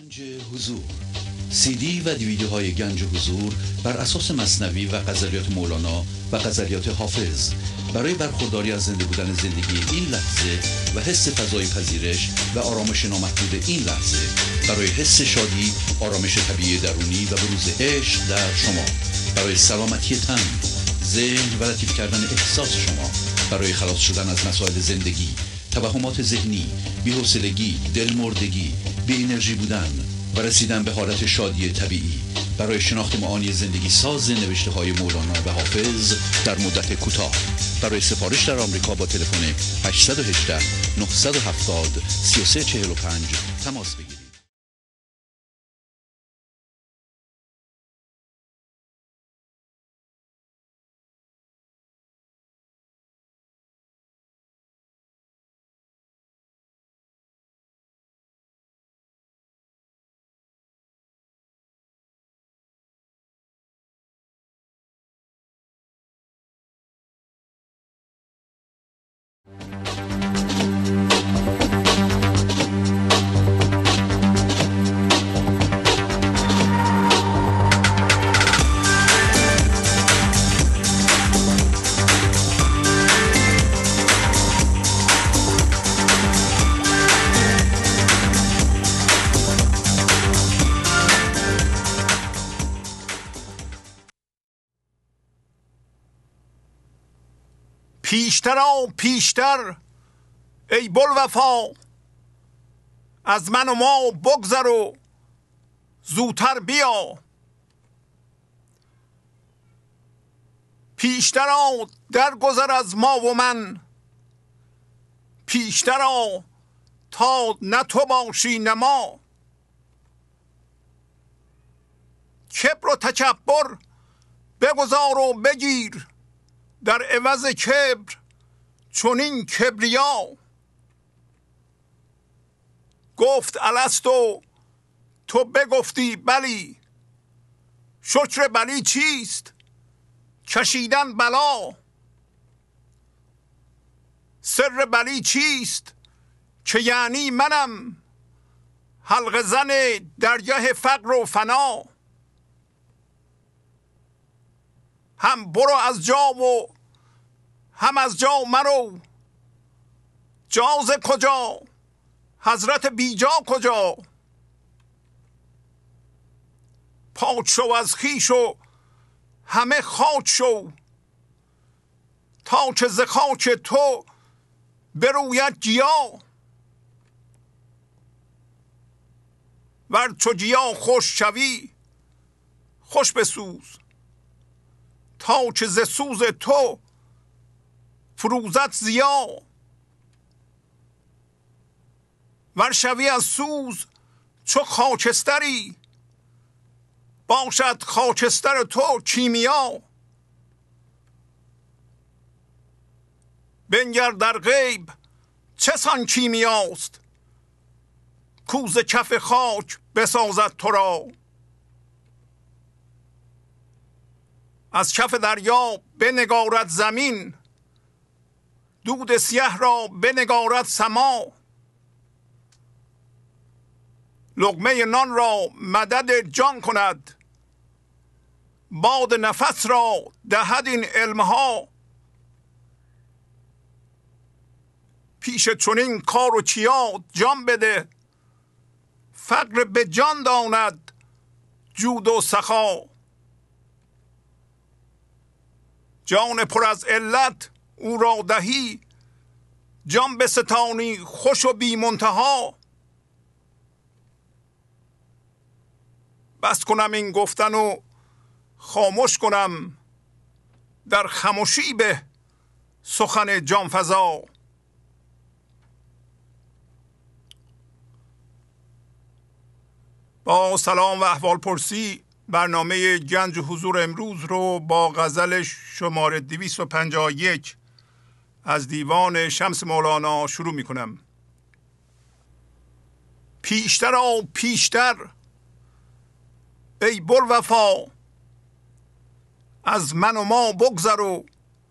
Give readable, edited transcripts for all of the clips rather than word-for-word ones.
گنج حضور، سی دی و دیویدیوهای گنج حضور بر اساس مثنوی و غزلیات مولانا و غزلیات حافظ برای برخورداری از زنده بودن زندگی این لحظه و حس فضای پذیرش و آرامش نامحدود این لحظه، برای حس شادی، آرامش طبیعی درونی و بروز عشق در شما، برای سلامتی تن، ذهن و لطیف کردن احساس شما، برای خلاص شدن از مسائل زندگی، توهمات ذهنی، بی‌حوصلگی، دلمردگی، بی انرژی بودن و رسیدن به حالت شادی طبیعی، برای شناخت معانی زندگی ساز نوشته‌های مولانا و حافظ در مدت کوتاه. برای سفارش در آمریکا با تلفن 818 970 3345 تماس بگیرید. پیشتر آ پیشتر ای بوالوفا، از من و ما بگذر و زودتر بیا. پیشتر آ درگذر از ما و من، پیشتر آ تا نه تو باشی نه ما. کبر و تکبر بگذار و بگیر، در عوض کبر چنین کبریا. گفت الستو، تو بگفتی بلی، شکر بلی چیست؟ کشیدن بلا. سر بلی چیست؟ که یعنی منم، حلقه زن درگه فقر و فنا. هم برو از جا و هم از جا مرو، جاز کجا حضرت بیجا کجا. پاک شو از خویش و همه خاک شو، تا که ز خاک تو بروید گیا. ور چو گیا خوش شوی خوش بسوز، تا که ز سوز تو فروزد ضیا. ور شوی از سوز چو خاکستری، باشد خاکستر تو کیمیا. بنگر در غیب چه سان کیمیاست، کو ز کف خاک بسازد تو را. از کف دریا بنگارد زمین، دود سیه را بنگارد سما. لقمه نان را مدد جان کند، باد نفس را دهد این علمها. پیش چنین کار و چیا جان بده، فقر به جان داند جود و سخا. جان پر از علت او را دهی، جان بستانی خوش و بی منتها. بس کنم این گفتن و خاموش کنم، در خاموشی به سخن جان فزا. با سلام و احوال پرسی برنامه گنج حضور امروز رو با غزل شماره 251 از دیوان شمس مولانا شروع می کنم. پیشتر آ پیشتر ای بوالوفا، از من و ما بگذر و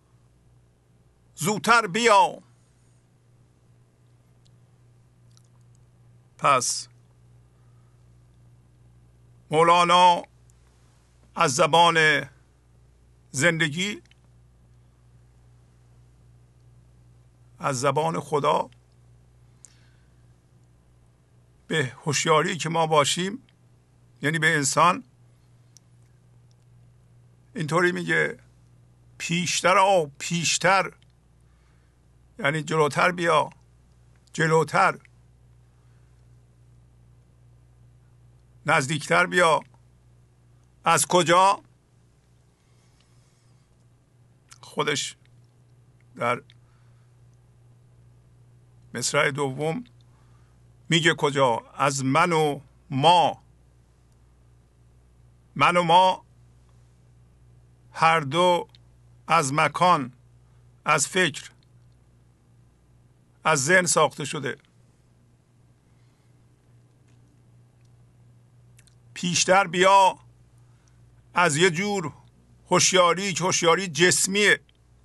زودتر بیا. پس مولانا از زبان زندگی، از زبان خدا به هوشیاری که ما باشیم، یعنی به انسان، اینطوری میگه پیشتر آ، پیشتر، یعنی جلوتر بیا، جلوتر، نزدیکتر بیا. از کجا؟ خودش در مصرع دوم میگه کجا. از من و ما. من و ما هر دو از مکان، از فکر، از ذهن ساخته شده. پیشتر بیا از یه جور هوشیاری که هوشیاری جسمیه،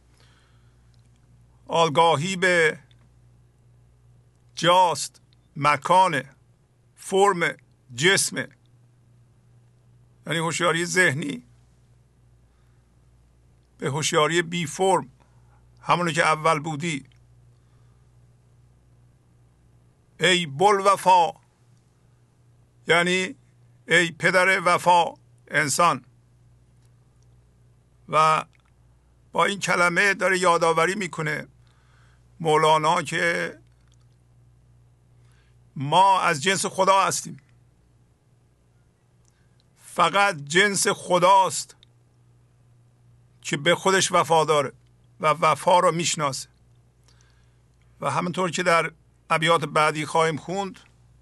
آگاهی به جاست، مکان، فرم، جسمه، یعنی هوشیاری ذهنی، به هوشیاری بی فرم، همونی که اول بودی. ای بوالوفا، یعنی ای پدر وفا، انسان. و با این کلمه داره یادآوری میکنه مولانا که ما از جنس خدا هستیم. فقط جنس خداست که به خودش وفاداره و وفا رو میشناسه. و همونطور که در ابیات بعدی خواهیم خوند،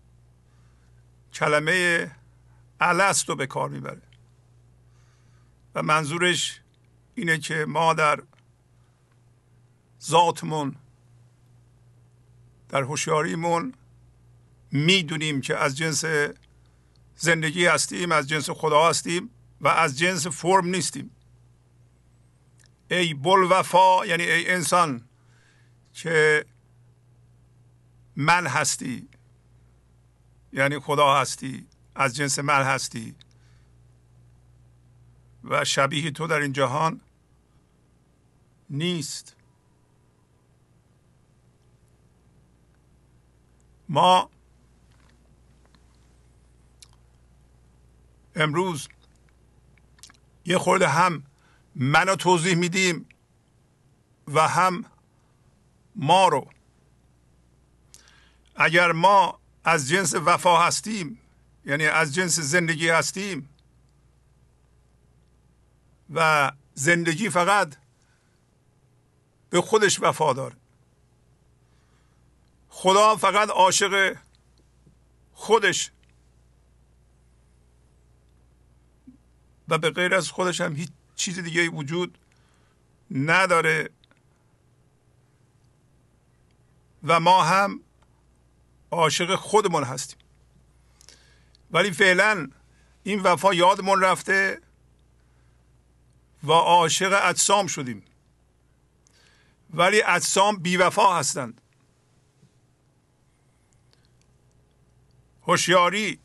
کلمه الست رو به کار میبره و منظورش اینه که ما در ذاتمون، در هوشیاریمون میدونیم که از جنس زندگی هستیم، از جنس خدا هستیم و از جنس فرم نیستیم. ای بوالوفا، یعنی ای انسان که من هستی، یعنی خدا هستی، از جنس من هستی و شبیه تو در این جهان نیست. ما امروز یه خورده هم منو توضیح میدیم و هم ما رو. اگر ما از جنس وفا هستیم، یعنی از جنس زندگی هستیم و زندگی فقط به خودش وفا داره، خدا فقط عاشق خودش و به غیر از خودش هم هیچ چیز دیگه وجود نداره و ما هم عاشق خودمون هستیم. ولی فعلا این وفا یادمون رفته و عاشق اجسام شدیم، ولی اجسام بی وفا هستند. هوشیاری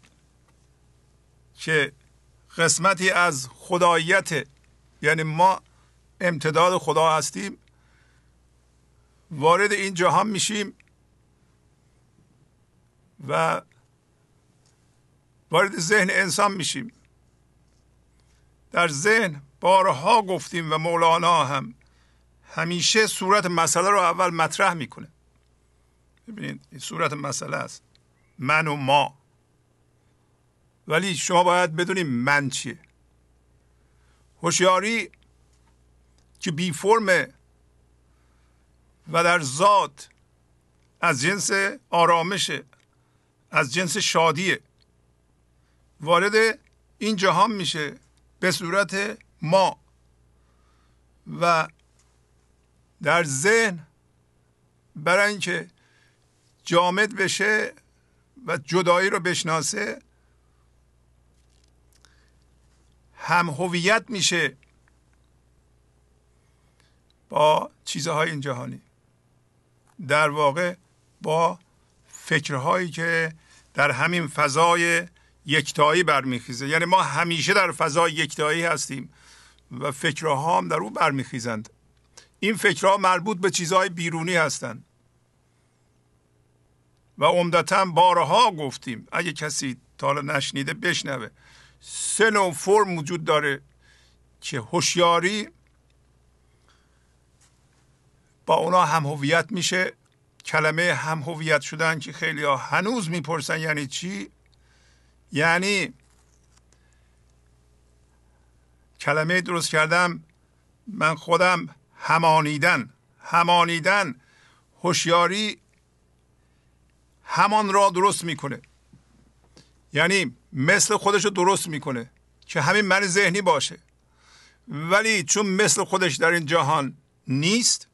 که قسمتی از خداییت، یعنی ما امتداد خدا هستیم، وارد این جهان میشیم و وارد ذهن انسان میشیم. در ذهن بارها گفتیم و مولانا هم همیشه صورت مسئله رو اول مطرح میکنه. ببینید این صورت مسئله است، من و ما. ولی شما باید بدونید من چیه. هوشیاری که بی فرمه و در ذات از جنس آرامشه، از جنس شادیه، وارد این جهان میشه به صورت ما و در ذهن برای اینکه جامد بشه و جدایی رو بشناسه هم هویت میشه با چیزهای این جهانی، در واقع با فکرهایی که در همین فضای یکتایی برمیخیزه. یعنی ما همیشه در فضای یکتایی هستیم و فکرها هم در او برمیخیزند. این فکرها مربوط به چیزهای بیرونی هستند و عمدتاً بارها گفتیم، اگه کسی تا حالا نشنیده بشنوه. 3 نوع فرم وجود داره که هوشیاری با اونا هم هویت میشه. کلمه هم هویت شدن که خیلی ها هنوز میپرسن یعنی چی؟ یعنی کلمه درست کردم من خودم، همانیدن. هوشیاری همان را درست میکنه، یعنی مثل خودش رو درست میکنه که همین من ذهنی باشه، ولی چون مثل خودش در این جهان نیست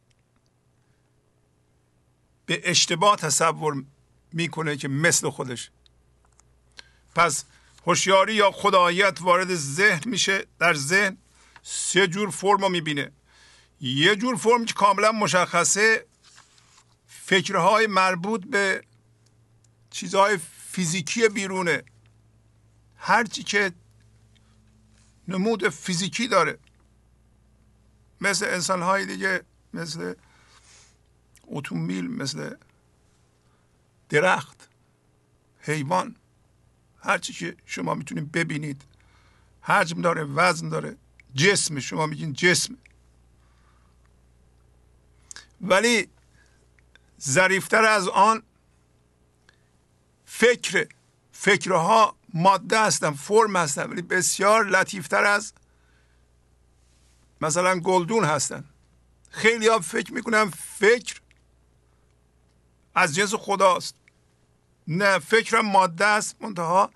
به اشتباه تصور میکنه که مثل خودش. پس هوشیاری یا خداییت وارد ذهن میشه. در ذهن 3 جور فرم رو میبینه. یه جور فرم که کاملا مشخصه، فکرهای مربوط به چیزهای فیزیکی بیرونه، هرچی که نمود فیزیکی داره، مثل انسانهای دیگه، مثل اتومبیل، مثل درخت، حیوان، هرچی که شما میتونید ببینید، حجم داره، وزن داره، جسم، شما میگین جسم. ولی ظریفتر از آن فکرها ماده هستن، فرم هستن، ولی بسیار لطیفتر از مثلا گلدون هستن. خیلی ها فکر میکنن فکر از جنس خداست. نه، فکر ماده است، منتها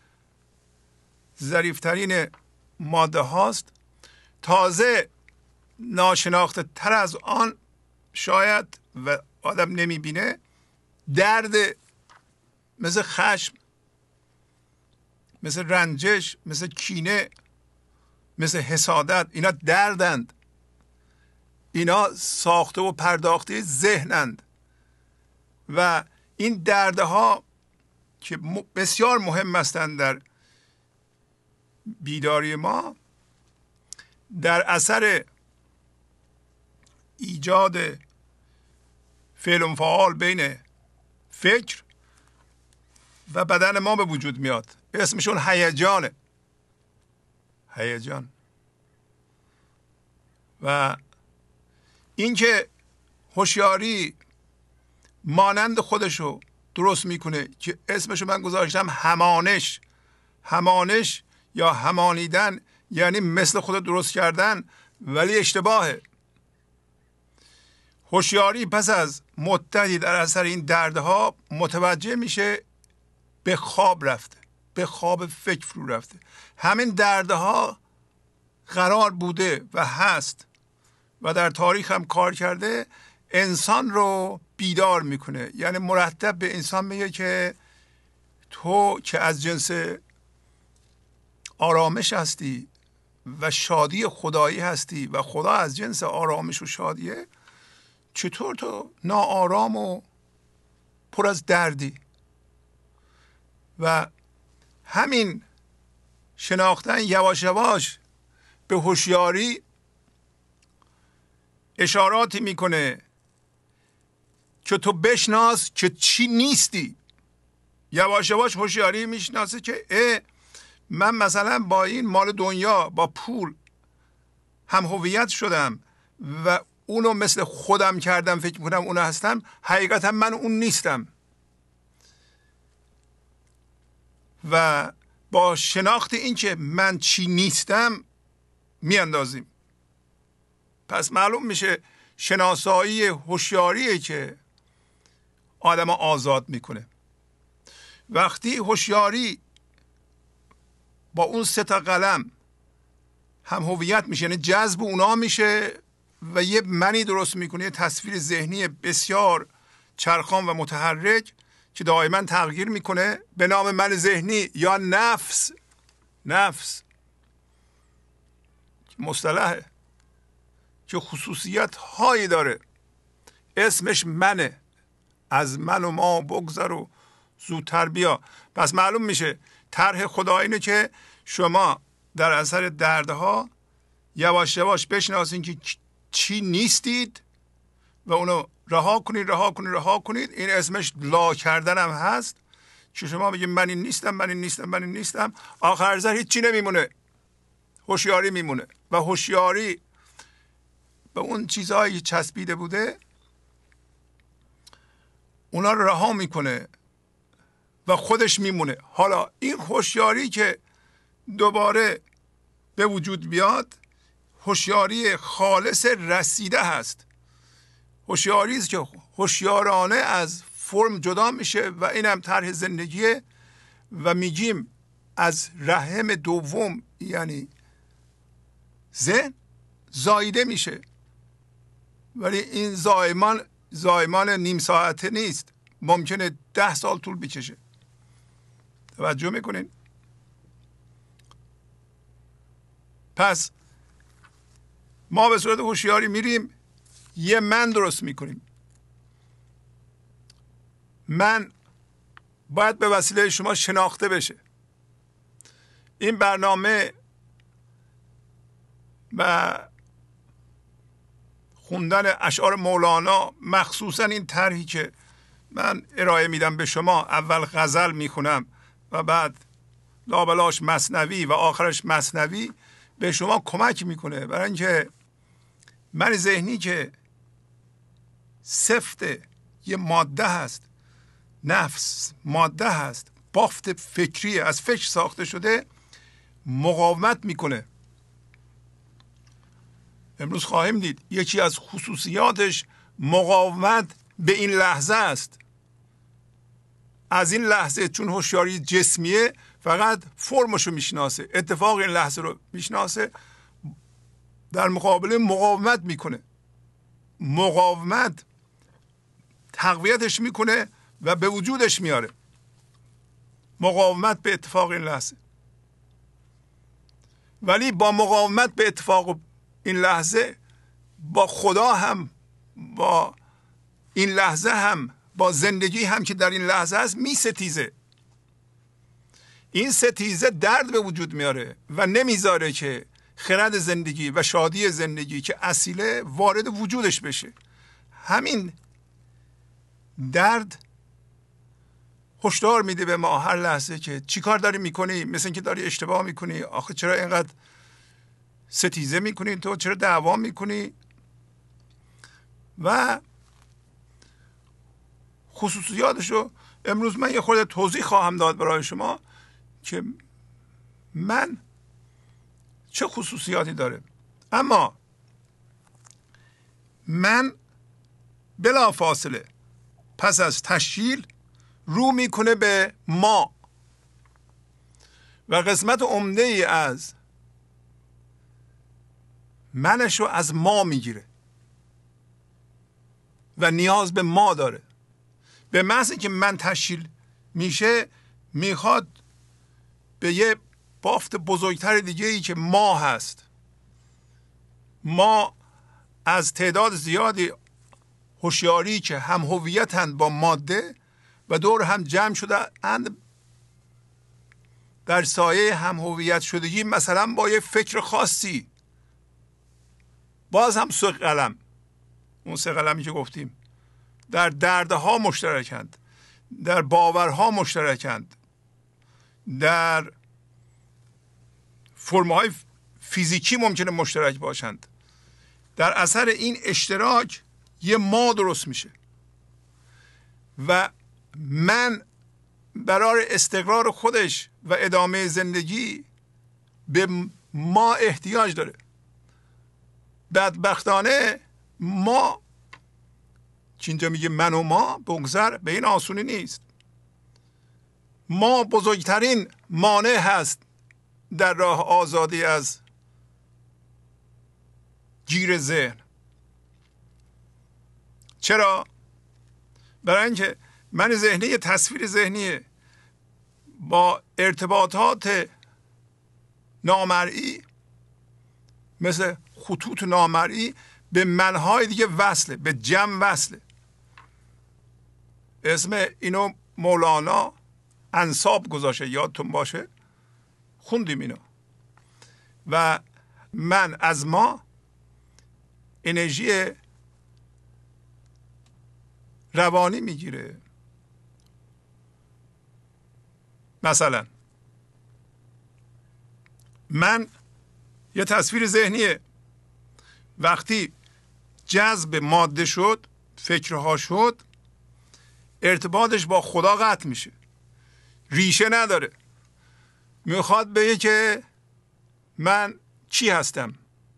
ظریفترین ماده هاست. تازه ناشناخته تر از آن شاید و آدم نمیبینه، درد مثل خشم، مثل رنجش، مثل کینه، مثل حسادت، اینا دردند. اینا ساخته و پرداخته ذهنند و این دردها که بسیار مهم هستند در بیداری ما، در اثر ایجاد فعل و فعال بین فکر و بدن ما به وجود میاد. اسمشون هیجانه، هیجان. و اینکه هوشیاری مانند خودشو درست میکنه که اسمشو من گذاشتم همانش یا همانیدن، یعنی مثل خود درست کردن، ولی اشتباهه. هوشیاری پس از مدتی در اثر این دردها متوجه میشه به خواب رفته، به خواب فکر فرو رفته. همین دردها قرار بوده و هست و در تاریخ هم کار کرده، انسان رو بیدار میکنه. یعنی مرتب به انسان میگه که تو که از جنس آرامش هستی و شادی خدایی هستی و خدا از جنس آرامش و شادیه، چطور تو ناآرام و پر از دردی؟ و همین شناختن یواش یواش به هوشیاری اشاراتی میکنه که تو بشناس که چی نیستی. یواش یواش هوشیاری میشناسه که من مثلا با این مال دنیا، با پول هم هویت شدم و اونو مثل خودم کردم، فکر میکنم اونو هستم، حقیقتا من اون نیستم. و با شناخت این که من چی نیستم میاندازیم. پس معلوم میشه شناسایی هوشیاریه که آدم آزاد میکنه. وقتی هوشیاری با اون 3 قلم هم هویت میشه، یعنی جذب اونا میشه و یه منی درست میکنه، یه تصویر ذهنی بسیار چرخان و متحرک که دائما تغییر میکنه به نام من ذهنی یا نفس مصطلحه که خصوصیت هایی داره. اسمش منه، از من و ما بگذر و زودتر بیا. پس معلوم میشه طرح خدا اینه که شما در اثر دردها یواش یواش بشناسید که چی نیستید و اونو رها کنید. این اسمش لا کردن هم هست که شما بگید من این نیستم. آخر سر هیچی نمیمونه، هوشیاری میمونه و هوشیاری به اون چیزهایی که چسبیده بوده اونا رو رها میکنه و خودش میمونه. حالا این هوشیاری که دوباره به وجود بیاد هوشیاری خالص رسیده هست، هوشیاری است که هوشیارانه از فرم جدا میشه و اینم طرح زندگیه و میگیم از رحم دوم یعنی ذهن زایده میشه، ولی این زایمان نیم ساعته نیست، ممکنه 10 سال طول بکشه. توجه میکنین؟ پس ما به صورت هوشیاری میریم یه من درست میکنیم. من باید به وسیله شما شناخته بشه. این برنامه و خوندن اشعار مولانا، مخصوصا این طرحی که من ارائه میدم به شما، اول غزل میخونم و بعد لابلاش مثنوی و آخرش مثنوی، به شما کمک میکنه برای اینکه من ذهنی که سفت یه ماده هست، نفس ماده هست، بافت فکری از فکر ساخته شده، مقاومت میکنه. امروز خواهیم دید یکی از خصوصیاتش مقاومت به این لحظه است. از این لحظه چون هوشیاری جسمیه فقط فرمشو میشناسه، اتفاق این لحظه رو میشناسه، در مقابل مقاومت میکنه. مقاومت تقویتش میکنه و به وجودش میاره. مقاومت به اتفاق این لحظه. ولی با مقاومت به اتفاق این لحظه با خدا هم، با این لحظه هم، با زندگی هم که در این لحظه هست می ستیزه. این ستیزه درد به وجود میاره و نمیذاره که خرد زندگی و شادی زندگی که اصیله وارد وجودش بشه. همین درد هشدار میده به ما هر لحظه که چی کار داری میکنی، مثل اینکه داری اشتباه میکنی، آخه چرا اینقدر ستیزه میکنی، تو چرا دعوا میکنی. و خصوصیاتشو امروز من یه خورده توضیح خواهم داد برای شما که من چه خصوصیاتی داره. اما من بلا فاصله پس از تشکیل رو میکنه به ما و قسمت عمده ای از منش رو از ما میگیره و نیاز به ما داره. به محض که من تشکیل میشه میخواد به یه بافت بزرگتر دیگه ای که ما هست. ما از تعداد زیادی هوشیاری که هم هویتند با ماده و دور هم جمع شده اند در سایه هم هویت شدگی، مثلا با یه فکر خاصی، باز هم سه قلم، اون سه قلمی که گفتیم، در دردها مشترکند، در باورها مشترکند، در فرمهای فیزیکی ممکنه مشترک باشند. در اثر این اشتراک یه ما درست میشه و من برای استقرار خودش و ادامه زندگی به ما احتیاج داره. بدبختانه ما که اینجا میگه من و ما بگذر، به این آسونی نیست. ما بزرگترین مانع هست در راه آزادی از گیر ذهن. چرا؟ برای اینکه من ذهنی یه تصویر ذهنیه با ارتباطات نامرئی مثل خطوط نامرئی به منهای دیگه وصله، به جمع وصله. اسم اینو مولانا انساب گذاشته، یادتون باشه. خوندیم اینو. و من از ما انرژی روانی میگیره. مثلا من یه تصویر ذهنیه، وقتی جذب ماده شد، فکرها شد، ارتباطش با خدا قطع میشه، ریشه نداره. میخواد بگه که من چی هستم.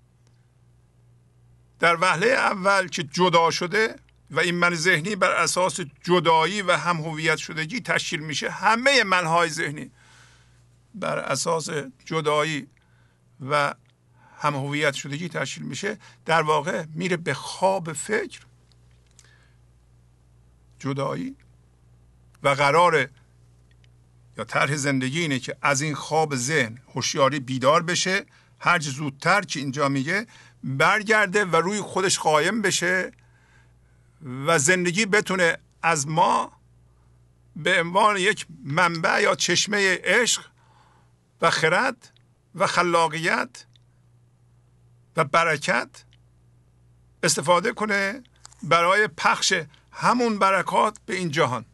در وهله اول که جدا شده و این من ذهنی بر اساس جدایی و هم هویت شدگی تشکیل میشه، همه منهای ذهنی بر اساس جدایی و هم هویت شدگی تشکیل میشه، در واقع میره به خواب فکر، جدایی، و قراره یا طرح زندگی اینه که از این خواب ذهن هوشیاری بیدار بشه، هرچه زودتر که اینجا میگه برگرده و روی خودش قایم بشه و زندگی بتونه از ما به عنوان یک منبع یا چشمه عشق و خرد و خلاقیت و برکت استفاده کنه برای پخش همون برکات به این جهان.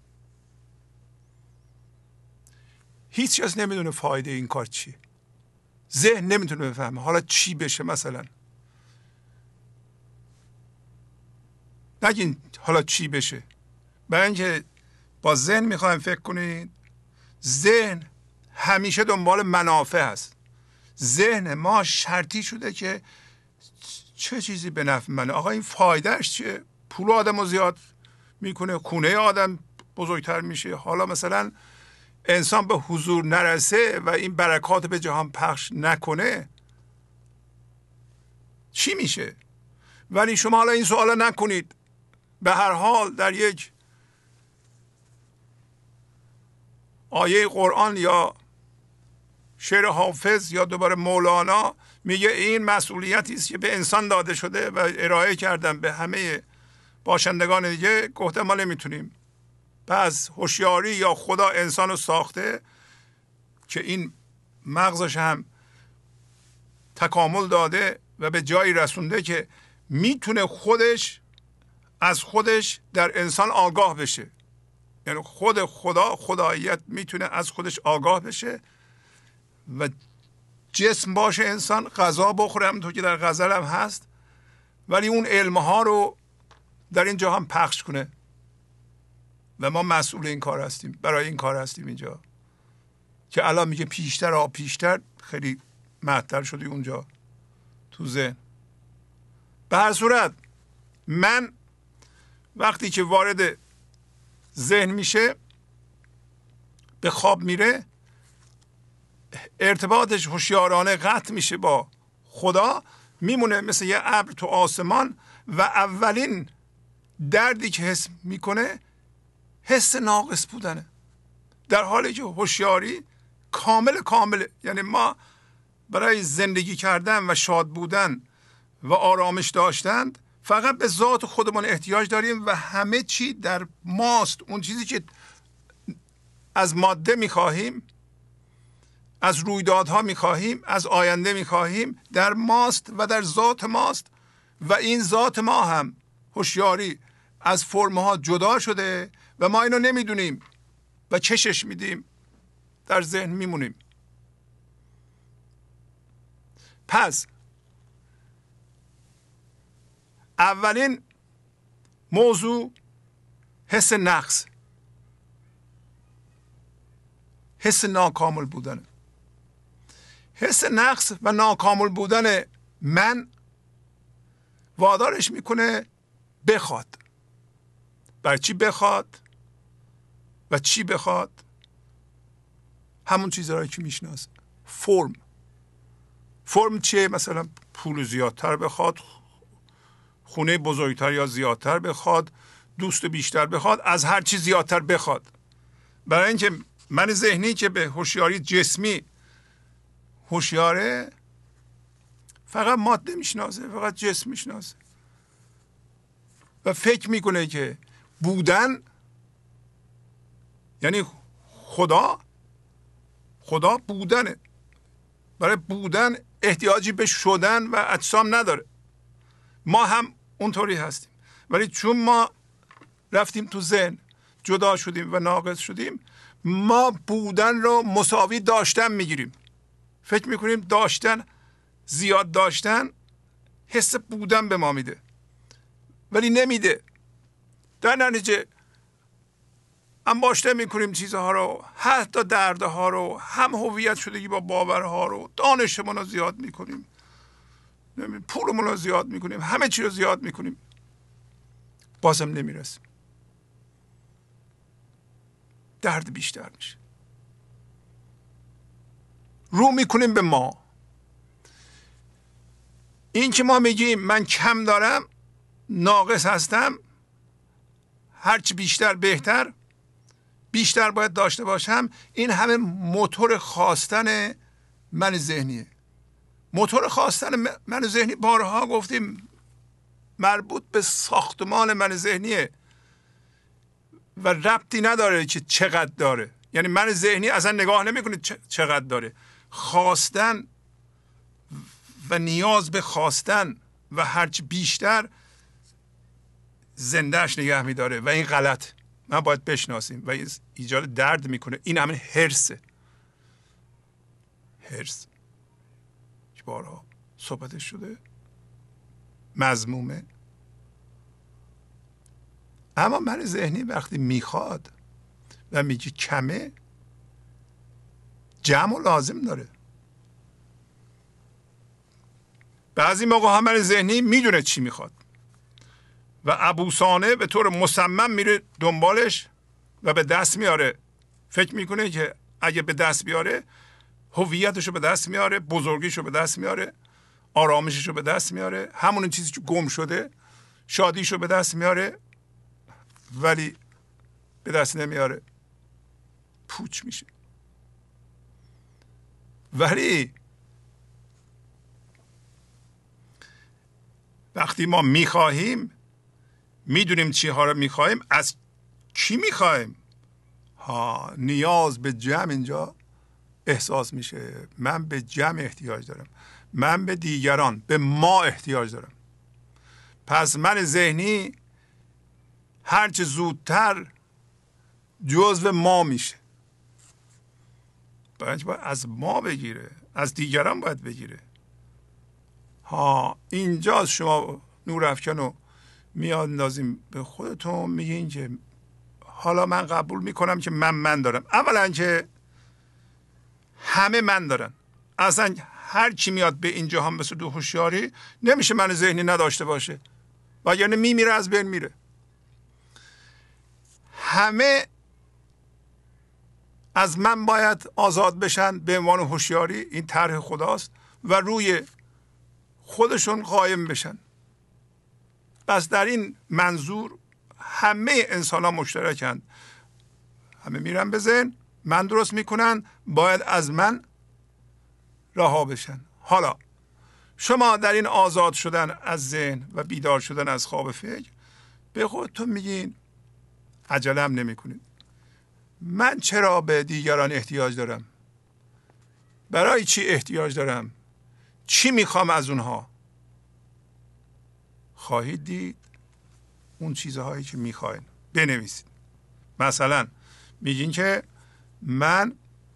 هیچ کس نمیدونه فایده این کار چیه. ذهن نمیتونه بفهمه حالا چی بشه. مثلا نگین حالا چی بشه، برای اینکه با ذهن میخوایم فکر کنید. ذهن همیشه دنبال منافع هست. ذهن ما شرطی شده که چه چیزی به نفع منه. آقا این فایدهش چیه؟ پول آدم رو زیاد میکنه، خونه آدم بزرگتر میشه. حالا مثلا انسان به حضور نرسه و این برکات به جهان پخش نکنه چی میشه؟ ولی شما حالا این سوال نکنید. به هر حال در یک آیه قرآن یا شعر حافظ یا دوباره مولانا میگه این مسئولیتی است که به انسان داده شده و ارائه کردن به همه باشندگان دیگه. گفتم ما نمیتونیم. پس هوشیاری یا خدا انسان رو ساخته که این مغزش هم تکامل داده و به جایی رسونده که میتونه خودش از خودش در انسان آگاه بشه. یعنی خود خدا، خداییت میتونه از خودش آگاه بشه و جسم باشه انسان، غذا بخوره همونطور که در غزل هم هست، ولی اون علمها رو در این جهان پخش کنه و ما مسئول این کار هستیم. برای این کار هستیم اینجا که الان میگه پیشتر پیشتر خیلی معطل شدی اونجا تو ذهن. به هر صورت من وقتی که وارد ذهن میشه، به خواب میره، ارتباطش هوشیارانه قطع میشه با خدا، میمونه مثل یه ابر تو آسمان و اولین دردی که حس میکنه حس ناقص بودنه، در حالی که هوشیاری کامله. یعنی ما برای زندگی کردن و شاد بودن و آرامش داشتن فقط به ذات خودمان احتیاج داریم و همه چی در ماست. اون چیزی که از ماده میخواهیم، از رویدادها میخواهیم، از آینده میخواهیم، در ماست و در ذات ماست. و این ذات ما هم هوشیاری از فرمها جدا شده و ما اینو نمیدونیم و چشش میدیم، در ذهن میمونیم. پس اولین موضوع حس نقص، حس ناکامل بودن. حس نقص و ناکامل بودن من وادارش میکنه بخواد. بر چی بخواد و چی بخواد؟ همون چیزهایی که میشناسه. فرم چیه؟ مثلا پول زیادتر بخواد، خونه بزرگتر یا زیادتر بخواد، دوست بیشتر بخواد، از هر چی زیادتر بخواد. برای اینکه من ذهنی که به هوشیاری جسمی هوشیاره فقط ماده میشناسه، فقط جسم میشناسه و فکر میکنه که بودن یعنی خدا بودنه. برای بودن احتیاجی به شدن و اجسام نداره. ما هم اونطوری هستیم، ولی چون ما رفتیم تو ذهن، جدا شدیم و ناقص شدیم، ما بودن رو مساوی داشتن میگیریم. فکر میکنیم داشتن، زیاد داشتن حس بودن به ما میده، ولی نمیده. در نتیجه انباشته میکنیم چیزها رو، حتی دردها رو، هم هویت شدگی با باورها رو، دانشمون رو زیاد میکنیم، پولمون رو زیاد میکنیم، همه چی رو زیاد میکنیم، بازم نمیرسیم، درد بیشتر میشه. رو میکنیم به ما. این که ما میگیم من کم دارم، ناقص هستم، هرچی بیشتر بهتر، بیشتر باید داشته باشم، این همه موتور خواستن من ذهنیه. موتور خواستن من ذهنی بارها گفتیم مربوط به ساختمان من ذهنیه و ربطی نداره که چقدر داره. یعنی من ذهنی اصلا نگاه نمیکنه چقدر داره. خواستن و نیاز به خواستن و هرچی بیشتر زندهش نگه میداره و این غلط. ما باید بشناسیم و ایجاد درد میکنه. این همین حرصه. حرص که بارها صحبتش شده، مذمومه. اما من ذهنی وقتی میخواد و میگه کمه، جمع و لازم داره. بعضی موقع ها من ذهنی میدونه چی میخواد و عبوسانه به طور مصمم میره دنبالش و به دست میاره. فکر میکنه که اگه به دست بیاره هویتشو به دست میاره، بزرگیشو به دست میاره، آرامششو به دست میاره، همون چیزی که گم شده، شادیشو به دست میاره، ولی به دست نمیاره، پوچ میشه. ولی وقتی ما میخواهیم، میدونیم چی ها رو میخواهیم، از کی میخواهیم؟ نیاز به جمع اینجا احساس میشه. من به جمع احتیاج دارم، من به دیگران، به ما احتیاج دارم. پس من ذهنی هرچه زودتر جزو ما میشه. باید از ما بگیره، از دیگران باید بگیره. اینجا شما نور افکن رو میاندازیم به خودتون، میگین که حالا من قبول میکنم که من دارم. اولا که همه من دارن. اصلا هر چی میاد به اینجا هم مثل دو هوشیاری نمیشه من ذهنی نداشته باشه، و یعنی میمیره، از بین میره. همه از من باید آزاد بشن به عنوان هوشیاری، این طرح خداست، و روی خودشون قایم بشن. پس در این منظور همه انسان ها مشترکند. همه میرن به ذهن، من درست میکنن، باید از من رها بشن. حالا شما در این آزاد شدن از ذهن و بیدار شدن از خواب فکر به خودتون میگین، عجله هم نمی کنید، من چرا به دیگران احتیاج دارم؟ برای چی احتیاج دارم؟ چی میخوام از اونها؟ خواهید دید اون چیزهایی که میخواین بنویسید. مثلا میگین که من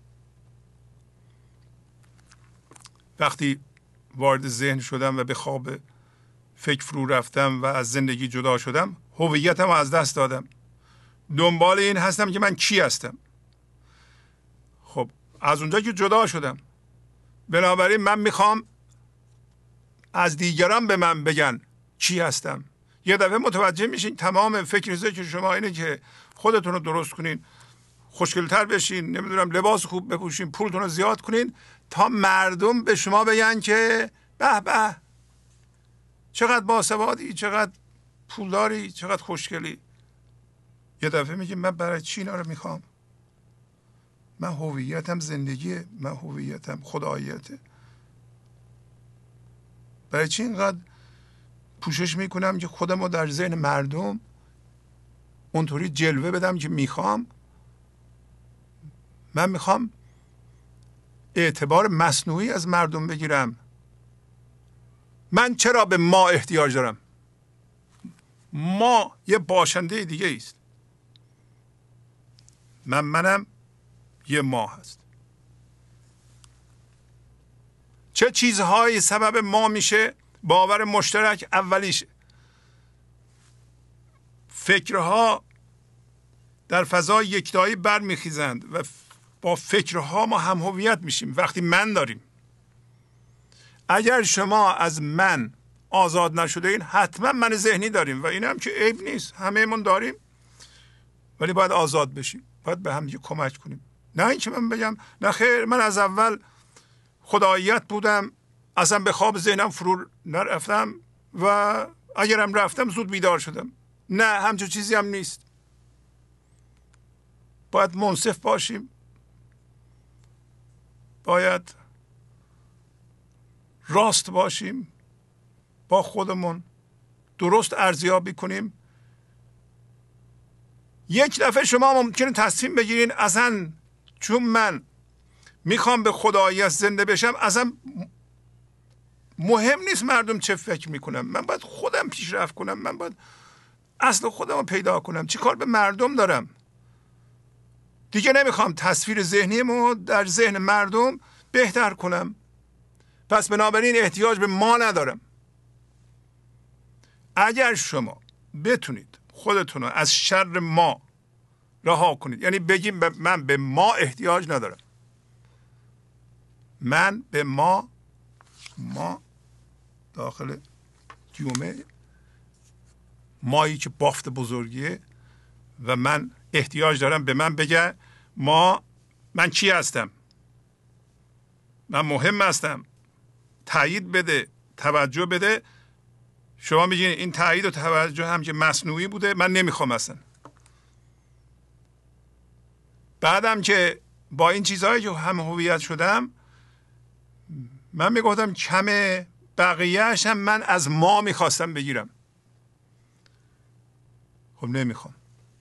وقتی وارد ذهن شدم و به خواب فکر فرو رفتم و از زندگی جدا شدم، هویتم از دست دادم، دنبال این هستم که من کی هستم. خب از اونجا که جدا شدم، بنابراین من میخوام از دیگران به من بگن چی هستم. یه دفعه متوجه میشین تمام فکر ذکر شما اینه که خودتون رو درست کنین، خوشگلتر بشین، نمیدونم لباس خوب بپوشین، پولتون رو زیاد کنین تا مردم به شما بگن که به به چقدر باسوادی، چقدر پولداری، چقدر خوشگلی. یه دفعه میگیم من برای چی اینا رو میخوام؟ من هویتم زندگیه، من هویتم خداییته. برای چی اینقدر پوشش میکنم که خودم رو در ذهن مردم اونطوری جلوه بدم که میخوام؟ من میخوام اعتبار مصنوعی از مردم بگیرم؟ من چرا به ما احتیاج دارم؟ ما یه باشنده دیگه است. منم یه ما هست. چه چیزهایی سبب ما میشه؟ باور مشترک اولیشه. فکرها در فضای یکتایی برمیخیزند و با فکرها ما هم هویت میشیم وقتی من داریم. اگر شما از من آزاد نشده این، حتما من ذهنی داریم و این هم که عیب نیست، همه من داریم، ولی باید آزاد بشیم، باید به هم دیگه کمک کنیم. نه اینکه من بگم نه خیر من از اول خداییت بودم، اصلا به خواب ذهنم فرو نرفتم و اگرم رفتم زود بیدار شدم. نه، همچون چیزی هم نیست. باید منصف باشیم، باید راست باشیم با خودمون، درست ارزیابی کنیم. یک دفعه شما ممکنه تصمیم بگیرین اصلا چون من میخوام به خداییت زنده بشم، اصلا مهم نیست مردم چه فکر میکنم، من باید خودم پیشرفت کنم، من باید اصل خودم رو پیدا کنم، چی کار به مردم دارم؟ دیگه نمیخوام تصویر ذهنیمو در ذهن مردم بهتر کنم، پس بنابراین احتیاج به ما ندارم. اگر شما بتونید خودتون رو از شر ما رها کنید، یعنی بگیم من به ما احتیاج ندارم، من به ما داخل جمعه مایی که بافت بزرگیه و من احتیاج دارم به من بگه من کی هستم، من مهم هستم، تایید بده، توجه بده. شما میگین این تایید و توجه هم که مصنوعی بوده، من نمیخوام اصلا. بعدم که با این چیزهایی که هم هویت شدم، من میگفتم کمه، بقیه‌اش هم من از ما میخواستم بگیرم. خب نمیخوام.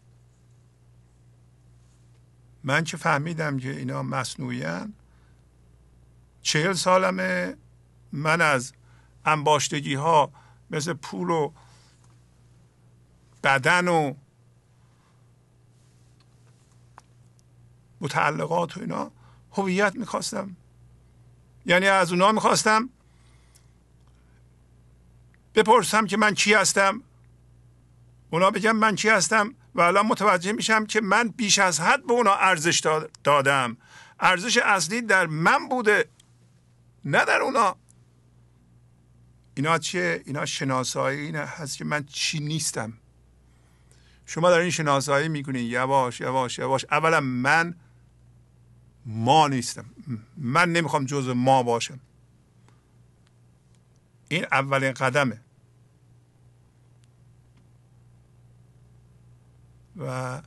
من که فهمیدم که اینا مصنوعی هن، 40 سالمه، من از انباشتگی ها مثل پول و بدن و متعلقات و اینا هویت میخواستم. یعنی از اونا میخواستم بپرسم که من کی هستم، اونا بگم من کی هستم و الان متوجه میشم که من بیش از حد به اونا ارزش دادم. ارزش اصلی در من بوده، نه در اونا. اینا چیه؟ اینا شناسایی این هست که من چی نیستم. شما در این شناسایی میکنین یواش یواش یواش. اولا من ما نیستم، من نمیخوام جزء ما باشم. این اولین قدمه. و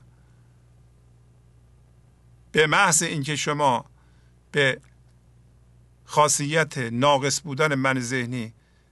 به محض اینکه شما به خاصیت ناقص بودن من ذهنی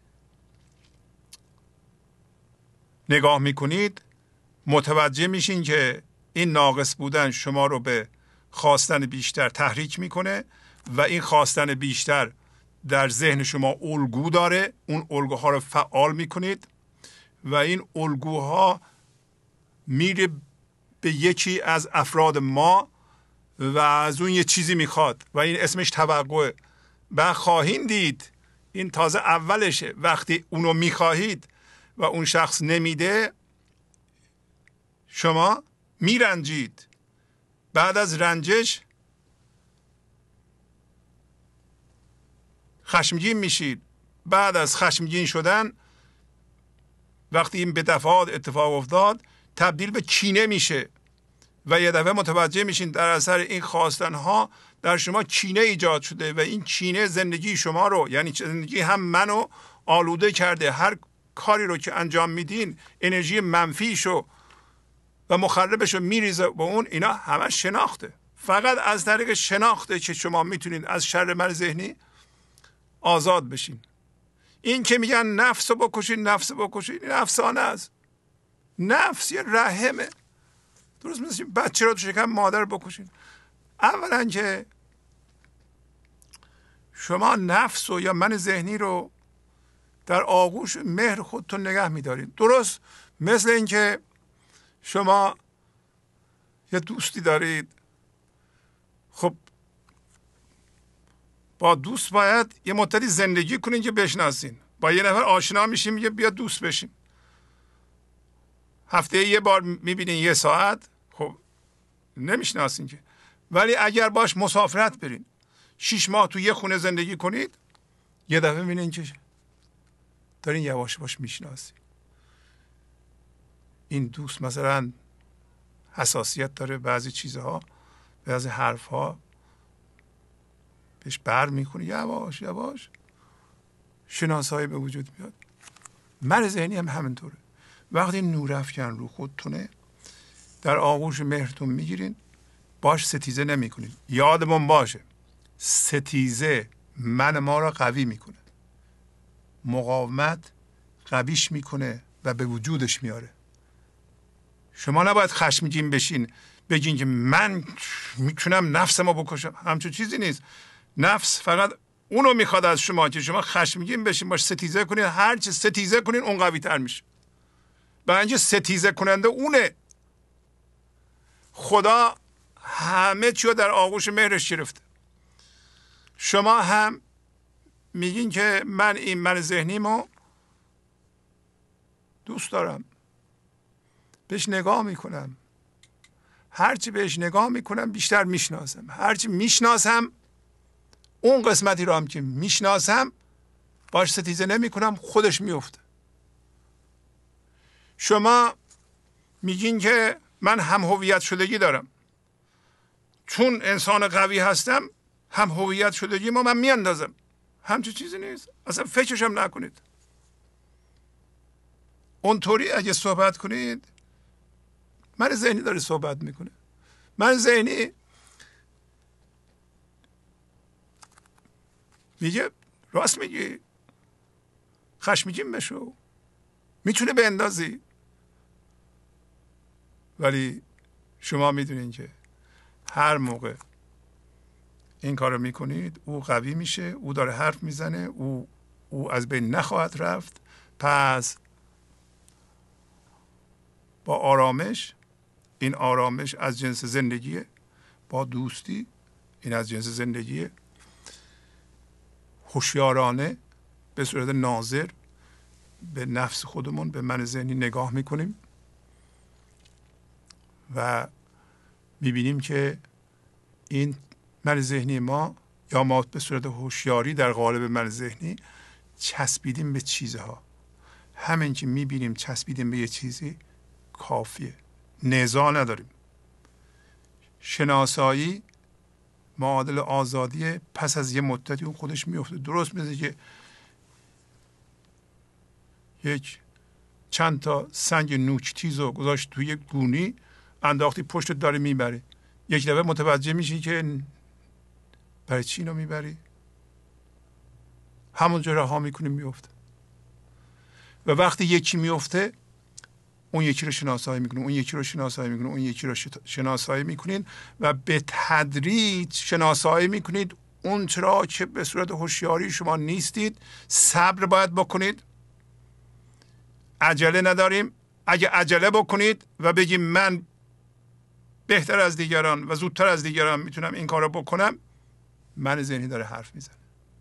نگاه میکنید، متوجه میشین که این ناقص بودن شما رو به خواستن بیشتر تحریک میکنه و این خواستن بیشتر در ذهن شما الگو داره. اون الگوها رو فعال میکنید و این الگوها میره به یکی از افراد ما و از اون یه چیزی میخواد و این اسمش توقعه. و خواهید دید این تازه اولشه. وقتی اونو میخواهید و اون شخص نمیده، شما میرنجید. بعد از رنجش خشمگین میشید. بعد از خشمگین شدن، وقتی این به دفعات اتفاق افتاد، تبدیل به کینه میشه و یه دفعه متوجه میشین در اثر این خواستنها در شما کینه ایجاد شده و این کینه زندگی شما رو، یعنی زندگی هم منو آلوده کرده. هر کاری رو که انجام میدین انرژی منفیشو و مخربشو میریزه به اون. اینا همه شناخته. فقط از طریق شناخته که شما میتونید از شر من ذهنی آزاد بشین. این که میگن نفس رو بکشین، نفس رو بکشین، این افسانه است. نفس یه رحمه. درست مثل بچه رو تو شکم مادر بکشین. اولا که شما نفس و یا من ذهنی رو در آغوش مهر خودتون نگه میدارید. درست مثل اینکه شما یه دوستی دارید، خب با دوست باید یه مدتی زندگی کنین که بشناسین. با یه نفر آشنا میشیم میگه بیا دوست بشیم، هفته یه بار میبینین یه ساعت، خب نمیشناسین که. ولی اگر باش مسافرت برین 6 ماه تو یه خونه زندگی کنید، یه دفعه میبینین که دارین یواش باش میشناسین. این دوست مثلا حساسیت داره بعضی چیزها، بعضی حرفها بهش بر میکنه، یواش یواش شناسایی به وجود میاد. من ذهنی هم همینطوره. وقتی نور افکن رو خودتونه، در آغوش مهرتون میگیرین، باش ستیزه نمی کنین. یادمون باشه ستیزه من ما را قوی میکنه، مقاومت قویش میکنه و به وجودش میاره. شما نباید خشمگین بشین بگین که من میتونم نفسمو بکشم. همچون چیزی نیست. نفس فقط اونو میخواد از شما که شما خشمگین بشین، باش ستیزه کنین. هر چی ستیزه کنین اون قوی تر میشه. برای ستیزه کننده اونه. خدا همه چی رو در آغوش مهرش گرفته. شما هم میگین که من این من ذهنیمو دوست دارم، بهش نگاه میکنم، هرچی بهش نگاه میکنم بیشتر میشناسم. هرچی میشناسم اون قسمتی رو هم که میشناسم باش ستیزه نمیکنم، خودش میفته. شما میگین که من هم هویت شدگی دارم، چون انسان قوی هستم هم هویت شدگی ما من میاندازم. همچون چیزی نیست، اصلا فکرش هم نکنید. اونطوری اگه صحبت کنید، من ذهنی داره صحبت میکنه. من ذهنی میگه راست میگی، خشمگین بشو، میتونه به اندازی. ولی شما میدونین که هر موقع این کارو میکنید او قوی میشه، او داره حرف میزنه، او از بین نخواهد رفت. پس با آرامش، این آرامش از جنس زندگیه، با دوستی این از جنس زندگیه، هوشیارانه به صورت ناظر به نفس خودمون، به من ذهنی نگاه میکنیم و میبینیم که این من ذهنی ما، یا ما به صورت هوشیاری در قالب من ذهنی چسبیدیم به چیزها. همین که میبینیم چسبیدیم به یه چیزی کافیه، نزاع نداریم. شناسایی معادل آزادیه. پس از یه مدتی اون خودش میفته. درست مثل که یک چند تا سنگ نوک تیز رو گذاشت توی یک گونی، انداختی پشت داره میبره، یک دفعه متوجه میشی که برای چی اینو میبری؟ همونجا رها میکنی میفته. و وقتی یکی میفته اون یکی رو شناسایی میکنه، اون یکی رو شناسایی میکنه، اون یکی رو شناسایی میکنید و به تدریج شناسایی میکنید اون چرا که به صورت هوشیاری شما نیستید. صبر باید بکنید، عجله نداریم. اگه عجله بکنید و بگیم من بهتر از دیگران و زودتر از دیگران میتونم این کار رو بکنم، من ذهنی داره حرف میزنه.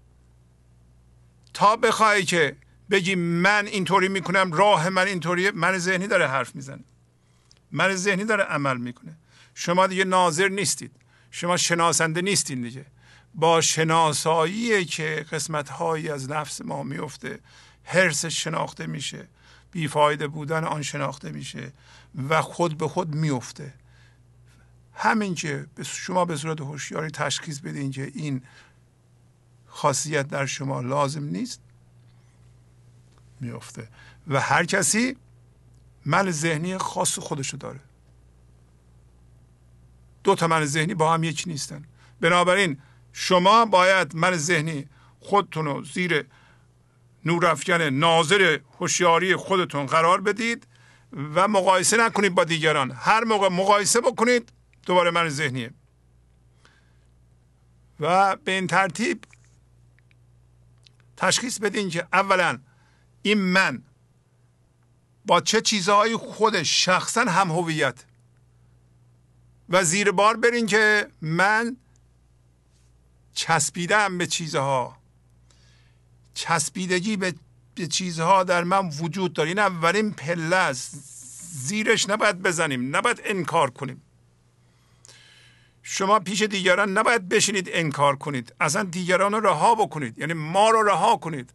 تا بخوای که بگی من اینطوری میکنم، راه من اینطوریه، من ذهنی داره حرف میزنه، من ذهنی داره عمل میکنه. شما دیگه ناظر نیستید، شما شناسنده نیستید دیگه. با شناسایی که قسمت‌هایی از نفس ما میفته، حرصش شناخته میشه، بیفایده بودن آن شناخته میشه و خود به خود میفته. همین که شما به صورت هوشیاری تشخیص بدین که این خاصیت در شما لازم نیست، میفته. و هر کسی من ذهنی خاص خودشو داره. دو تا من ذهنی با هم یکی نیستن. بنابراین شما باید من ذهنی خودتون رو زیر نورافکن ناظر هوشیاری خودتون قرار بدید و مقایسه نکنید با دیگران. هر موقع مقایسه بکنید دوباره من ذهنیه. و به این ترتیب تشخیص بدین که اولا این من با چه چیزهای خودش شخصا هم هویت و زیر بار برین که من چسبیدم به چیزها. چسبیدگی به چیزها در من وجود داره. این اولین پله است، زیرش نباید بزنیم، نباید انکار کنیم. شما پیش دیگران نباید بشینید انکار کنید، اصلا دیگران رو رها بکنید، یعنی ما رو رها کنید.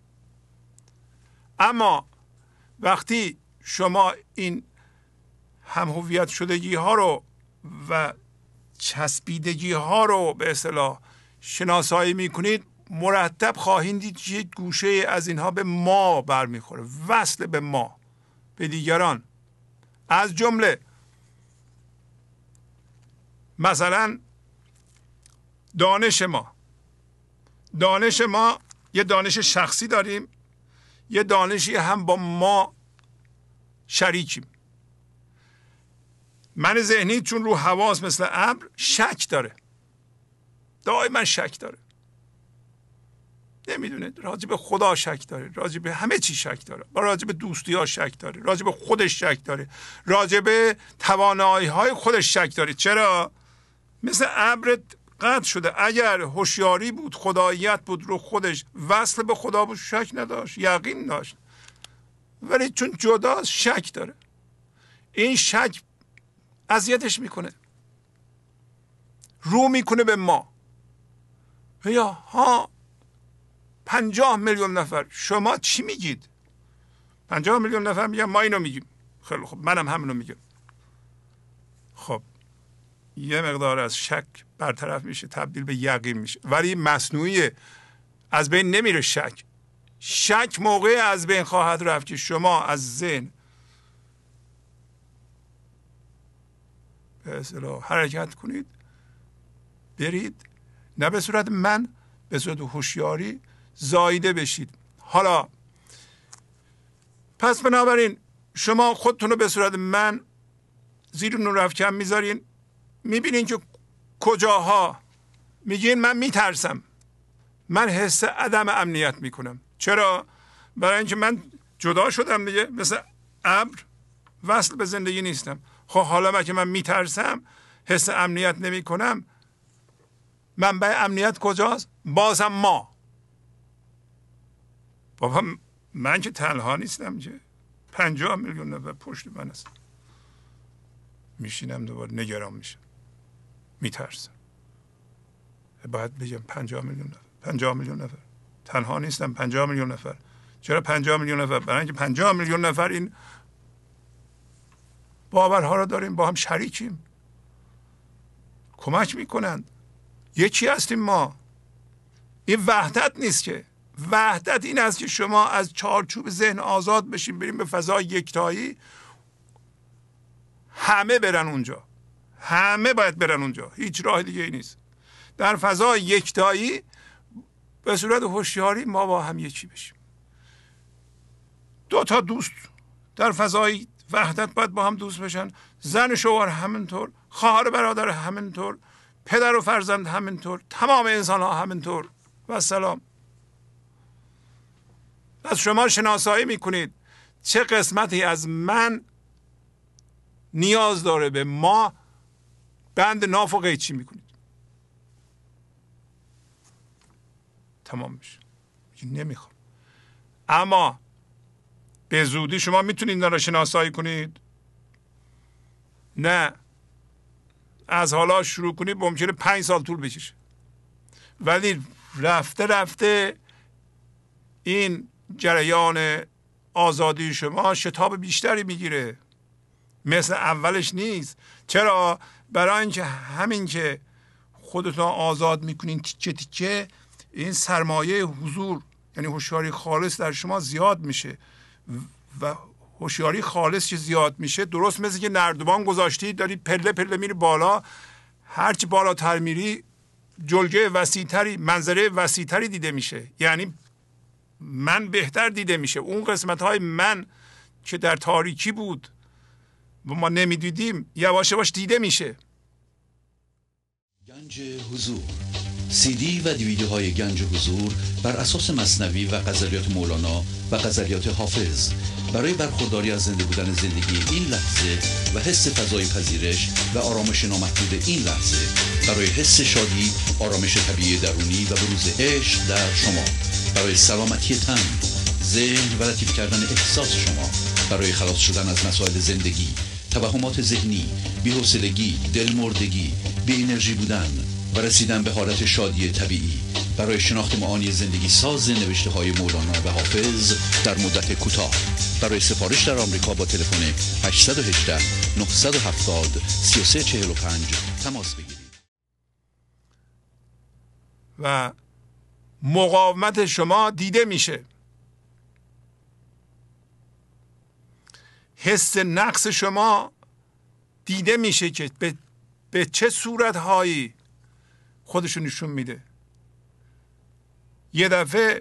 اما وقتی شما این هم هویت شدگی ها رو و چسبیدگی ها رو به اصطلاح شناسایی میکنید، مرتب خواهید دید که یک گوشه از اینها به ما برمیخوره، وصل به ما، به دیگران. از جمله مثلا دانش ما یه دانش شخصی داریم، یه دانشی هم با ما شریکیم. من ذهنی چون رو حواس مثل ابر شک داره، دائما شک داره، نمیدونه، راجع به خدا شک داره، راجع به همه چی شک داره، راجع به دوستی ها شک داره، راجع به خودش شک داره، راجع به توانایی های خودش شک داره. چرا؟ مثل ابر قطع شده. اگر هوشیاری بود، خداییت بود، رو خودش وصل به خدا بود، شک نداشت، یقین داشت. ولی چون جداست شک داره. این شک اذیتش میکنه، رو میکنه به ما. یا ها 50 میلیون نفر، شما چی میگید؟ 50 میلیون نفر میگن ما اینو میگیم. خیلی خب، منم همینو میگم. خب یه مقدار از شک برطرف میشه، تبدیل به یقین میشه. ولی مصنوعی از بین نمیره. شک موقع از بین خواهد رفت که شما از ذهن به اصطلاح حرکت کنید، برید، نه به صورت من، به صورت هوشیاری زایده بشید. حالا پس بنابراین شما خودتون رو به صورت من زیر نور افکن میذارین، میبینین که کجاها میگین من میترسم، من حس عدم امنیت میکنم. چرا؟ برای اینکه من جدا شدم دیگه، مثل ابر وصل به زندگی نیستم. خب حالا که من میترسم، حس امنیت نمیکنم، منبع امنیت کجاست؟ بازم ما. بابا من که تنها نیستم که، 50 میلیون نفر پشت من هست. میشینم دوباره نگران میشم، میترسم. باید بگم 50 میلیون نفر، 50 میلیون نفر، تنها نیستم. 50 میلیون نفر. چرا 50 میلیون نفر؟ برای اینکه 50 میلیون نفر این باورها رو داریم، با هم شریکیم، کمک میکنند، یکی هستیم ما. این وحدت نیست که. وحدت این است که شما از چارچوب ذهن آزاد بشین، بریم به فضای یکتایی. همه برن اونجا، همه باید برن اونجا، هیچ راه دیگه ای نیست. در فضای یکتایی به صورت هوشیاری ما با هم یکی بشیم. 2 تا دوست در فضای وحدت باید با هم دوست بشن، زن و شوهر همینطور، خواهر و برادر همینطور، پدر و فرزند همینطور، تمام انسان ها همینطور. و سلام. پس شما شناسایی میکنید چه قسمتی از من نیاز داره به ما، بند ناف و قیچی میکنید، تمام میشه. نمیخوام. اما به زودی شما میتونید اینا رو شناسایی کنید؟ نه. از حالا شروع کنید ممکنه 5 سال طول بکشه، ولی رفته رفته این جریان آزادی شما شتاب بیشتری میگیره، مثل اولش نیست. چرا؟ برای اینکه همین که خودتون آزاد میکنین تیکه تیکه، این سرمایه حضور یعنی هوشیاری خالص در شما زیاد میشه. و هوشیاری خالص که زیاد میشه، درست مثل که نردبان گذاشتی داری پله پله میری بالا، هرچی بالاتر میری جلگه وسیع‌تری، منظره وسیع‌تری دیده میشه، یعنی من بهتر دیده میشه. اون قسمت های من که در تاریکی بود و ما نمیدیدیم یواش یواش دیده میشه. گنج حضور CD و دیویدیوهای گنج حضور بر اساس مثنوی و غزلیات مولانا و غزلیات حافظ برای برخورداری از زنده بودن زندگی این لحظه و حس فضای پذیرش و آرامش نامحدود این لحظه، برای حس شادی، آرامش طبیعی درونی و بروز عشق در شما، برای سلامتی تن، ذهن و لطیف کردن احساس شما، برای خلاص شدن از مسائل زندگی، توهمات ذهنی، بی‌حوصلگی، دلمردگی، بی انرژی بودن و رسیدن به حالت شادی طبیعی، برای شناخت معانی زندگی ساز نوشته های مولانا و حافظ در مدت کوتاه. برای سفارش در آمریکا با تلفن 818 970 3345 تماس بگیرید. و مقاومت شما دیده میشه. حس نقص شما دیده میشه که به چه صورتهایی خودشون نشون میده. یه دفعه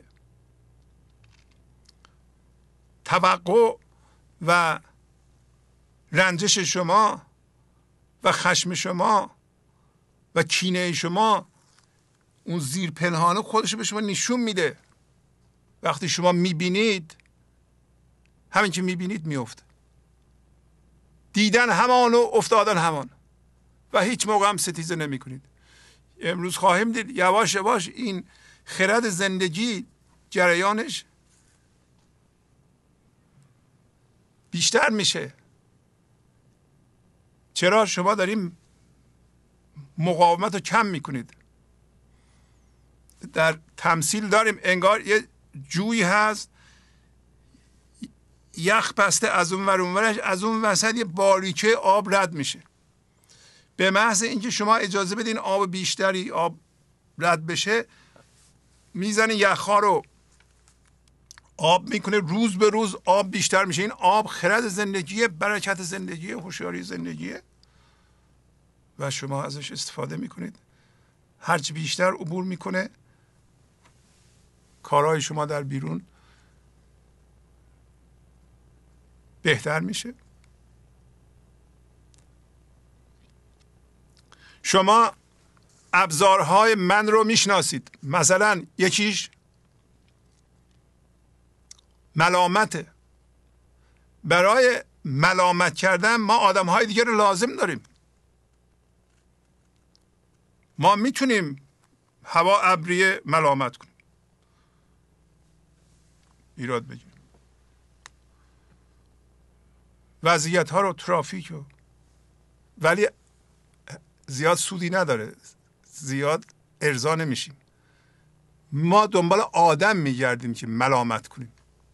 توقع و رنجش شما و خشم شما و کینه شما اون زیر پنهانه خودش به شما نشون میده. وقتی شما میبینید، همین که میبینید میفته. دیدن همان و افتادن همان و هیچ موقع هم ستیزه نمی کنید. امروز خواهیم دید یواش یواش این خرد زندگی جریانش بیشتر میشه. چرا؟ شما داریم مقاومت رو کم میکنید. در تمثیل داریم انگار یه جوی هست، یخ بسته از اون ور اونورش، از اون وسط یه باریکه آب رد میشه. به محض اینکه شما اجازه بدین آب بیشتری آب رد بشه، میزنه یخها رو آب میکنه، روز به روز آب بیشتر میشه. این آب خرد زندگیه، برکت زندگیه، هوشیاری زندگیه و شما ازش استفاده میکنید. هرچی بیشتر عبور میکنه، کارهای شما در بیرون بهتر میشه. شما ابزارهای من رو میشناسید. مثلا یکیش ملامته. برای ملامت کردن ما آدمهای دیگه رو لازم داریم. ما میتونیم هوا ابریه ملامت کنیم، ایراد بگیریم، وضعیت ها رو، ترافیک رو، ولی زیاد سودی نداره، زیاد ارضا نمیشیم. ما دنبال آدم میگردیم که ملامت کنیم.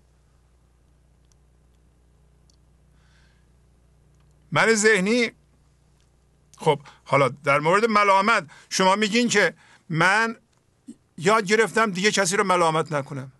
من ذهنی، خب حالا در مورد ملامت شما میگین که من یاد گرفتم دیگه کسی رو ملامت نکنم.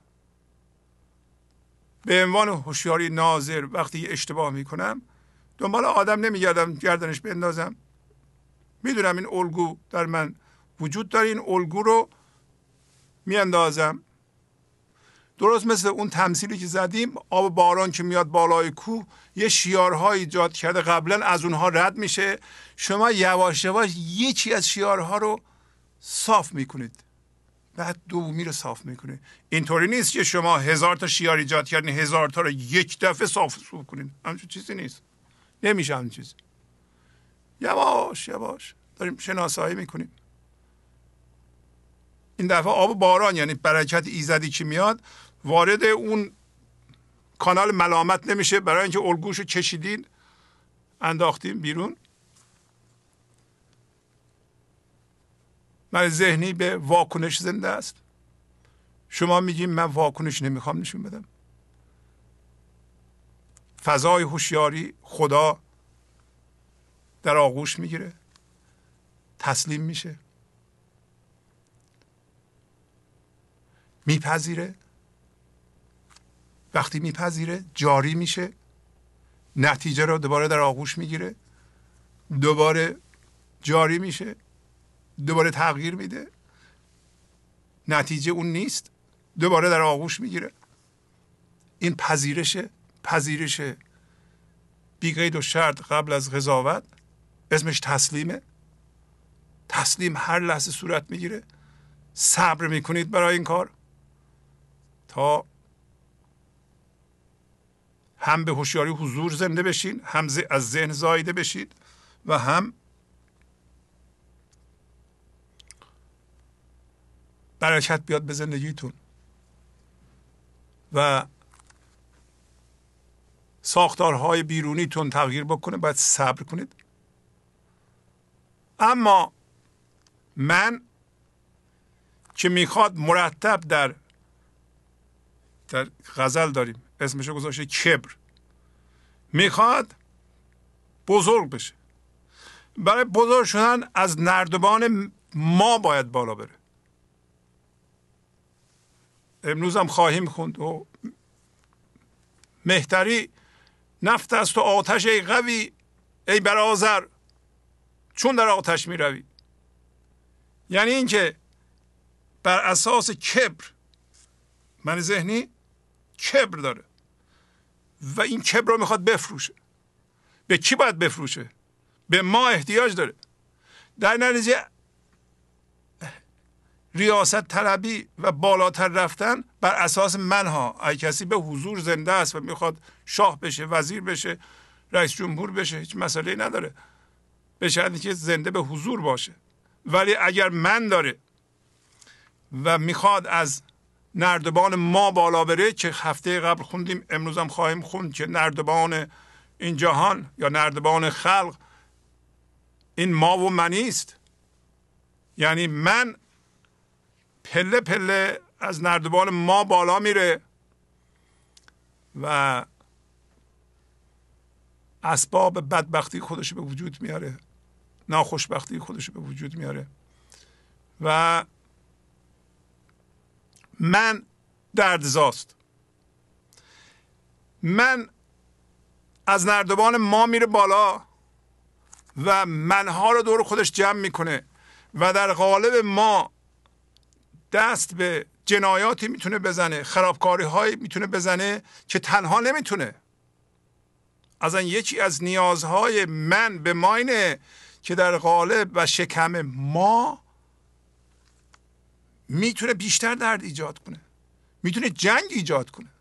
به عنوان هوشیاری ناظر وقتی اشتباه میکنم دنبال آدم نمیگردم گردنش بندازم. میدونم این الگو در من وجود داره، این الگو رو میاندازم. درست مثل اون تمثیلی که زدیم، آب باران که میاد بالای کوه یه شیارها ایجاد کرده، قبلا از اونها رد میشه. شما یواش یواش یکی از شیارها رو صاف میکنید، بعد دومی رو صاف میکنید. اینطوری نیست که شما 1000 تا شیار ایجاد کردین 1000 تا رو یک دفعه صاف کنید. همچون چیزی نیست، نمیشه همچون چیزی. یواش یواش داریم شناسایی میکنیم. این دفعه آب باران یعنی برکت ایزدی که میاد وارد اون کانال ملامت نمیشه، برای اینکه الگوشو کشیدین انداختیم بیرون. من ذهنی به واکنش زنده است. شما میگیم من واکنش نمیخوام نشون بدم. فضای هوشیاری خدا در آغوش میگیره، تسلیم میشه، میپذیره. وقتی میپذیره جاری میشه، نتیجه رو دوباره در آغوش میگیره، دوباره جاری میشه، دوباره تغییر میده، نتیجه اون نیست، دوباره در آغوش میگیره. این پذیرش بی قید و شرط قبل از قضاوت، اسمش تسلیمه. تسلیم هر لحظه صورت میگیره. صبر میکنید برای این کار تا هم به هوشیاری حضور زنده بشین، هم از ذهن زایده بشید و هم برکت بیاد به زندگیتون و ساختارهای بیرونیتون تغییر بکنه. باید صبر کنید. اما من که میخواد مرتب در غزل داریم اسمشو گذاشته کبر، میخواد بزرگ بشه. برای بزرگ شدن از نردبان ما باید بالا بره. امروز هم خواهیم خوند و مهتری نفت است و آتش ای قوی، ای برازر چون در آتش می روی. یعنی اینکه بر اساس کبر، من ذهنی کبر داره و این کبر رو میخواد بفروشه. به کی باید بفروشه؟ به ما احتیاج داره. در نتیجه ریاست طلبی و بالاتر رفتن بر اساس منها. اگه کسی به حضور زنده است و میخواد شاه بشه، وزیر بشه، رئیس جمهور بشه، هیچ مسئله نداره، به شرطی که زنده به حضور باشه. ولی اگر من داره و میخواد از نردبان ما بالا بره، که هفته قبل خوندیم، امروز هم خواهیم خوند، که نردبان این جهان یا نردبان خلق این ما و منی است. یعنی من پله پله از نردبان ما بالا میره و اسباب بدبختی خودش به وجود میاره، ناخوشبختی خودش به وجود میاره و من دردزاست. من از نردبان ما میره بالا و منها رو دور خودش جمع میکنه و در قالب ما دست به جنایاتی میتونه بزنه، خرابکاری هایی میتونه بزنه که تنها نمیتونه. اصلا یکی از نیازهای من به ما اینه که در قالب و شکم ما میتونه بیشتر درد ایجاد کنه، میتونه جنگ ایجاد کنه.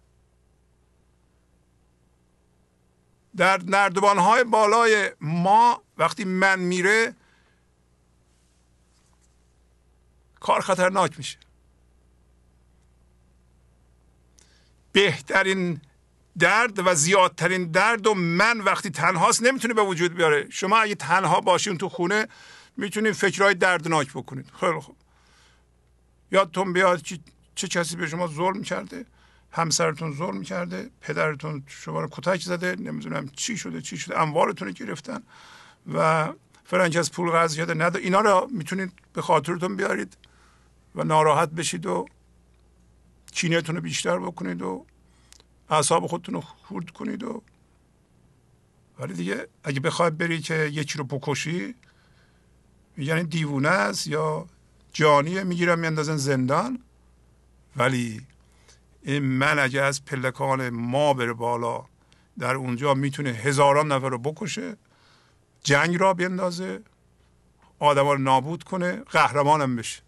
در نردبانهای بالای ما وقتی من میره کار خطرناک میشه. بهترین درد و زیادترین درد و من وقتی تنهاست نمیتونه به وجود بیاره. شما اگه تنها باشین تو خونه میتونید فکرهای دردناک بکنید. خیلی خوب، یادتون بیاد که چه کسی به شما ظلم کرده، همسرتون ظلم کرده، پدرتون شما رو کتک زده، نمیدونم چی شده، اموالتون رو گرفتن و فرنج از پول قرض کرده. اینا رو میتونید به خاطرتون بیارید و ناراحت بشید و کینه‌تون رو بیشتر بکنید و اعصاب خودتون رو خورد کنید ولی دیگه اگه بخواید بری که یکی رو بکشی، میگن دیوونه است یا جانیه، میگیرن میاندازن زندان. ولی این من اگه از پلکان ما بره بالا، در اونجا میتونه هزاران نفر رو بکشه، جنگ را بیندازه، آدما رو نابود کنه، قهرمانم بشه.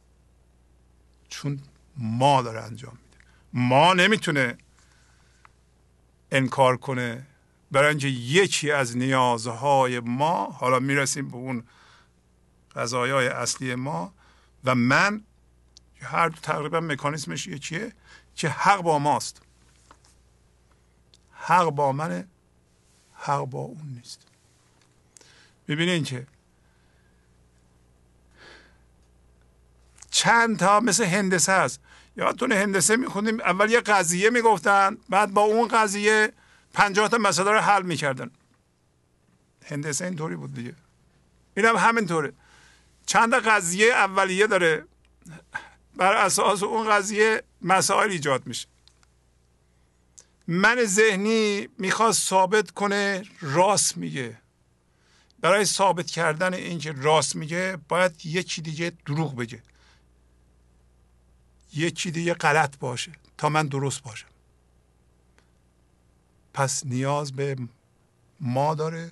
چون ما داره انجام میده. ما نمیتونه انکار کنه، برای اینکه یکی از نیازهای ما، حالا میرسیم به اون قضایای اصلی ما و من، هر دو تقریبا مکانیزمش یکیه، که حق با ماست. حق با منه، حق با اون نیست. ببینین که چند تا مثل هندسه هست. یادتونه هندسه میخوندیم، اول یه قضیه میگفتن، بعد با اون قضیه 50 تا مسئله رو حل میکردن. هندسه اینطوری بود دیگه. اینم همینطوره. چند تا قضیه اولیه داره، بر اساس اون قضیه مسائل ایجاد میشه. من ذهنی میخواد ثابت کنه راست میگه. برای ثابت کردن این که راست میگه باید یکی دیگه دروغ بگه، یکی دیگه غلط باشه تا من درست باشم. پس نیاز به ما داره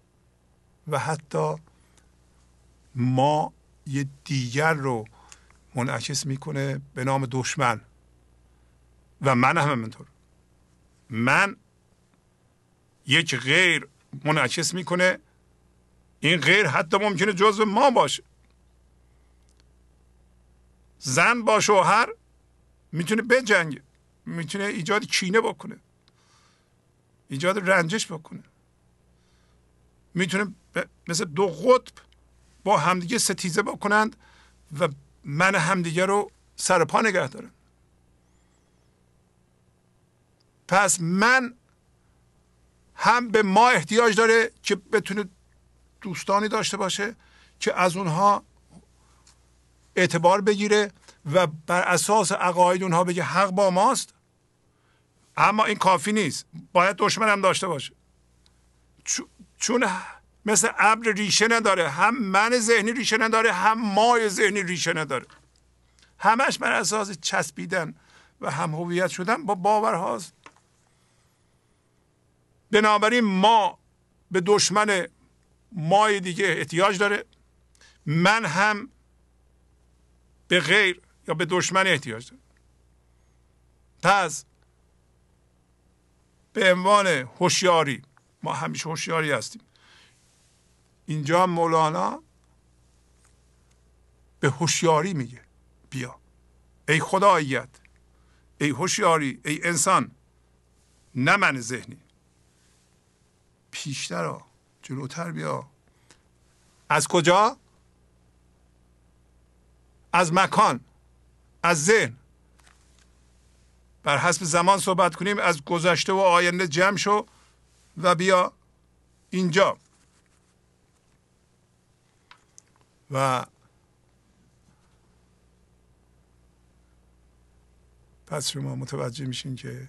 و حتی ما یه دیگر رو منعکس میکنه به نام دشمن. و من هم همینطور. من یک غیر منعکس میکنه. این غیر حتی ممکنه جزو ما باشه. زن با شوهر میتونه بجنگه، میتونه ایجاد کینه بکنه، ایجاد رنجش بکنه، میتونه مثل دو قطب با همدیگه ستیزه بکنند و من همدیگه رو سر پا نگه دارن. پس من هم به ما احتیاج داره که بتونه دوستانی داشته باشه که از اونها اعتبار بگیره و بر اساس عقاید اونها بگه حق با ماست. اما این کافی نیست، باید دشمن هم داشته باشه، چون مثل ابر ریشه نداره. هم من ذهنی ریشه نداره، هم مای ذهنی ریشه نداره. همش بر اساس چسبیدن و هم هویت شدن با باورهاست. بنابراین ما به دشمن مای دیگه احتیاج داره، من هم به غیر یا به دشمن احتیاج دارم. پس به عنوان هوشیاری، ما همیشه هوشیاری هستیم. اینجا مولانا به هوشیاری میگه بیا ای خداییت، ای هوشیاری، ای انسان، نه من ذهنی، پیشتر آ، جلوتر بیا. از کجا؟ از مکان، از ذهن. بر حسب زمان صحبت کنیم، از گذشته و آینده جمع شو و بیا اینجا. و پس شما متوجه میشین که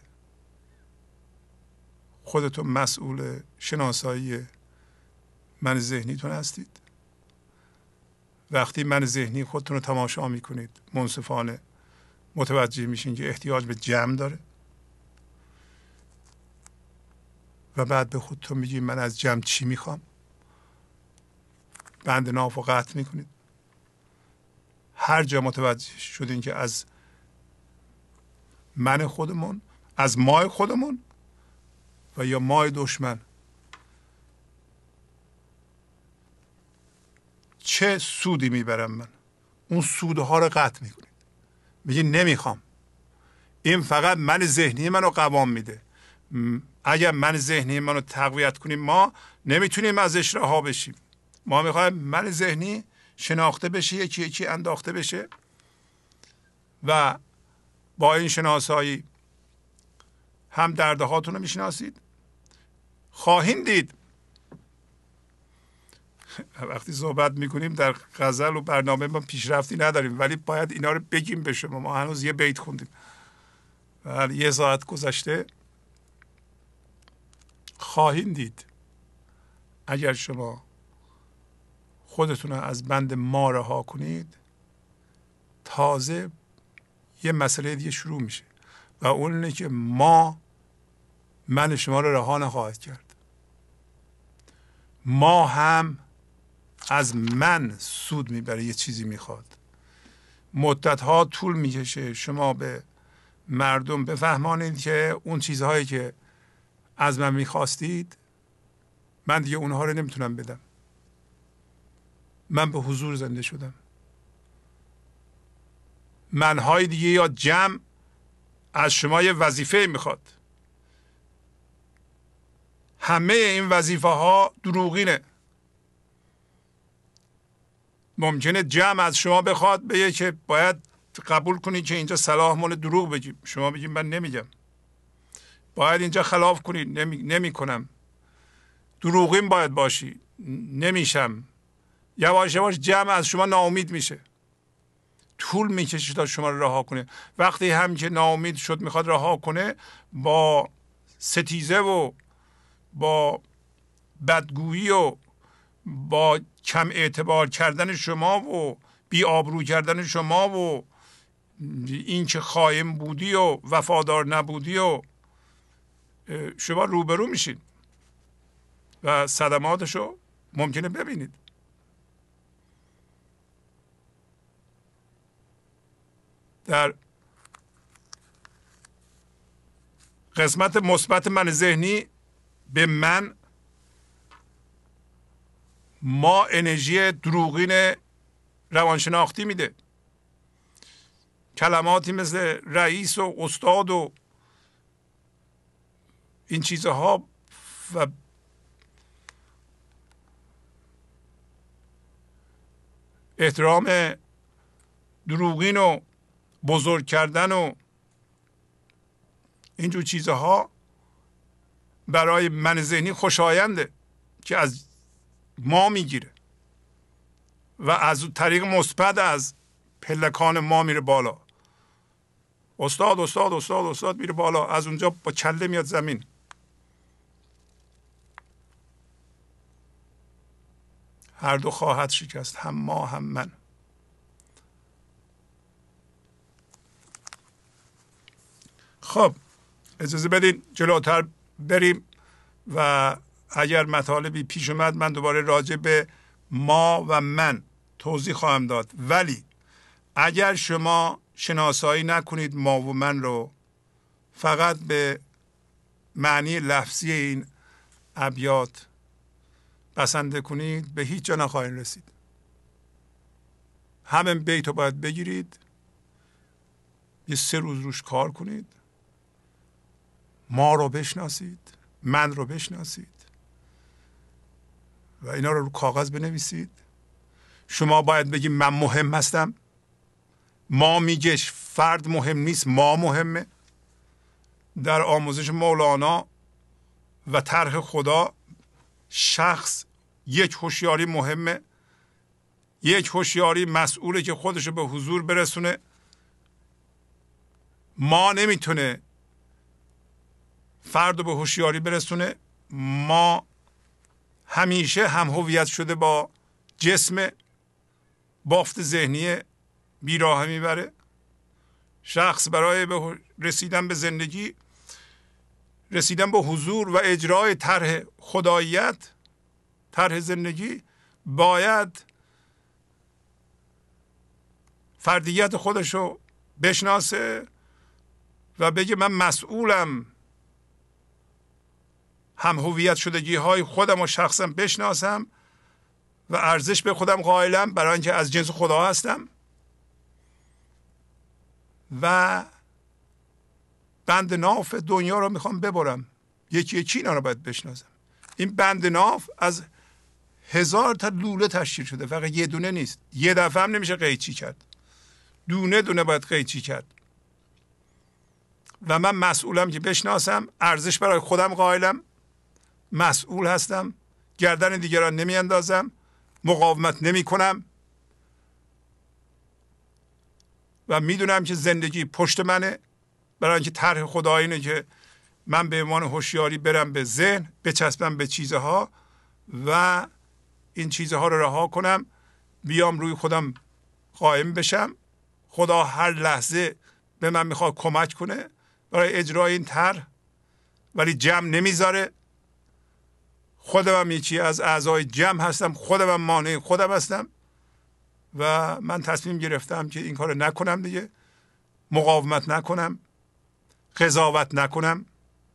خودتون مسئول شناسایی من ذهنیتون هستید. وقتی من ذهنی خودتون رو تماشا میکنید منصفانه، متوجه میشین که احتیاج به جمع داره و بعد به خودتون میگید من از جمع چی میخوام. بند ناف و قطع میکنید. هر جا متوجه شدین که از من خودمون، از مای خودمون و یا مای دشمن چه سودی میبرم من، اون سودها رو قطع میکنید. میگی نمیخوام، این فقط من ذهنی منو قوام میده. اگر من ذهنی منو تقویت کنیم ما نمیتونیم ازش رها بشیم. ما میخوایم من ذهنی شناخته بشه، یکی یکی انداخته بشه و با این شناسایی هم دردهاتون رو میشناسید. خواهیم دید وقتی صحبت میکنیم در غزل و برنامه ما پیشرفتی نداریم، ولی باید اینا رو بگیم به شما. ما هنوز یه بیت خوندیم و یه ساعت گذشته. خواهیم دید اگر شما خودتون رو از بند ما رها کنید، تازه یه مسئله دیگه شروع میشه و اون اینه که من شما رو رها نخواهد کرد. ما هم از من سود میبره، یه چیزی میخواد. مدتها طول میکشه شما به مردم بفهمانید که اون چیزهایی که از من میخواستید من دیگه اونها رو نمیتونم بدم. من به حضور زنده شدم. منهای دیگه یا جمع از شما یه وظیفه میخواد. همه این وظیفه ها دروغینه. ممکنه جمع از شما بخواد بگه که باید قبول کنید که اینجا صلاح مال دروغ بگیم. شما بگید من نمیگم. باید اینجا خلاف کنید. نمی کنم. دروغین باید باشی. نمیشم. یواش یواش جمع از شما ناامید میشه. طول میکشه تا شما رو رها کنه. وقتی هم که ناامید شد میخواد رها کنه، با ستیزه و با بدگویی و با کم اعتبار کردن شما و بی آبرو کردن شما و این که خائن بودی و وفادار نبودی و شما روبرو میشین و صدماتشو ممکنه ببینید. در قسمت مثبت من ذهنی به من ما انرژی دروغین روانشناختی میده. کلماتی مثل رئیس و استاد و این چیزها و احترام دروغین و بزرگ کردن و اینجور چیزها برای من ذهنی خوشاینده که از ما میگیره و از طریق مثبت از پلکان ما میره بالا. استاد استاد استاد استاد میره بالا، از اونجا با کله میاد زمین. هر دو خواهد شکست، هم ما هم من. خب اجازه بدین جلوتر بریم و اگر مطالبی پیش اومد من دوباره راجع به ما و من توضیح خواهم داد. ولی اگر شما شناسایی نکنید ما و من رو، فقط به معنی لفظی این ابیات بسنده کنید، به هیچ جا نخواهید رسید. همین بیت رو باید بگیرید، یه 3 روز روش کار کنید، ما رو بشناسید، من رو بشناسید و اینا رو کاغذ بنویسید. شما باید بگید من مهم هستم. ما میگه فرد مهم نیست، ما مهمه. در آموزش مولانا و طرح خدا شخص یک هوشیاری مهمه، یک هوشیاری مسئوله که خودشو به حضور برسونه. ما نمیتونه فرد رو به هوشیاری برسونه. ما همیشه هم هویت شده با جسم، بافت ذهنی بیراه میبره. شخص برای رسیدن به زندگی، رسیدن به حضور و اجرای طرح خداییت، طرح زندگی، باید فردیت خودشو بشناسه و بگه من مسئولم، هم هویت شدگی های خودم و شخصم بشناسم و ارزش به خودم قائلم برای اینکه از جنس خدا هستم و بند ناف دنیا رو میخوام ببرم. یکی یکی اینا رو باید بشناسم. این بند ناف از 1000 تا لوله تشکیل شده، فقط یه دونه نیست. یه دفعه هم نمیشه قیچی کرد، دونه دونه باید قیچی کرد. و من مسئولم که بشناسم، ارزش برای خودم قائلم، مسئول هستم، گردن دیگران نمیاندازم، مقاومت نمی کنم و میدونم که زندگی پشت منه. برای اینکه طرح خدا اینه که من به عنوان هوشیاری برم به ذهن، بچسبم به چیزها و این چیزها رو رها کنم، بیام روی خودم قائم بشم. خدا هر لحظه به من میخواد کمک کنه برای اجرای این طرح، ولی جمع نمیذاره. خودم هم یکی از اعضای جمع هستم، خودم هم مانع خودم هستم و من تصمیم گرفتم که این کار نکنم دیگه. مقاومت نکنم، قضاوت نکنم.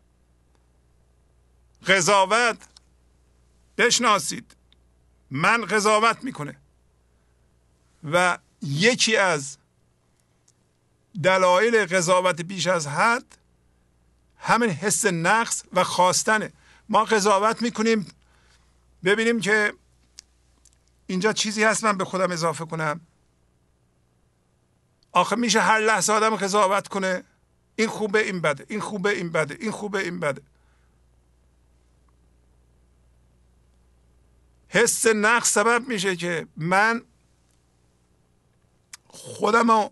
قضاوت، بشناسید، من قضاوت میکنه و یکی از دلایل قضاوت بیش از حد همین حس نقص و خواستنه. ما قضاوت میکنیم ببینیم که اینجا چیزی هست من به خودم اضافه کنم. آخه میشه هر لحظه آدم قضاوت کنه؟ این خوبه این بده، این خوبه این بده، این خوبه این بده. حس نقص سبب میشه که من خودم رو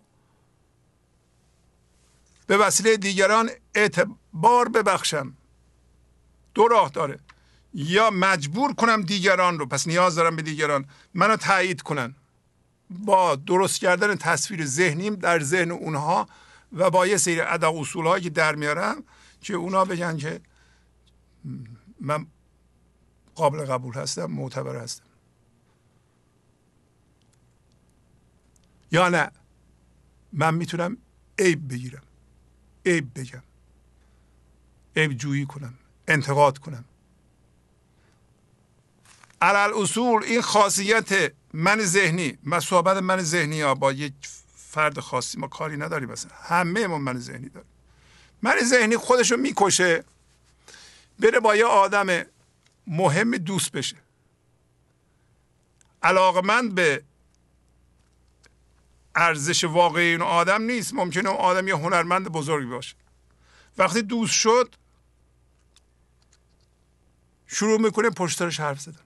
به وسیله دیگران اعتبار ببخشم. 2 راه داره: یا مجبور کنم دیگران رو، پس نیاز دارم به دیگران منو تایید کنن با درست کردن تصویر ذهنیم در ذهن اونها و با یه سری ادا اصول هایی که در میارم که اونا بگن که من قابل قبول هستم، معتبر هستم. یا نه، من میتونم عیب بگیرم، عیب بگم، عیب جویی کنم، انتقاد کنم. علل اصول این خاصیت من ذهنی، من صحبت من ذهنی ها با یک فرد خاصی ما کاری نداریم، مثلا همه ما من ذهنی داریم. من ذهنی خودشو میکشه بره با یه آدم مهم دوست بشه، علاقمند به ارزش واقعی این آدم نیست. ممکنه اون آدم یه هنرمند بزرگی باشه، وقتی دوست شد شروع میکنه پشتش حرف زدن،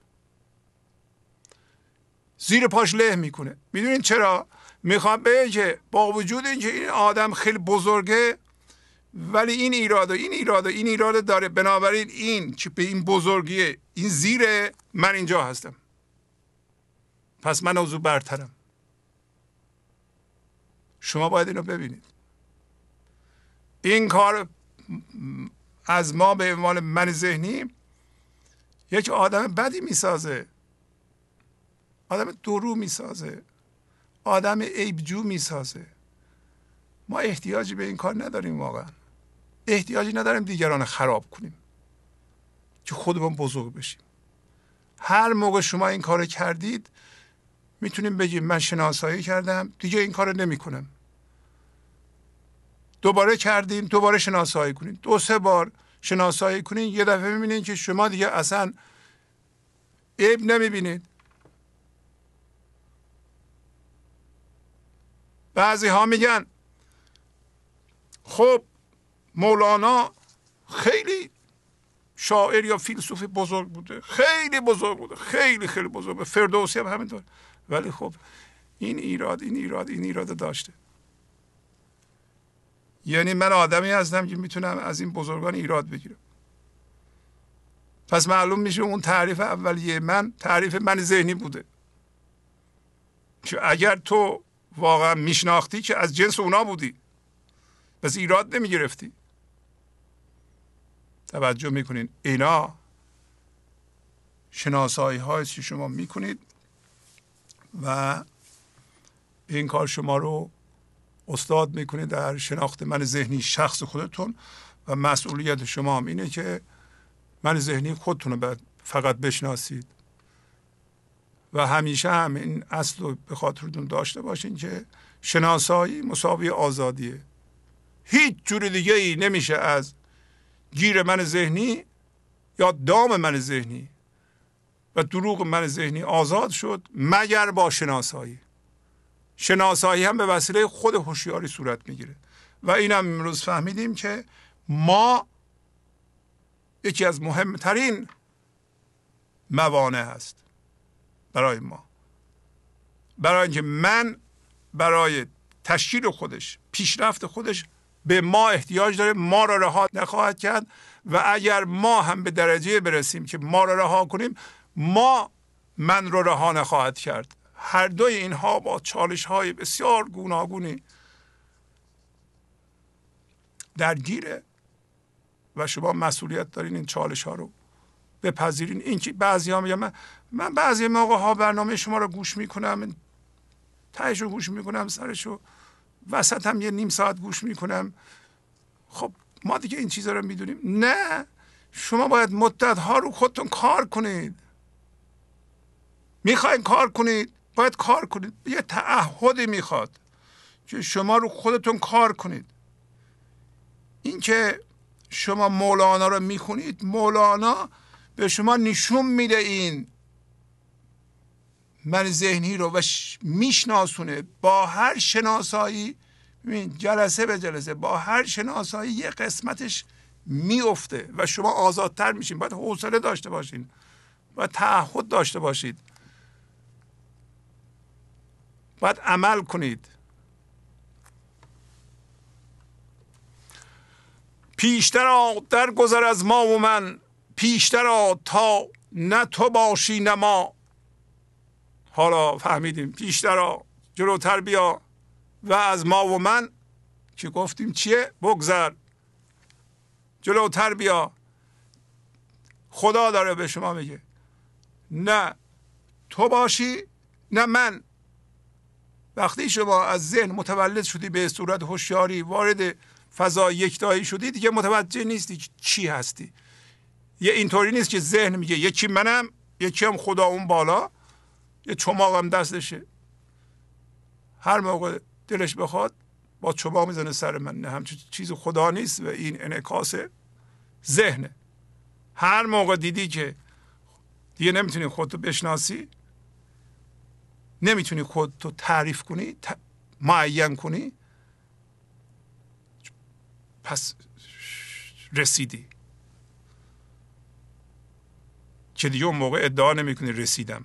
زیر پاش له میکنه. میدونین چرا؟ میخوام بگه که با وجود اینکه این آدم خیلی بزرگه ولی این ایراد و این ایراد و این ایراد داره، بنابراین این که به این بزرگیه این زیره، من اینجا هستم، پس من از او برترم. شما باید اینو ببینید. این کار از ما به عنوان من ذهنی یک آدم بدی میسازه، آدم درو میسازه، آدم عیبجو میسازه. ما احتیاجی به این کار نداریم، واقعا احتیاجی نداریم دیگران خراب کنیم که خودمون بزرگ بشیم. هر موقع شما این کار کردید میتونیم بگیم من شناسایی کردم، دیگه این کار نمی کنم. دوباره کردین، دوباره شناسایی کنین، 2-3 بار شناسایی کنین، یه دفعه میبینین که شما دیگه اصلا عیب نمیبینید. بعضی ها میگن خب مولانا خیلی شاعر یا فیلسوف بزرگ بوده، خیلی بزرگ بوده، خیلی خیلی بزرگ بوده، فردوسی هم همینطور، ولی خب این ایراد داشته. یعنی من آدمی هستم که میتونم از این بزرگان ایراد بگیرم. پس معلوم میشه اون تعریف اولیه من تعریف من ذهنی بوده، که اگر تو واقعا میشناختی که از جنس اونا بودی، پس ایراد نمیگرفتی. توجه میکنین اینا شناسایی هاییست که شما میکنید و این کار شما رو استاد میکنه در شناخت من ذهنی شخص خودتون، و مسئولیت شما هم اینه که من ذهنی خودتون رو فقط بشناسید و همیشه هم این اصل رو به خاطرتون داشته باشین که شناسایی مساوی آزادیه. هیچ جور دیگه ای نمیشه از گیر من ذهنی یا دام من ذهنی و دروغ من ذهنی آزاد شد مگر با شناسایی. شناسایی هم به وسیله خود هوشیاری صورت میگیره و این هم امروز فهمیدیم که ما یکی از مهمترین موانع هست برای ما، برای اینکه من برای تشکیل خودش، پیشرفت خودش به ما احتیاج داره، ما را رها نخواهد کرد و اگر ما هم به درجه برسیم که ما را رها کنیم، ما من رو رها نخواهد کرد. هر دوی اینها با چالش های بسیار گوناگونی درگیره و شما مسئولیت دارین این چالش ها رو بپذیرین. این که بعضی ها میگن من بعضی موقع ها برنامه شما رو گوش میکنم، تهش رو گوش میکنم، سرش رو وسط هم 1 نیم ساعت گوش میکنم. خب ما دیگه این چیزا رو میدونیم. نه، شما باید مدت ها رو خودتون کار کنید. میخواین کار کنید، باید کار کنید. یه تعهدی میخواد که شما رو خودتون کار کنید. این که شما مولانا رو میخونید، مولانا به شما نشون میده این من ذهنی رو و میشناسونه. با هر شناسایی، جلسه به جلسه، با هر شناسایی یه قسمتش میفته و شما آزادتر میشین. باید حوصله داشته باشین، باید تعهد داشته باشید، باید عمل کنید. پیشتر در گذر از ما و من، پیشتر تا نه تو باشی نه ما. حالا فهمیدیم پیشتر جلوتر بیا و از ما و من که گفتیم چیه؟ بگذر، جلوتر بیا. خدا داره به شما میگه نه تو باشی نه من. وقتی شما از ذهن متولد شدی به صورت هوشیاری وارد فضای یکتایی شدی، دیگه متوجه نیستی چی هستی. یه اینطوری نیست که ذهن میگه یکی منم، یکی هم خدا اون بالا، یه چماقم دستشه، هر موقع دلش بخواد با چماق میزنه سر من. نه، همچین چیز خدا نیست و این انعکاس ذهنه. هر موقع دیدی که دیگه نمیتونی خودتو بشناسی، نمیتونی خودتو تعریف کنی، معین کنی، پس رسیدی. که دیگه اون موقع ادعا نمیکنی رسیدم.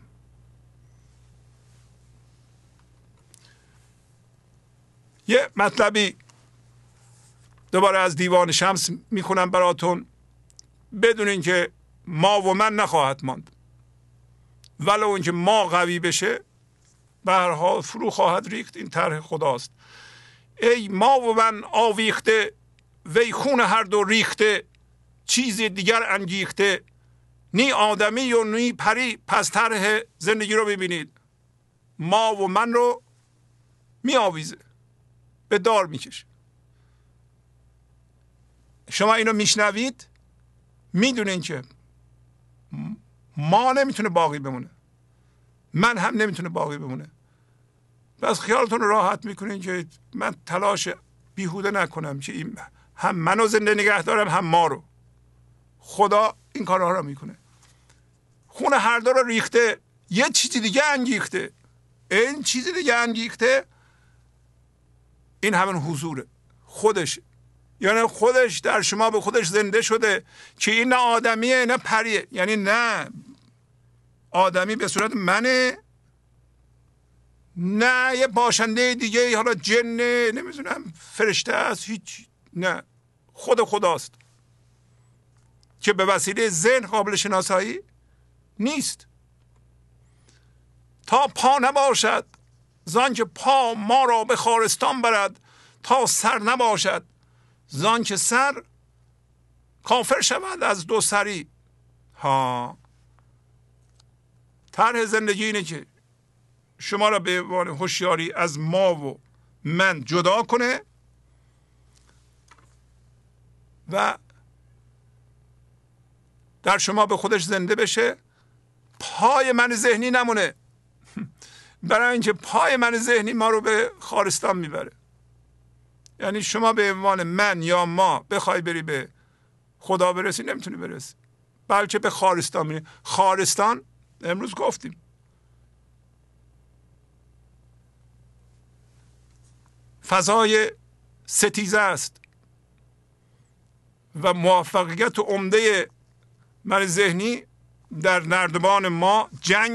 یه مطلبی دوباره از دیوان شمس میخونم براتون، بدون اینکه ما و من نخواهد ماند. ولو اینکه ما قوی بشه به هر حال فرو خواهد ریخت. این طرح خداست. ای ما و من آویخته، وی خون هر دو ریخته، چیز دیگر انگیخته، نی آدمی و نی پری. پس طرح زندگی رو ببینید، ما و من رو می آویزه، به دار میکشه. شما اینو میشنوید، میدونین که ما نمیتونه باقی بمونه، من هم نمیتونه باقی بمونه. بس خیالتون راحت میکنین که من تلاش بیهوده نکنم که این هم منو زنده نگه دارم هم ما رو. خدا این کارها رو میکنه. خون هر دو رو ریخته، یه چیزی دیگه انگیخته. این چیزی دیگه انگیخته، این همون حضوره، خودش. یعنی خودش در شما به خودش زنده شده که این نه آدمیه نه پریه. یعنی نه آدمی به صورت منه، نه یه باشنده دیگه، حالا جنه، نمیدونم فرشته است، هیچ. نه، خود خداست که به وسیله ذهن قابل شناسایی نیست. تا پا نباشد زان که پا ما را به خارستان برد، تا سر نباشد زان که سر کافر شود از دو سری. ها، طرح زندگی اینه که شما را به عنوان هوشیاری از ما و من جدا کنه و در شما به خودش زنده بشه. پای من ذهنی نمونه، برای اینکه پای من ذهنی ما رو به خارستان میبره. یعنی شما به عنوان من یا ما بخوای بری به خدا برسی، نمیتونی برسی، بلکه به خارستان میری. خارستان امروز گفتیم فضای ستیزه است و موفقیت عمده من ذهنی در نردبان ما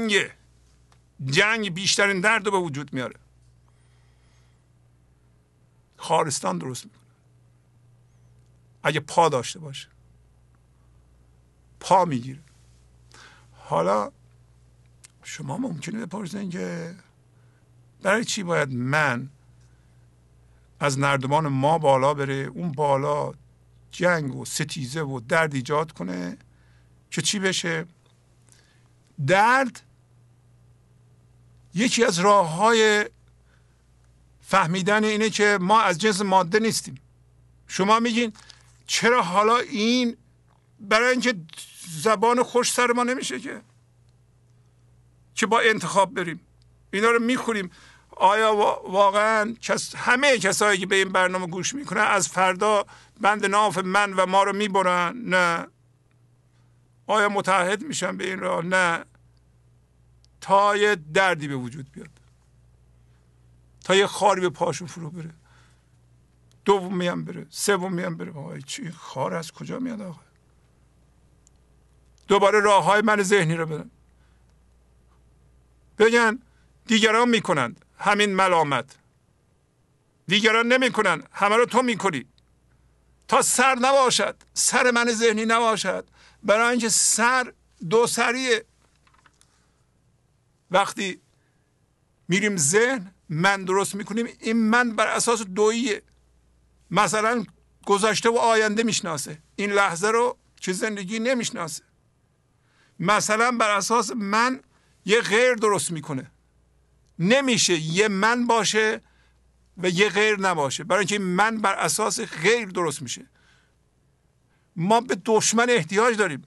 جنگ بیشترین درد رو به وجود میاره. خارستان درست میکنه اگه پا داشته باشه، پا میگیره. حالا شما ممکنه بپرسین که برای چی باید من از نردبان ما بالا بره، اون بالا جنگ و ستیزه و درد ایجاد کنه که چی بشه؟ درد یکی از راه‌های فهمیدن اینه که ما از جنس ماده نیستیم. شما میگین چرا حالا این؟ برای اینکه زبان خوش سر ما نمیشه که با انتخاب بریم اینا رو میخوریم. آیا واقعا همه کسایی که به این برنامه گوش میکنن از فردا بند ناف من و ما رو میبرن؟ نه. آیا متعهد میشن به این راه؟ نه. تا یه دردی به وجود بیاد، تا یه خاری به پاشون فرو بره، دومی هم بره، سومی هم بره. آقای چی خار از کجا میاد آقا؟ دوباره راه های من ذهنی رو بدن، بگن دیگران میکنند همین ملامت، دیگران نمیکنن همه رو تو میکنی. تا سر نباشد، سر من ذهنی نباشد، برای اینکه سر دو سریه. وقتی میریم ذهن من درست میکنیم، این من بر اساس دوییه. مثلا گذشته و آینده میشناسه، این لحظه رو که زندگی نمیشناسه. مثلا بر اساس من یه غیر درست میکنه، نمیشه یه من باشه و یه غیر نباشه، برای اینکه من بر اساس غیر درست میشه. ما به دشمن احتیاج داریم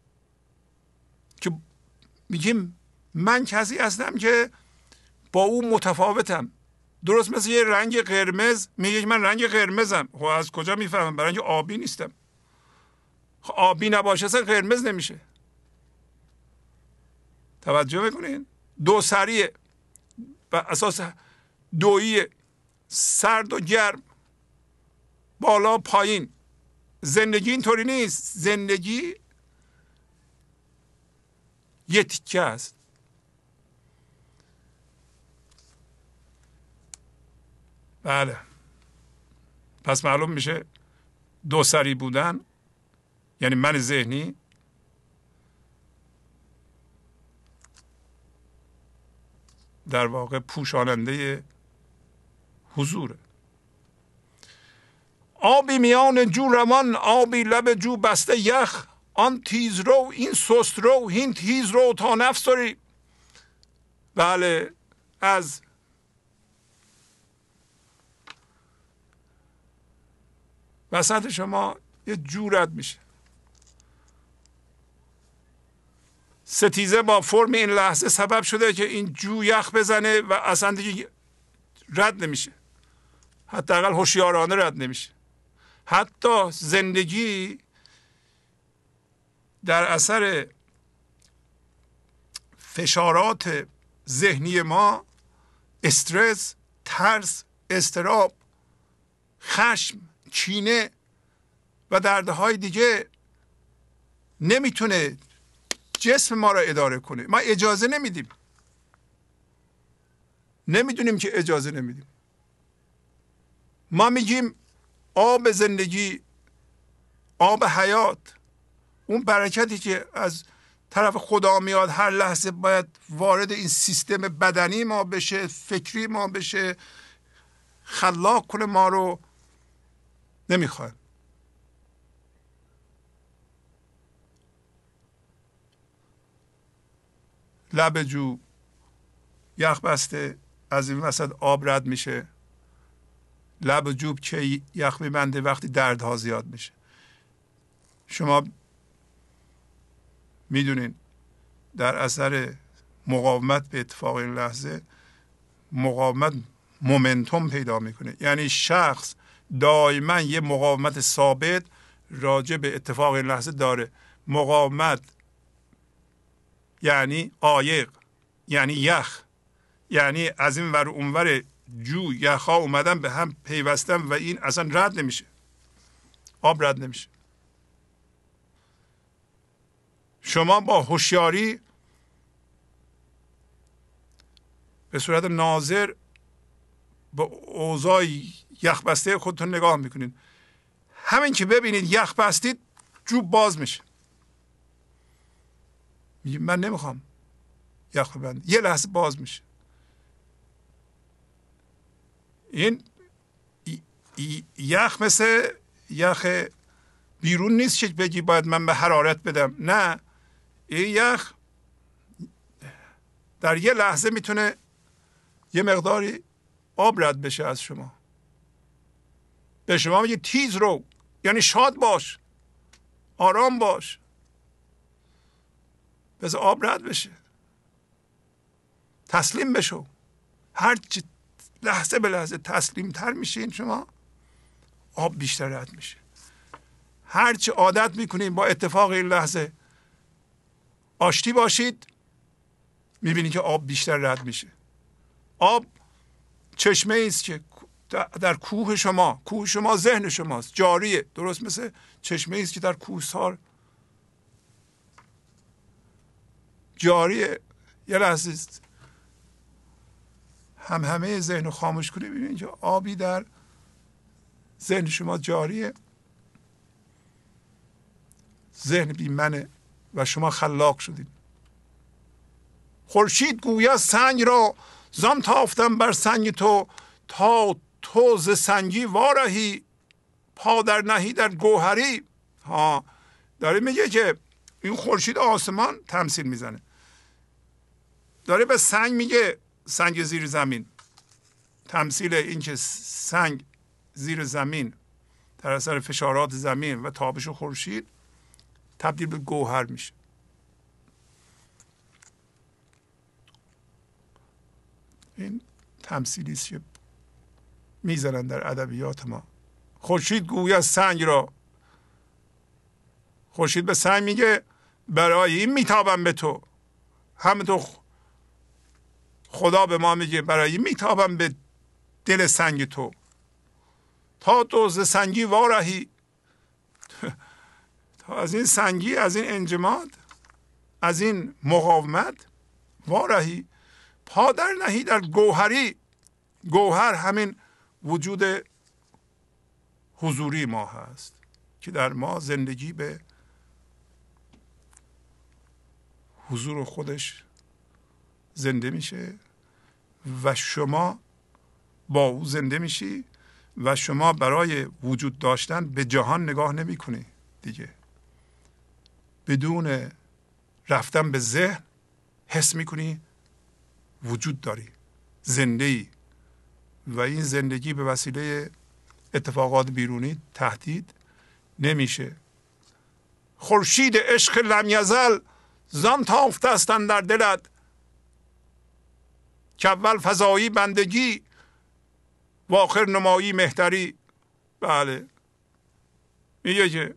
که میگیم من کسی هستم که با او متفاوتم. درست مثل یه رنگ قرمز میگه من رنگ قرمزم. خب از کجا میفهمم؟ برای اینکه آبی نیستم. خب آبی نباشه اصلا قرمز نمیشه. توجه میکنین؟ دو سریه بر اساس دویی، سرد و گرم، بالا پایین. زندگی اینطوری نیست. زندگی یه تیکه است. بله، پس معلوم میشه دو سری بودن یعنی من ذهنی در واقع پوشاننده حضوره. آبی میان جو روان، آبی لب جو بسته یخ، آن تیز رو این سست رو هین تیز رو تا نفس داری. بله، از وسط شما یه جو رد میشه. ستیزه با فرم این لحظه سبب شده که این جو یخ بزنه و اصلا دیگه رد نمیشه. حداقل هوشیارانه رد نمیشه. حتی زندگی در اثر فشارات ذهنی ما، استرس، ترس، اضطراب، خشم، کینه و دردهای دیگه نمیتونه جسم ما را اداره کنه. ما اجازه نمیدیم. نمیدونیم که اجازه نمیدیم. ما میگیم آب زندگی، آب حیات، اون برکتی که از طرف خدا میاد هر لحظه باید وارد این سیستم بدنی ما بشه، فکری ما بشه، خلاق کنه ما رو. نمیخوایم. لب جو یخ بسته، از این وسط آب رد میشه. لب جوب که یخ میبنده وقتی دردها زیاد میشه. شما میدونین در اثر مقاومت به اتفاق این لحظه، مقاومت مومنتوم پیدا میکنه. یعنی شخص دائما یه مقاومت ثابت راجع به اتفاق این لحظه داره. مقاومت یعنی عایق، یعنی یخ، یعنی از این ور اونور جو یخها اومدن به هم پیوستن و این اصلا رد نمیشه. آب رد نمیشه. شما با هوشیاری به صورت ناظر به اوضاع یخ بسته خودتون نگاه میکنید. همین که ببینید یخ بستید، جو باز میشه. میگه من نمیخوام یخ ببند، یه لحظه باز میشه. این یخ مثل یخ بیرون نیست که بگی باید من به حرارت بدم. نه، این یخ در یه لحظه میتونه یه مقداری آب رد بشه از شما. به شما میگه تیز رو، یعنی شاد باش، آرام باش، بذار آب رد بشه، تسلیم بشو. هر چی لحظه به لحظه تسلیم تر میشین شما، آب بیشتر رد میشه. هر چی عادت میکنین با اتفاق این لحظه آشتی باشید، میبینید که آب بیشتر رد میشه. آب چشمه است که در کوه شما ذهن شماست، جاریه. درست مثل چشمه است که در کوهسار جاریه. یه لحظه است همه ذهن رو خاموش کنید، ببینید که آبی در ذهن شما جاریه. ذهن بی منه و شما خلاق شدید. خورشید گویا سنگ را زان تافتم بر سنگ تو، تا تو ز سنگی وارهی پا در نهی در گوهری. داره میگه که این خورشید آسمان تمثیل میزنه. داره به سنگ میگه سنگ زیر زمین، تمثیل این که سنگ زیر زمین در اثر فشارات زمین و تابش خورشید تبدیل به گوهر میشه. این تمثیلی است که میزنن در ادبیات ما. خورشید گویا سنگ را، خورشید به سنگ میگه برای این میتابم به تو، همونطور خدا به ما میگه برای این میتابم به دل سنگ تو، تا تو ز سنگی وارهی، تا از این سنگی، از این انجماد، از این مقاومت وارهی، پا در نهی در گوهری. گوهر همین وجود حضوری ما هست که در ما زندگی به حضور خودش زنده میشه و شما با او زنده میشی و شما برای وجود داشتن به جهان نگاه نمی کنی دیگه. بدون رفتن به ذهن حس میکنی وجود داری، زنده ای، و این زندگی به وسیله اتفاقات بیرونی تهدید نمیشه. خورشید عشق لم یزل زان تافته است در دلت، که اول فضایی بندگی و آخر نمایی مهتری. بله، میگه که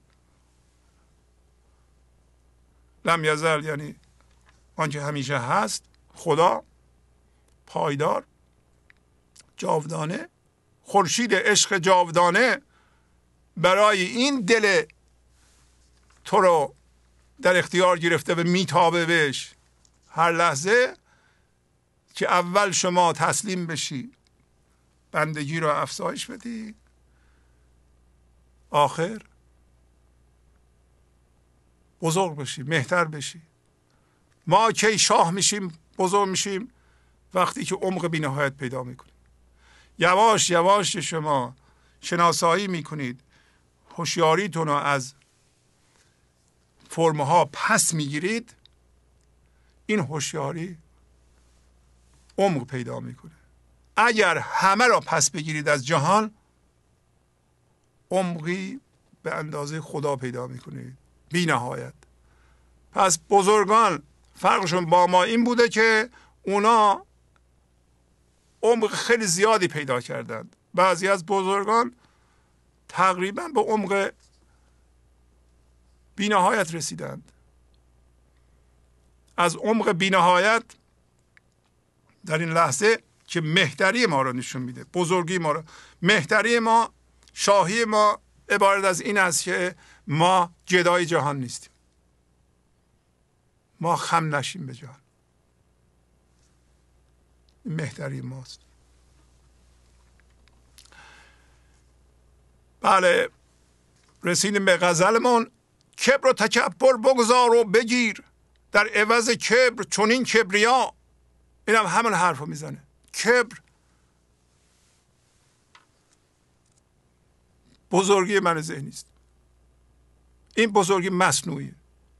لم یزل یعنی آنچه همیشه هست، خدا پایدار، جاودانه. خورشید عشق جاودانه برای این دل تو رو در اختیار گرفته و میتابه بهش هر لحظه، که اول شما تسلیم بشی، بندگی رو افزایش بدی، آخر بزرگ بشی، مهتر بشی. ما کی شاه میشیم، بزرگ میشیم؟ وقتی که عمق بی‌نهایت پیدا میکنیم. یواش یواش شما شناسایی میکنید، هوشیاریتون رو از فرمها پس میگیرید، این هوشیاری عمق پیدا میکنه. اگر همه را پس بگیرید از جهان، عمقی به اندازه خدا پیدا میکنید، بی نهایت. پس بزرگان فرقشون با ما این بوده که اونا عمق خیلی زیادی پیدا کردند. بعضی از بزرگان تقریبا به عمق بی نهایت رسیدند. از عمق بی نهایت در این لحظه که مهتری ما رو نشون میده، بزرگی ما رو. مهتری ما، شاهی ما عبارت از این است که ما گدای جهان نیستیم، ما خم نشیم به جهان. مهتری ماست. بله، رسیدیم به غزلمون. کبر و تکبر بگذار و بگیر، در عوض کبر چنین کبریا. اینم همون حرفو میزنه. کبر بزرگی من ذهنی است، این بزرگی مصنوعیه،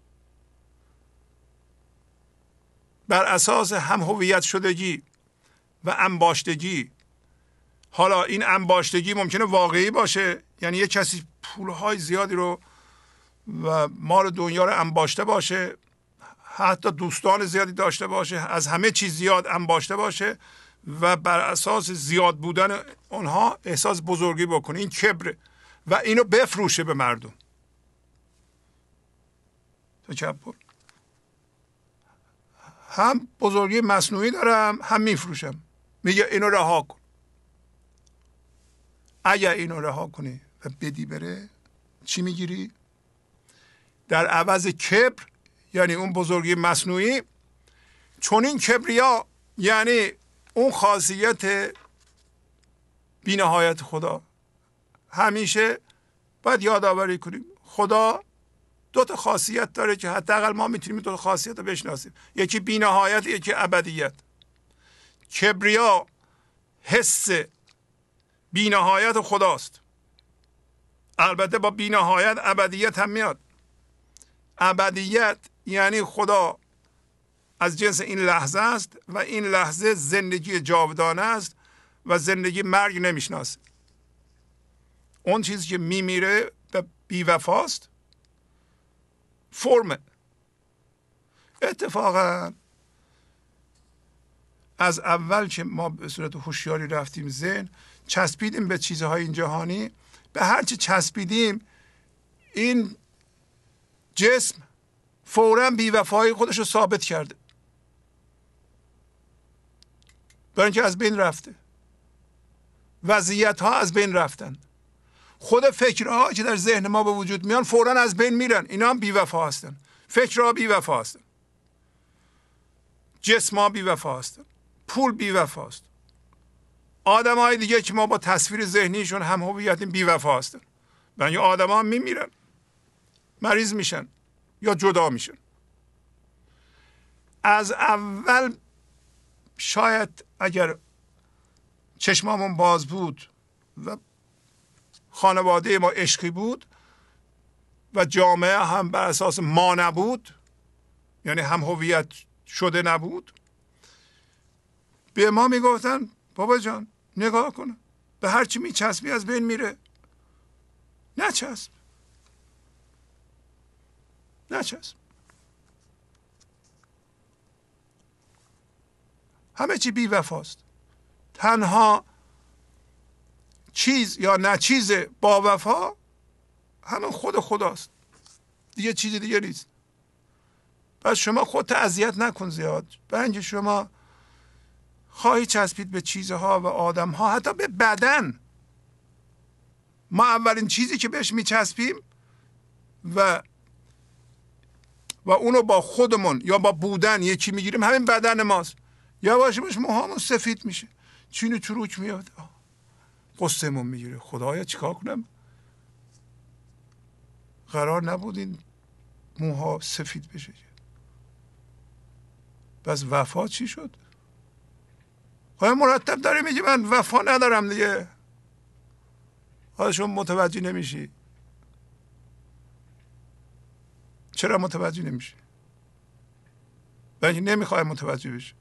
بر اساس هم هویت شدگی و انباشتگی. حالا این انباشتگی ممکنه واقعی باشه، یعنی یه کسی پولهای زیادی رو و مال دنیا رو انباشته باشه، حتی دوستان زیادی داشته باشه، از همه چیز زیاد انباشته باشه و بر اساس زیاد بودن اونها احساس بزرگی بکنه. این کبر، و اینو بفروشه به مردم. تکبر. هم بزرگی مصنوعی دارم، هم میفروشم. میگه اینو رها کن. اگر اینو رها کنی و بدی بره، چی میگیری؟ در عوض کبر، یعنی اون بزرگی مصنوعی، چون این کبریا یعنی اون خاصیت بی‌نهایت خدا. همیشه باید یادآوری کنیم خدا دو تا خاصیت داره که حداقل ما میتونیم دو تا خاصیت رو بشناسیم. یکی بی‌نهایت، یکی ابدیت. کبریا حس بی‌نهایت خداست. البته با بی‌نهایت ابدیت هم میاد. ابدیت یعنی خدا از جنس این لحظه است و این لحظه زندگی جاودانه است و زندگی مرگ نمیشناسه. اون چیزی که میمیره و بی‌وفاست فرمه. اتفاقا از اول که ما به صورت هوشیاری رفتیم ذهن، چسبیدیم به چیزهای این جهانی، به هر چی چسبیدیم این جسم فوراً بی‌وفایی خودش رو ثابت کرده، برای اینکه از بین رفته. وضعیت ها از بین رفتن. خود فکرها که در ذهن ما به وجود میان فوراً از بین میرن. اینا هم بی‌وفا هستن. فکرها بی‌وفا هستن، جسم ها بی‌وفا هستن، پول بی‌وفا است، آدم های دیگه که ما با تصویر ذهنیشون هم هویتیم بی‌وفا هستن. برای اینکه آدم ها میمیرن، مریض میشن یا جدا میشن. از اول شاید اگر چشمامون باز بود و خانواده ما عشقی بود و جامعه هم بر اساس ما نبود، یعنی هم هویت شده نبود، به ما میگفتن بابا جان نگاه کن، به هر چی میچسبی از بین میره. نچسب. همه چی بی وفاست. تنها چیز یا نه چیز با وفا همون خود خداست، دیگه چیزی دیگه نیست. پس شما خودت اذیت نکن زیاد، برای اینکه شما خواهی چسبید به چیزها و آدمها، حتی به بدن. ما اولین چیزی که بهش میچسبیم و اونو با خودمون یا با بودن یکی میگیریم، همین بدن ماست. یواش یواش موهامون سفید میشه، چین و چروک میاد، قصه‌مون میگیره. خدایا چیکار کنم؟ قرار نبود این موها سفید بشه. بس وفا چی شد؟ خواهی مرتب داری میگی من وفا ندارم دیگه. حالا شما متوجه نمیشی. چرا متوجه نمیشی؟ برای اینکه نمیخوای متوجه بشی.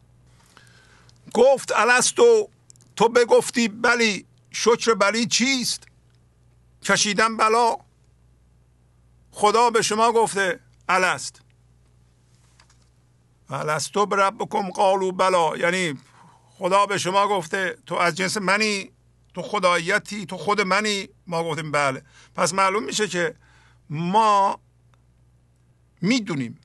گفت الستو، تو بگفتی بلی، شکر بلی چیست؟ کشیدن بلا. خدا به شما گفته الست. الستو بربکم قالوا بلا، یعنی خدا به شما گفته تو از جنس منی، تو خداییتی، تو خود منی. ما گفتیم بله. پس معلوم میشه که ما میدونیم.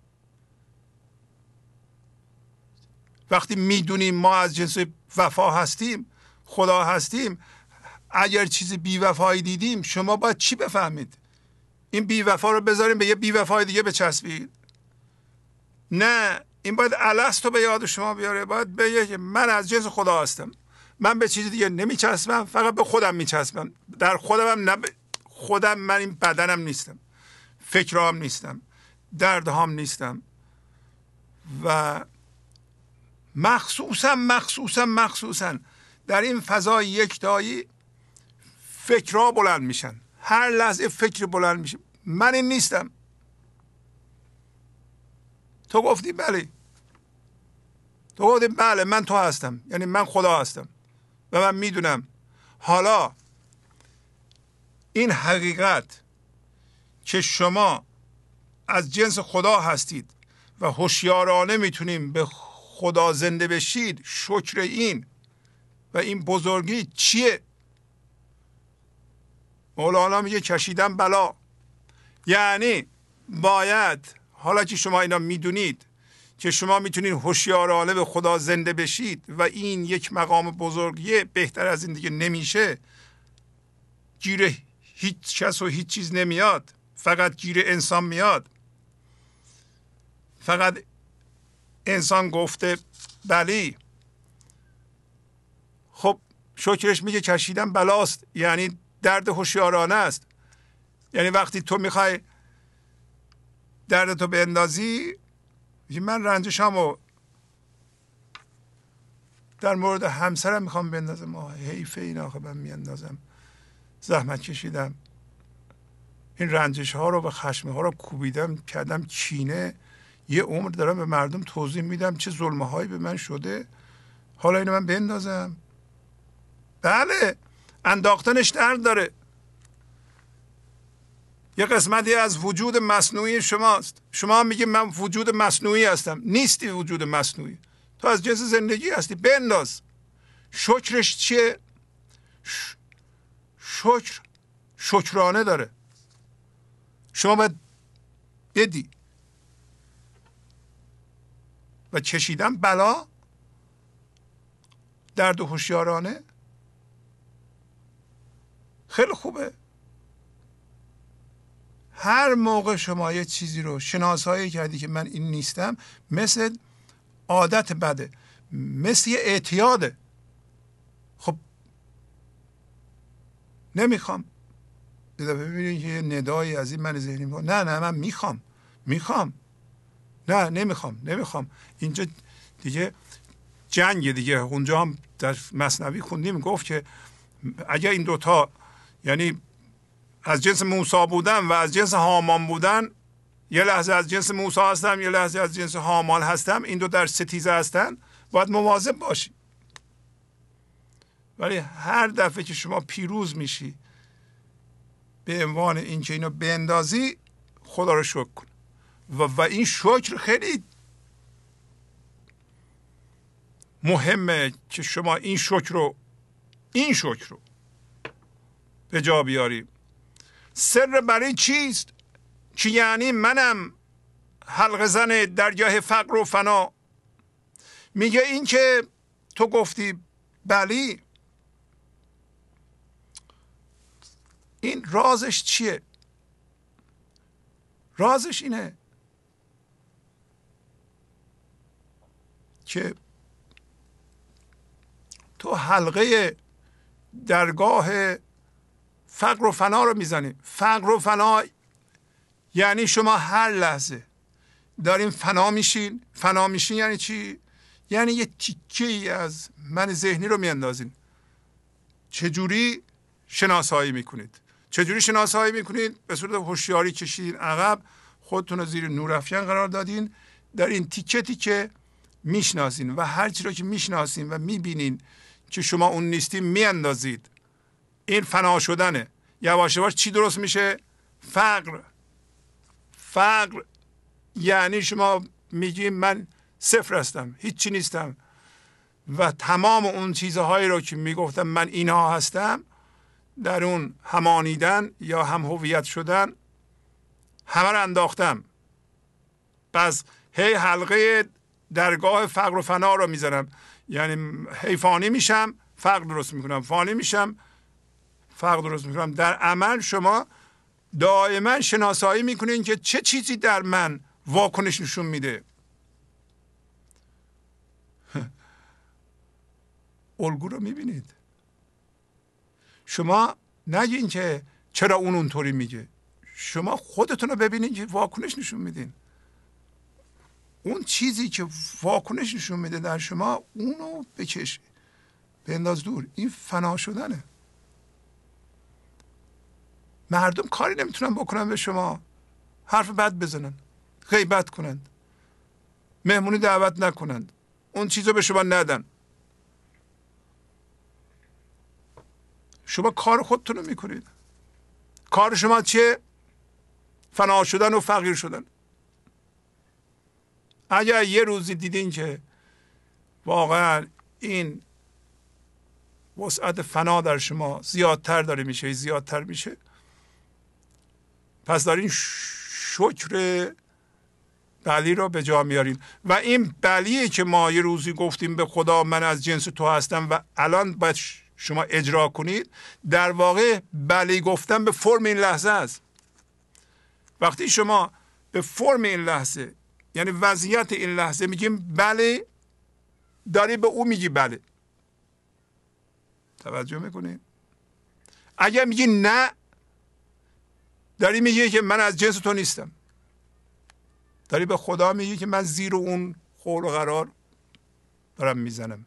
وقتی میدونیم ما از جنس وفا هستیم، خدا هستیم، اگر چیز بی وفایی دیدیم شما باید چی بفهمید؟ این بی وفا رو بذاریم به یه بی وفای دیگه بچسبید؟ نه، این باید الستو به یاد شما بیاره. باید بگه که من از جنس خدا هستم، من به چیز دیگه نمیچسبم، فقط به خودم میچسبم. در خودم هم خودم من این بدنم نیستم، فکرام نیستم، دردهام نیستم. و مخصوصا در این فضای یکتایی فکرها بلند میشن. هر لحظه فکر بلند میشه. من این نیستم. تو گفتی بله، تو گفتی بله من تو هستم، یعنی من خدا هستم و من میدونم. حالا این حقیقت که شما از جنس خدا هستید و هوشیارانه میتونیم به خدا زنده بشید، شکر این و این بزرگی چیه؟ مولانا میگه کشیدن بلا. یعنی باید حالا که شما اینا میدونید که شما میتونید هوشیارانه به خدا زنده بشید و این یک مقام بزرگیه، بهتر از این دیگه نمیشه. گیر هیچ کس و هیچ چیز نمیاد، فقط گیر انسان میاد. فقط انسان گفته بلی. خب شکرش میگه کشیدن بلاست، یعنی درد هوشیارانه است. یعنی وقتی تو میخوای دردتو بندازی، من رنجشمو در مورد همسرم میخوام بندازم، حیفه این آخه من میاندازم، زحمت کشیدم، این رنجش ها رو و خشم ها رو کوبیدم، کردم کینه، یه عمر دارم به مردم توضیح میدم چه ظلمه هایی به من شده، حالا اینو من بندازم؟ بله، انداختنش درد داره. یه قسمتی از وجود مصنوعی شماست. شما میگید من وجود مصنوعی هستم. نیستی وجود مصنوعی، تو از جنس زندگی هستی. بنداز. شکرش چیه؟ شکرانه داره. شما باید بدی و چشیدن بلا، درد و هوشیارانه خیلی خوبه. هر موقع شما یه چیزی رو شناسایی کردی که من این نیستم، مثل عادت بده، مثل یه اعتیاده. خب نمیخوام. یه دفعه ببینید که یه ندایی از این من ذهنی میگه نه من میخوام نه نمیخوام. اینجا دیگه جنگ دیگه. اونجا هم در مثنوی خوندیم گفت که اگر این دوتا، یعنی از جنس موسی بودن و از جنس هامان بودن، یه لحظه از جنس موسی هستم یه لحظه از جنس هامان هستم، این دو در ستیزه هستن، باید مواظب باشی. ولی هر دفعه که شما پیروز میشی به عنوان این که اینو بندازی، خدا رو شکر کن. و این شکر خیلی مهمه که شما این شکر رو به جا بیاری. سر برای چیست؟ که یعنی منم حلقه زن درگاه فقر و فنا. میگه این که تو گفتی بلی، این رازش چیه؟ رازش اینه که تو حلقه درگاه فقر و فنا رو میزنی. فقر و فنا یعنی شما هر لحظه دارین فنا میشین. فنا میشین یعنی چی؟ یعنی یه تیکه ای از من ذهنی رو میاندازین. چجوری شناسایی میکنید؟ به صورت هوشیاری کشیدین عقب، خودتون رو زیر نورافکن قرار دادین، در این تیکه تیکه میشناسین و هر چی رو که میشناسین و میبینین که شما اون نیستین میاندازید. این فنا شدنه. یواش یواش چی درست میشه؟ فقر یعنی شما میگیم من صفر هستم، هیچی نیستم و تمام اون چیزهایی رو که میگفتم من اینها هستم، در اون همانیدن یا هم هویت شدن همه رو انداختم. پس هی حلقه درگاه فقر و فنا رو میزنم. یعنی هی فانی میشم، فقر درست میکنم، فانی میشم، فقر درست میکنم. در عمل شما دائما شناسایی میکنین که چه چیزی در من واکنش نشون میده. الگو رو میبینید. شما نگین که چرا اونطوری میگه، شما خودتون رو ببینید که واکنش نشون میدین. اون چیزی که واکنش نشون میده در شما، اونو بکش، بنداز دور. این فنا شدنه. مردم کاری نمیتونن بکنن به شما، حرف بد بزنن، غیبت کنند، مهمونی دعوت نکنند، اون چیزو به شما ندن. شما کار خودتون رو میکنید. کار شما چیه؟ فنا شدن و فقیر شدن. اگر یه روزی دیدین که واقعا این وسعت فنا در شما زیادتر داره میشه، پس دارین شکر بلی رو به جا میارین. و این بلیه که ما یه روزی گفتیم به خدا من از جنس تو هستم و الان باید شما اجرا کنید، در واقع بلی گفتن به فرم این لحظه است. وقتی شما به فرم این لحظه، یعنی وضعیت این لحظه میگیم بله، داری به او میگی بله. توجه میکنید؟ اگر میگی نه، داری میگی که من از جنس تو نیستم. داری به خدا میگی که من زیر اون قول و قرار دارم میزنم.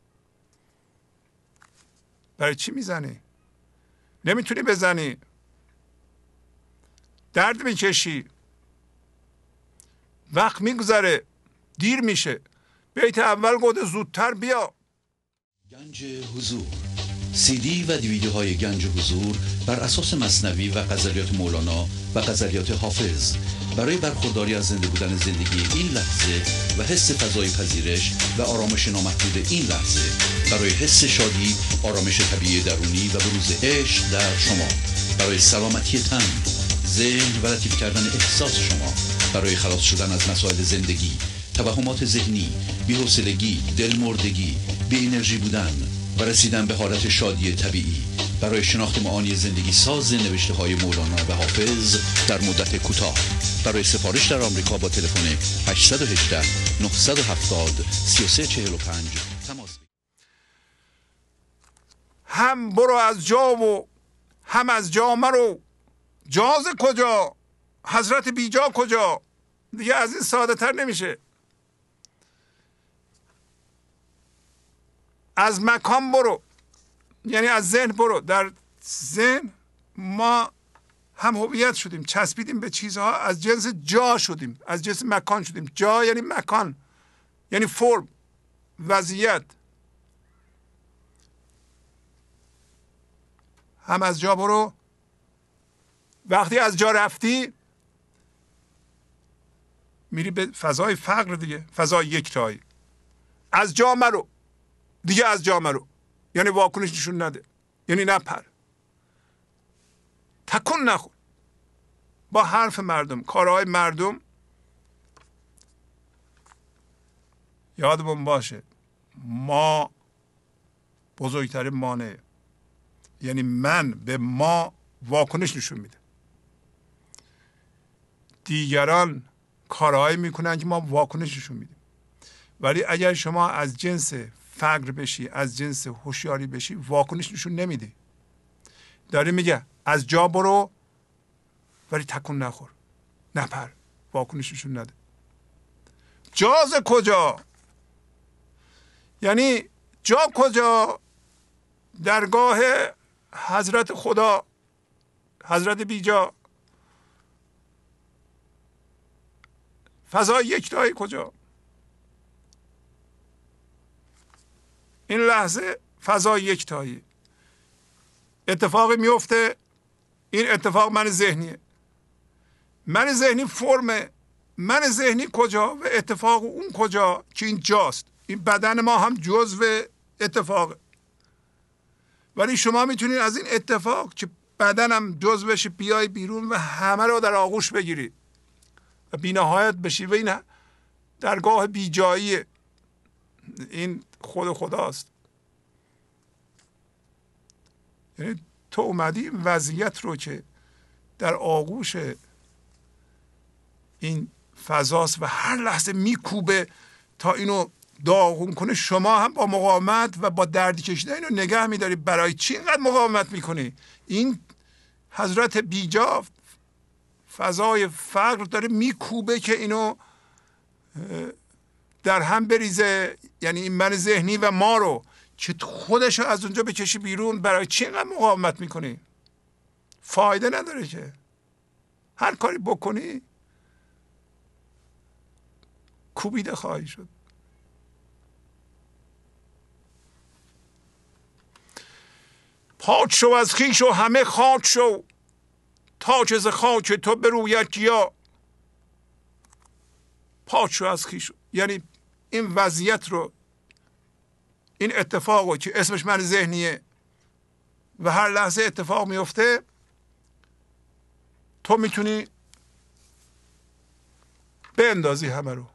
برای چی میزنی؟ نمیتونی بزنی، درد میکشی، وقت میگذره، دیر میشه. بیت اول گفته زودتر بیا. گنج حضور، CD و دیویدیوهای گنج حضور بر اساس مثنوی و غزلیات مولانا و غزلیات حافظ برای برخورداری از زنده بودن زندگی این لحظه و حس فضای پذیرش و آرامش نامحدود این لحظه، برای حس شادی، آرامش طبیعی درونی و بروز عشق در شما، برای سلامتی تن، ذهن و لطیف کردن احساس شما، برای خلاص شدن از مسائل زندگی، توهمات ذهنی، بی‌حوصلگی، دلمردگی، بی انرژی بودن و رسیدن به حالت شادی طبیعی، برای شناخت معانی زندگی ساز نوشته های مولانا و حافظ در مدت کوتاه. برای سفارش در آمریکا با تلفن 818 970 3345 تماس بگیرید. هم برو از جا و هم از جا مرو، جاز کجا حضرت بیجا کجا. دیگه از این ساده تر نمیشه. از مکان برو، یعنی از ذهن برو. در ذهن ما هم هویت شدیم، چسبیدیم به چیزها، از جنس جا شدیم، از جنس مکان شدیم. جا یعنی مکان، یعنی فرم، وضعیت. هم از جا برو. وقتی از جا رفتی میری به فضای فقر دیگه، فضای یکتایی. از جا مرو، دیگه از جا مرو، یعنی واکنش نشون نده، یعنی نپر، تکون نخور با حرف مردم، کارهای مردم. یادمون باشه ما بزرگترین مانع، یعنی من به ما واکنش نشون میده. دیگران کارهایی میکنن که ما واکنش نشون میدیم. ولی اگر شما از جنس فقر بشی، از جنس هوشیاری بشی، واکنش نشون نمیدی. داره میگه از جا برو ولی تکون نخور، نپر، واکنش نشون نده. جاز کجا یعنی جا کجا؟ درگاه حضرت خدا، حضرت بیجا، فضای یکتایی کجا؟ این لحظه فضای یکتایی. اتفاقی میفته، این اتفاق من ذهنیه. من ذهنی فرمه، من ذهنی کجا و اتفاق اون کجا که این جاست. این بدن ما هم جزو اتفاقه. ولی شما میتونید از این اتفاق که بدنم جزو بشه بیای بیرون و همه رو در آغوش بگیری و بی‌نهایت بشی. و این درگاه بیجایی، این خود خداست. یعنی تو اومدی این وضعیت رو که در آغوش این فضاست و هر لحظه میکوبه تا اینو داغون کنه، شما هم با مقاومت و با دردی کشیدن اینو نگه میداری. برای چی اینقدر مقاومت میکنی؟ این حضرت بیجا، فضای فقر داره میکوبه که اینو در هم بریزه. یعنی این من ذهنی و ما رو که خودش رو از اونجا بکشی بیرون. برای چی اینقدر مقاومت میکنی؟ فایده نداره که. هر کاری بکنی کوبیده خواهی شد. پاک شو از خویش و همه خاک شو، تاج ز خاک تو بروید گیا. پاک شو از خویش، یعنی این وضعیت رو، این اتفاق رو که اسمش من ذهنیه و هر لحظه اتفاق میفته، تو میتونی بندازی همه رو.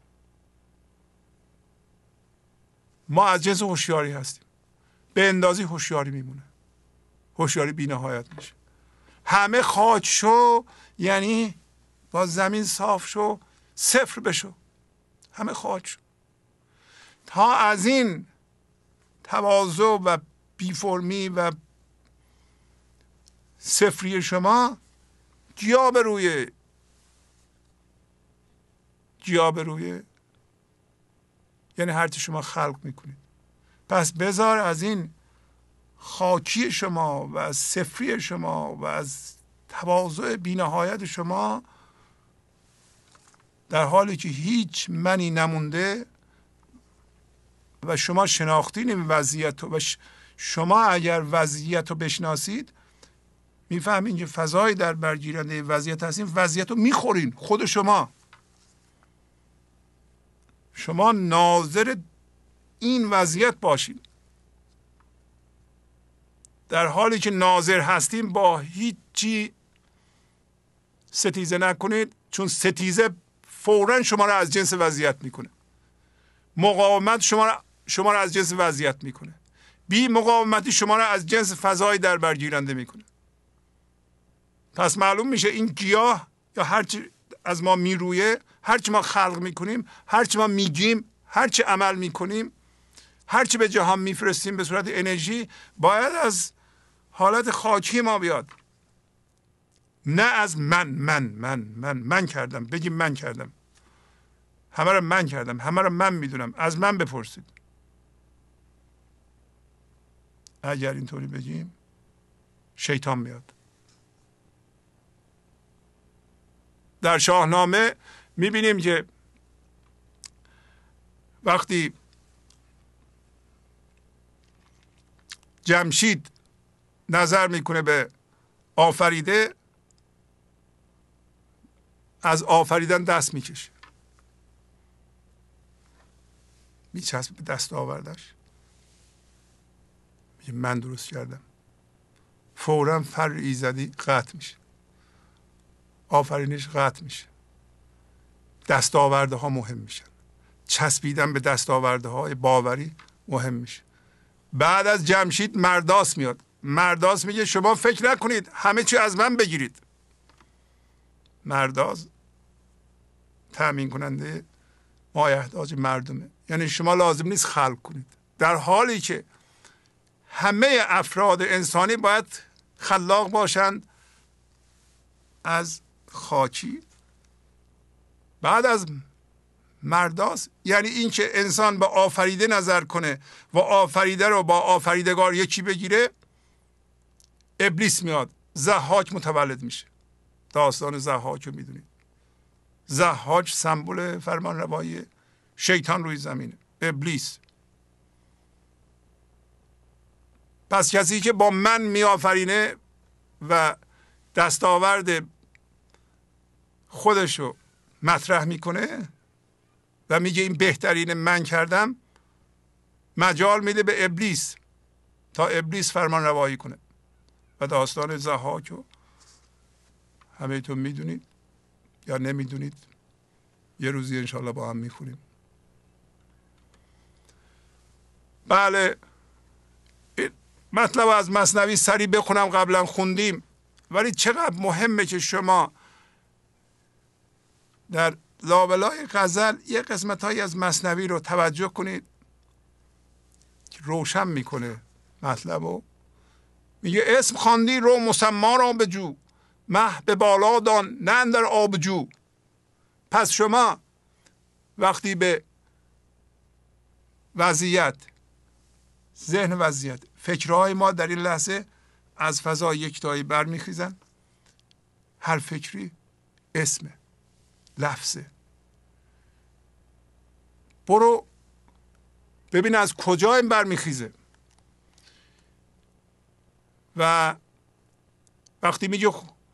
ما از جنس هوشیاری هستیم. بندازی هوشیاری میمونه، هوشیاری بی‌نهایت میشه. همه خاک شو یعنی با زمین صاف شو، صفر بشو، همه خاک شو. تا از این تواضع و بی‌فرمی و صفری شما گیا به روی یعنی هرچی شما خلق میکنید. پس بذار از این خاکی شما و از صفری شما و از تواضع بی‌نهایت شما در حالی که هیچ منی نمونده و شما شناختین این وضعیت رو و شما اگر وضعیت رو بشناسید میفهمین که فضای در برگیرنده وضعیت هستین، وضعیت رو میخورین. خود شما ناظر این وضعیت باشین. در حالی که ناظر هستیم با هیچی ستیزه نکنید، چون ستیزه فوراً شما را از جنس وضعیت میکنه. مقاومت شما را از جنس وضعیت میکنه. بی مقاومتی شما را از جنس فضای در برگیرنده میکنه. پس معلوم میشه این گیاه یا هرچی از ما میرویه، هرچی ما خلق میکنیم، هرچی ما میگیم، هرچی عمل میکنیم، هرچی به جهان میفرستیم به صورت انرژی، باید از حالت خاکی ما بیاد، نه از من کردم. بگیم من کردم، همه رو من کردم، همه رو من میدونم، از من بپرسید. اگر اینطوری بگیم شیطان میاد. در شاهنامه میبینیم که وقتی جمشید نظر میکنه به آفریده، از آفریدن دست میکشه، میچسبه به دست آوردش، میگه من درست کردم. فوراً فر ایزدی قطع میشه، آفرینش قطع میشه، دستاورده ها مهم میشن، چسبیدن به دستاورده های باوری مهم میشه. بعد از جمشید مرداس میاد. مرداس میگه شما فکر نکنید همه چی از من بگیرید. مرداس تامین کننده مایحتاج مردمه، یعنی شما لازم نیست خلق کنید، در حالی که همه افراد انسانی باید خلاق باشند از خاکی. بعد از مرداس یعنی این که انسان به آفریده نظر کنه و آفریده رو با آفریدگار یکی بگیره، ابلیس میاد، ضحاک متولد میشه. داستان ضحاک رو میدونید. ضحاک سمبل فرمان روایی شیطان روی زمینه، ابلیس. پس کسی که با من میآفرینه و دستاورد خودشو مطرح میکنه و میگه این بهترین من کردم، مجال میده به ابلیس تا ابلیس فرمان روایی کنه. و داستان ضحاک رو همه تو میدونید یا نمیدونید، یه روزی انشاءالله با هم میخونیم. بله، مطلب از مثنوی سریع بخونم، قبلا خوندیم، ولی چقدر مهمه که شما در لابلای غزل یه قسمت هایی از مثنوی رو توجه کنید که روشن میکنه مطلب رو. میگه اسم خواندی رو مسما را بجو، مه به بالا دان نه اندر آب جو. پس شما وقتی به وضعیت، ذهن وضعیت، فکرهای ما در این لحظه از فضای یکتایی برمیخیزن، هر فکری اسمه، لفظه. برو ببین از کجا این برمیخیزه. و وقتی میگه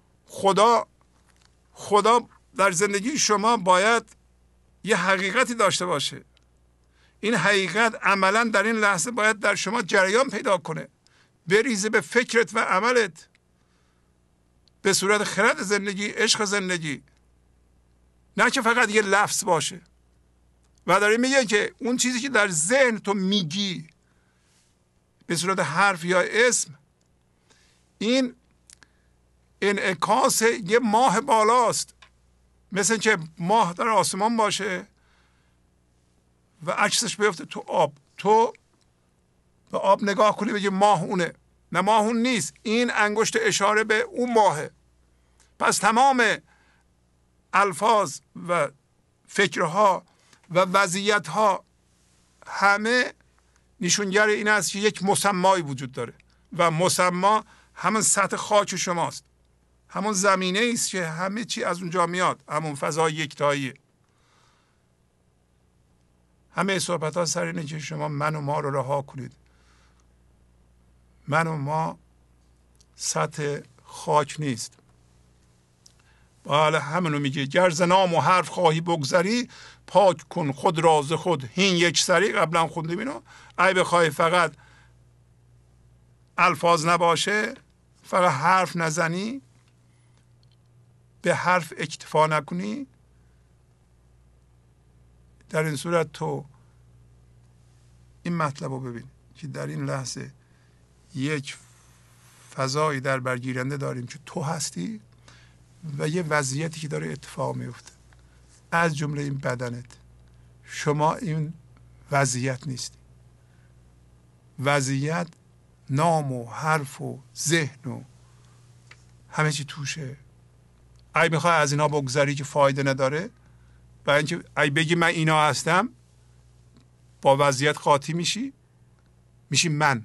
خدا در زندگی شما باید یه حقیقتی داشته باشه، این حقیقت عملا در این لحظه باید در شما جریان پیدا کنه، بریزه به فکرت و عملت به صورت خرد زندگی، عشق زندگی، نه که فقط یه لفظ باشه. و داره میگه که اون چیزی که در ذهن تو میگی به صورت حرف یا اسم، این انعکاس یه ماه بالاست، مثل که ماه در آسمان باشه و عکسش بیفته تو آب، تو به آب نگاه کنی بگی ماه اونه، نه ماه اون نیست، این انگشت اشاره به اون ماهه. پس تمام الفاظ و فکرها و وضعیتها همه نشونگر این است که یک مسمایی وجود داره و مسما همون سطح خاک شماست، همون زمینه است که همه چی از اونجا میاد، همون فضای یکتاییه. همه صحبت ها سر اینه که شما من و ما رو رها کنید. من و ما سطح خاک نیست. بله همینو میگه. گر ز نام و حرف خواهی بگذری، پاک کن خود را ز خود هین یک سری. قبلا خوندیم اینو. ای بخوای فقط الفاظ نباشه، فقط حرف نزنی، به حرف اکتفا نکنی، در این صورت تو این مطلب رو ببین که در این لحظه یک فضایی در برگیرنده داریم که تو هستی و یه وضعیتی که داره اتفاق میفته، از جمله این بدنت. شما این وضعیت نیستی. وضعیت نام و حرف و ذهن و همه چی توشه. ای میخوای از اینا بگذری که فایده نداره، برای اینکه ای بگی من اینا هستم، با وضعیت قاطی میشی من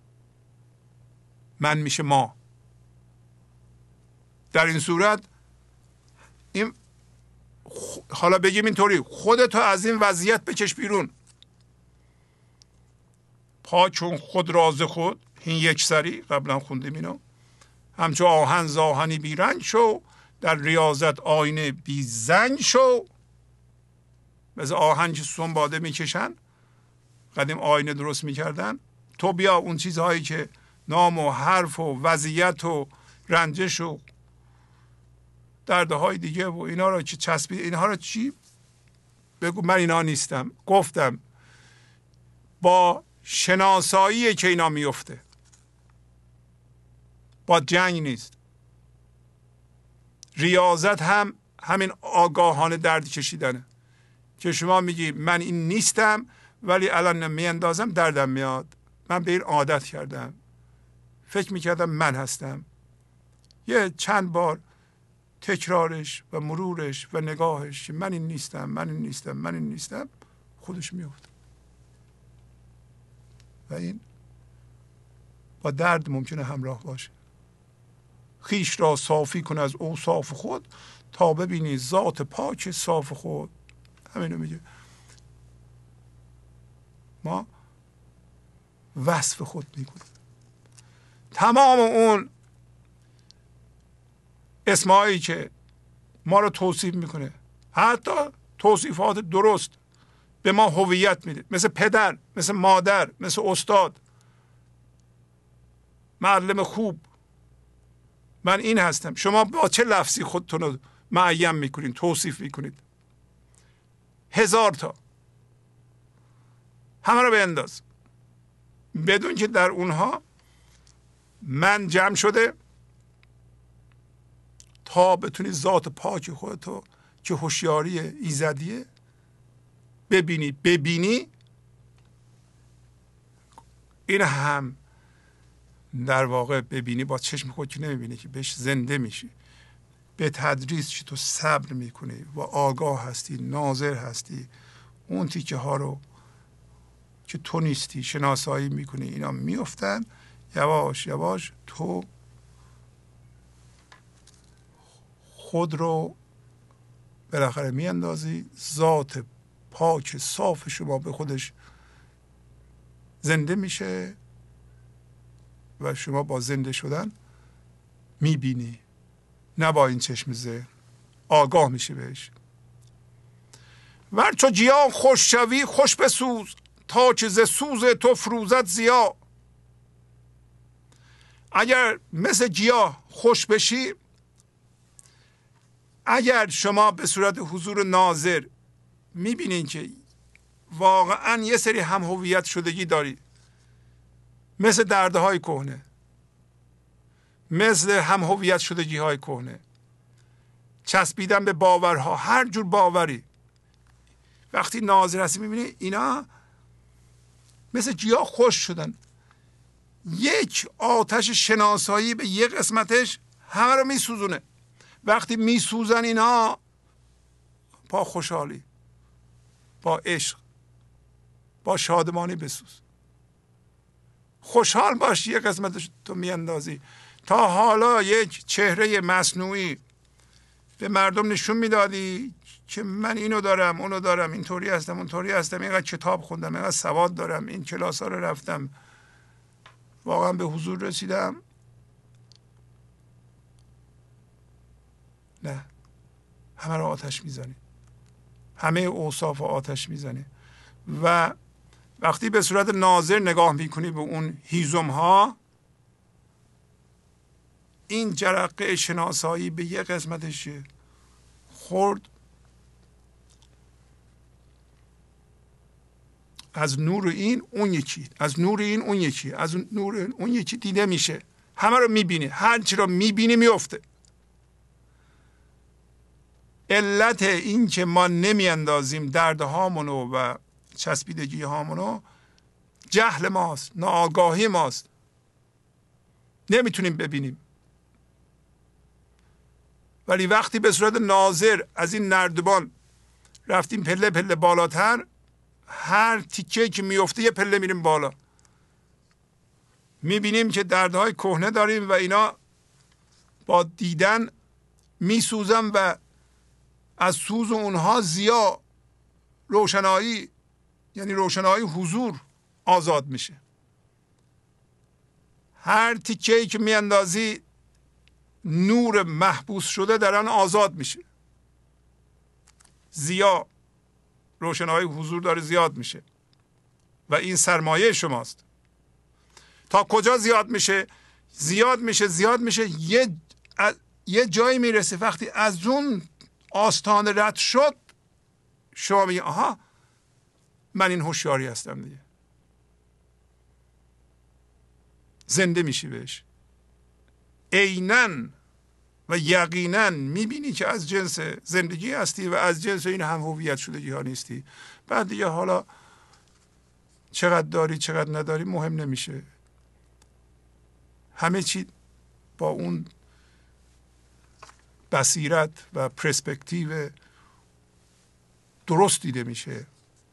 میشه ما. در این صورت این حالا بگیم اینطوری، خودتو از این وضعیت بکش بیرون. پاچون خود راز خود این یک سری، قبلا خوندیم اینو. همچون آهن زاهنی بی رنگ شو، در ریاضت آینه بی زنگ شو. مثل آهن که سنباده میکشن، قدیم آینه درست میکردن. تو بیا اون چیزهایی که نام و حرف و وضعیت و رنجش و دردهای دیگه و اینا رو که چسبید، اینها رو چی بگو من اینا نیستم. گفتم با شناسایی که اینا میفته، با جنگ نیست. ریاضت هم همین آگاهانه درد کشیدنه که شما میگی من این نیستم، ولی الان میاندازم دردم میاد. من به این عادت کردم، فکر میکردم من هستم. یه چند بار تکرارش و مرورش و نگاهش که من این نیستم، من این نیستم، من این نیستم، خودش میفته. و این با درد ممکنه همراه باشه. خیش را صافی کن از اوصاف خود، تا ببینی ذات پاک صاف خود. همینو میگه. ما وصف خود میکنیم. تمام اون اسمایی که ما رو توصیف میکنه، حتی توصیفات درست، به ما هویت میده، مثل پدر، مثل مادر، مثل استاد، معلم خوب. من این هستم. شما با چه لفظی خودتون رو معین میکنید، توصیف میکنید؟ 1000 تا. همه رو بنداز، بدون که در اونها من جمع شده، تا بتونی ذات پاک خودتو که هوشیاری ایزدیه ببینی. این هم در واقع ببینی با چشم خود که نمیبینی، که بهش زنده میشی. به تدریج که تو صبر میکنی و آگاه هستی، ناظر هستی، اون تیکه ها رو که تو نیستی شناسایی میکنی، اینا میفتن. یواش یواش تو خود رو بالاخره میاندازی. ذات پاک صاف شما به خودش زنده میشه و شما با زنده شدن میبینی، نه با این چشم ذهن. آگاه میشه بهش. ور چو جیان خوش شوی خوش بسوز، تا که ز سوز تو فروزد ضیا. اگر مثل گیاه خوش بشی، اگر شما به صورت حضور ناظر میبینین که واقعا یه سری هم هویت شدگی داری، مثل دردهای کهنه، مثل هم هویت شدگی های کهنه، چسبیدن به باورها، هر جور باوری، وقتی ناظر هستی میبینی اینا مثل گیاه خوش شدن. یک آتش شناسایی به یک قسمتش همه رو میسوزونه. وقتی میسوزن اینا، با خوشحالی، با عشق، با شادمانی بسوز. خوشحال باش یک قسمتش تو میاندازی. تا حالا یک چهره مصنوعی به مردم نشون میدادی که من اینو دارم اونو دارم، اینطوری هستم اونطوری هستم، اینقدر کتاب خوندم، اینقدر سواد دارم، این کلاس ها رو رفتم، واقعا به حضور رسیدم، نه، همه رو آتش میزنی، همه اوصاف آتش میزنی. و وقتی به صورت ناظر نگاه میکنی به اون هیزم ها، این جرقه شناسایی به یه قسمتش خورد، از نور این اون یکی، از نور این اون یکی، از نور اون یکی دیده میشه، همه رو میبینی، هر چی رو میبینی میفته. علت این که ما نمیاندازیم دردهامونو و چسبیدگی هامونو جهل ماست، ناآگاهی ماست، نمیتونیم ببینیم. ولی وقتی به صورت ناظر از این نردبان رفتیم پله پله بالاتر، هر تیکه که میفته یه پله میریم بالا، میبینیم که دردهای کهنه داریم و اینا با دیدن میسوزن و از سوز اونها ضیا، روشنایی، یعنی روشنایی حضور آزاد میشه. هر تیکه‌ای که میاندازی نور محبوس شده در آن آزاد میشه، ضیا، روشنایی حضور داره زیاد میشه و این سرمایه شماست. تا کجا زیاد میشه؟ زیاد میشه زیاد میشه، یه جایی میرسه وقتی از اون آستان رد شد شما میگه آها من این هوشیاری هستم دیگه، زنده میشی بهش. عیناً و یقیناً میبینی که از جنس زندگی هستی و از جنس این هم هویت شدگی ها نیستی. بعد دیگه حالا چقدر داری چقدر نداری مهم نمیشه، همه چی با اون بصیرت و پرسپکتیو درست دیده میشه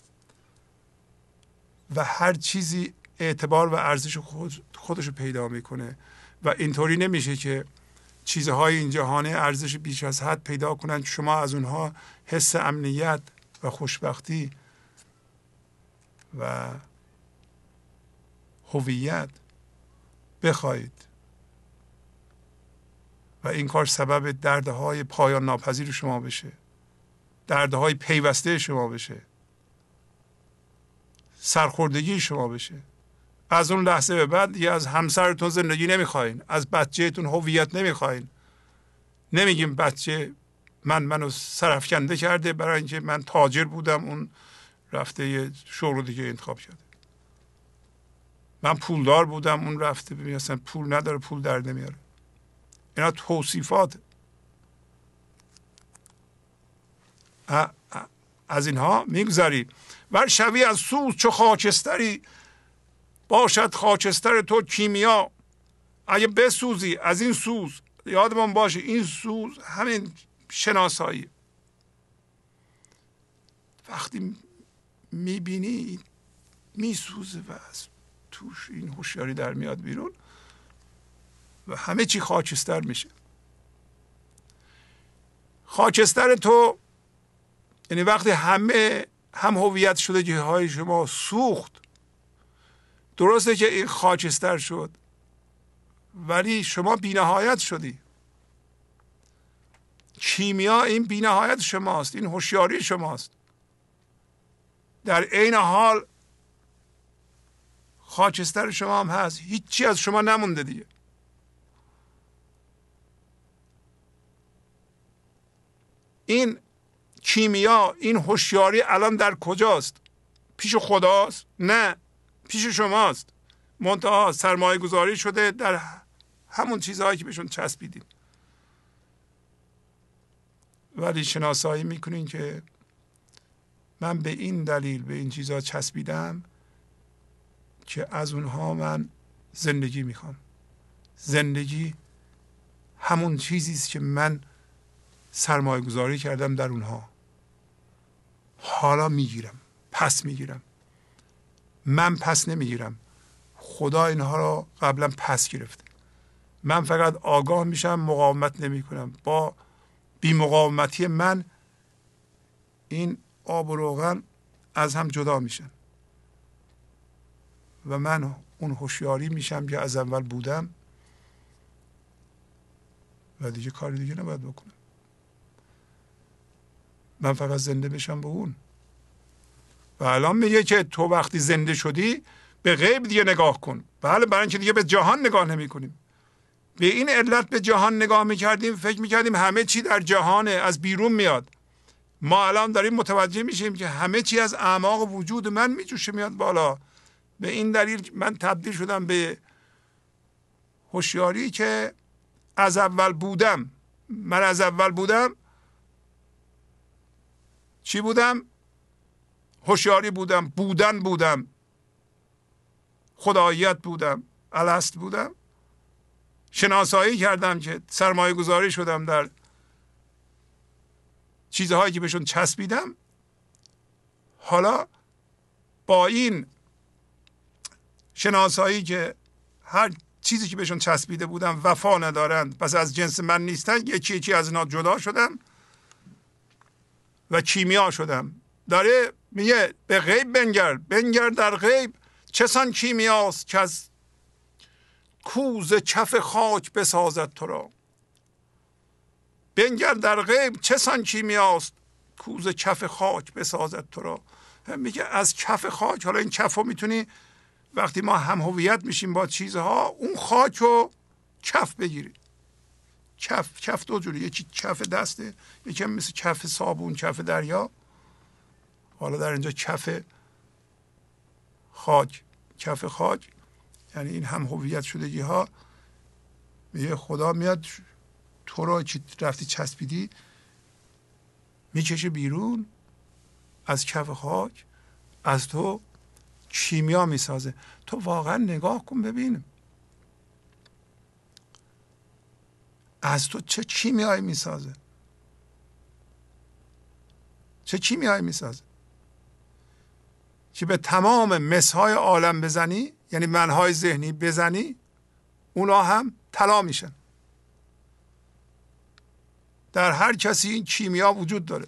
و هر چیزی اعتبار و ارزش خودشو پیدا میکنه و اینطوری نمیشه که چیزهای این جهان ارزش بیش از حد پیدا کنند شما از اونها حس امنیت و خوشبختی و هویت بخواهید و این کار سبب دردهای پایان ناپذیر شما بشه، دردهای پیوسته شما بشه، سرخوردگی شما بشه. از اون لحظه به بعد دیگه از همسرتون زندگی نمیخواین، از بچهتون هویت نمیخواین. نمیگیم بچه منو سرافکنده کرده برای اینکه من تاجر بودم اون رفته یه شغل دیگه انتخاب کرده، من پولدار بودم اون رفته ببین اصلا پول نداره پول در نمیاره. اینا توصیفات، از اینها میگذری. ور شوی از سوز چو خاکستری، باشد خاکستر تو کیمیا. اگه بسوزی از این سوز، یادمون باشه این سوز همین شناسایی، وقتی میبینی میسوزه و از توش این هوشیاری در میاد بیرون و همه چی خاکستر میشه. خاکستر تو یعنی وقتی همه هم هویت شدگی های شما سوخت، درسته که این خاکستر شد ولی شما بی‌نهایت شدی. کیمیا این بی‌نهایت شماست، این هوشیاری شماست. در عین حال خاکستر شما هم هست، هیچی از شما نمونده دیگه. این کیمیا، این هوشیاری الان در کجاست؟ پیش خداست؟ نه، پیش شماست. منتها سرمایه گذاری شده در همون چیزهایی که بهشون چسبیدیم. ولی شناسایی میکنین که من به این دلیل به این چیزها چسبیدم که از اونها من زندگی میخوام. زندگی همون چیزیست که من سرمایه گذاری کردم در اونها، حالا میگیرم، پس میگیرم. من پس نمیگیرم، خدا اینها را قبلا پس گرفته. من فقط آگاه میشم، مقاومت نمی کنم، با بی مقاومتی من این آب و روغن از هم جدا میشن و من اون هوشیاری میشم که از اول بودم و دیگه کاری دیگه نباید بکنم. من فقط زنده بشم به اون. و الان میگه که تو وقتی زنده شدی به غیب دیگه نگاه کن. بله، برای اینکه دیگه به جهان نگاه نمی کنیم. به این علت به جهان نگاه میکردیم، فکر میکردیم همه چی در جهانه، از بیرون میاد. ما الان داریم متوجه میشیم که همه چی از اعماق وجود من میجوشه میاد بالا. به این دلیل من تبدیل شدم به هوشیاری که از اول بودم. من از اول بودم چی بودم؟ هوشیاری بودم، بودم، خداییت بودم، الست بودم. شناسایی کردم که سرمایه گذاری شدم در چیزهایی که بهشون چسبیدم. حالا با این شناسایی که هر چیزی که بهشون چسبیده بودم وفا ندارند، پس از جنس من نیستن، یکی از اینا جدا شدم و کیمیا شدم. داره میگه به غیب بنگر در غیب، چه سان کیمیاست که از کوز کف خاک بسازد تو را. بنگر در غیب، چه سان کیمیاست کوز کف خاک بسازد تو را. میگه از کف خاک. حالا این کف رو میتونی وقتی ما هم هویت میشیم با چیزها، اون خاک رو کف بگیری. کف دو جوری، یکی کف دسته، یکی هم مثل کف صابون، کف دریا. حالا در اینجا کف خاک یعنی این هم هویت شدگی ها. میگه خدا میاد تو رو که رفتی چسبیدی میکشه بیرون از کف خاک، از تو کیمیا میسازه. تو واقعا نگاه کن ببین از تو چه کیمیایی میسازه. چه کیمیایی میسازه که به تمام مسهای عالم بزنی، یعنی منهای ذهنی بزنی، اونا هم طلا میشن. در هر کسی این کیمیا وجود داره.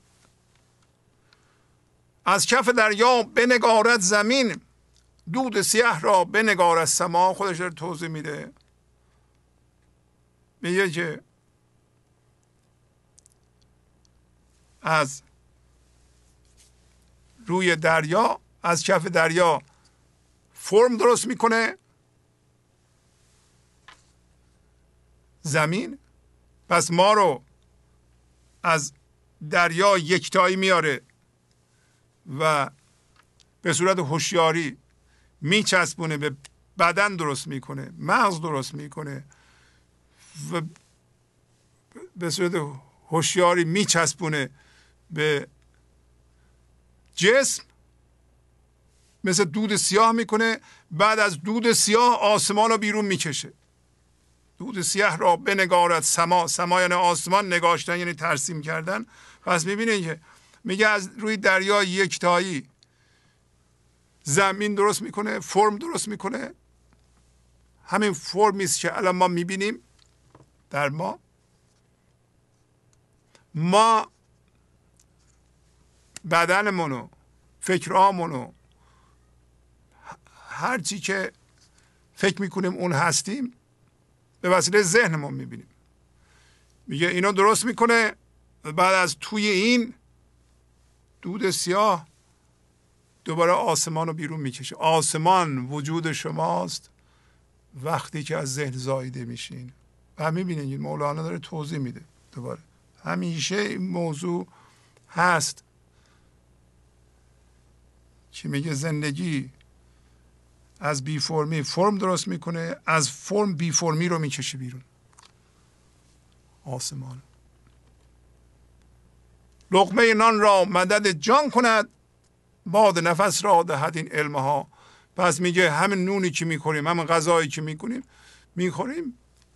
از کف دریا بنگارد زمین، دود سیاه را بنگارد سما. خودش رو توضیح میده، میگه که از روی دریا، از کف دریا فرم درست میکنه زمین. پس ما رو از دریا یکتایی میاره و به صورت هوشیاری میچسبونه به بدن، درست میکنه مغز، درست میکنه و به صورت هوشیاری میچسبونه به جسم، مثل دود سیاه میکنه. بعد از دود سیاه آسمان رو بیرون میکشه. دود سیاه را بنگارد سما. سما یعنی آسمان، نگاشتن یعنی ترسیم کردن. پس میبینید که میگه از روی دریا یکتایی زمین درست میکنه، فرم درست میکنه. همین فرمی است که الان ما میبینیم در ما بدنمونو، فکرامونو، هر چی که فکر میکنیم اون هستیم به وسیله ذهنمون میبینیم. میگه اینو درست میکنه و بعد از توی این دود سیاه دوباره آسمان رو بیرون میکشه. آسمان وجود شماست وقتی که از ذهن زاییده میشین. و میبینید مولانا داره توضیح میده دوباره. همیشه این موضوع هست که میگه زندگی از بی فرمی فرم درست میکنه، از فرم بی فرمی رو میکشه بیرون. آسمان لقمه نان را مدد جان کند، باد نفس را دهد این علمها. پس میگه همین نونی که میخوریم، همین غذایی که میخوریم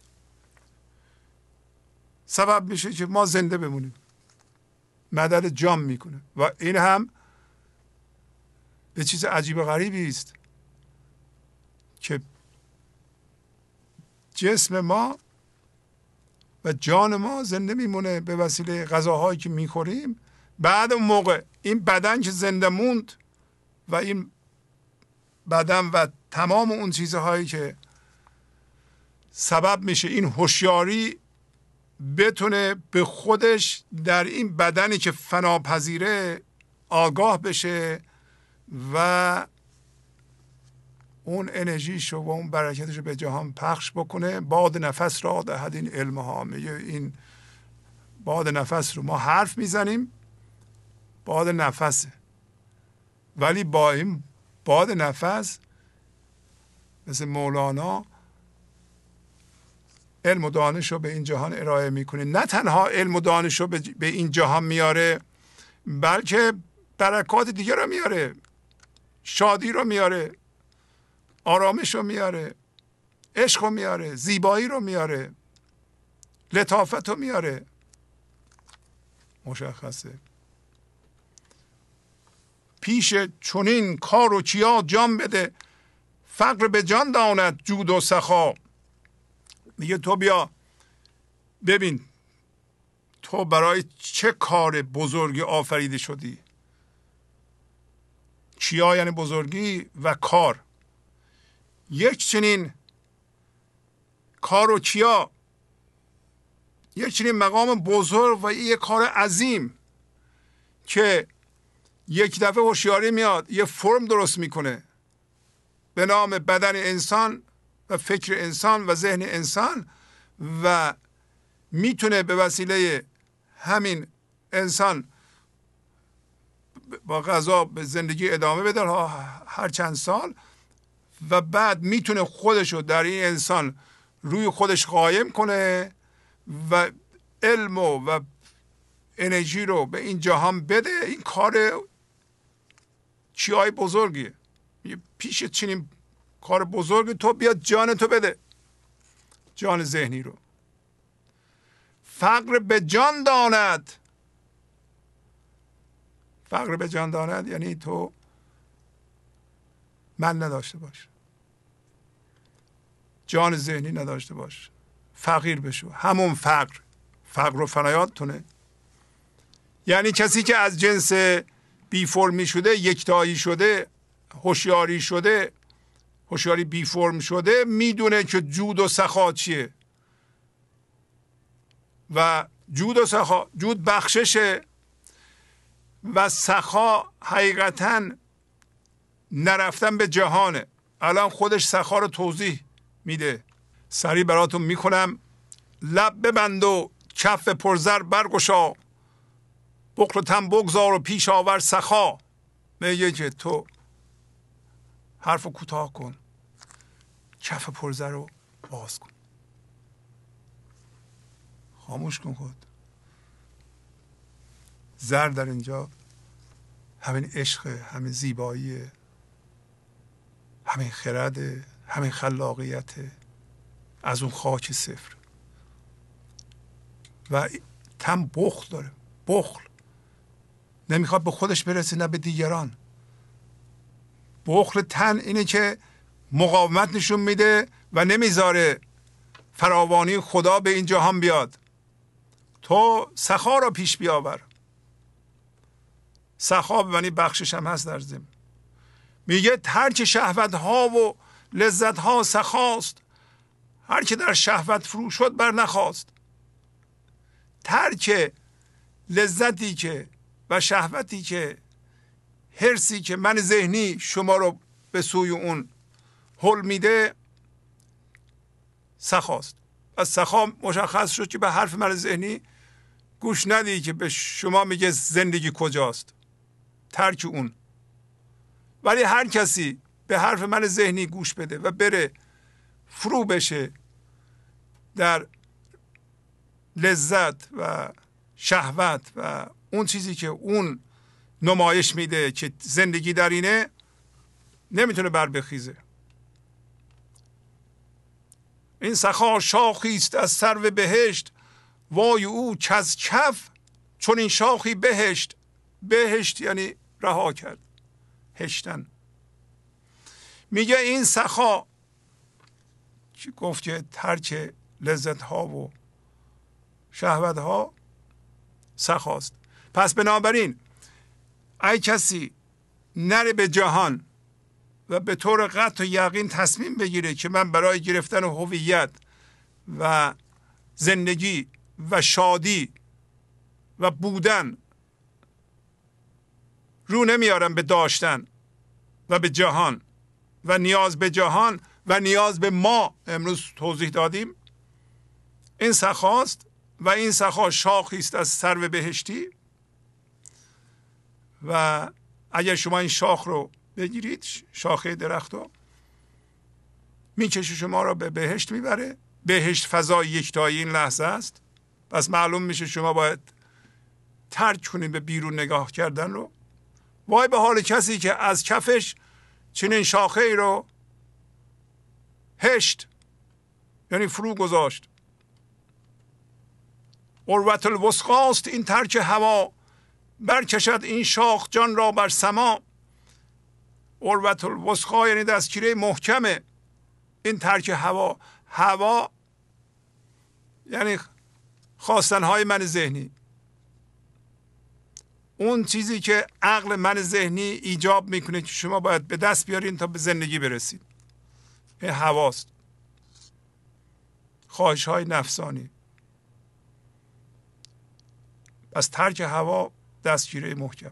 سبب میشه که ما زنده بمونیم، مدد جان میکنه. و این هم به چیز عجیب غریبی است که جسم ما و جان ما زنده میمونه به وسیله غذاهایی که میخوریم. بعد اون موقع این بدن که زنده موند و این بدن و تمام اون چیزهایی که سبب میشه این هوشیاری بتونه به خودش در این بدنی که فناپذیره آگاه بشه و اون انرژیشو و اون برکتشو به جهان پخش بکنه. باد نفس را دهد این علم ها. میگه این باد نفس رو ما حرف میزنیم، باد نفسه، ولی با این باد نفس مثل مولانا علم و دانش رو به این جهان ارائه میکنه. نه تنها علم و دانش رو به این جهان میاره، بلکه برکات دیگه رو میاره، شادی رو میاره، آرامش رو میاره، عشق رو میاره، زیبایی رو میاره، لطافت رو میاره. مشخصه پیش چنین کار و چیا جان بده، فقر به جان داند جود و سخا. میگه تو بیا ببین تو برای چه کار بزرگی آفریده شدی. چیا یعنی بزرگی و کار. یک چنین کار و چیا، یک چنین مقام بزرگ و یک کار عظیم که یک دفعه هوشیاری میاد یه فرم درست میکنه به نام بدن انسان و فکر انسان و ذهن انسان و میتونه به وسیله همین انسان با غذا به زندگی ادامه بده هر چند سال و بعد میتونه خودشو در این انسان روی خودش قایم کنه و علم و انرژی رو به این جهان بده. این کار چیای بزرگیه. پیش چنین کار بزرگی تو بیاد جان تو بده، جان ذهنی رو. فقر به جان داند. فقر به جان داند یعنی تو من نداشته باش، جان ذهنی نداشته باش، فقیر بشو. همون فقر و فنایاتونه. یعنی کسی که از جنس بی فرمی شده، یکتایی شده، هوشیاری شده، هوشیاری بی فرم شده، میدونه که جود و سخا چیه. و جود و سخا، جود بخششه و سخا حقیقتاً نرفتن به جهانه. الان خودش سخا رو توضیح میده. سریع براتون میکنم. لب ببند و کف پرزر برگشا، بخل و تن بگذار و پیش آور سخا. میگه که تو حرف رو کوتاه کن، کف پرزر رو باز کن، خاموش کن خود. زر در اینجا همین عشق، همین زیبایی، همین خرد، همین خلاقیت از اون خاک صفر. و تن بخل داره. بخل نمیخواد به خودش برسه نه به دیگران. بخل تن اینه که مقاومت نشون میده و نمیذاره فراوانی خدا به این جهان بیاد. تو سخا را پیش بیاور. سخا یعنی بخشش هم هست در ضمن. میگه ترک شهوت ها و لذت ها سخاست، هر که در شهوت فرو شد بر نخواست. ترک لذتی که و شهوتی که، حرصی که من ذهنی شما رو به سوی اون هل میده، سخاست. از سخا مشخص شد که به حرف من ذهنی گوش ندی که به شما میگه زندگی کجاست. ترک اون. ولی هر کسی به حرف من ذهنی گوش بده و بره فرو بشه در لذت و شهوت و اون چیزی که اون نمایش میده که زندگی در اینه، نمیتونه بر بخیزه. این سخا شاخی است از سرو بهشت، وای او کز کف چون این شاخی بهشت. بهشت یعنی رها کرد، هشتن. میگه این سخا که گفت که ترک لذت ها و شهوت ها سخاست. پس بنابراین ای کسی نره به جهان و به طور قطع و یقین تصمیم بگیره که من برای گرفتن هویت و زندگی و شادی و بودن رو نمیارم به داشتن و به جهان و نیاز به جهان و نیاز به ما، امروز توضیح دادیم، این سخاست و این سخا شاخی است از سرو بهشتی. و اگر شما این شاخ رو بگیرید، شاخه درخت رو میکشه شما رو به بهشت میبره. بهشت فضای یکتایی این لحظه است. پس معلوم میشه شما باید ترک کنید به بیرون نگاه کردن رو. وای به حال کسی که از کفش چنین شاخه ای رو هشت، یعنی فرو گذاشت. عروة الوثقی است این ترک هوا، برکشد این شاخ جان را بر سما. عروة الوثقی یعنی دستگیره محکمه این ترک هوا. هوا یعنی خواستنهای من ذهنی، اون چیزی که عقل من ذهنی ایجاب میکنه که شما باید به دست بیارین تا به زندگی برسید. این هواست. خواهش های نفسانی. از ترک هوا دستگیره محکم.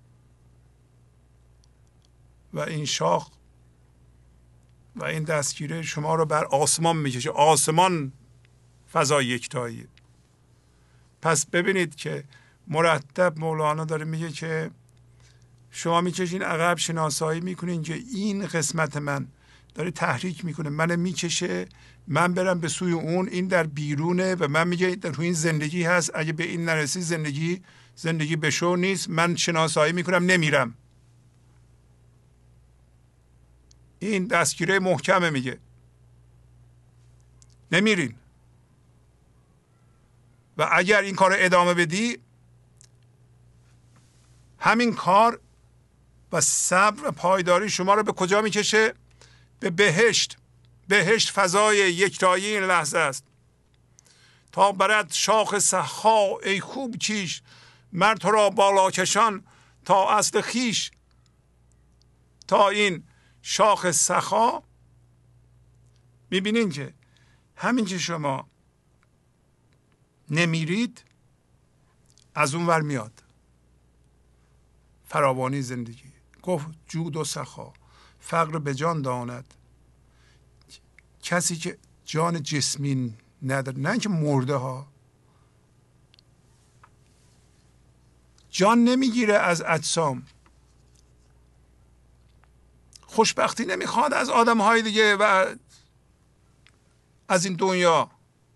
و این شاخ و این دستگیره شما رو بر آسمان میکشه. آسمان فضای یکتاییه. پس ببینید که مرتب مولانا داره میگه که شما میکشین عقب، شناسایی میکنین که این قسمت من داره تحریک میکنه، من میکشه من برم به سوی اون، این در بیرونه و من میگه در این زندگی هست، اگه به این نرسی زندگی بشو نیست. من شناسایی میکنم نمیرم. این دستگیره محکمه، میگه نمیرین. و اگر این کار ادامه بدی، همین کار و صبر و پایداری شما رو به کجا میکشه؟ به بهشت. بهشت فضای یکتایی این لحظه است. تا برد شاخ سخا ای خوب کیش، مرد تو را بالا کشان تا اصل خیش. تا این شاخ سخا، میبینین که همین که شما نمیرید از اون ور میاد فراوانی زندگی. گفت جود و سخا فقر به جان داند. کسی که جان جسمی نداره، نه که مرده ها، جان نمیگیره از اجسام. خوشبختی نمیخواد از آدم های دیگه و از این دنیا.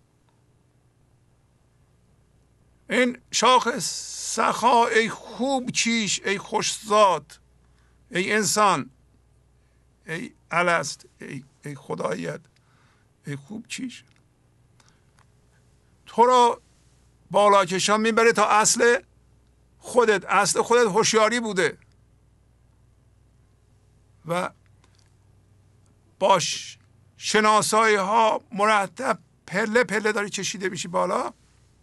این شاخ سخا ای خوب کیش، ای خوشزاد، ای انسان، ای الست، ای خداییت، ای خوب کیش، تو را بالا کشان میبره تا اصل خودت. اصل خودت هوشیاری بوده و باش شناسایی ها مرتب پله پله داری کشیده میشی بالا.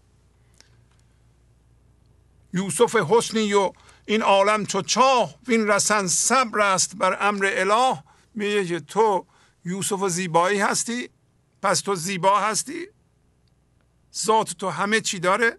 یوسف حسنی و این عالم چو چاه، وین رسن صبر است بر امر اله. میگه که تو یوسف زیبایی هستی، پس تو زیبا هستی، ذات تو همه چی داره،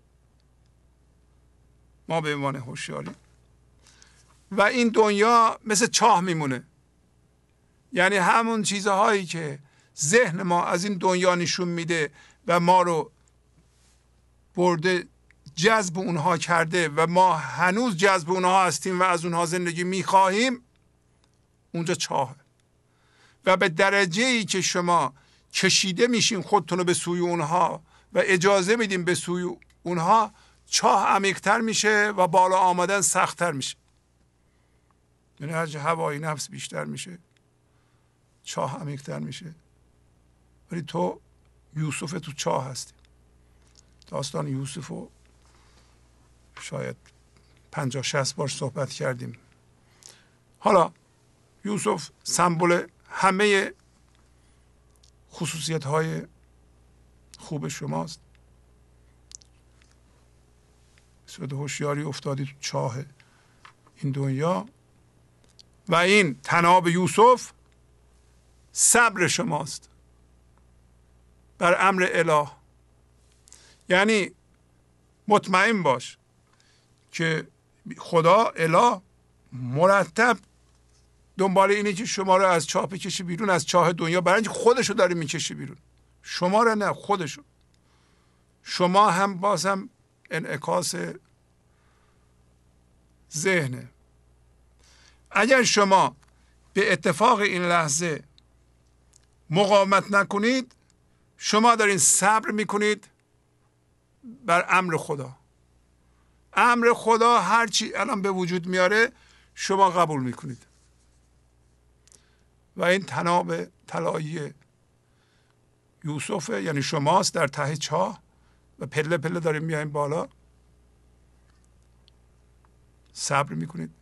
ما به عنوان هوشیاری. و این دنیا مثل چاه میمونه. یعنی همون چیزهایی که ذهن ما از این دنیا نشون میده و ما رو برده جذب اونها کرده و ما هنوز جذب اونها هستیم و از اونها زندگی میخواهیم، اونجا چاهه. و به درجه ای که شما کشیده میشین خودتون رو به سوی اونها و اجازه میدیم به سوی اونها، چاه عمیق‌تر میشه و بالا آمدن سخت‌تر میشه. یعنی هرچه هوای نفس بیشتر میشه، چاه عمیق‌تر میشه. ولی تو یوسف تو چاه هستی. داستان یوسف رو شاید 50-60 بار صحبت کردیم. حالا یوسف سمبل همه خصوصیت های خوب شماست. صورت هوشیاری افتادی تو چاه این دنیا. و این طناب یوسف صبر شماست بر امر اله. یعنی مطمئن باش که خدا اله مرتب دنبال اینه که شما رو از چاه بکشه بیرون، از چاه دنیا، برای اینکه خودشو داره میکشه بیرون، شما رو نه، خودشو. شما هم بازم انعکاس ذهنه. اگر شما به اتفاق این لحظه مقاومت نکنید، شما دارین صبر میکنید بر امر خدا. امر خدا هرچی الان به وجود میاره شما قبول میکنید. و این طناب طلایی یوسف یعنی شماست در ته چاه و پله پله داریم میایم بالا. صبر میکنید،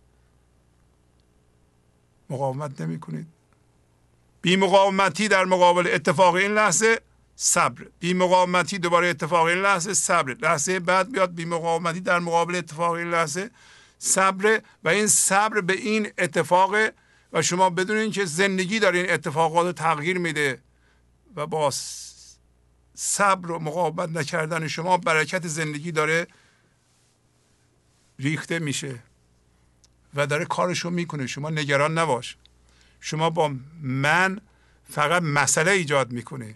مقاومت نمیکنید. بی مقاومتی در مقابل اتفاق این لحظه صبر، بی مقاومتی دوباره اتفاق این لحظه صبر، لحظه بعد بیاد بی مقاومتی در مقابل اتفاق این لحظه صبر. و این صبر به این اتفاق و شما بدونین که زندگی داره این اتفاقات رو تغییر میده و با صبر و مقاومت نکردن شما برکت زندگی داره ریخته میشه و داره کارشو میکنه. شما نگران نباش. شما با من فقط مسئله ایجاد میکنه.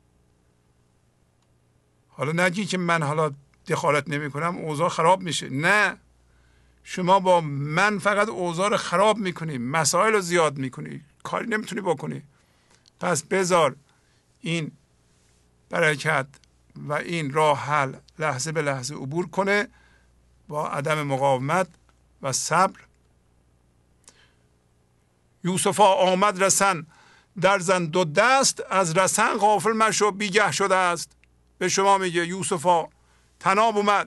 حالا نگی که من حالا دخالت نمیکنم اوضاع خراب میشه، نه، شما با من فقط اوضاع رو خراب میکنی، مسائل رو زیاد میکنی، کاری نمیتونی بکنی. پس بذار این برکت و این راه حل لحظه به لحظه عبور کنه با عدم مقاومت و صبر. یوسفا آمد رسن در زن دو دست، از رسن غافل مشو بیگه شده است. به شما میگه یوسفا طناب اومد،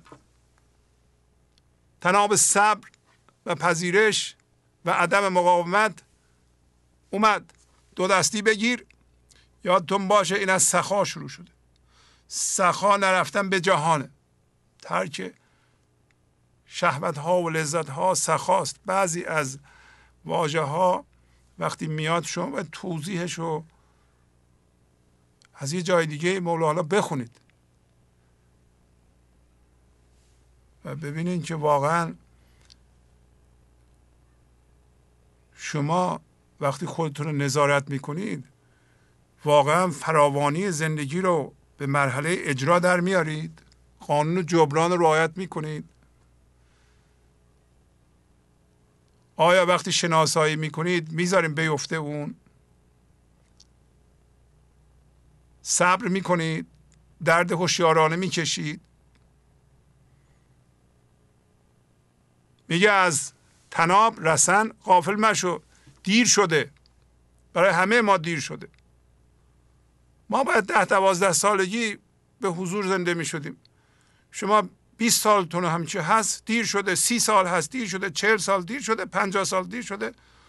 طناب صبر و پذیرش و عدم مقاومت اومد. دو دستی بگیر. یادتون باشه این از سخا شروع شده. سخا نرفتن به جهانه، ترک شهوت ها و لذت ها سخاست. بعضی از واژه ها وقتی میاد شما باید توضیحش رو از یه جای دیگه مولانا بخونید و ببینید که واقعا شما وقتی خودتون رو نظارت میکنید واقعا فراوانی زندگی رو به مرحله اجرا در میارید، قانون جبران رو رعایت میکنید. آیا وقتی شناسایی میکنید میذاریم بیفته اون؟ صبر میکنید، درد هوشیارانه میکشید. میگه از طناب رسن غافل مشو. دیر شده، برای همه ما دیر شده. ما باید 10-12 سالگی به حضور زنده می شدیم. شما 20 سالتون همچه هست دیر شده، 30 سال هست دیر شده، 40 سال دیر شده، 50 سال دیر شده.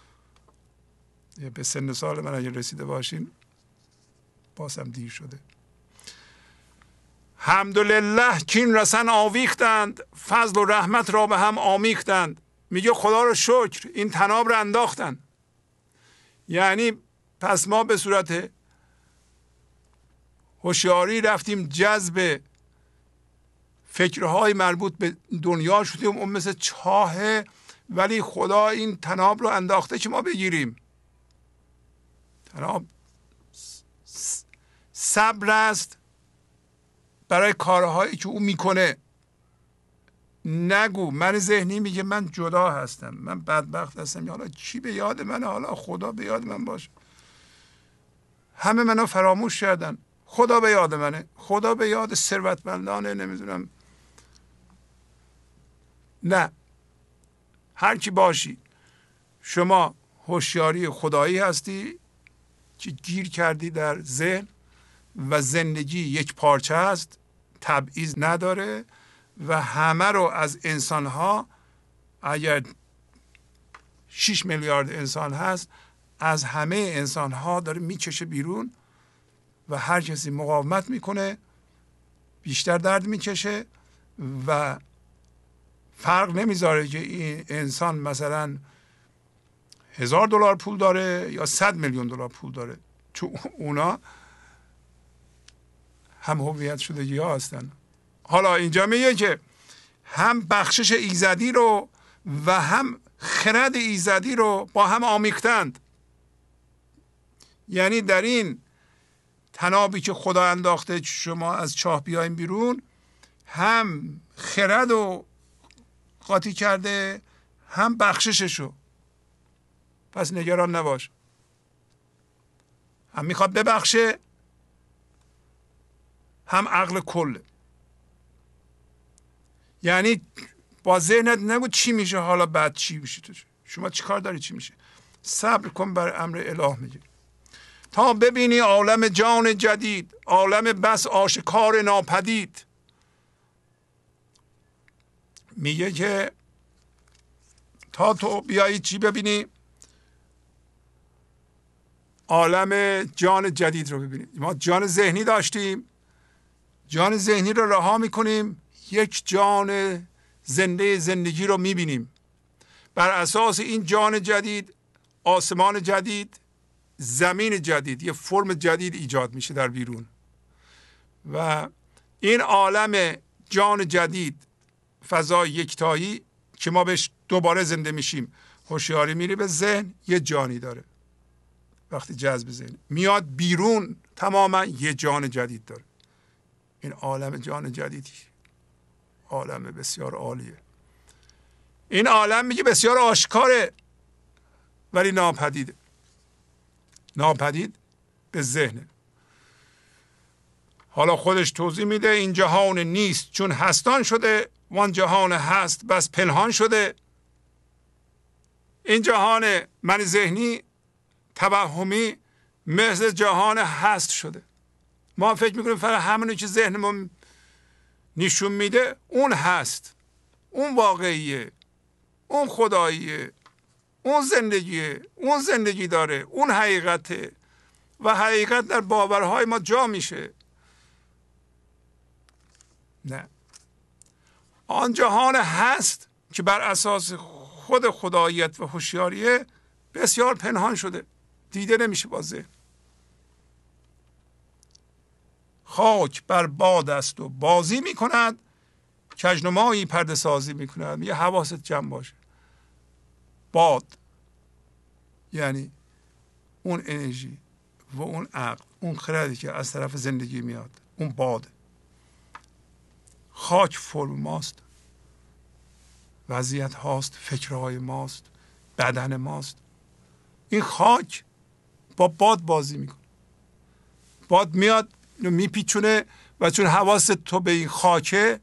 به سن سال من اگه رسیده باشین بازم دیر شده. حمدلله کین رسن آویختند، فضل و رحمت را به هم آمیختند. میگه خدا رو شکر این طناب رو انداختن. یعنی پس ما به صورت هوشیاری رفتیم جذب فکرهای مربوط به دنیا شدیم، اون مثل چاهه، ولی خدا این طناب رو انداخته که ما بگیریم. طناب صبر است برای کارهایی که او میکنه. نگو من ذهنی میگه من جدا هستم، من بدبخت هستم، حالا کی به یاد منه؟ حالا خدا به یاد من باشه. همه منو فراموش کردن، خدا به یاد منه، خدا به یاد ثروتمندانه، نمیدونم. نه، هر کی باشی شما هوشیاری خدایی هستی که گیر کردی در ذهن و زندگی یک پارچه است، تبعیض نداره و همه رو از انسانها، اگر 6 میلیارد انسان هست، از همه انسانها داره میکشه بیرون و هر کسی مقاومت میکنه بیشتر درد میکشه و فرق نمیذاره که این انسان مثلا $1000 پول داره یا 100 میلیون دلار پول داره، تو اونا هم هویت شدگی ها هستن. حالا اینجا میگه که هم بخشش ایزدی رو و هم خرد ایزدی رو با هم آمیختند. یعنی در این تنابی که خدا انداخته شما از چاه بیاین بیرون، هم خرد رو قاطی کرده هم بخشششو. پس نگران نباش، هم میخواد ببخشه هم عقل کله. یعنی با ذهنت نگو چی میشه حالا بعد چی میشه، تو شما چی کار داری چی میشه. صبر کن بر امر اله میگه تا ببینی عالم جان جدید، عالم بس آشکار ناپدید. میگه که تا تو بیایی چی ببینی؟ عالم جان جدید رو ببینیم. ما جان ذهنی داشتیم، جان ذهنی رو رها میکنیم، یک جان زندگی رو میبینیم. بر اساس این جان جدید آسمان جدید، زمین جدید، یه فرم جدید ایجاد میشه در بیرون. و این عالم جان جدید، فضای یکتایی که ما بهش دوباره زنده میشیم، هوشیاری میری به ذهن، یه جانی داره. وقتی جذب ذهن میاد بیرون تماما یه جان جدید داره. این عالم جان جدیدی عالم بسیار عالیه. این عالم میگه بسیار آشکاره ولی ناپدیده. ناپدید به ذهنه. حالا خودش توضیح میده این جهان نیست چون هستان شده، وان جهان هست بس پنهان شده. این جهان من ذهنی توهمی مثل جهان هست شده. ما فکر میکنیم فقط همونی که ذهنمون نشون میده اون هست، اون واقعیه، اون خداییه، اون زندگیه، اون زندگی داره، اون حقیقته. و حقیقت در باورهای ما جا میشه. نه، آن جهان هست که بر اساس خود خداییت و هوشیاریه بسیار پنهان شده، دیده نمیشه با ذهن. خاک بر باد است و بازی میکند، کژنمایی پرده سازی میکند. یه حواست جمع باشه. باد یعنی اون انرژی و اون عقل، اون خردی که از طرف زندگی میاد، اون باده. خاک فرم ماست، وضعیت هاست، فکرهای ماست، بدن ماست. این خاک با باد بازی میکنه. باد میاد میپیچونه و چون حواست تو به این خاکه،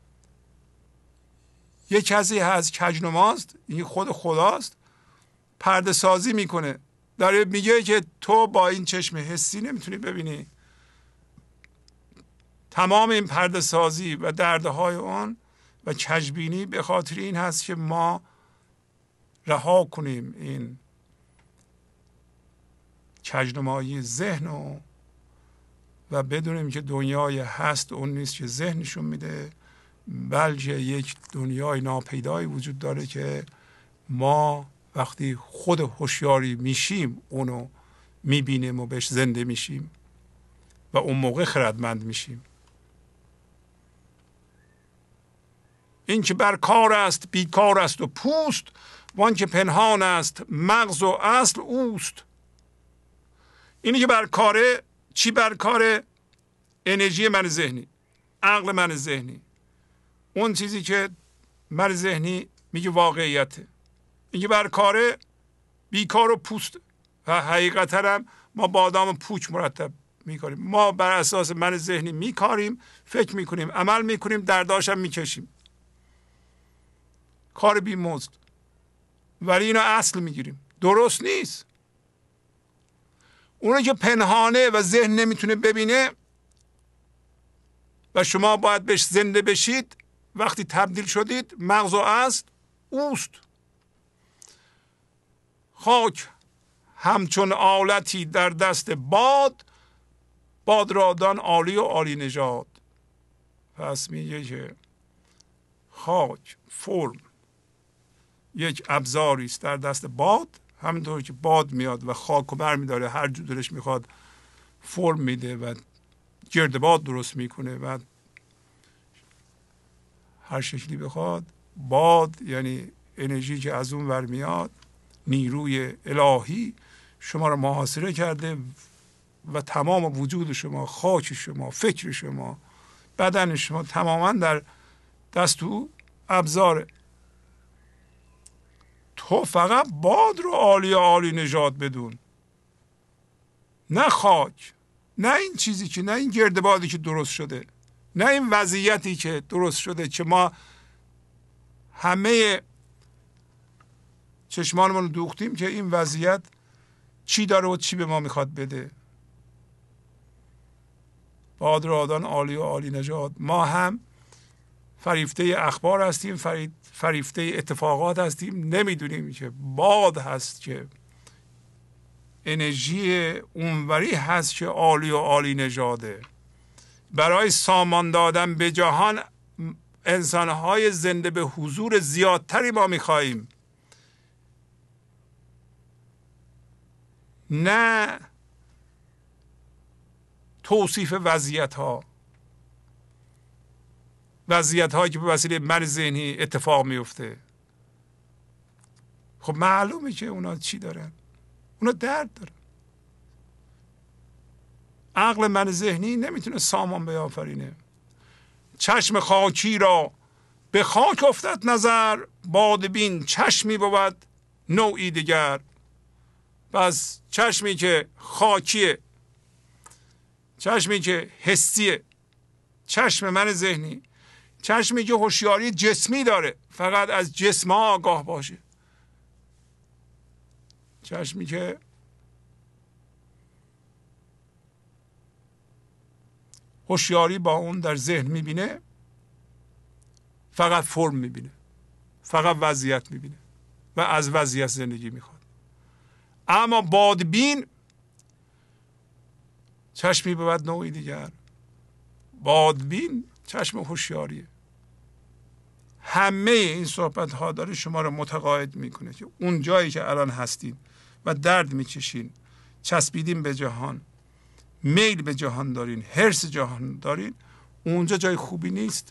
یک کسی هست کژنماست، این خود خداست، پرده سازی میکنه. داره میگه که تو با این چشم حسی نمیتونی ببینی. تمام این پرده سازی و دردهای اون و کژبینی به خاطر این هست که ما رها کنیم این کژنمایی ذهن و بدونیم که دنیای هست اون نیست که ذهنشون میده، بلکه یک دنیای ناپیدایی وجود داره که ما وقتی خود هوشیاری میشیم اونو میبینیم و بهش زنده میشیم و اون موقع خردمند میشیم. این که بر کار است بیکار است و پوست، وان که پنهان است مغز و اصل اوست. اینی که بر کاره، چی بر کاره؟ انرژی من ذهنی، عقل من ذهنی، اون چیزی که من ذهنی میگه واقعیته. این که بر کاره بیکار و پوست. و حقیقتا هم ما بادام پوچ مرتب میکنیم. ما بر اساس من ذهنی میکاریم، فکر میکنیم، عمل میکنیم، درداش هم میکشیم. کار بی مزد. ولی اینو اصل میگیریم. درست نیست. اونو که پنهانه و ذهن نمیتونه ببینه و شما باید بهش زنده بشید، وقتی تبدیل شدید مغز و اصل اوست. خاک همچون آلتی در دست باد، باد را دان عالی و عالی نژاد. پس میگه که خاک فرم یک ابزاری است در دست باد، همینطور که باد میاد و خاک رو برمیداره هر جو دلش میخواد فرم میده و گردباد درست میکنه و هر شکلی بخواد. باد یعنی انرژی که از اون ور میاد، نیروی الهی شما رو محاصره کرده و تمام وجود شما، خاک شما، فکر شما، بدن شما تماما در دست او ابزاره. تو فقط باد رو عالی نژاد بدون، نه خاک، نه این چیزی که، نه این گردبادی که درست شده، نه این وضعیتی که درست شده که ما همه چشمانمون رو دوختیم که این وضعیت چی داره و چی به ما میخواد بده. باد رو آدان عالی نژاد. ما هم فریفته اخبار هستیم، فریفته اتفاقات هستیم، نمیدونیم که باد هست که انرژی اونوری هست که عالی نژاده. برای سامان دادن به جهان انسانهای زنده به حضور زیادتری ما میخواییم، نه توصیف وضعیت هایی که به وسیله من ذهنی اتفاق میفته. خب معلومه که اونا چی دارن؟ اونا درد دارن. عقل من ذهنی نمیتونه سامان بیافرینه. چشم خاکی را به خاک افتد نظر، بادبین چشمی بود نوعی دیگر. پس چشمی که خاکیه، چشمی که حسیه، چشم من ذهنی، چشمی که هوشیاری جسمی داره، فقط از جسم ها آگاه باشه، چشمی که هوشیاری با اون در ذهن میبینه، فقط فرم میبینه، فقط وضعیت میبینه و از وضعیت زندگی میخواد. اما بادبین چشمی بود نوعی دیگر. بادبین چشم هوشیاریه. همه این صحبت ها داره شما رو متقاعد میکنه که اون جایی که الان هستین و درد میکشین، چسبیدین به جهان، میل به جهان دارین، حرص جهان دارین، اونجا جای خوبی نیست.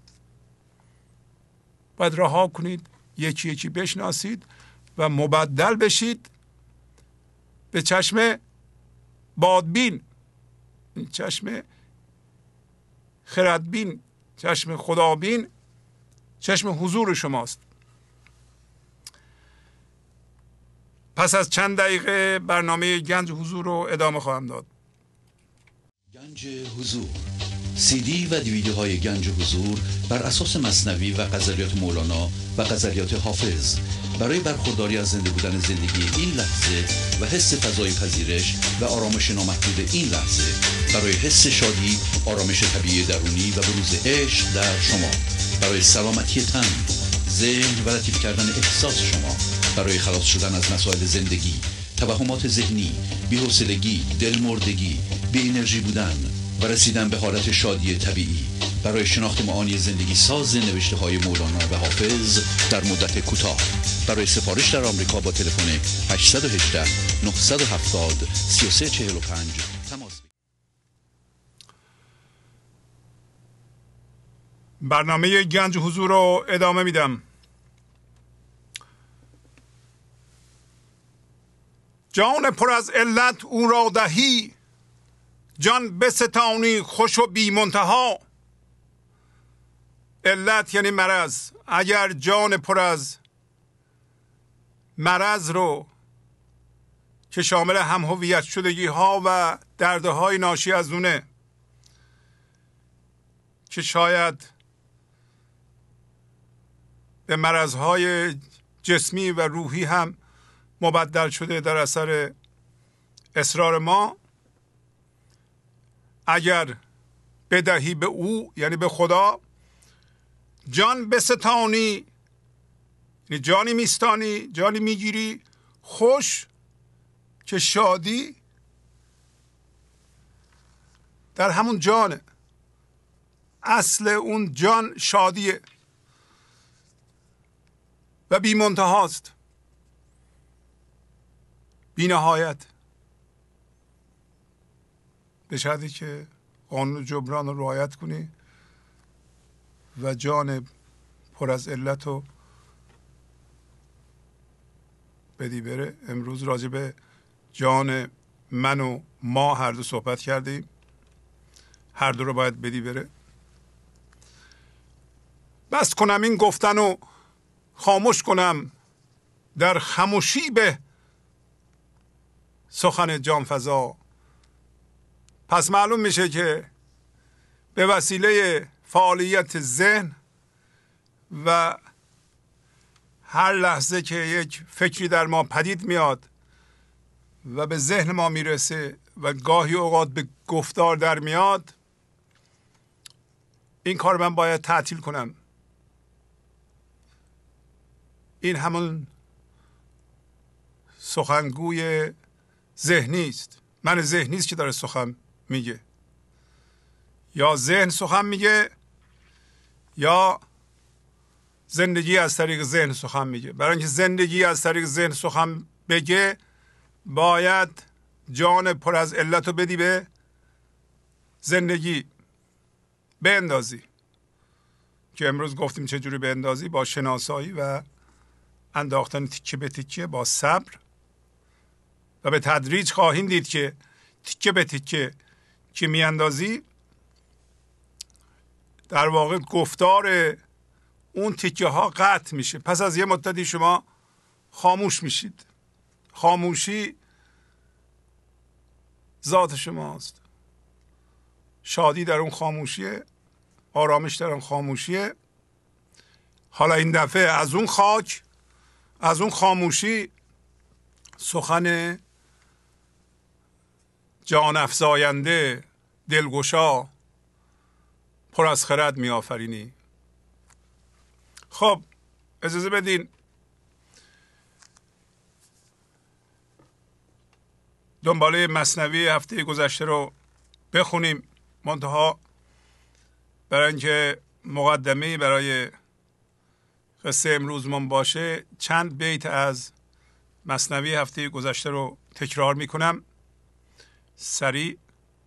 باید رها کنید، یکی یکی بشناسید و مبدل بشید به چشم بادبین، چشم خردبین، چشم خدابین، چشم حضور شماست. پس از چند دقیقه برنامه گنج حضور رو ادامه خواهم داد. گنج حضور، CD و دیویدیوهای گنج حضور بر اساس مثنوی و غزلیات مولانا و غزلیات حافظ برای برخورداری از زنده بودن زندگی این لحظه و حس فضای پذیرش و آرامش نامحدود این لحظه، برای حس شادی، آرامش طبیعی درونی و بروز عشق در شما، برای سلامتی تن، ذهن و لطیف کردن احساس شما، برای خلاص شدن از مسائل زندگی، توهمات ذهنی، بی‌حوصلگی، دلمردگی، بی انرژی بودن و رسیدن به حالت شادی طبیعی، برای شناخت معانی زندگی ساز نوشته های مولانا و حافظ در مدت کوتاه. برای سفارش در آمریکا با تلفن 818 970 3345 تماس بگیرید. برنامه گنج حضور رو ادامه میدم. جان پر از علت او را دهی، جان بستانی خوش و بی منتها. علت یعنی مرض. اگر جان پر از مرض رو که شامل هم هویت شدگی ها و دردهای ناشی از اونه که شاید به مرضهای جسمی و روحی هم مبدل شده در اثر اصرار ما، اگر بدهی به او یعنی به خدا، جان بستانی یعنی جانی میستانی، جانی میگیری، خوش که شادی در همون جانه، اصل اون جان شادیه. و بی منتهاست، بی نهایت، به شرطی که قانون جبران رو رعایت کنی و جان پر از علت رو بدی بره. امروز راجع به جان من و ما هر دو صحبت کردیم، هر دو رو باید بدی بره. بس کنم این گفتن و خاموش کنم، در خاموشی به سخن جان فزا. پس معلوم میشه که به وسیله فعالیت ذهن و هر لحظه که یک فکری در ما پدید میاد و به ذهن ما میرسه و گاهی اوقات به گفتار در میاد، این کار من باید تعطیل کنم. این همون سخنگوی ذهنی است. من ذهنی است که داره سخن میگه. یا ذهن سخن میگه یا زندگی از طریق ذهن سخن میگه. برای اینکه زندگی از طریق ذهن سخن بگه باید جان پر از علت رو بدی به زندگی، بندازی، که امروز گفتیم چجوری بندازی. با شناسایی و انداختن تیکه به تیکه، با صبر، و به تدریج خواهیم دید که تیکه به تیکه که میاندازی در واقع گفتار اون تیکه ها قطع میشه. پس از یه مدتی شما خاموش میشید. خاموشی ذات شماست. شادی در اون خاموشیه، آرامش در اون خاموشیه. حالا این دفعه از اون خاک، از اون خاموشی، سخن جان افزاینده، دلگشا، پر از خرد می آفرینی. خب اجازه بدین دنباله مثنوی هفته گذشته رو بخونیم. منتها برای اینکه مقدمه برای قصه امروزمون باشه، چند بیت از مثنوی هفته گذشته رو تکرار میکنم. سریع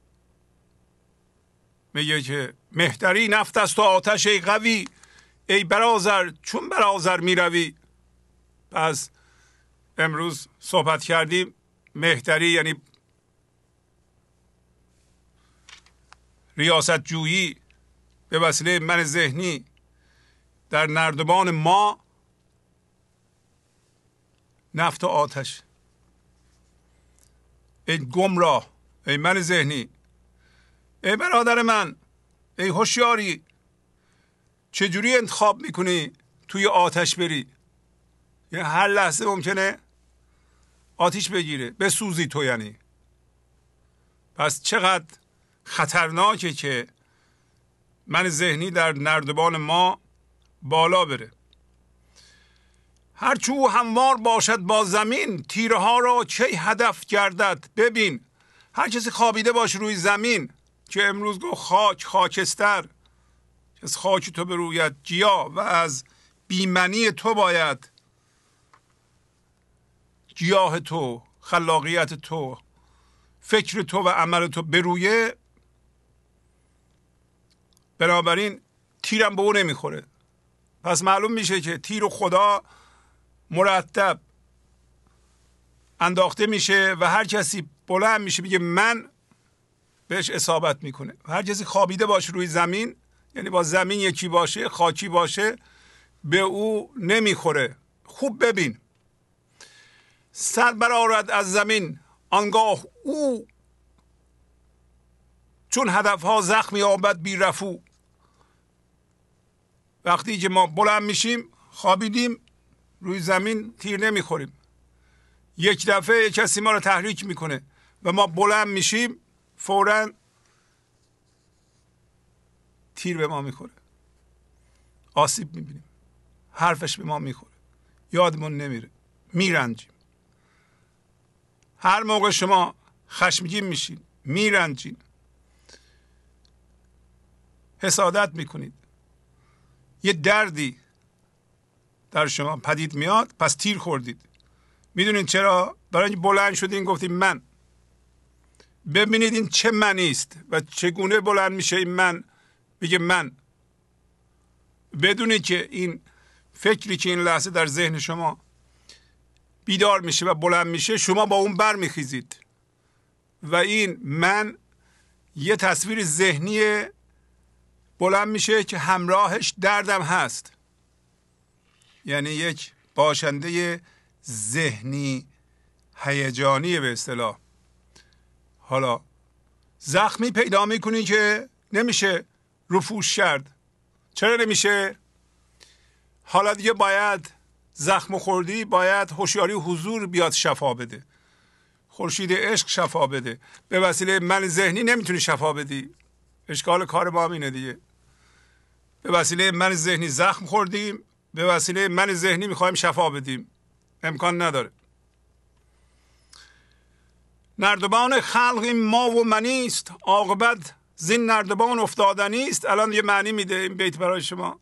میگه که مهتری نفت است و آتش ای قوی، ای برازر چون برازر میروی. پس امروز صحبت کردیم مهتری یعنی ریاست جویی به وسیله من ذهنی در نردبان ما، نفت و آتش. ای گمراه، ای من ذهنی، ای برادر من، ای هوشیاری، چجوری انتخاب میکنی توی آتش بری؟ یعنی هر لحظه ممکنه آتش بگیره، بسوزی تو. یعنی پس چقدر خطرناکه که من ذهنی در نردبان ما بالا بره. هرچو هموار باشد با زمین، تیره ها را چه هدف گردد ببین. هر کسی خوابیده باشه روی زمین، که امروز گفت خاک، خاکستر، از خاک تو بروید گیا، و از بیمنی تو باید گیاه تو، خلاقیت تو، فکر تو و عمل تو برویه. بنابراین تیرم به او نمیخوره. پس معلوم میشه که تیر و خدا مرتب انداخته میشه و هر کسی بلند میشه میگه من، بهش اصابت میکنه. هر کسی خوابیده باشه روی زمین، یعنی با زمین یکی باشه، خاکی باشه، به او نمیخوره. خوب ببین، سر برآرد از زمین آنگاه او، چون هدفها زخمی یابد بی رفو. وقتی که ما بلند میشیم، خوابیدیم روی زمین، تیر نمیخوریم. یک دفعه کسی ما رو تحریک میکنه و ما بلند میشیم، فوراً تیر به ما میخوره، آسیب میبینیم، حرفش به ما میخوره، یادمون نمیره، میرنجیم. هر موقع شما خشمگین میشین، میرنجین، حسادت میکنید، یه دردی در شما پدید میاد، پس تیر خوردید. میدونید چرا؟ برای اینکه بلند شدین گفتیم من. ببینید این چه منی است و چگونه بلند میشه این من بگه من. بدونید که این فکری که این لحظه در ذهن شما بیدار میشه و بلند میشه، شما با اون بر میخیزید و این من یه تصویر ذهنی بلند میشه که همراهش دردم هست. یعنی یک باشنده ذهنی هیجانی به اصطلاح. حالا زخمی پیدا میکنی که نمیشه رفوش کرد. چرا نمیشه؟ حالا دیگه باید زخم خوردی، باید هوشیاری حضور بیاد شفا بده، خورشید عشق شفا بده. به وسیله من ذهنی نمیتونی شفا بدی. اشکال کار ما اینه دیگه. به وسیله من ذهنی زخم خوردیم، به وسیله من ذهنی میخوایم شفا بدیم. امکان نداره. نردبان خلق این ما و منیست، عاقبت زین نردبان افتادنیست. الان یه معنی میده این بیت برای شما.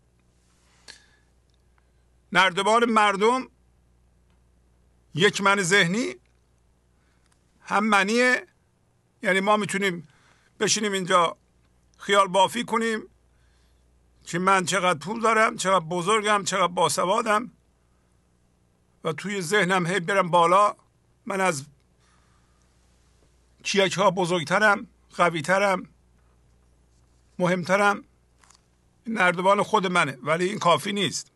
نردبان مردم یک من ذهنی هم منیه، یعنی ما میتونیم بشینیم اینجا خیال بافی کنیم که من چقدر پول دارم، چقدر بزرگم، چقدر باسوادم و توی ذهنم هی برم بالا، من از کیک ها بزرگترم، قویترم، مهمترم. این نردبان خود منه، ولی این کافی نیست.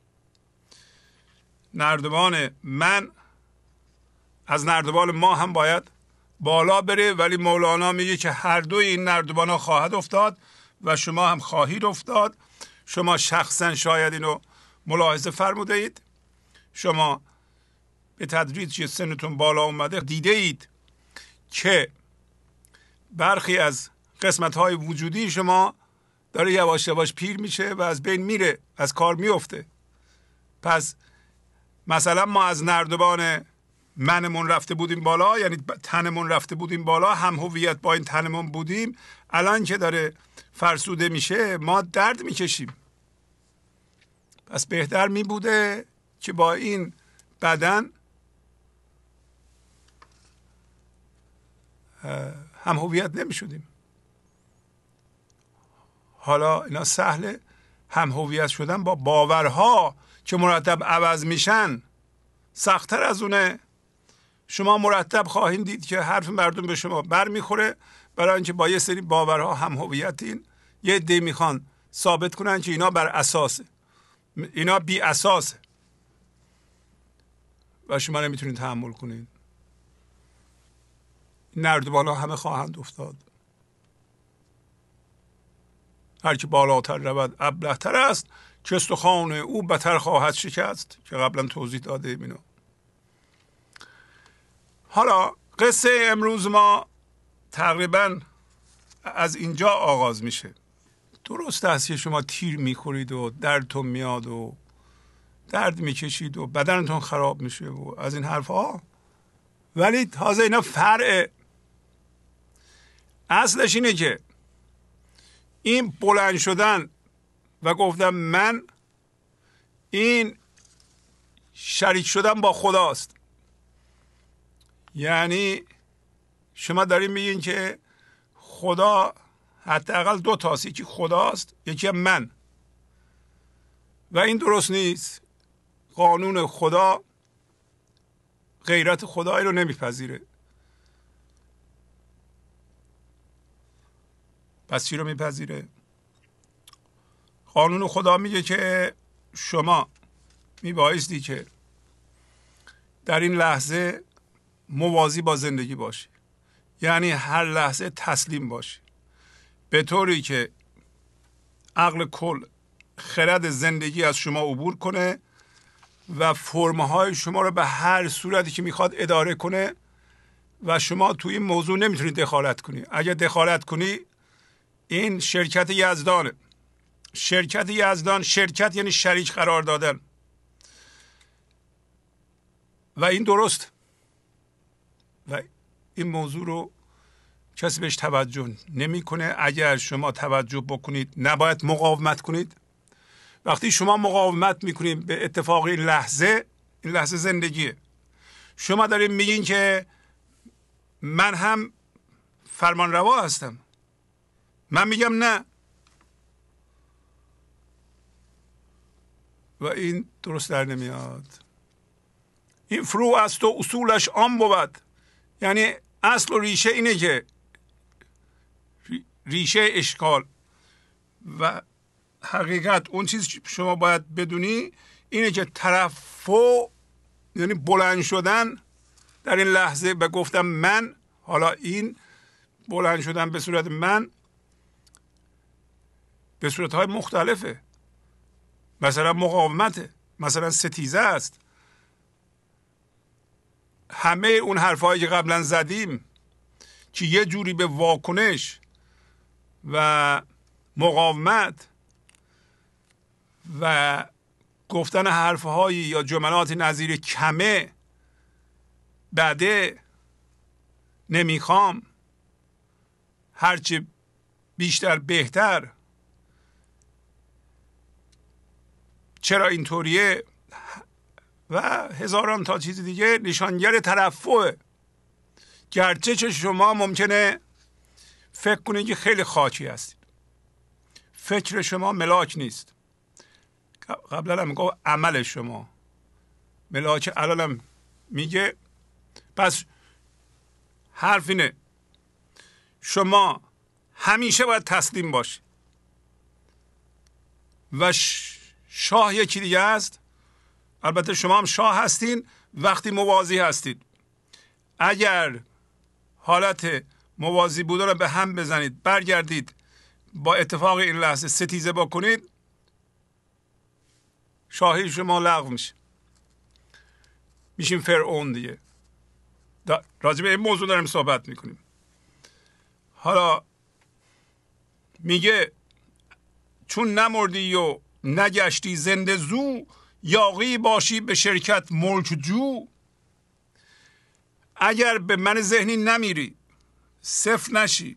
نردبان من از نردبان ما هم باید بالا بره، ولی مولانا میگه که هر دوی این نردبان ها خواهد افتاد و شما هم خواهید افتاد. شما شخصا شاید اینو ملاحظه فرموده اید. شما به تدریج که سنتون بالا اومده دیده اید که برخی از قسمت های وجودی شما داره یواش یواش پیر میشه و از بین میره، از کار میفته. پس مثلا ما از نردبان منمون رفته بودیم بالا، یعنی تنمون رفته بودیم بالا، هم هویت با این تنمون بودیم. الان که داره فرسوده میشه ما درد میکشیم. پس بهتر میبوده که با این بدن هم هویت نمیشدیم. حالا اینا سهله. هم هویت شدن با باورها که مرتب عوض میشن سخت‌تر از اونه. شما مرتب خواهید دید که حرف مردم به شما بر میخوره، برای اینکه با یه سری باورها هم هویتین. یه عده میخوان ثابت کنن که اینا بر اساسه، اینا بی اساسه و شما نمیتونید تحمل کنید. نردبانا همه خواهند افتاد. هر که بالاتر رود ابله‌تر است، که استخوان او بتر خواهد شکست، که قبلا توضیح داده اینو. حالا قصه امروز ما تقریبا از اینجا آغاز میشه. درست است که شما تیر میخورید و دردتون میاد و درد میکشید و بدنتون خراب میشه و از این حرفها، ولی تازه اینا فرع. اصلش اینه که این بلند شدن و گفتم من، این شریک شدن با خداست. یعنی شما دارین میگین که خدا حداقل دو تاست، یکی خداست یکی من، و این درست نیست. قانون خدا غیرت خدایی رو نمیپذیره. پس چی رو میپذیره؟ قانون خدا میگه که شما میبایستی که در این لحظه موازی با زندگی باشی، یعنی هر لحظه تسلیم باشی، به طوری که عقل کل، خرد زندگی از شما عبور کنه و فرمهای شما رو به هر صورتی که میخواد اداره کنه و شما توی این موضوع نمیتونید دخالت کنی. اگر دخالت کنی این شرکت یزدانه. شرکت یزدان، شرکت یعنی شریک قرار دادن، و این درست. و این موضوع رو کسی بهش توجه نمیکنه. اگر شما توجه بکنید نباید مقاومت کنید، وقتی شما مقاومت میکنید به اتفاق این لحظه زندگیه. شما دارید میگین که من هم فرمان روا هستم، من میگم نه، و این درست در نمیاد. این فرو است و اصولش آن بود. یعنی اصل و ریشه اینه که ریشه اشکال و حقیقت، اون چیزی که شما باید بدونی اینه که ترفع یعنی بلند شدن در این لحظه و گفتم من، حالا این بلند شدن به صورت من به صورتهای مختلفه. مثلا مقاومته، مثلا ستیزه است. همه اون حرفایی که قبلا زدیم که یه جوری به واکنش و مقاومت و گفتن حرفهایی یا جملات نظیر کمه، بده، نمیخوام، هرچی بیشتر بهتر، چرا اینطوریه و هزاران تا چیز دیگه نشانگر ترفعه. گرچه چه شما ممکنه فکر کنید که خیلی خاکی هستید، فکر شما ملاک نیست. قبلا هم گفت عمل شما ملاک، الانم میگه. پس حرف اینه شما همیشه باید تسلیم باشید و شاه یکی دیگه است. البته شما هم شاه هستین وقتی موازی هستید. اگر حالت موازی بودن رو به هم بزنید، برگردید با اتفاق این لحظه ستیزه بکنید، شاهی شما لغو میشه، میشیم فرعون دیگه. راجع به این موضوع داریم صحبت میکنیم. حالا میگه چون نمردی و نگشتی زنده زو، یاغی باشی به شرکت ملک جو. اگر به من ذهنی نمیری، صفر نشی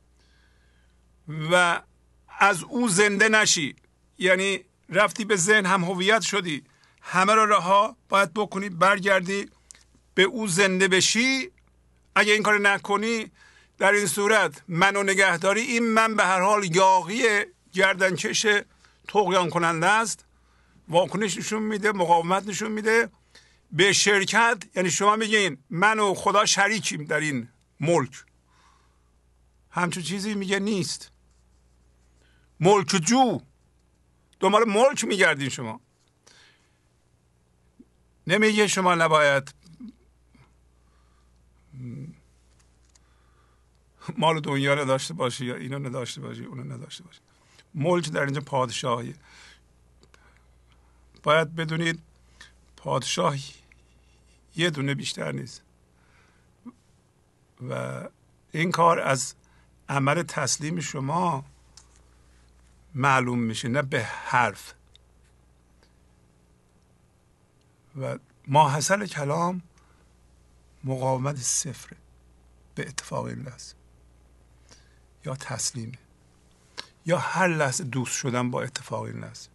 و از او زنده نشی، یعنی رفتی به ذهن هم هویت شدی، همه را رها باید بکنی، برگردی به او زنده بشی. اگه این کار نکنی، در این صورت منو نگهداری، این من به هر حال یاغی گردنکش طغیان کننده است، واکنش نشون میده، مقاومت نشون میده به شرکت. یعنی شما میگین من و خدا شریکیم در این ملک، همچون چیزی میگه نیست. ملک جو، دنبال ملک میگردین شما. نمیگه شما نباید مال دنیا رو داشته باشی یا اینو نداشته باشی اونو نداشته باشی. ملک در اینجا پادشاهیه. باید بدونید پادشاه یه دونه بیشتر نیست و این کار از عمل تسلیم شما معلوم میشه، نه به حرف. و ماحصل کلام مقاومت صفره به اتفاق این لحظه، یا تسلیمه، یا هر لحظه دوست شدن با اتفاق این لحظه.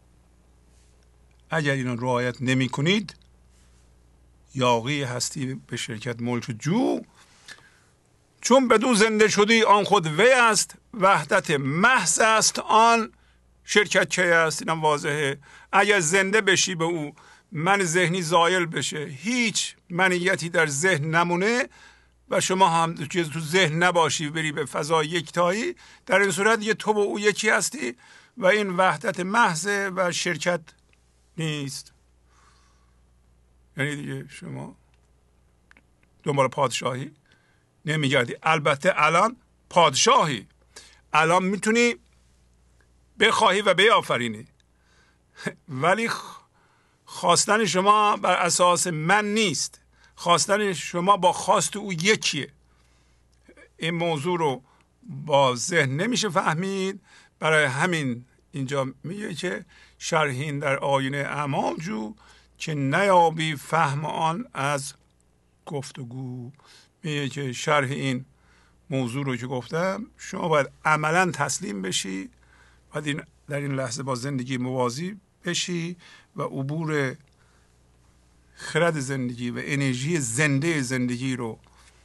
اگر اینو رعایت نمی کنید، یاغی هستی به شرکت ملک جو. چون بدو زنده شدی آن خود وی است، وحدت محض است آن شرکت کی است. اینم واضحه. اگر زنده بشی به او، من ذهنی زایل بشه، هیچ منیتی در ذهن نمونه و شما هم چیز تو ذهن نباشی، بری به فضای یکتایی، در این صورت یه تو و او یکی هستی و این وحدت محض و شرکت نیست. یعنی دیگه شما دنبال پادشاهی نمیگردی. البته الان پادشاهی، الان میتونی بخواهی و بیافرینی، ولی خواستن شما بر اساس من نیست، خواستن شما با خواست او یکیه. این موضوع رو با ذهن نمیشه فهمید. برای همین اینجا میگه که شرحین در آینه اعمال جو، که نیابی فهم آن از گفتگو. میگه که شرح این موضوع رو که گفتم، شما باید عملا تسلیم بشی، باید این در این لحظه با زندگی موازی بشی و عبور خرد زندگی و انرژی زنده زندگی رو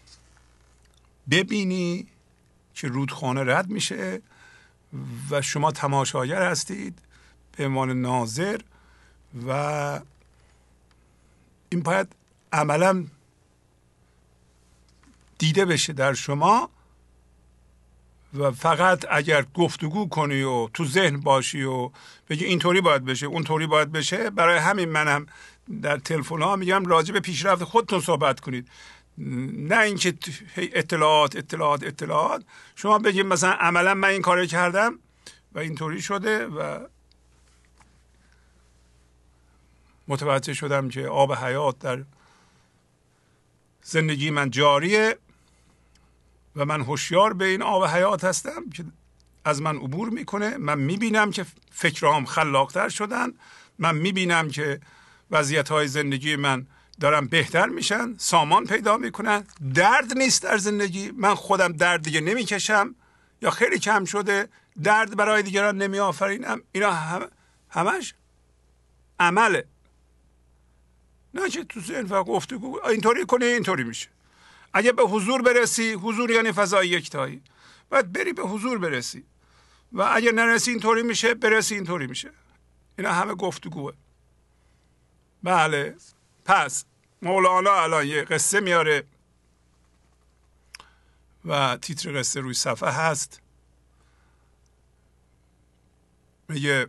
ببینی که رودخانه رد میشه و شما تماشاگر هستید به عنوان ناظر و این باید عملا دیده بشه در شما و فقط اگر گفتگو کنی و تو ذهن باشی و بگی اینطوری باید بشه اونطوری باید بشه، برای همین منم در تلفن ها میگم راجع به پیشرفت خودتون صحبت کنید، نه اینکه اطلاعات شما بگید مثلا عملا من این کارو کردم و اینطوری شده و متوجه شدم که آب حیات در زندگی من جاریه و من هوشیار به این آب حیات هستم که از من عبور میکنه. من میبینم که فکرام خلاقتر شدن، من میبینم که وضعیت‌های زندگی من دارن بهتر میشن، سامان پیدا میکنن، درد نیست در زندگی، من خودم درد دیگه نمیکشم یا خیلی کم شده، درد برای دیگران نمیآفرینم. اینا همش عمله، نه که تو ذهن فقط گفتگو اینطوری کنی اینطوری میشه. اگه به حضور برسی، حضور یعنی فضای یکتایی، باید بری به حضور برسی و اگه نرسی اینطوری میشه، برسی اینطوری میشه. اینا همه گفتگوه. بله، پس مولانا الان یه قصه میاره و تیتر قصه روی صفحه هست، میگه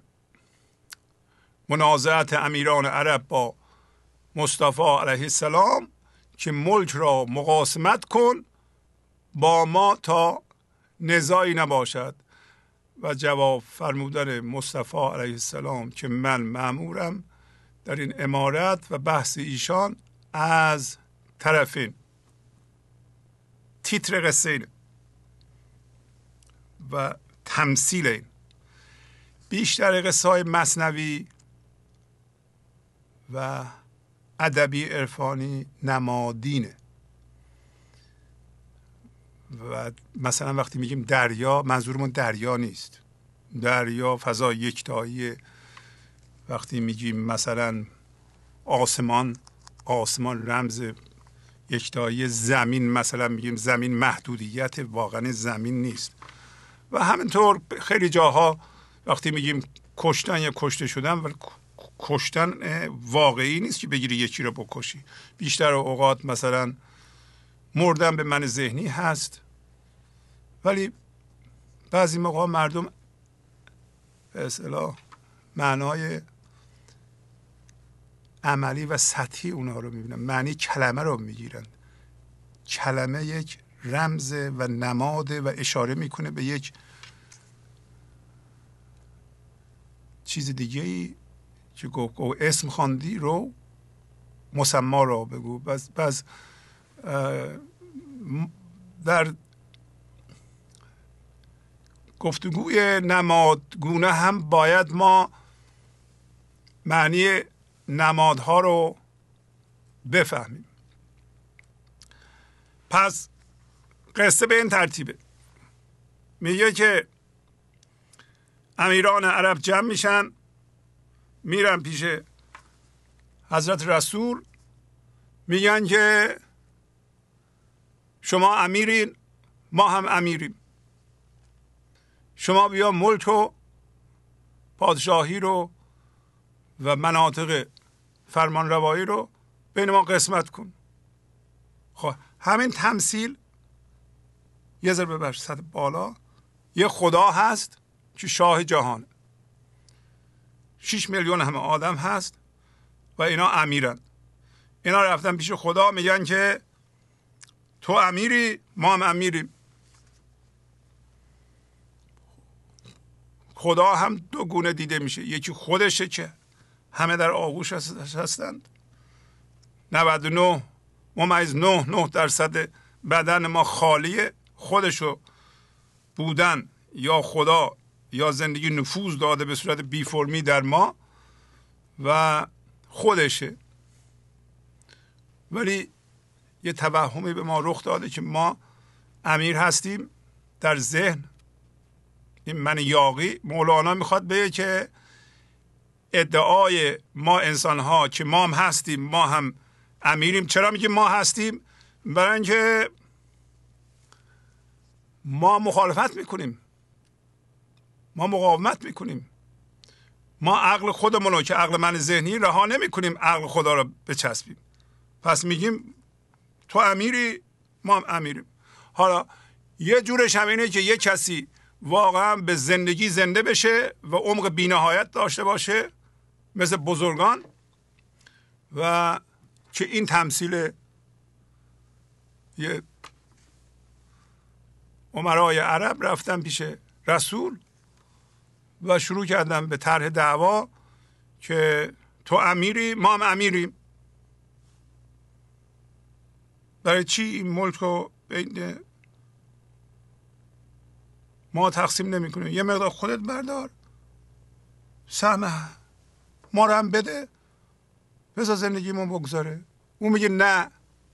منازعت امیران عرب با مصطفی علیه السلام که ملک را مقاسمت کن با ما تا نزاعی نباشد، و جواب فرمودن مصطفی علیه السلام که من مأمورم در این امارت و بحث ایشان از طرفین. تیتر قصه اینه و تمثیل این. بیشتر قصه های مثنوی و ادبی عرفانی نمادینه و مثلا وقتی میگیم دریا، منظورمون دریا نیست، دریا فضای یکتایی. وقتی میگیم مثلا آسمان رمز یکتایی. زمین مثلا میگیم زمین محدودیت، واقعا زمین نیست. و همینطور خیلی جاها وقتی میگیم کشتن یا کشته شدن، ولی کشتن واقعی نیست که بگیری یکی رو بکشی. بیشتر اوقات مثلا مردن به من ذهنی هست، ولی بعضی موقع مردم به اصطلاح معنای عملی و سطحی اونها رو میبینن، معنی کلمه رو میگیرن. کلمه یک رمز و نماده و اشاره میکنه به یک چیز دیگه ای که گو اسم خواندی رو مسما رو بگو. بس در گفتگوی نمادگونه هم باید ما معنی نمادها رو بفهمیم. پس قصه به این ترتیبه، میگه که امیران عرب جمع میشن، میرن پیش حضرت رسول، میگن که شما امیرین، ما هم امیریم، شما بیا ملک و پادشاهی رو و مناطق فرمان روایی رو بین ما قسمت کن. خب همین تمثیل یه ذره ببر سطح بالا، یه خدا هست که شاه جهانه، 6 میلیون همه آدم هست و اینا امیرن. اینا رفتن پیش خدا، میگن که تو امیری، ما هم امیریم. خدا هم دو گونه دیده میشه، یکی خودشه که همه در آغوش هستند، 99.9% بدن ما خالیه، خودشو بودن یا خدا یا زندگی نفوذ داده به صورت بی فرمی در ما و خودشه. ولی یه توهمی به ما رخ داده که ما امیر هستیم در ذهن این من یاغی، مولانا میخواد بگه که ادعای ما انسان ها که ما هم هستیم، ما هم امیریم. چرا میگیم ما هستیم؟ برای اینکه ما مخالفت میکنیم، ما مقاومت میکنیم، ما عقل خودمون رو که عقل من ذهنی رها نمیکنیم عقل خدا رو بچسبیم. پس میگیم تو امیری، ما هم امیریم. حالا یه جورش هم اینه که یه کسی واقعا به زندگی زنده بشه و عمق بی‌نهایت داشته باشه مثل بزرگان، و که این تمثیل یه امرای عرب رفتن پیش رسول و شروع کردن به طرح دعوا که تو امیری، ما هم امیریم. برای چی این ملک رو بین ما تقسیم نمی کنیم؟ یه مقدار خودت بردار، سهم ما رو هم بده، بذار زندگیمون بگذاره. اون میگه نه،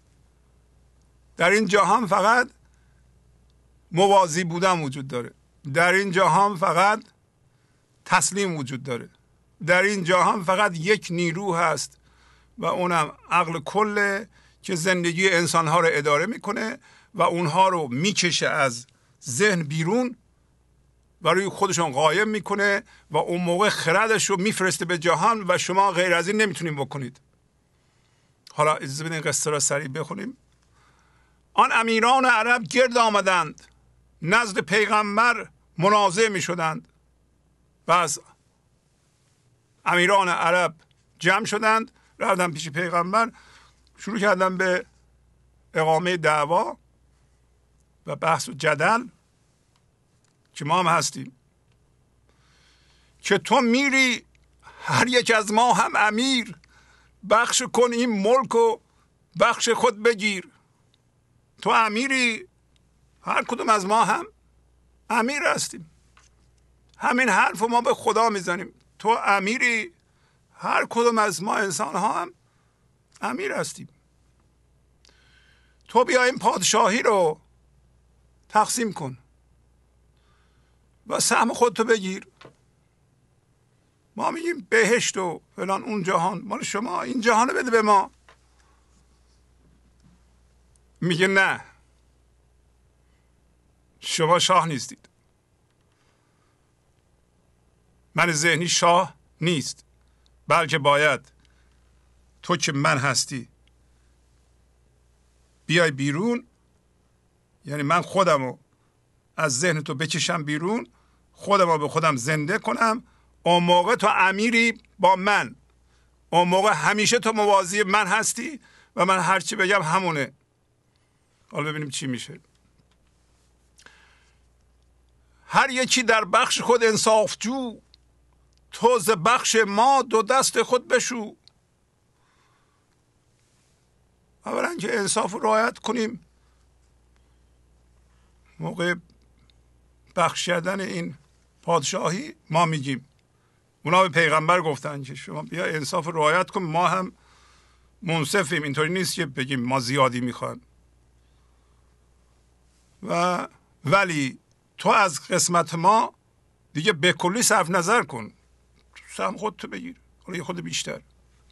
در این جهان فقط موازی بودن وجود داره، در این جهان فقط تسلیم وجود داره، در این جهان فقط یک نیرو هست و اونم عقل کله که زندگی انسانها رو اداره میکنه و اونها رو میکشه از ذهن بیرون و روی خودشون قایم میکنه و اون موقع خردش رو میفرسته به جهان و شما غیر از این نمیتونید بکنید. حالا اجازه بدین قصه را سریع بخونیم. آن امیران عرب گرد آمدند، نزد پیغمبر منازع میشدند. و از امیران عرب جمع شدند، رفتن پیش پیغمبر، شروع کردن به اقامه دعوا و بحث و جدل که ما هم هستیم، که تو میری هر یک از ما هم امیر، بخش کن این ملک و بخش خود بگیر. تو امیری، هر کدوم از ما هم امیر هستیم. همین حرف ما به خدا میزنیم، تو امیری، هر کدوم از ما انسان ها هم امیر هستیم. تو بیا این پادشاهی رو تقسیم کن و سهم خودتو بگیر. ما میگیم بهشت و فلان اون جهان مال شما، این جهان رو بده به ما. میگه نه، شما شاه نیستید، من ذهنی شاه نیست، بلکه باید تو که من هستی بیای بیرون، یعنی من خودم رو از ذهن تو بکشم بیرون، خودم رو به خودم زنده کنم. اون موقع تو امیری با من، اون موقع همیشه تو موازی من هستی و من هرچی بگم همونه. حالا ببینیم چی میشه. هر یکی در بخش خود انصاف جو، تو ز بخش ما دو دست خود بشو. اولا که انصاف رو رعایت کنیم موقع بخش کردن این پادشاهی. ما میگیم، اونا به پیغمبر گفتن که شما بیا انصاف رو رعایت کن، ما هم منصفیم. اینطوری نیست که بگیم ما زیادی میخوایم. و ولی تو از قسمت ما دیگه به کلی صرف نظر کن، سهم خودتو بگیر، حالا یه خود بیشتر.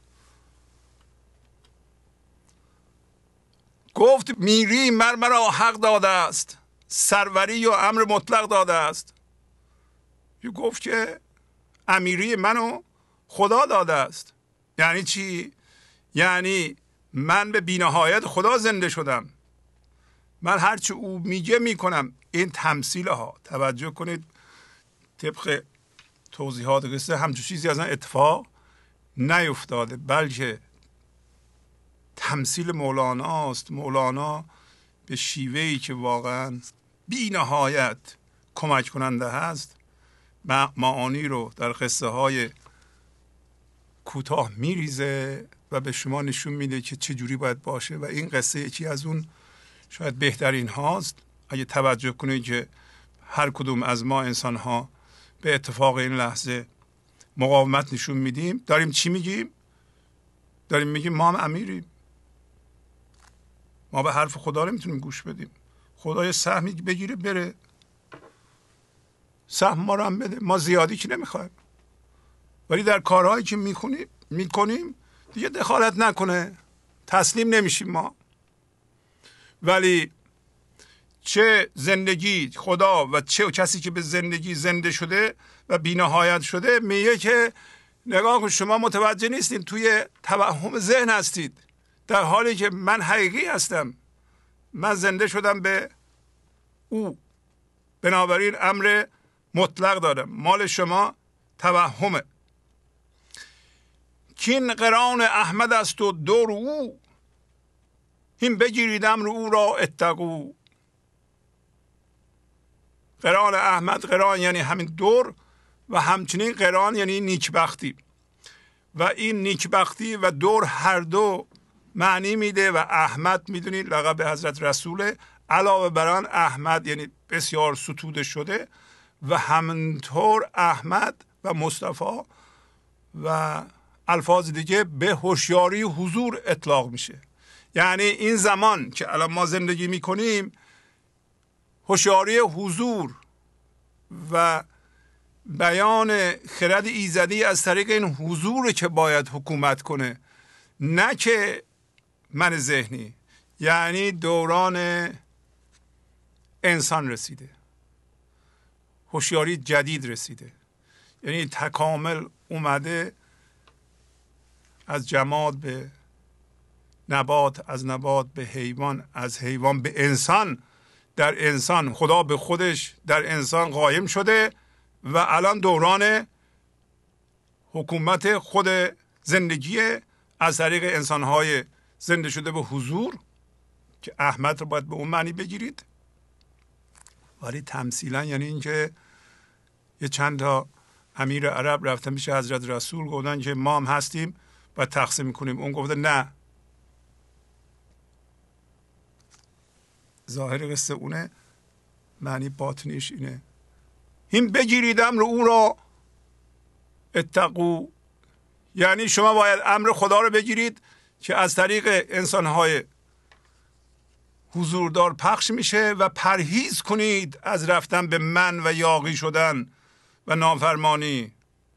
گفت میری مرا حق داده است، سروری و امر مطلق داده است. گفت که امیری منو خدا داده است. یعنی چی؟ یعنی من به بی‌نهایت خدا زنده شدم، من هرچی او میگه میکنم. این تمثیل ها، توجه کنید، طبق توضیحات قصه همچون چیزی از آن اتفاق نیفتاده، بلکه تمثیل مولانا است. مولانا به شیوهی که واقعا بی نهایت کمک کننده هست معانی رو در قصه های کوتاه میریزه و به شما نشون میده که چه جوری باید باشه. و این قصه یکی از اون شاید بهترین هاست. اگه توجه کنید که هر کدوم از ما انسان ها به اتفاق این لحظه مقاومت نشون میدیم، داریم چی میگیم؟ داریم میگیم ما هم امیریم، ما به حرف خدا نمیتونیم گوش بدیم. خدا یه سهمی بگیره بره، سهم ما رو هم بده، ما زیادی که نمیخوایم، ولی در کارهایی که میکنیم دیگه دخالت نکنه، تسلیم نمیشیم ما. ولی چه زندگی خدا و چه کسی که به زندگی زنده شده و بی‌نهایت شده میگه که نگاه کن شما متوجه نیستین، توی توهم ذهن هستید، در حالی که من حقیقی هستم، من زنده شدم به او، بنابراین امر مطلق دارم، مال شما توهمه. کین قران احمد است و دور او، هین بگیرید امر او را اتقوا. قران احمد، قران یعنی همین دور، و همچنین قران یعنی نیکبختی، و این نیکبختی و دور هر دو معنی میده. و احمد میدونید لقب حضرت رسوله، علاوه بر آن احمد یعنی بسیار ستوده شده، و همینطور احمد و مصطفی و الفاظ دیگه به هوشیاری حضور اطلاق میشه. یعنی این زمان که الان ما زندگی میکنیم، هوشیاری حضور و بیان خرد ایزدی از طریق این حضور که باید حکومت کنه، نه که من ذهنی. یعنی دوران انسان رسیده، هوشیاری جدید رسیده، یعنی تکامل اومده، از جماد به نبات، از نبات به حیوان، از حیوان به انسان، در انسان خدا به خودش در انسان قایم شده و الان دوران حکومت خود زندگی از طریق انسانهای زنده شده به حضور، که احمد رو باید به اون معنی بگیرید. ولی تمثیلا یعنی اینکه یه چند تا امیر عرب رفتن پیش حضرت رسول گفتن که ما هم هستیم و تقسیم میکنیم. اون گفته نه، ظاهر قصه اونه، معنی باطنیش اینه این بگیرید امر او را اتقوا. یعنی شما باید امر خدا رو بگیرید که از طریق انسانهای حضوردار پخش میشه و پرهیز کنید از رفتن به من و یاغی شدن و نافرمانی.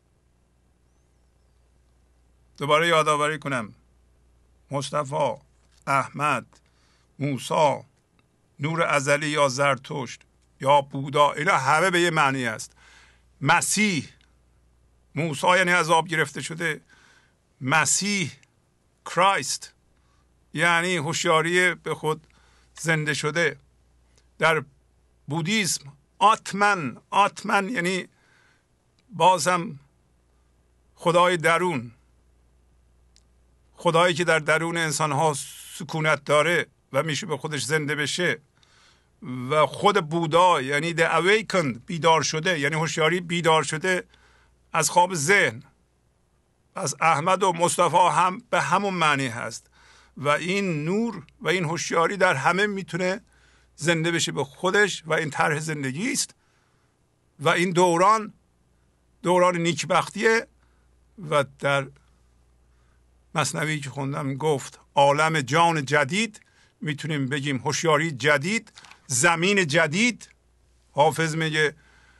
دوباره یادآوری کنم، مصطفی، احمد، موسی، نور ازلی یا زرتشت یا بودا، اینا همه به یه معنی است. مسیح، موسی یعنی عذاب گرفته شده، مسیح کرایست یعنی هوشیاری به خود زنده شده. در بودیسم آتمن یعنی بازم خدای درون، خدایی که در درون انسان ها سکونت داره و میشه به خودش زنده بشه. و خود بودا یعنی the awakened، بیدار شده، یعنی هوشیاری بیدار شده از خواب ذهن. از احمد و مصطفی هم به همون معنی هست و این نور و این هوشیاری در همه میتونه زنده بشه به خودش و این طرح زندگی است و این دوران نیکبختیه. و در مثنوی که خوندم گفت عالم جان جدید، میتونیم بگیم هوشیاری جدید، زمین جدید. حافظ میگه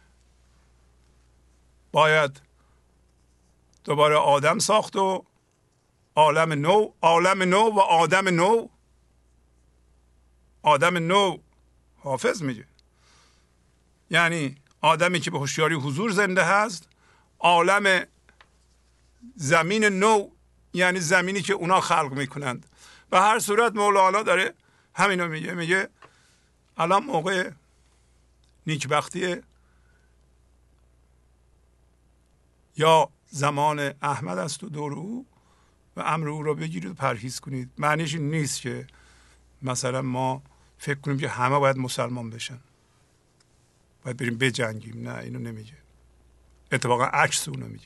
باید دوباره آدم ساخت و عالم نو و آدم نو. حافظ میگه یعنی آدمی که به هوشیاری حضور زنده هست، عالم زمین نو یعنی زمینی که اونا خلق میکنند. و هر صورت مولانا داره همینو میگه الان موقع نیکبختیه، یا زمان احمد است و دور او و امر او را بگیرید و پرهیز کنید. معنیش این نیست که مثلا ما فکر کنیم که همه باید مسلمان بشن، باید بریم بجنگیم. نه، اینو نمیگه، اتفاقا عکس اونو میگه.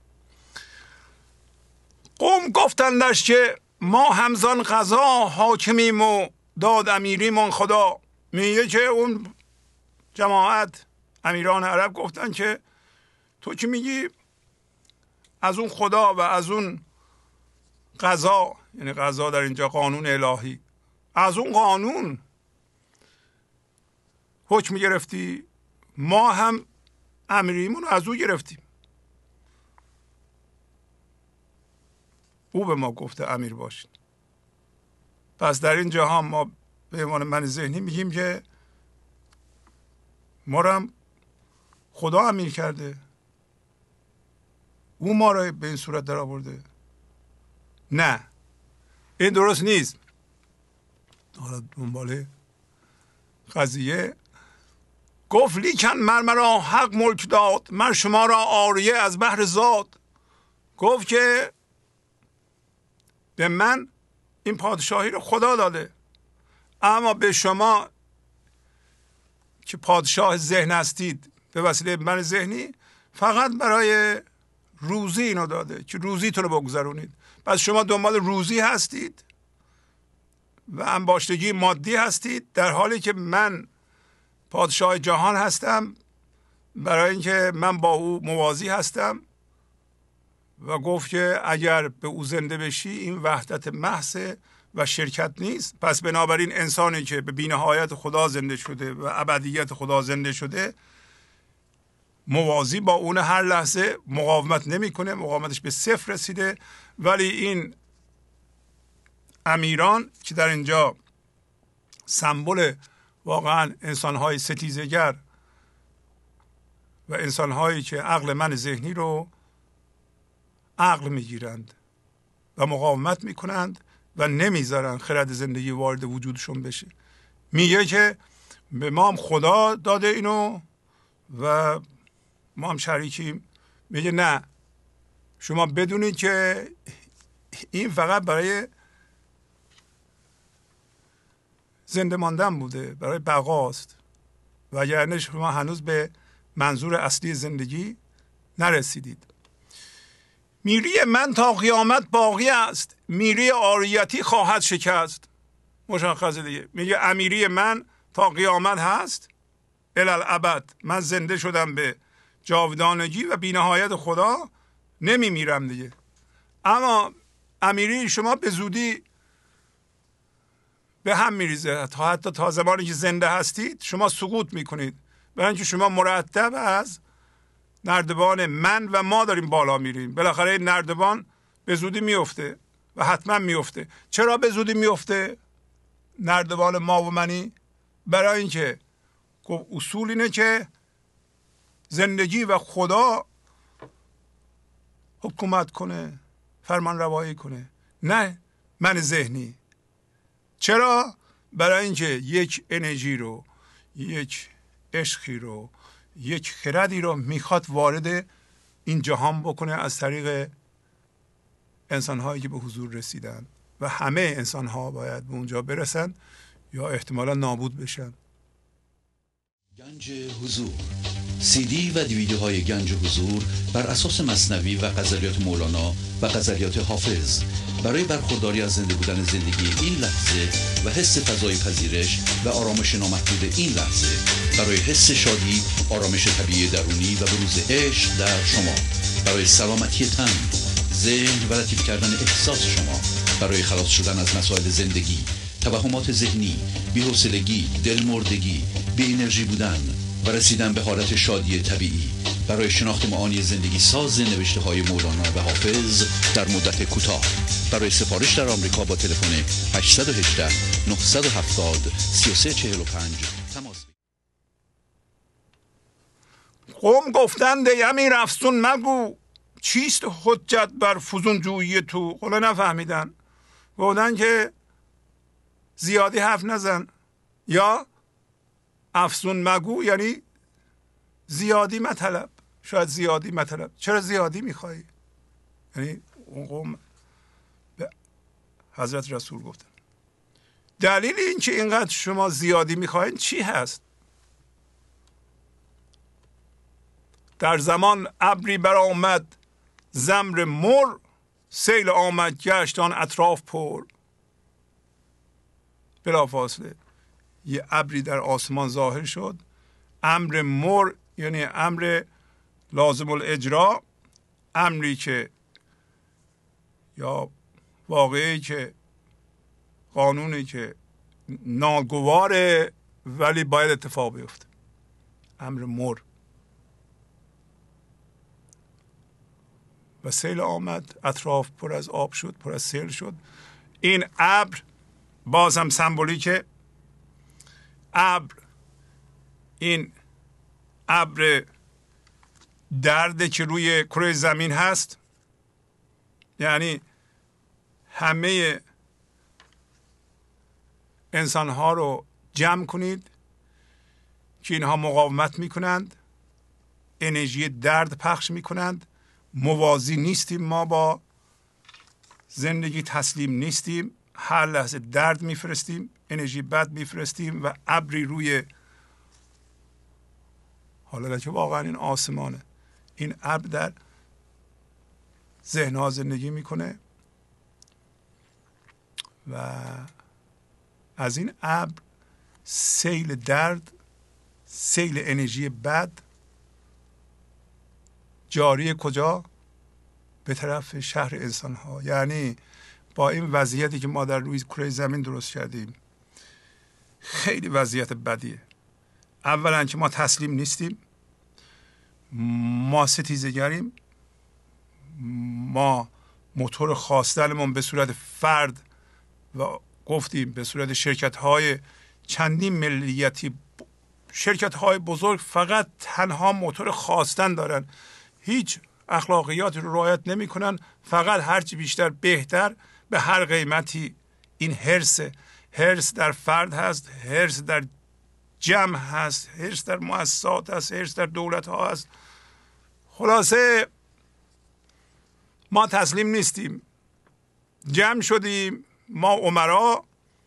قوم گفتندش که ما همزان قضا حاکمیم و داد امیریمان خدا. میگه که اون جماعت امیران عرب گفتن که تو که میگی از اون خدا و از اون قضا، یعنی قضا در اینجا قانون الهی، از اون قانون حکم گرفتی، ما هم امیریمون رو از او گرفتیم. او به ما گفته امیر باشید. پس در این جهان ما به عنوان من ذهنی میگیم که ما رو هم خدا امیر کرده، او ما رو به این صورت در آورده. نه، این درست نیست. حالا دنباله قضیه گفت لیکن مرا حق ملک داد، من شما را آریه از بحر زاد. گفت که به من این پادشاهی رو خدا داده، اما به شما که پادشاه ذهن هستید به وسیله من ذهنی فقط برای روزی اینو داده که روزیتون رو بگذرونید. پس شما دنبال روزی هستید و انباشتگی مادی هستید، در حالی که من پادشاه جهان هستم برای اینکه من با او موازی هستم. و گفت که اگر به او زنده بشی این وحدت محض و شرکت نیست. پس بنابراین انسانی که به بی‌نهایت خدا زنده شده و ابدیت خدا زنده شده موازی با اون هر لحظه مقاومت نمیکنه، مقاومتش به صفر رسیده. ولی این امیران که در اینجا سمبل واقعا انسان‌های ستیزگر و انسان‌هایی که عقل من ذهنی رو عقل میگیرند و مقاومت میکنند و نمیذارن خرد زندگی وارد وجودشون بشه. میگه که به ما هم خدا داده اینو و ما هم شریکیم. میگه نه، شما بدونید که این فقط برای زنده ماندن بوده، برای بقاست، وگرنه شما هنوز به منظور اصلی زندگی نرسیدید. میری من تا قیامت باقی است، میری آریتی خواهد شکست. مشخصه دیگه. میگه امیری من تا قیامت هست، الالعبد. من زنده شدم به جاودانگی و بینهایت خدا، نمیمیرم دیگه. اما امیری شما به زودی به هم میریزه. حتی تا زمانی که زنده هستید شما سقوط میکنید، برای اینکه شما مرتب از نردبان من و ما داریم بالا میریم. بالاخره این نردبان به زودی میفته و حتما میفته. چرا به زودی میفته نردبان ما و منی؟ برای اینکه اصول اینه که زندگی و خدا حکومت کنه، فرمان روایی کنه، نه من ذهنی. چرا؟ برای اینکه یک انرژی رو، یک عشقی رو، یک خردی رو میخواد وارد این جهان بکنه از طریق انسانهایی که به حضور رسیدن و همه انسانها باید به اونجا برسن یا احتمالا نابود بشن. گنج حضور، سی دی و دیویدیوهای گنج حضور بر اساس مثنوی و غزلیات مولانا و غزلیات حافظ برای برخورداری از زنده بودن زندگی این لحظه و حس فضای پذیرش و آرامش نامحدود این لحظه، برای حس شادی، آرامش طبیعی درونی و بروز عشق در شما، برای سلامتی تن، ذهن و لطیف کردن احساس شما، برای خلاص شدن از مسائل زندگی، توهمات ذهنی، بی‌حوصلگی، دلمردگی، بی انرژی بودن و رسیدن به حالت شادی طبیعی، برای شناخت معانی زندگی ساز نوشته های مولانا و حافظ در مدت کوتاه. برای سفارش در آمریکا با تلفن 818 970 3345 تماس بگیرید. قوم گفتند ای امیر افسون مگو، چیست حجت بر فزون جویی تو؟ قولا نفهمیدن، گفتن که زیادی حرف نزن، یا افسون مگو یعنی زیادی مطلب. شاید زیادی مطلب. چرا زیادی میخوایی؟ یعنی اون قوم به حضرت رسول گفتن دلیل این که اینقدر شما زیادی میخواین چی هست؟ در زمان ابری برآمد زمر مر، سیل آمد گشت آن اطراف پر. بلافاصله یه ابری در آسمان ظاهر شد. امر مر یعنی امر لازم الاجرا، امری که یا واقعی که قانونی که ناگواره ولی باید اتفاق بیفته. امر مر. و سیل آمد، اطراف پر از آب شد، پر از سیل شد. این ابر باز هم سمبولیکه. ابر این ابر درده که روی کره زمین هست، یعنی همه انسان ها رو جمع کنید که اینها مقاومت میکنند، انرژی درد پخش میکنند. موازی نیستیم، ما با زندگی تسلیم نیستیم، هر لحظه درد میفرستیم، انرژی بد میفرستیم و ابری روی، حالا که واقعا این آسمانه، این ابر در ذهنها زندگی میکنه و از این ابر سیل درد، سیل انرژی بد جاری کجا؟ به طرف شهر انسان ها. یعنی با این وضعیتی که ما در روی کره زمین درست کردیم خیلی وضعیت بدیه. اولا که ما تسلیم نیستیم، ما ستیزگریم، ما موتور خواستنمون به صورت فرد و گفتیم به صورت شرکت های چندین ملیتی، شرکت های بزرگ فقط تنها موتور خواستن دارن، هیچ اخلاقیات رو رعایت نمی کنن، فقط هرچی بیشتر بهتر به هر قیمتی. این هرس در فرد هست، هرس در جمع هست، هرس در مؤسسات هست، هرس در دولت ها هست. خلاصه ما تسلیم نیستیم، جمع شدیم، ما امرا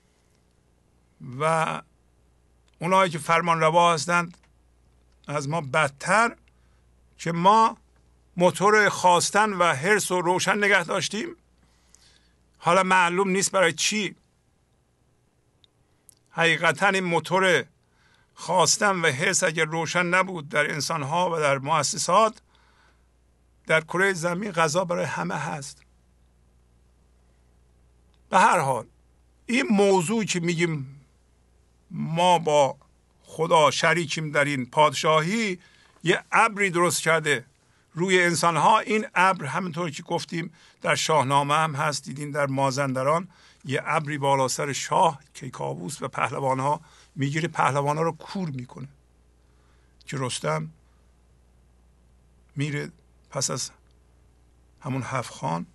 و اونایی که فرمان روا هستند از ما بدتر، که ما موتور خواستن و حرص رو روشن نگه داشتیم. حالا معلوم نیست برای چی. حقیقتا این موتور خواستن و حرص اگر روشن نبود در انسانها و در مؤسسات، در کره زمین غذا برای همه هست. به هر حال این موضوع که میگیم ما با خدا شریکیم در این پادشاهی، یه ابری درست کرده روی انسانها. این ابر همونطور که گفتیم در شاهنامه هم هست، دیدین در مازندران یه ابری بالا سر شاه کیکاووس و پهلوانها میگیره، پهلوانها رو کور میکنه که رستم میره پس از همون 7 خان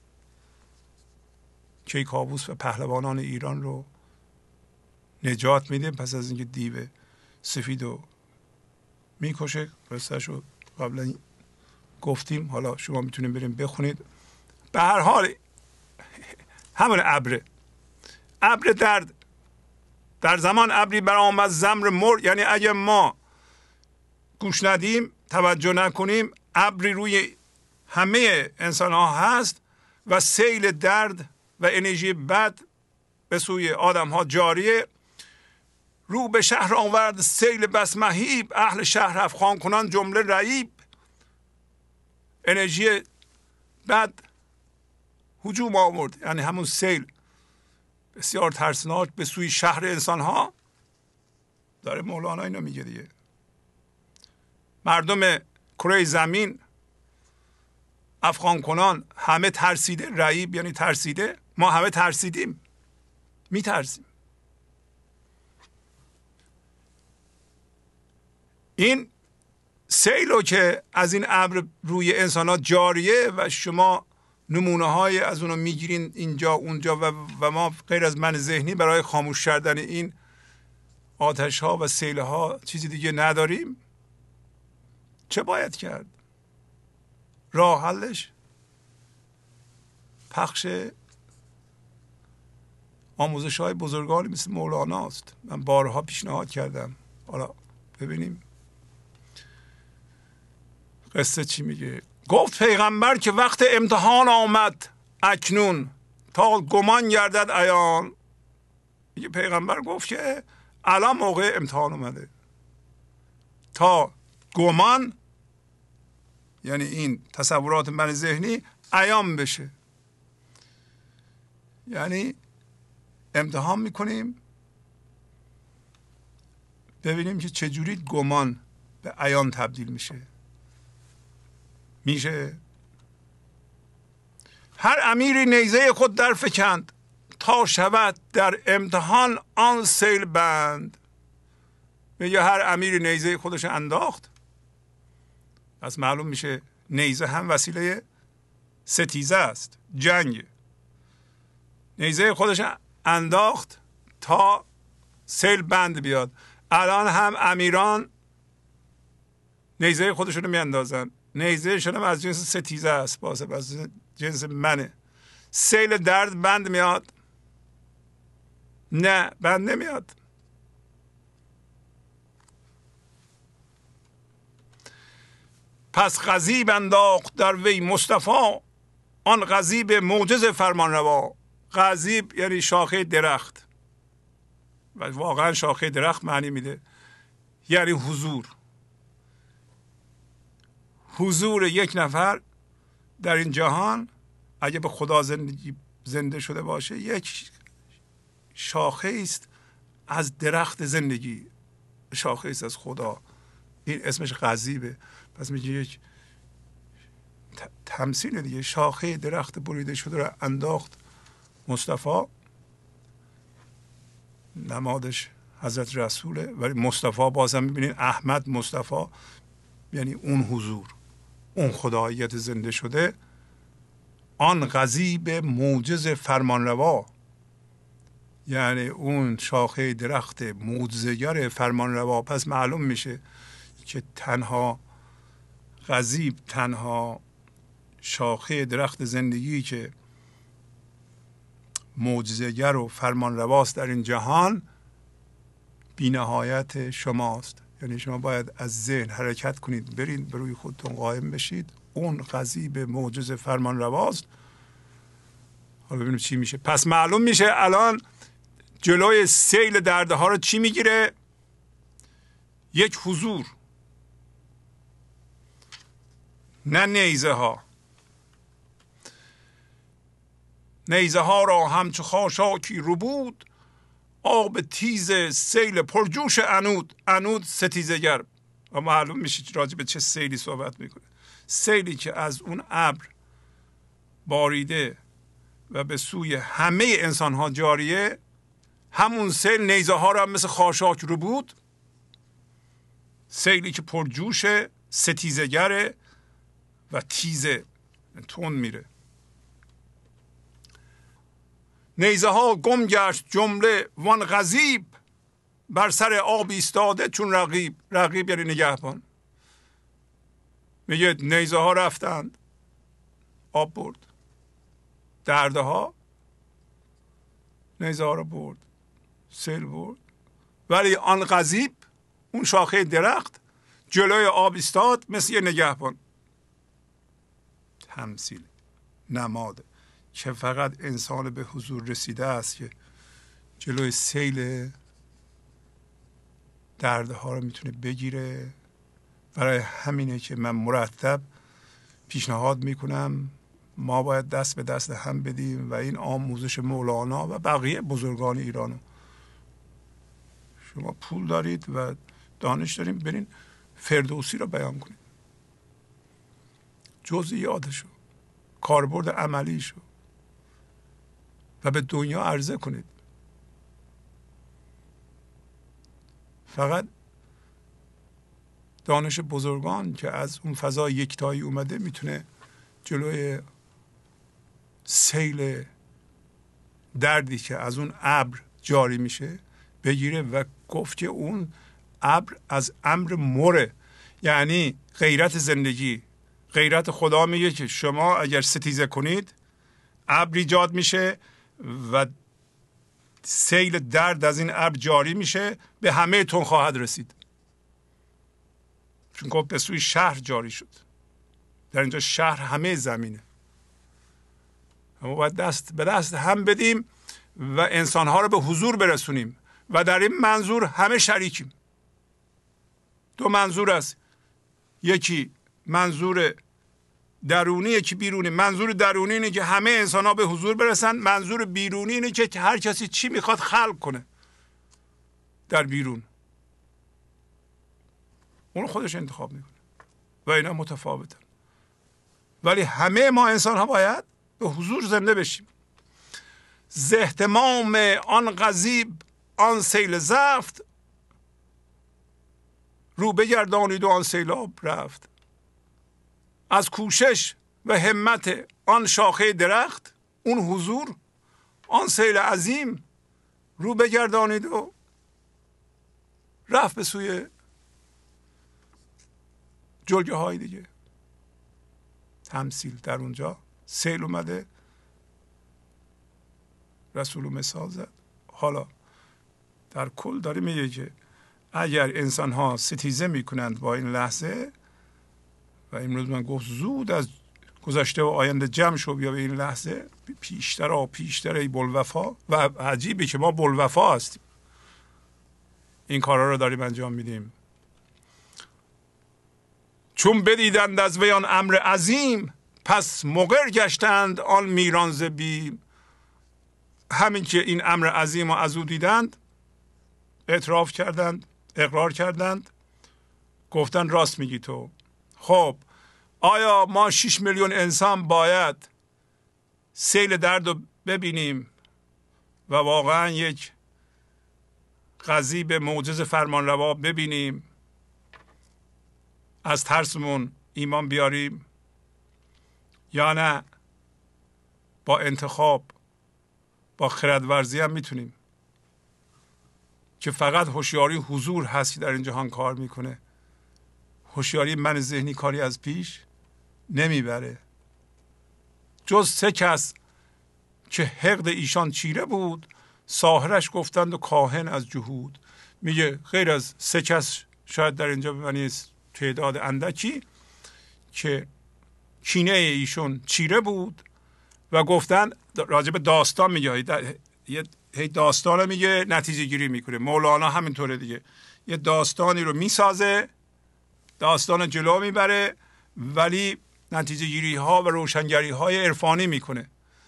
کیکاووس و پهلوانان ایران رو نجات میده، پس از اینکه دیو سفید رو میکشه. قصهش رو قبلا گفتیم، حالا شما میتونید بریم بخونید. به هر حال همون ابر درد در زمان ابری برآمد زمر مر، یعنی اگه ما گوش ندیم، توجه نکنیم، ابری روی همه انسان ها هست و سیل درد و انرژی بد به سوی آدم ها جاریه. رو به شهر آورد سیل بس مهیب، اهل شهر افغان کنان جمله رعیب. انرژی بد هجوم آورد، یعنی همون سیل بسیار ترسناک به سوی شهر انسان ها. داره مولانا اینو میگه دیگه. مردم کره زمین افغان کنان همه ترسیده، رعیب یعنی ترسیده، ما همه ترسیدیم، میترسیم. این سیلو که از این ابر روی انسانات جاریه و شما نمونه های از اونو میگیرین اینجا اونجا و ما غیر از من ذهنی برای خاموش کردن این آتش ها و سیل ها چیزی دیگه نداریم. چه باید کرد؟ راه حلش پخش آموزش های بزرگانی مثل مولانا است. من بارها پیشنهاد کردم. حالا ببینیم قصه چی میگه. گفت پیغمبر که وقت امتحان آمد اکنون، تا گمان گردد عیان. میگه پیغمبر گفت که الان موقع امتحان اومده، تا گمان یعنی این تصورات من ذهنی عیان بشه. یعنی امتحان میکنیم ببینیم که چجوری گمان به عیان تبدیل میشه. هر امیری نیزه خود در فکند، تا شود در امتحان آن سیل بند. میگه هر امیری نیزه خودش انداخت. پس معلوم میشه نیزه هم وسیله ستیزه است، جنگ. نیزه خودش انداخت تا سیل بند بیاد. الان هم امیران نیزه خودشون رو میاندازن. نیزه شدم از جنس ستیزه است، باسه از جنس منه. سیل درد بند میاد؟ نه، بند نمیاد. پس غضیب انداخت در وی مصطفی، آن غضیب معجز فرمان روا. غضیب یعنی شاخه درخت، و واقعا شاخه درخت معنی میده، یعنی حضور. حضور یک نفر در این جهان اگه به خدا زنده شده باشه یک شاخه است از درخت زندگی، شاخه است از خدا. این اسمش غضیبه. پس میگه یک تمثیل دیگه، شاخه درخت بریده شده رو انداخت مصطفی. نمادش حضرت رسوله، ولی مصطفی بازم میبینین احمد مصطفی یعنی اون حضور، اون خداییت زنده شده. آن غضیب معجز فرمانروا، یعنی اون شاخه درخت معجزه‌گر فرمانروا. پس معلوم میشه که تنها غضیب، تنها شاخه درخت زندگی که معجزه‌گر و فرمانرواست در این جهان، بی‌نهایت شماست. یعنی شما باید از ذهن حرکت کنید، برید به روی خودتون قائم بشید، اون غضیب معجز فرمانرواست. حالا ببینیم چی میشه. پس معلوم میشه الان جلوی سیل دردها رو چی میگیره؟ یک حضور، نه نیزه ها. نیزه ها را همچو خاشاکی رو بود، آب تیز سیل پرجوش عنود. عنود ستیزگر. و معلوم میشه راجع به چه سیلی صحبت میکنه. سیلی که از اون ابر باریده و به سوی همه انسان ها جاریه، همون سیل نیزه ها را مثل خاشاک رو بود. سیلی که پرجوش، ستیزگره و تیزه، تون میره. نیزه ها گم گشت جمله، وان غضیب بر سر آب ایستاده چون رقیب. رقیب یعنی نگهبان. میگه نیزه ها رفتند، آب برد. درده ها نیزه ها رو برد، سیل برد. ولی آن غضیب، اون شاخه درخت جلوی آب ایستاد مثل یه نگهبان. تمثیل، نماد که فقط انسان به حضور رسیده است که جلوی سیل دردها رو میتونه بگیره. برای همینه که من مرتب پیشنهاد میکنم ما باید دست به دست هم بدیم و این آموزش مولانا و بقیه بزرگان ایرانو، شما پول دارید و دانش داریم، برین فردوسی رو بیان کنید، جزئیاتشو، کاربرد عملیشو، و به دنیا عرضه کنید. فقط دانش بزرگان که از اون فضای یکتایی اومده میتونه جلوی سیل دردی که از اون ابر جاری میشه بگیره. و گفت که اون ابر از امر مره، یعنی غیرت زندگی، غیرت خدا میگه که شما اگر ستیزه کنید ابر ایجاد میشه و سیل درد از این ابر جاری میشه، به همه تون خواهد رسید. چون گفت به سوی شهر جاری شد. در اینجا شهر همه زمینه. ما باید دست به دست هم بدیم و انسانها رو به حضور برسونیم و در این منظور همه شریکیم. دو منظور است، یکی منظور درونی، یکی بیرونی. منظور درونی اینه که همه انسان ها به حضور برسن. منظور بیرونی اینه که هر کسی چی میخواد خلق کنه در بیرون، اون خودش انتخاب میکنه و اینا متفاوتن. ولی همه ما انسان ها باید به حضور زنده بشیم. ز اهتمام آن غضیب آن سیل زفت، رو بگردانید و آن سیلاب رفت. از کوشش و همت آن شاخه درخت، اون حضور، آن سیل عظیم، رو بگردانید و رفت به سوی جلگه های دیگه. تمثیل در اونجا سیل اومده، رسول مثال زد. حالا در کل داره میگه که اگر انسان ها ستیزه میکنند با این لحظه، و امروز من گفت زود از گذشته و آینده جمع شو بیا به این لحظه، پیشتر ای بلوفا. و عجیبه که ما بلوفا هستیم، این کارا رو داریم انجام میدیم. چون بدیدند از وی آن امر عظیم، پس مقر گشتند آن میران ز بیم. همین که این امر عظیم رو از او دیدند، اعتراف کردند، اقرار کردند، گفتن راست میگی تو. خب آیا ما 6 میلیون انسان باید سیل درد رو ببینیم و واقعا یک غضیب معجز فرمانروا ببینیم، از ترسمون ایمان بیاریم، یا نه با انتخاب، با خردورزی هم میتونیم، که فقط هوشیاری حضور هست که در این جهان کار میکنه. هوشیاری من ذهنی کاری از پیش نمیبره. جز 3 کس که حقد ایشان چیره بود، ساحرش گفتند و کاهن از جهود. میگه غیر از 3 کس شاید در اینجا ببینید تعداد اندکی که کینه ایشون چیره بود و گفتن، راجب داستان میگه، یه داستان میگه نتیجه گیری میکنه. مولانا همینطوره دیگه، یه داستانی رو میسازه، داستان جلو میبره، ولی نتیجه گیری ها و روشنگری های عرفانی میکنه.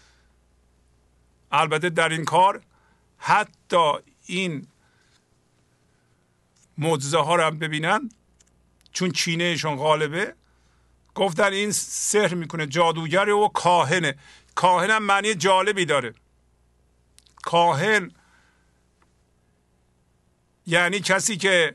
البته در این کار حتی این معجزه ها رو هم ببینن، چون کینهشون غالبه، گفتن این سحر میکنه، جادوگره و کاهنه. کاهن هم معنی جالبی داره. کاهن یعنی کسی که،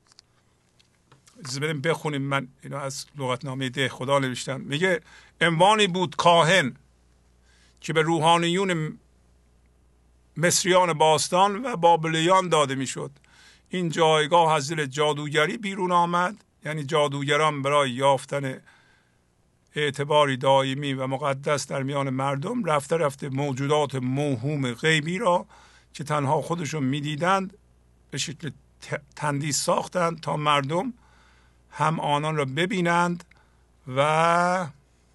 بریم بخونیم، من اینو از لغتنامه ده خدا نوشتم. میگه عنوانی بود کاهن که به روحانیون مصریان باستان و بابلیان داده میشد. این جایگاه از دل جادوگری بیرون آمد، یعنی جادوگران برای یافتن اعتباری دائمی و مقدس در میان مردم رفته رفته موجودات موهوم غیبی را که تنها خودشون میدیدند به شکل تندیس ساختند تا مردم هم آنان را ببینند و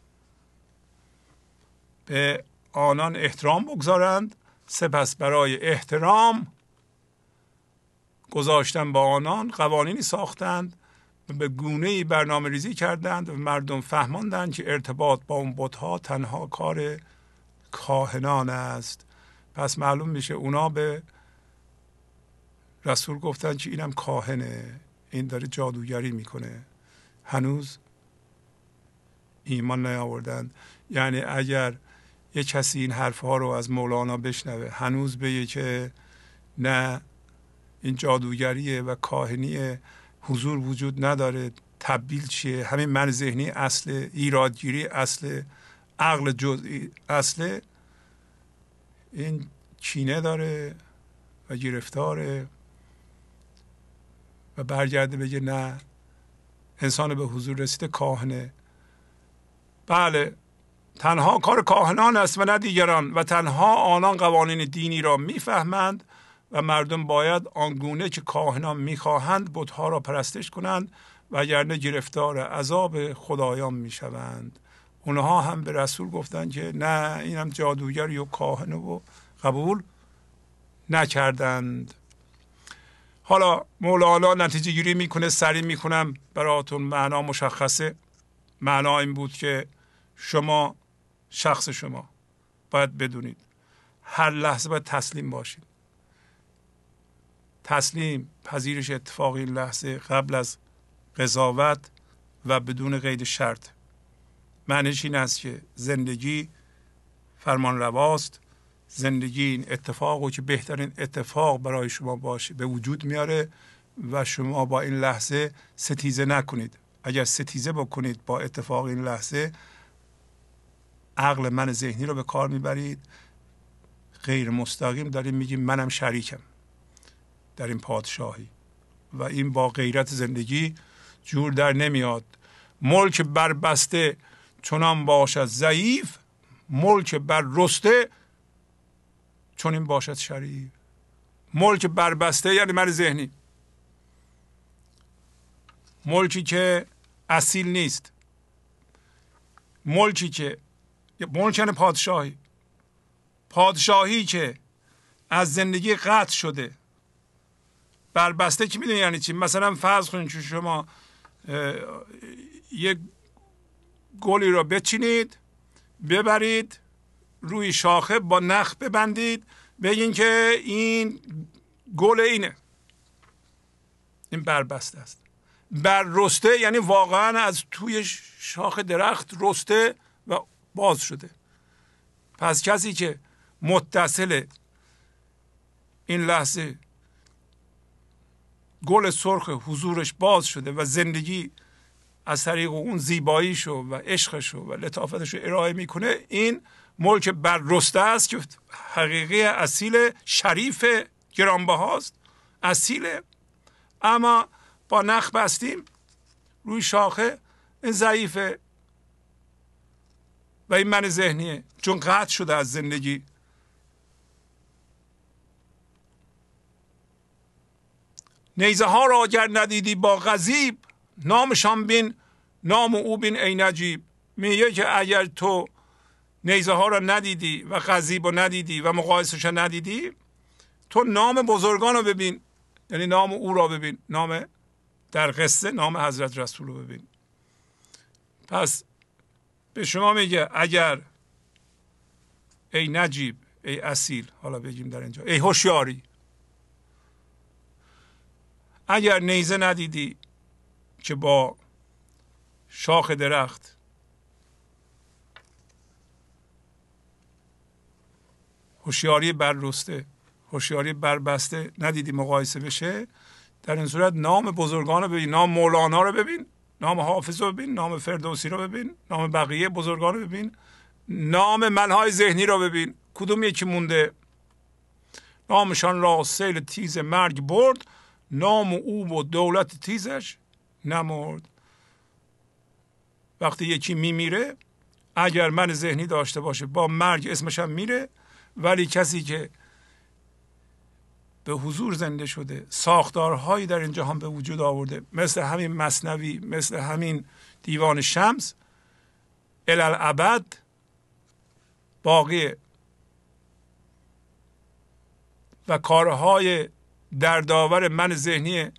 به آنان احترام بگذارند. سپس برای احترام گذاشتن با آنان قوانینی ساختند و به گونه‌ای برنامه ریزی کردند و مردم فهماندند که ارتباط با اون بت‌ها تنها کار کاهنان است. پس معلوم میشه اونا به رسول گفتن که اینم کاهنه، این داره جادوگری میکنه. هنوز ایمان نیاوردند. یعنی اگر یه کسی این حرفها رو از مولانا بشنوه، هنوز بگه که نه این جادوگریه و کاهنیه، حضور وجود نداره، تبدیل چیه، همین من ذهنی اصل، ایرادگیری اصل، عقل جزئی اصل، این کینه داره و گرفتاره و برگرده بگه نه، انسان به حضور رسیده کاهنه. بله، تنها کار کاهنان است و نه دیگران، و تنها آنان قوانین دینی را میفهمند و مردم باید آنگونه که کاهنان میخواهند بتها را پرستش کنند و اگرنه گرفتار عذاب خدایان میشوند. اونها هم به رسول گفتند که نه، اینم جادوگری و کاهن و قبول نکردند. حالا مولانا نتیجه گیری میکنه، سریع میکنم براتون، معنا مشخصه. معنا این بود که شما، شخص شما باید بدونید هر لحظه باید تسلیم باشید. تسلیم، پذیرش اتفاق این لحظه قبل از قضاوت و بدون قید شرط. معنیش این است که زندگی فرمان رواست. زندگی این اتفاقو که بهترین اتفاق برای شما باشه به وجود میاره و شما با این لحظه ستیزه نکنید. اگر ستیزه بکنید با اتفاق این لحظه، عقل من ذهنی رو به کار میبرید، غیر مستقیم داریم میگیم منم شریکم در این پادشاهی و این با غیرت زندگی جور در نمیاد. ملک بربسته چنان باشد ضعیف، ملک بر رسته چون این باشد شریف. ملک بربسته یعنی من ذهنی، ملکی که اصیل نیست، ملکی که ملک یعنی پادشاهی، پادشاهی که از زندگی قطع شده. بربسته که میدونی یعنی چی؟ مثلا فرض کنید که شما یک گلی را بچینید، ببرید روی شاخه با نخ ببندید، بگین که این گل اینه، این بربسته است. بر رسته یعنی واقعا از توی شاخه درخت رسته و باز شده. پس کسی که متصل این لحظه گل سرخ حضورش باز شده و زندگی از طریق اون زیباییشو و عشقشو و لطافتشو ارائه میکنه، این ملک بر رسته است که حقیقی اصیل شریف گرانبهاست، اصیله، اما با نخ بستیم روی شاخه، این ضعیفه و این من ذهنیه چون قطع شده از زندگی. نیزه ها را اگر ندیدی با غضیب، نامشان بین نام او بین ای نجیب. میگه که اگر تو نیزه ها را ندیدی و غضیب را ندیدی و مقایسش را ندیدی، تو نام بزرگان رو ببین، یعنی نام او را ببین، نام در قصه نام حضرت رسول رو ببین. پس به شما میگه اگر ای نجیب، ای اصیل، حالا بگیم در اینجا ای هوشیاری، اگر نیزه ندیدی که با شاخ درخت هوشیاری بررسته، هوشیاری بربسته ندیدی مقایسه بشه، در این صورت نام بزرگان رو ببین، نام مولانا رو ببین، نام حافظ رو ببین، نام فردوسی رو ببین، نام بقیه بزرگان رو ببین، نام منهای ذهنی رو ببین، کدوم یکی مونده؟ نامشان را سیل تیز مرگ برد، نام او و دولت تیزش نمرد. وقتی یکی میمیره اگر من ذهنی داشته باشه با مرگ اسمش هم میره، ولی کسی که به حضور زنده شده، ساختارهایی در این جهان به وجود آورده، مثل همین مثنوی، مثل همین دیوان شمس، الالعبد باقیه و کارهای دردآور من ذهنی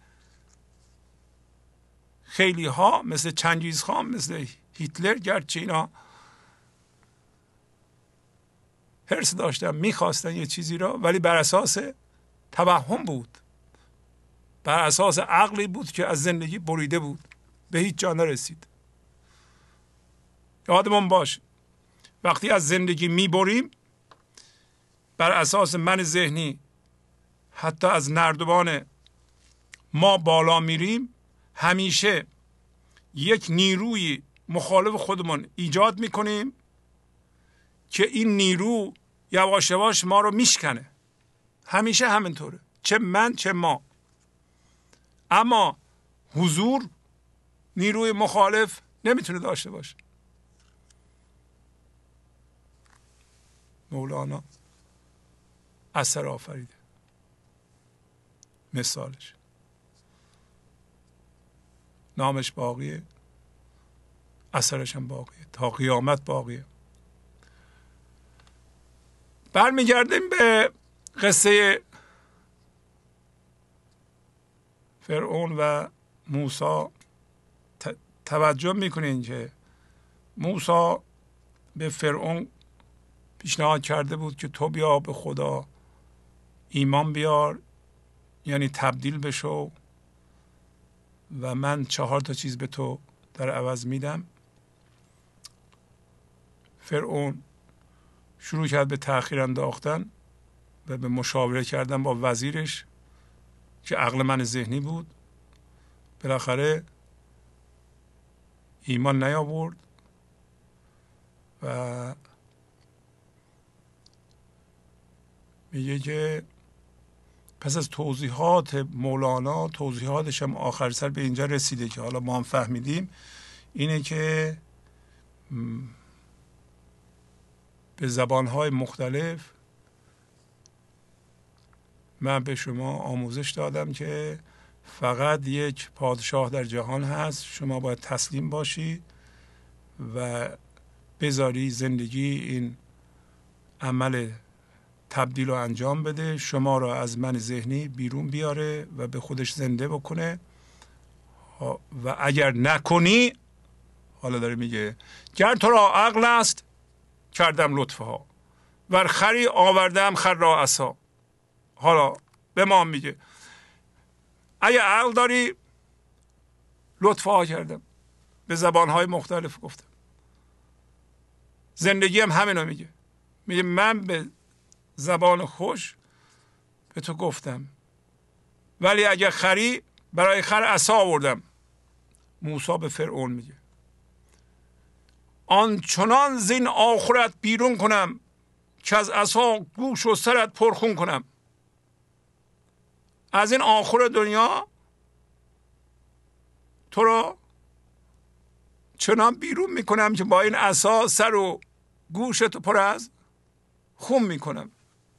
خیلی ها مثل چنگیز خان، مثل هیتلر، گرچه اینا حرص داشتن میخواستن یه چیزی را، ولی بر اساس توهم بود، بر اساس عقلی بود که از زندگی بریده بود، به هیچ جا نرسید. یادمون باش وقتی از زندگی میبریم بر اساس من ذهنی، حتی از نردبان ما بالا میریم، همیشه یک نیروی مخالف خودمون ایجاد میکنیم که این نیرو یواش یواش ما رو میشکنه. همیشه همینطوره، چه من چه ما. اما حضور نیروی مخالف نمیتونه داشته باشه. مولانا اثر آفریده، مثالش، نامش باقیه، اثرش هم باقیه، تا قیامت باقیه. برمیگردیم به قصه فرعون و موسی. توجه میکنین که موسی به فرعون پیشنهاد کرده بود که تو بیا به خدا ایمان بیار، یعنی تبدیل بشو و من 4 چیز به تو در عوض میدم. فرعون شروع کرد به تأخیر انداختن و به مشاوره کردن با وزیرش که عقل من ذهنی بود. بالاخره ایمان نیاورد و میگه که پس از توضیحات مولانا، توضیحاتش هم آخر سر به اینجا رسیده که حالا ما هم فهمیدیم، اینه که به زبانهای مختلف من به شما آموزش دادم که فقط یک پادشاه در جهان هست، شما باید تسلیم باشی و بذاری زندگی این عمل تبدیل رو انجام بده، شما را از من ذهنی بیرون بیاره و به خودش زنده بکنه. و اگر نکنی، حالا داره میگه گر تو را عقل است کردم لطفها ور خری آوردم خر را عصا. حالا به ما میگه اگه عقل داری لطفها کردم، به زبانهای مختلف گفتم. زندگی هم همینو میگه من به زبان خوش به تو گفتم، ولی اگه خری برای خر عصا آوردم. موسی به فرعون میگه آنچنان زین آخرت بیرون کنم که از عصا گوش و سرت پرخون کنم. از این آخر دنیا تو رو چنان بیرون میکنم که با این عصا سر و گوشت پر از خون میکنم.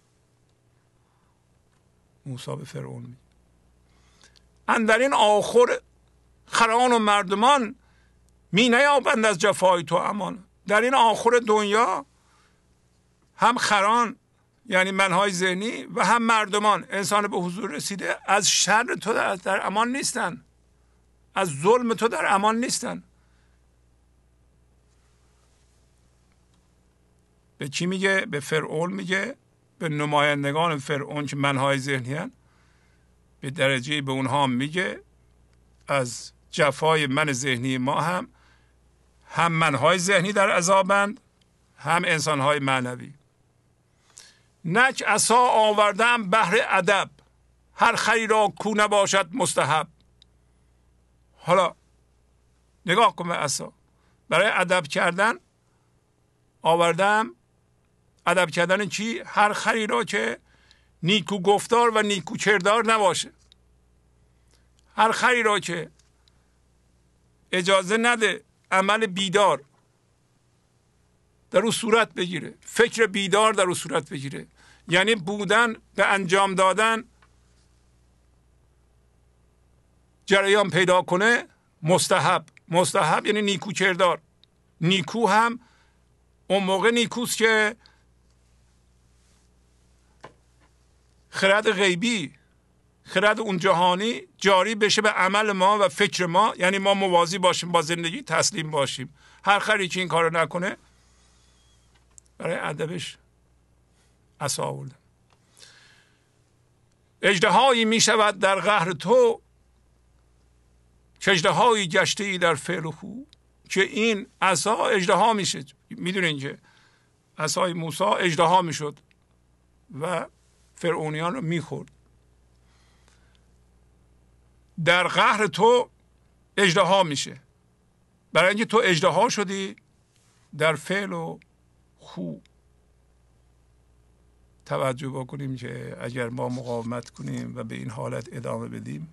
موسی به فرعون میگه اندر این آخر خران و مردمان می نیابند از جفای تو امان. در این آخر دنیا هم خران یعنی منهای ذهنی و هم مردمان، انسان به حضور رسیده، از شر تو در امان نیستن، از ظلم تو در امان نیستن. به کی میگه؟ به فرعون میگه، به نمایندگان فرعون که منهای ذهنی هن. به درجه به اونها میگه از جفای من ذهنی ما هم منهای ذهنی در عذابند، هم انسانهای معنوی. نک عصا آوردم بهر ادب، هر خری را کو نباشد مستحب. حالا نگاه کن به عصا، برای ادب کردن آوردم. ادب کردن چی؟ هر خری را که نیکو گفتار و نیکو کردار نباشه، هر خری را که اجازه نده عمل بیدار در او صورت بگیره، فکر بیدار در او صورت بگیره، یعنی بودن به انجام دادن جریان پیدا کنه، مستحب یعنی نیکو کردار. نیکو هم اون موقع نیکوست که خرد غیبی، خرد اون جهانی جاری بشه به عمل ما و فکر ما، یعنی ما موازی باشیم با زندگی، تسلیم باشیم. هر خری که این کارو نکنه برای ادبش عصا آوردم. اژدهایی می شود در قهر تو، که اژدهایی گشته ای در فعل و خو. که این عصا اژدها میشه. میدونین که عصای موسی اژدها میشد و فرعونیان رو میخورد. در قهر تو اژدها میشه، برای اینکه تو اژدها شدی در فعل و خو. توجه بکنیم که اگر ما مقاومت کنیم و به این حالت ادامه بدیم،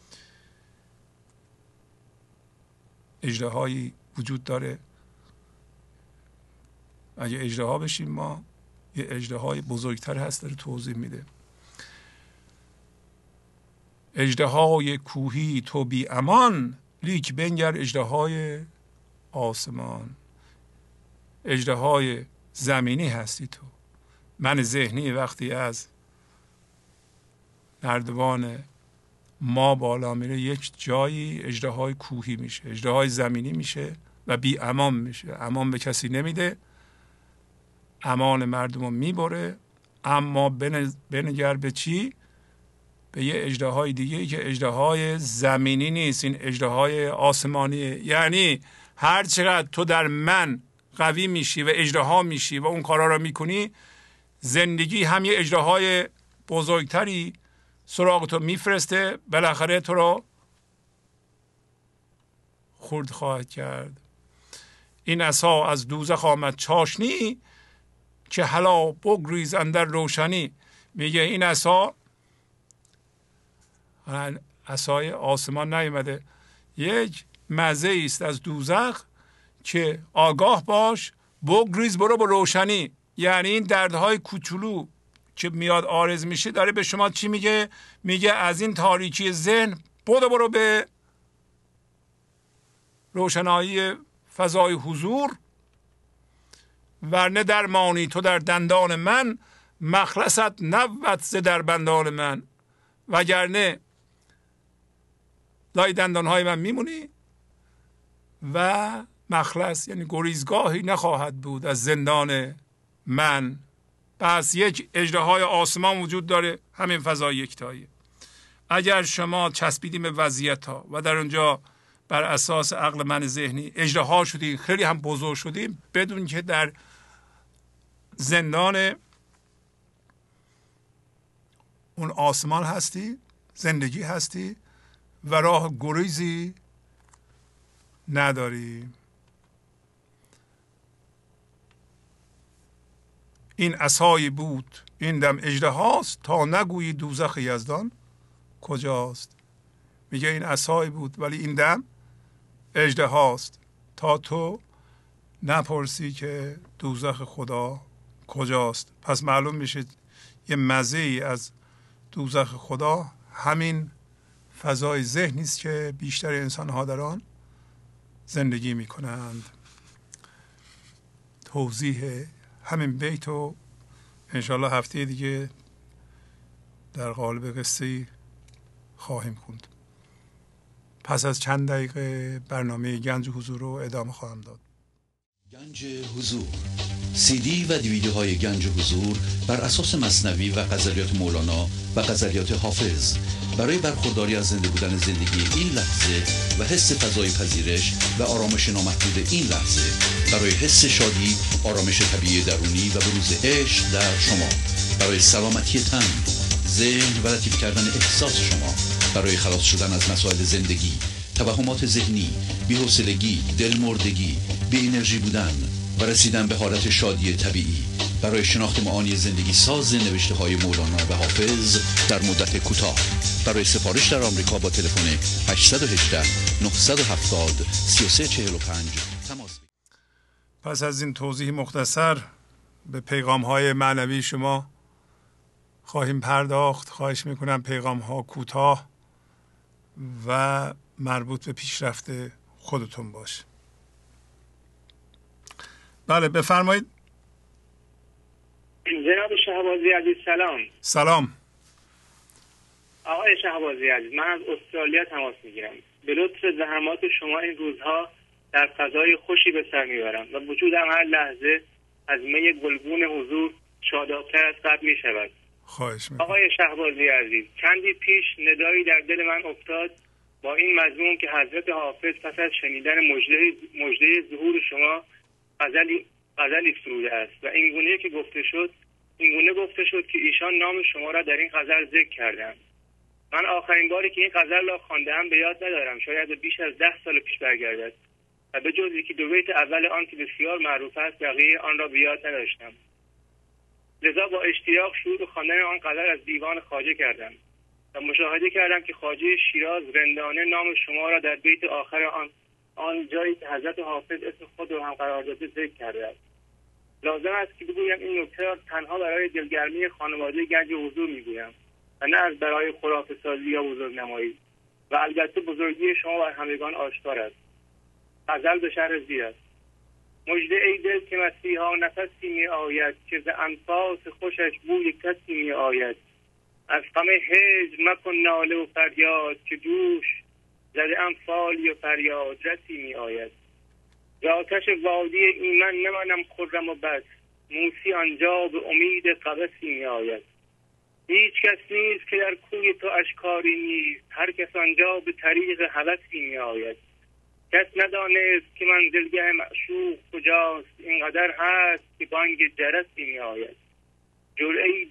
اژدهایی وجود داره. اگه اژدها بشیم ما، یه اژدهای بزرگتر هست، داره توضیح میده. اژدهای کوهی تو بی امان، لیک بنگر اژدهای آسمان. اژدهای زمینی هستی تو. من ذهنی وقتی از نردبان ما بالا میره، یک جایی اژدهای کوهی میشه، اژدهای زمینی میشه و بی امان میشه. امان به کسی نمیده، امان مردم رو میبره. اما بنگر به چی؟ به یه اژدهای دیگه که اژدهای زمینی نیست، این اژدهای آسمانیه. یعنی هر چقدر تو در من قوی میشی و اژدها میشی و اون کارا رو میکنی، زندگی هم یه اژدهای بزرگتری سراغ تو میفرسته، بالاخره تو رو خورد خواهد کرد. این عصا از دوزخ آمد چاشنی، که هلا بگریز اندر روشنی. میگه این عصا، عصای آسمان نیامده، یک مزه است از دوزخ که آگاه باش، بگریز برو با روشنی. یعنی این دردهای کوچولو که میاد عارض میشه داره به شما چی میگه؟ میگه از این تاریکی ذهن برو به روشنایی فضای حضور، ورنه درمانی تو در دندان من، مخلصت نبود ز در بندان من. وگرنه لای دندانهای من میمونی و مخلص یعنی گریزگاهی نخواهد بود از زندان من. پس یک اژدهای آسمان وجود داره، همین فضای یکتایی. اگر شما چسبیدیم به وضعیت ها و در اونجا بر اساس عقل من ذهنی اژدها شدیم، خیلی هم بزرگ شدیم، بدون که در زندان اون آسمان هستی، زندگی هستی و راه گریزی نداری. این عصای بود این دم اژدهاست، تا نگویی دوزخ یزدان کجاست. میگه این عصای بود ولی این دم اژدهاست، تا تو نپرسی که دوزخ خدا کجاست. پس معلوم میشه یه مزه ای از دوزخ خدا همین فضای ذهنی است که بیشتر انسان ها در آن زندگی میکنند. توضیح همین بیت رو انشالله هفته دیگه در قالب قصه خواهیم خوند. پس از چند دقیقه برنامه گنج حضور رو ادامه خواهم داد. گنج حضور، سی دی و دیویدیوهای گنج حضور بر اساس مثنوی و غزلیات مولانا و غزلیات حافظ، برای برخورداری از زنده بودن زندگی این لحظه و حس فضای پذیرش و آرامش نامحدود این لحظه، برای حس شادی، آرامش طبیعی درونی و بروز عشق در شما، برای سلامتی تن، ذهن و لطیف کردن احساس شما، برای خلاص شدن از مسائل زندگی، توهمات ذهنی، بی‌حوصلگی، دلمردگی، بی انرژی بودن و رسیدن به حالت شادی طبیعی، برای شناخت معانی زندگی ساز نوشته های مولانا و حافظ در مدت کوتاه. برای سفارش در آمریکا با تلفن 818 970 3345 تماس بگیرید. پس از این توضیح مختصر به پیغام های معنوی شما خواهیم پرداخت. خواهش میکنم پیغام ها کوتاه و مربوط به پیشرفت خودتون باشه. بله بفرمایید. جناب شهبازی عزیز سلام. سلام. آقای شهبازی عزیز، من از استرالیا تماس میگیرم. به لطف زحمات شما این روزها در فضای خوشی به سر میبرم و وجودم هر لحظه از می گلگون حضور شادابتر از قبل میشود. خواهش میکنم. آقای شهبازی عزیز، چندی پیش ندایی در دل من افتاد با این مضمون که حضرت حافظ پس از شنیدن مژده ظهور شما غزلی سروده است و اینگونه گفته شد که ایشان نام شما را در این غزل ذکر کردند. من آخرین باری که این غزل را خواندم به یاد ندارم، شاید بیش از 10 سال پیش برگردد و به جز یکی دو بیت اول آن که بسیار معروف است بقیه آن را به یاد نداشتم. لذا با اشتیاق شروع به خواندن آن غزل از دیوان خواجه کردم و مشاهده کردم که خواجه شیراز رندانه نام شما را در بیت آخر آن جایی که حضرت حافظ اسم خود را هم قرار داده ذکر کرده است. لازم است که بگویم این نکته را تنها برای دلگرمی خانواده گنج حضور میگویم و نه از برای خرافه سازی یا بزرگنمایی و البته بزرگی شما بر همگان آشکار است. غزل به شرح زیر است. مژده ای دل که مسیحا نفسی می آید، که ز انفاس خوشش بوی کسی می آید. از غم هجر مکن ناله و فریاد، که دوش زده انفالی و فریاد رسی می آید. ز آتش وادی ایمن نمانم خرم و بس، موسی آنجا به امید قبسی می آید. هیچ کس نیست که در کوی تو اشکاری نیست، هر کس آنجا به طریق هوسی می آید. کس ندانست که منزلگه معشوق کجاست، اینقدر هست که بانگ جرسی می آید. جرعه‌ای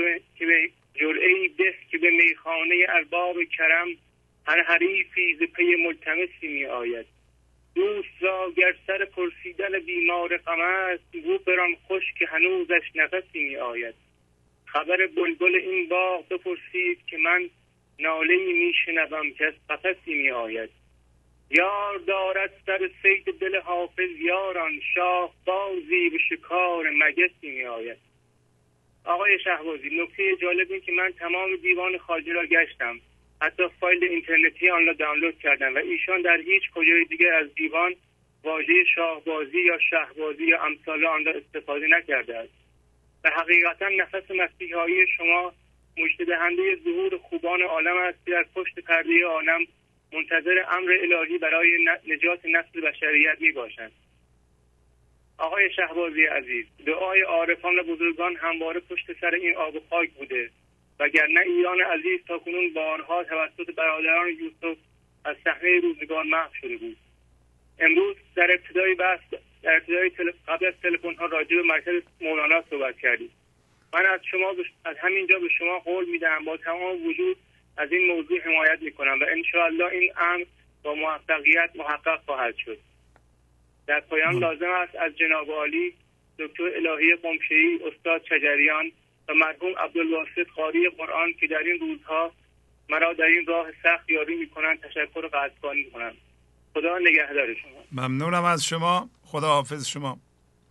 ده که به میخانه ارباب کرم، هر حریفی ز پی ملتمسی می آید. دوست را گر سر پرسیدن بیمار غم است، گو بران خوش که هنوزش نفسی می آید. خبر بلبل این باغ بپرسید که من ناله‌ای می شنوم که از قفسی می آید. یار دارد سر صید دل حافظ یاران، شاه بازی به شکار مگسی می آید. آقای شهبازی، نکته جالب این که من تمام دیوان خواجه را گشتم، حتی فایل اینترنتی آن را دانلود کردم و ایشان در هیچ کجای دیگر از دیوان واژه شاهبازی یا شهبازی یا امثال آن را استفاده نکرده است. و حقیقتا نفس مسیحایی شما مژده دهنده ظهور خوبان عالم است که در پشت پرده عالم منتظر امر الهی برای نجات نسل بشریت می باشند. آقای شهبازی عزیز، دعای عارفان و بزرگان همواره پشت سر این آب و خاک بوده، وگرنه ایران عزیز تاکنون بارها توسط برادران یوسف از صحنه روزگار محو شده بود. امروز در ابتدای بحث قبل از تلفن ها راجع به مرکز مولانا صحبت کردیم. من از همینجا به شما قول میدم با تمام وجود از این موضوع حمایت میکنم و انشاءالله این امر با موفقیت محقق خواهد شد. در پایان لازم است از جناب عالی دکتر الهی قمشه‌ای، استاد شجریان و مرحوم عبدالواسط قاری قرآن که در این روزها مرا در این راه سخت یاری میکنند تشکر قدردانی میکنم. خدا نگهدار شما. ممنونم از شما. خدا حافظ شما.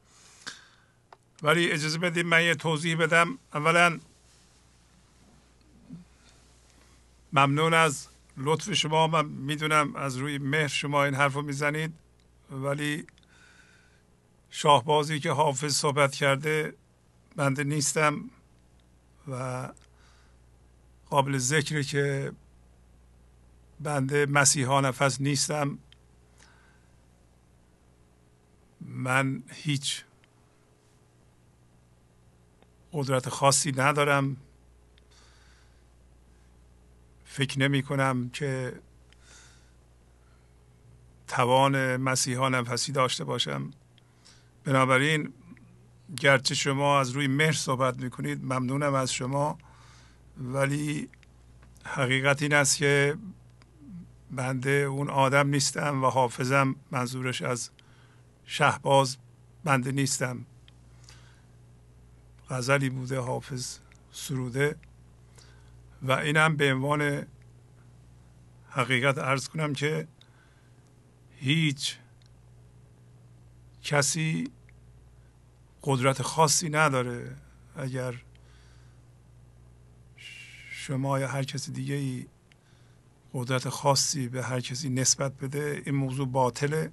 ولی اجازه بدید من یه توضیح بدم. اولا ممنون از لطف شما. من میدونم از روی مهر شما این حرف رو میزنید، ولی شاهبازی که حافظ صحبت کرده بنده نیستم و قابل ذکره که بنده مسیحا نفس نیستم. من هیچ قدرت خاصی ندارم. فکر نمی کنم که توان مسیحا نفسی داشته باشم. بنابراین گرچه شما از روی مهر صحبت میکنید، ممنونم از شما، ولی حقیقت این است که بنده اون آدم نیستم و حافظم منظورش از شهباز بنده نیستم. غزلی بوده حافظ سروده و اینم به عنوان حقیقت عرض کنم که هیچ کسی قدرت خاصی نداره. اگر شما یا هر کسی دیگه ای قدرت خاصی به هر کسی نسبت بده، این موضوع باطله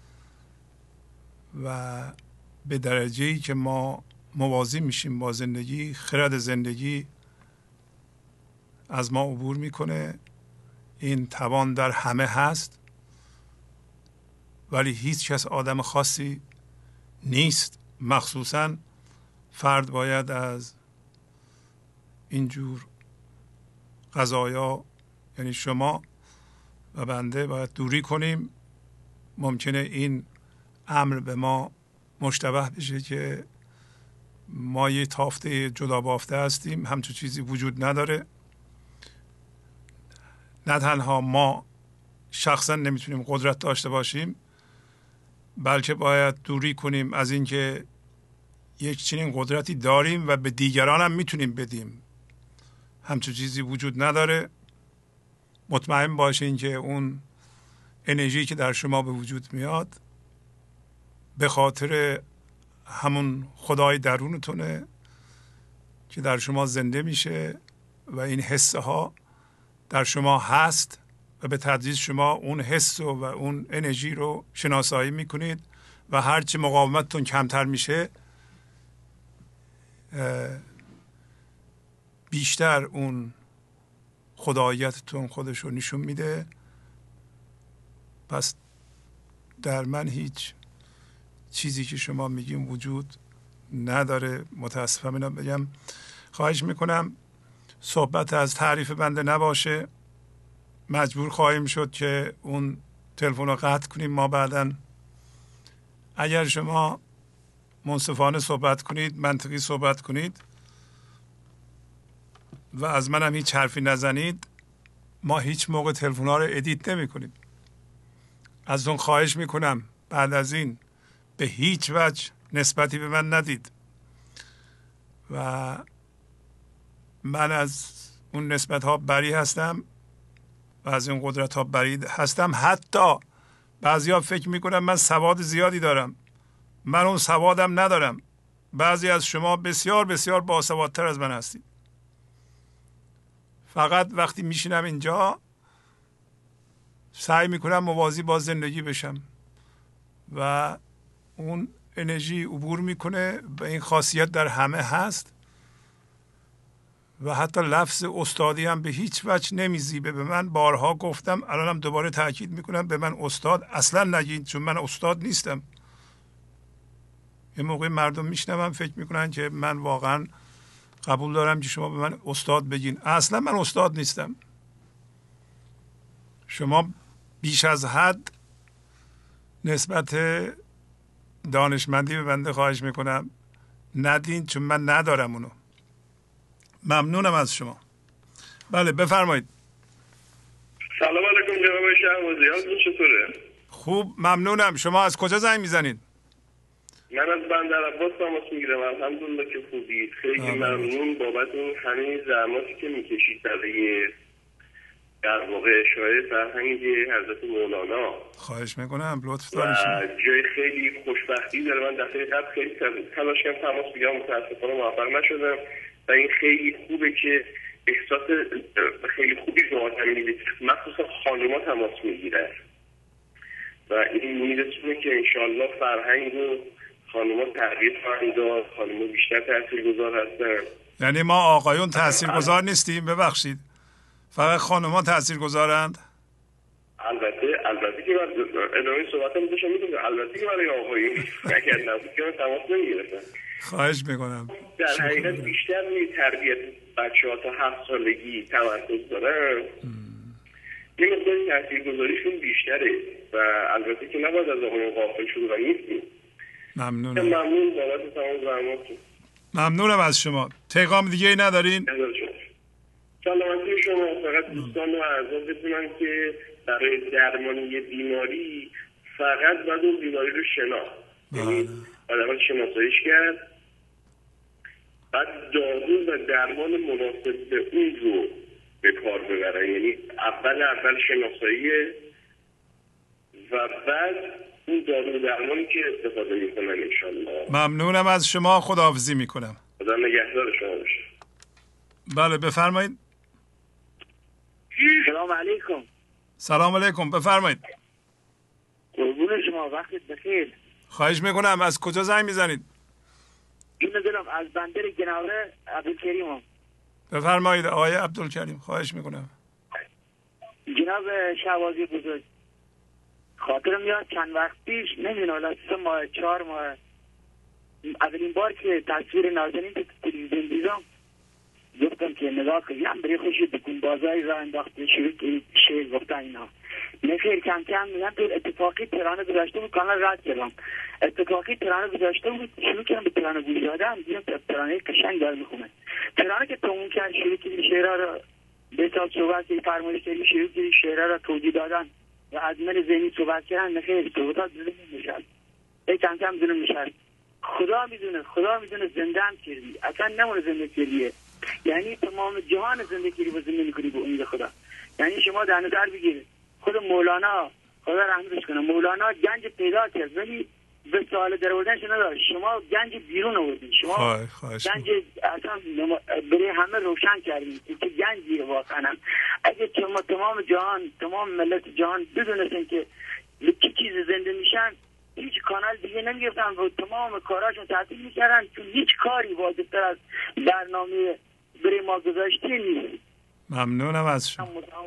و به درجه‌ای که ما موازی میشیم با زندگی، خرد زندگی از ما عبور میکنه. این توان در همه هست، ولی هیچ کس آدم خاصی نیست. مخصوصا فرد باید از اینجور قضایا، یعنی شما و بنده، باید دوری کنیم. ممکنه این امر به ما مشتبه بشه که ما یه تافته جدا بافته هستیم، همچون چیزی وجود نداره. نه تنها ما شخصا نمیتونیم قدرت داشته باشیم، بلکه باید دوری کنیم از اینکه یک چنین قدرتی داریم و به دیگران هم میتونیم بدیم. همچون چیزی وجود نداره. مطمئن باشین که اون انرژی که در شما به وجود میاد به خاطر همون خدای درونتونه که در شما زنده میشه و این حسه ها در شما هست و به تدریج شما اون حس و اون انرژی رو شناسایی میکنید و هرچی مقاومتتون کمتر میشه بیشتر اون خداییتتون خودش رو نشون میده. پس در من هیچ چیزی که شما میگیم وجود نداره. متاسفم اینا بگم. خواهش میکنم صحبت از تعریف بنده نباشه. مجبور خواهیم شد که اون تلفن رو قطع کنیم. ما بعداً اگر شما منصفانه صحبت کنید، منطقی صحبت کنید و از من هم هیچ حرفی نزنید، ما هیچ موقع تلفن ها رو ادیت نمی کنیم. از اون خواهش میکنم بعد از این به هیچ وجه نسبتی به من ندید و من از اون نسبت ها بری هستم و از این قدرت ها بری هستم. حتی بعضی ها فکر میکنم من سواد زیادی دارم، من اون سوادم ندارم. بعضی از شما بسیار بسیار باسوادتر از من هستید. فقط وقتی میشینم اینجا سعی میکنم موازی با زندگی بشم و اون انرژی عبور میکنه و این خاصیت در همه هست و حتی لفظ استادی هم به هیچ وجه نمیزیبه. به من بارها گفتم، الانم دوباره تاکید میکنم، به من استاد اصلا نگید، چون من استاد نیستم. یه موقع مردم میشنون فکر میکنن که من واقعا قبول دارم که شما به من استاد بگین. اصلا من استاد نیستم. شما بیش از حد نسبت دانشمندی به بنده خواهش میکنم ندین، چون من ندارم اونو. ممنونم از شما. بله بفرمایید. سلام علیکم جناب شهبازی، حالتون چطوره؟ خوب ممنونم. شما از کجا زنگ میزنید؟ من از بندر عباس تماس میگیرم. الحمدلله که خوبید. خیلی ممنون بابت اون همه زحماتی که میکشید برای در واقع اشاعه فرهنگ حضرت مولانا. خواهش میکنم، لطف دارید. جای خیلی خوشبختی داره. من دفعه قبل خیلی تلاش کردم تماس بگیرم، متاسفانه موفق نشدم و این خیلی خوبه که احساس خیلی خوبی به آدم میده، مخصوصا خانوما تماس میگیرن و این میرسونه که انشالله فرهنگ رو خانوما تغییر خواهند داد. خانوما بیشتر تاثیرگذار هستن. یعنی ما آقایون تاثیرگذار نیستیم؟ ببخشید، فقط خانوما تاثیرگذارند؟ البته که من ادامه صحبتم داشتم میگم البته که برای آقایون اگر نبود که من تماس نمیگرفتم. خواهش میکنم. در حقیقت بیشتر روی تربیت بچه‌ها تا 7 سالگی تمرکز دارن. یه مقداری تاثیرگذاریشون بیشتره و البته که نباید از آقایون غافل شد و نیستیم. ممنون بابت تمام زحماتتون. ممنونم از شما. پیغام دیگه ای ندارین؟ سلامتی شما. فقط دوستان رو عرض بکنم که برای درمان یه بیماری فقط باید اون بیماری رو شناخت، یعنی آدم شناساییش کرد، بعد دارو و درمان مناسب به اون رو به کار ببرن. یعنی اول شناساییه و بعد اون دارو درمانی که استفاده میکنن انشالله. ممنونم از شما. خداحافظی میکنم. خدا نگهدار شما باشه. بله بفرمایید. سلام علیکم. سلام علیکم، بفرمایید. قربون شما، وقتت بخیر. خواهش میکنم. از کجا زنگ میزنید؟ این دلم از بندر گناوره عبدالکریم. بفرمایید آقای عبدالکریم. خواهش میکنم. جناب شهبازی بزرگ، خاطرم میاد چند وقت پیش، نمیدونم 3 ماه 4 ماه، اولین بار که تصویر نازنین تو تلویزیون دیدم گفتم که نگاه کنیم بری خوشی بکن بازاری را انداخته شروع شعر گفتن اینا. نخیر کم کم میگن تو اتفاقی ترانه گذاشته بود، کانال رد کردم، اتفاقی ترانه گذاشته بود، شروع کردم به ترانه گوش دادن. دیدم ترانه قشنگ داره میخونه. ترانه که تموم کرد شروع کردی شعرها را به حساب صحبت فرمایش کردی، شروع کردی شعرها را توضیح دادن و از من ذهنی صحبت کردن. نخیر صحبتات ظلم میشد، کم کم ظلم میشد. خدا میدونه زنده هم کردی، اصلا نمونه زنده کردیه، یعنی تمام جهان زندگی رو زنده میکنی به امید خدا. یعنی شما در نظر بگیرید خود مولانا، خدا رحمتش کنه، مولانا گنج پیدا کرد ولی به سوال در آوردنش نداشت. شما گنج بیرون آوردید، شما گنج اصلا برای همه روشن کردید که گنجی واقعا. اگه شما تمام جهان، تمام ملت جهان بدونستن که چه چیز زنده میشن، هیچ کانال دیگه نمیگفتن و تمام کاراشون تعطیل میکردن، چون هیچ کاری واجبتر از برنامه برای ما گذاشته نیست. ممنونم از شما.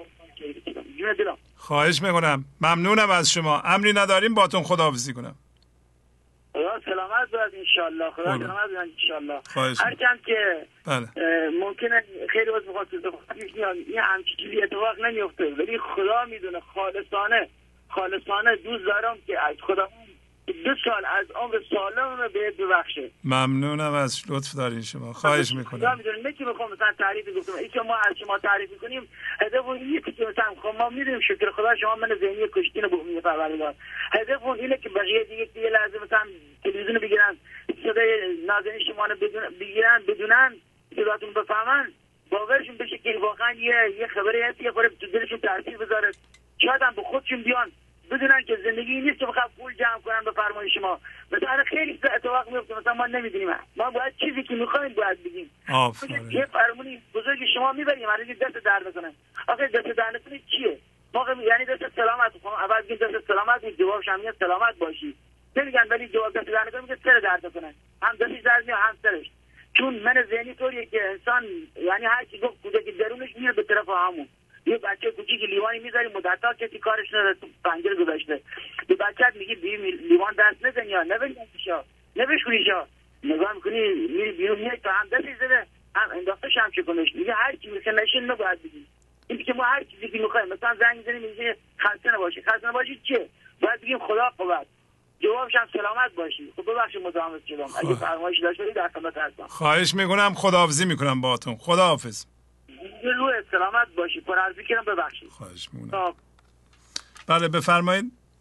خواهش میکنم. ممنونم از شما. امری نداریم باتون خداحافظی کنم. خدا سلامت باد انشالله. خدا سلامت باد انشالله. هرچند که ممکنه خیلی وقت بخواد این همچین چیزی اتفاق نمیفته، ولی خدا میدونه خالصانه دوست دارم که از خدا 2 سال از عمر سالم رو بهت ببخشه. ممنونم از لطف دارین شما. خواهش میکنم. میدونید که میخوام مثلا تعریف گفتم این که ما از شما تعریف کنیم هدف اون اینه که مثلا خب ما میدونیم شکر خدا شما من ذهنی کشتین به امید پروردگار. هدف اون اینه که بقیه دیگه لازم مثلا تلویزیون بگیرن صدای نازنین شما رو بگیرن بدونن صداتون بفهمن باورشون بشه که واقعا یه خبری هست یه خورده تو دلشون تاثیر بذاره. شاید هم به خودشون بیان بدونن که زندگی نیست که بخواد پول جمع کنن به فرمان شما. مثلا خیلی اتفاق میفته مثلا ما نمیدونیم ما باید چیزی که میخوایم باید بگیم. یه فرمونی بزرگ شما میبریم هر دست درد کنن. آخه دست درد کنه چیه؟ ما یعنی دست سلامت کنم اول بگیم دست سلامت می جوابش هم سلامت باشی. نمیگن ولی جواب دست درد کنه میگه سر درد کنه. هم دستش درد میاد هم سرش. چون من ذهنی طوریه که انسان یعنی هر چی گفت کودک درونش میره به طرف همون. یه بچه کوچیکی لیوانی میذاری مدت‌ها کسی کارش نداره تو پنجره گذاشته به بچه‌ت میگی لیوان دست نزن یا نبشونیشا نگاه میکنی میری بیرون میای تا هم دستی زده هم انداختش هم چه کنش میگه هر چی میخوای نشه نباید بگی. این که ما هر چیزی که میخوایم مثلا زنگ میزنیم میگه خسته نباشی چه باید بگیم خدا قوت جوابش هم سلامت باشی. خب ببخشید مزاحمت شدم اگه فرمایش داشتید در خدمت هستم. خواهش میکنم خداحافظی میکنم باهاتون. خداحافظ. روی سلامت باشی. پرعرضی کردم ببخشید. خواهش میکنم. بله بفرمایید.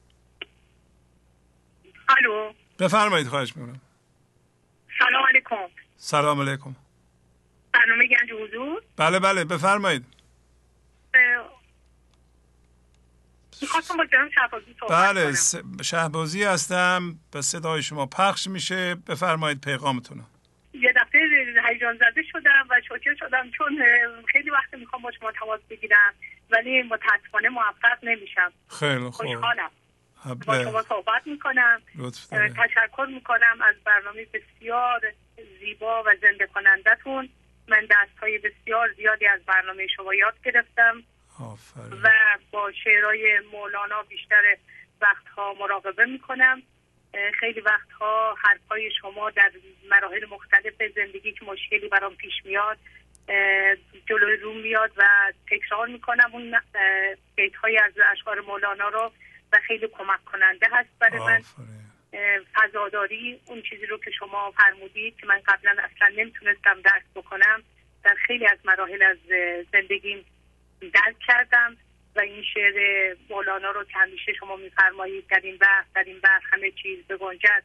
الو بفرمایید. خواهش میکنم. سلام علیکم. سلام علیکم. برنامه گنج حضور. بله بفرمایید. میخواستم با جناب شهبازی صحبت کنم. شهبازی هستم. به صدای شما پخش میشه. بفرمایید پیغامتون. یه دفعه هیجان زده شدم و شوکه شدم چون خیلی وقت میخوام با شما تماس بگیرم ولی متاسفانه موفق نمیشم. خیلی خوب. خوشحالم با شما صحبت میکنم. تشکر میکنم از برنامه بسیار زیبا و زنده کنندتون. من دستهای بسیار زیادی از برنامه شما یاد گرفتم. آفرین. و با شعرهای مولانا بیشتر وقتها مراقبه میکنم. خیلی وقتها حرفای شما در مراحل مختلف زندگی که مشکلی برام پیش میاد جلوی روم میاد و تکرار میکنم اون بیت‌های از اشعار مولانا رو و خیلی کمک کننده هست برای من. فضاداری اون چیزی رو که شما فرمودید که من قبلا اصلا نمیتونستم درک بکنم در خیلی از مراحل از زندگیم درک کردم و این شعر مولانا رو که همیشه شما میفرمایید در این بحث همه چیز بگنجد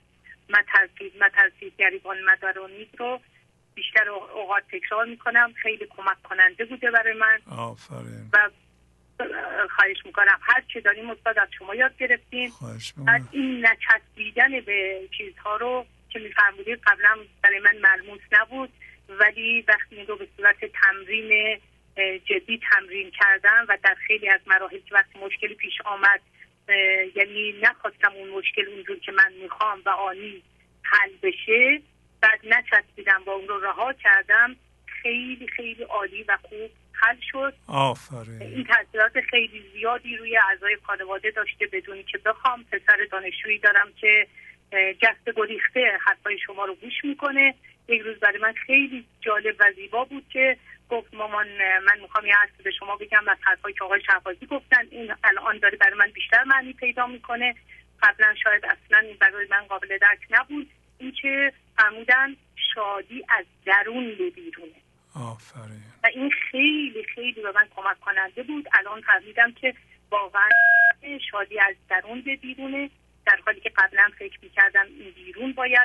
مترسید گریبان مدرانید رو بیشتر اوقات تکرار میکنم. خیلی کمک کننده بوده برای من. آفرین. و خواهش میکنم هر چه داریم استاد از شما یاد گرفتیم. از این نچسبیدن به چیزها رو که میفرمودید قبلا برای من ملموس نبود ولی وقتی این رو به صورت تمرین جدی تمرین کردم و در خیلی از مراحل که وقتی مشکلی پیش آمد یعنی نخواستم اون مشکل اونجور که من میخوام و آنی حل بشه بعد نچسبیدم با اون رو رها کردم خیلی خیلی عالی و خوب حل شد. آفرین. این تاثیرات خیلی زیادی روی اعضای خانواده داشته بدون که بخوام. پسر دانشجویی دارم که جست گریخته حرفای شما رو گوش میکنه. یک روز برای من خیلی جالب و زیبا بود که گفت مامان من میخوام یه حرفی به شما بگم از حرفایی که آقای شهبازی گفتن این الان داره برای من بیشتر معنی پیدا میکنه. قبلا شاید اصلا این برای من قابل درک نبود. این که فرمودن شادی از درون به بیرونه. آفرین. و این خیلی خیلی به من کمک کننده بود. الان فهمیدم که واقعا شادی از درون به بیرونه در حالی که قبلا فکر میکردم این بیرون باید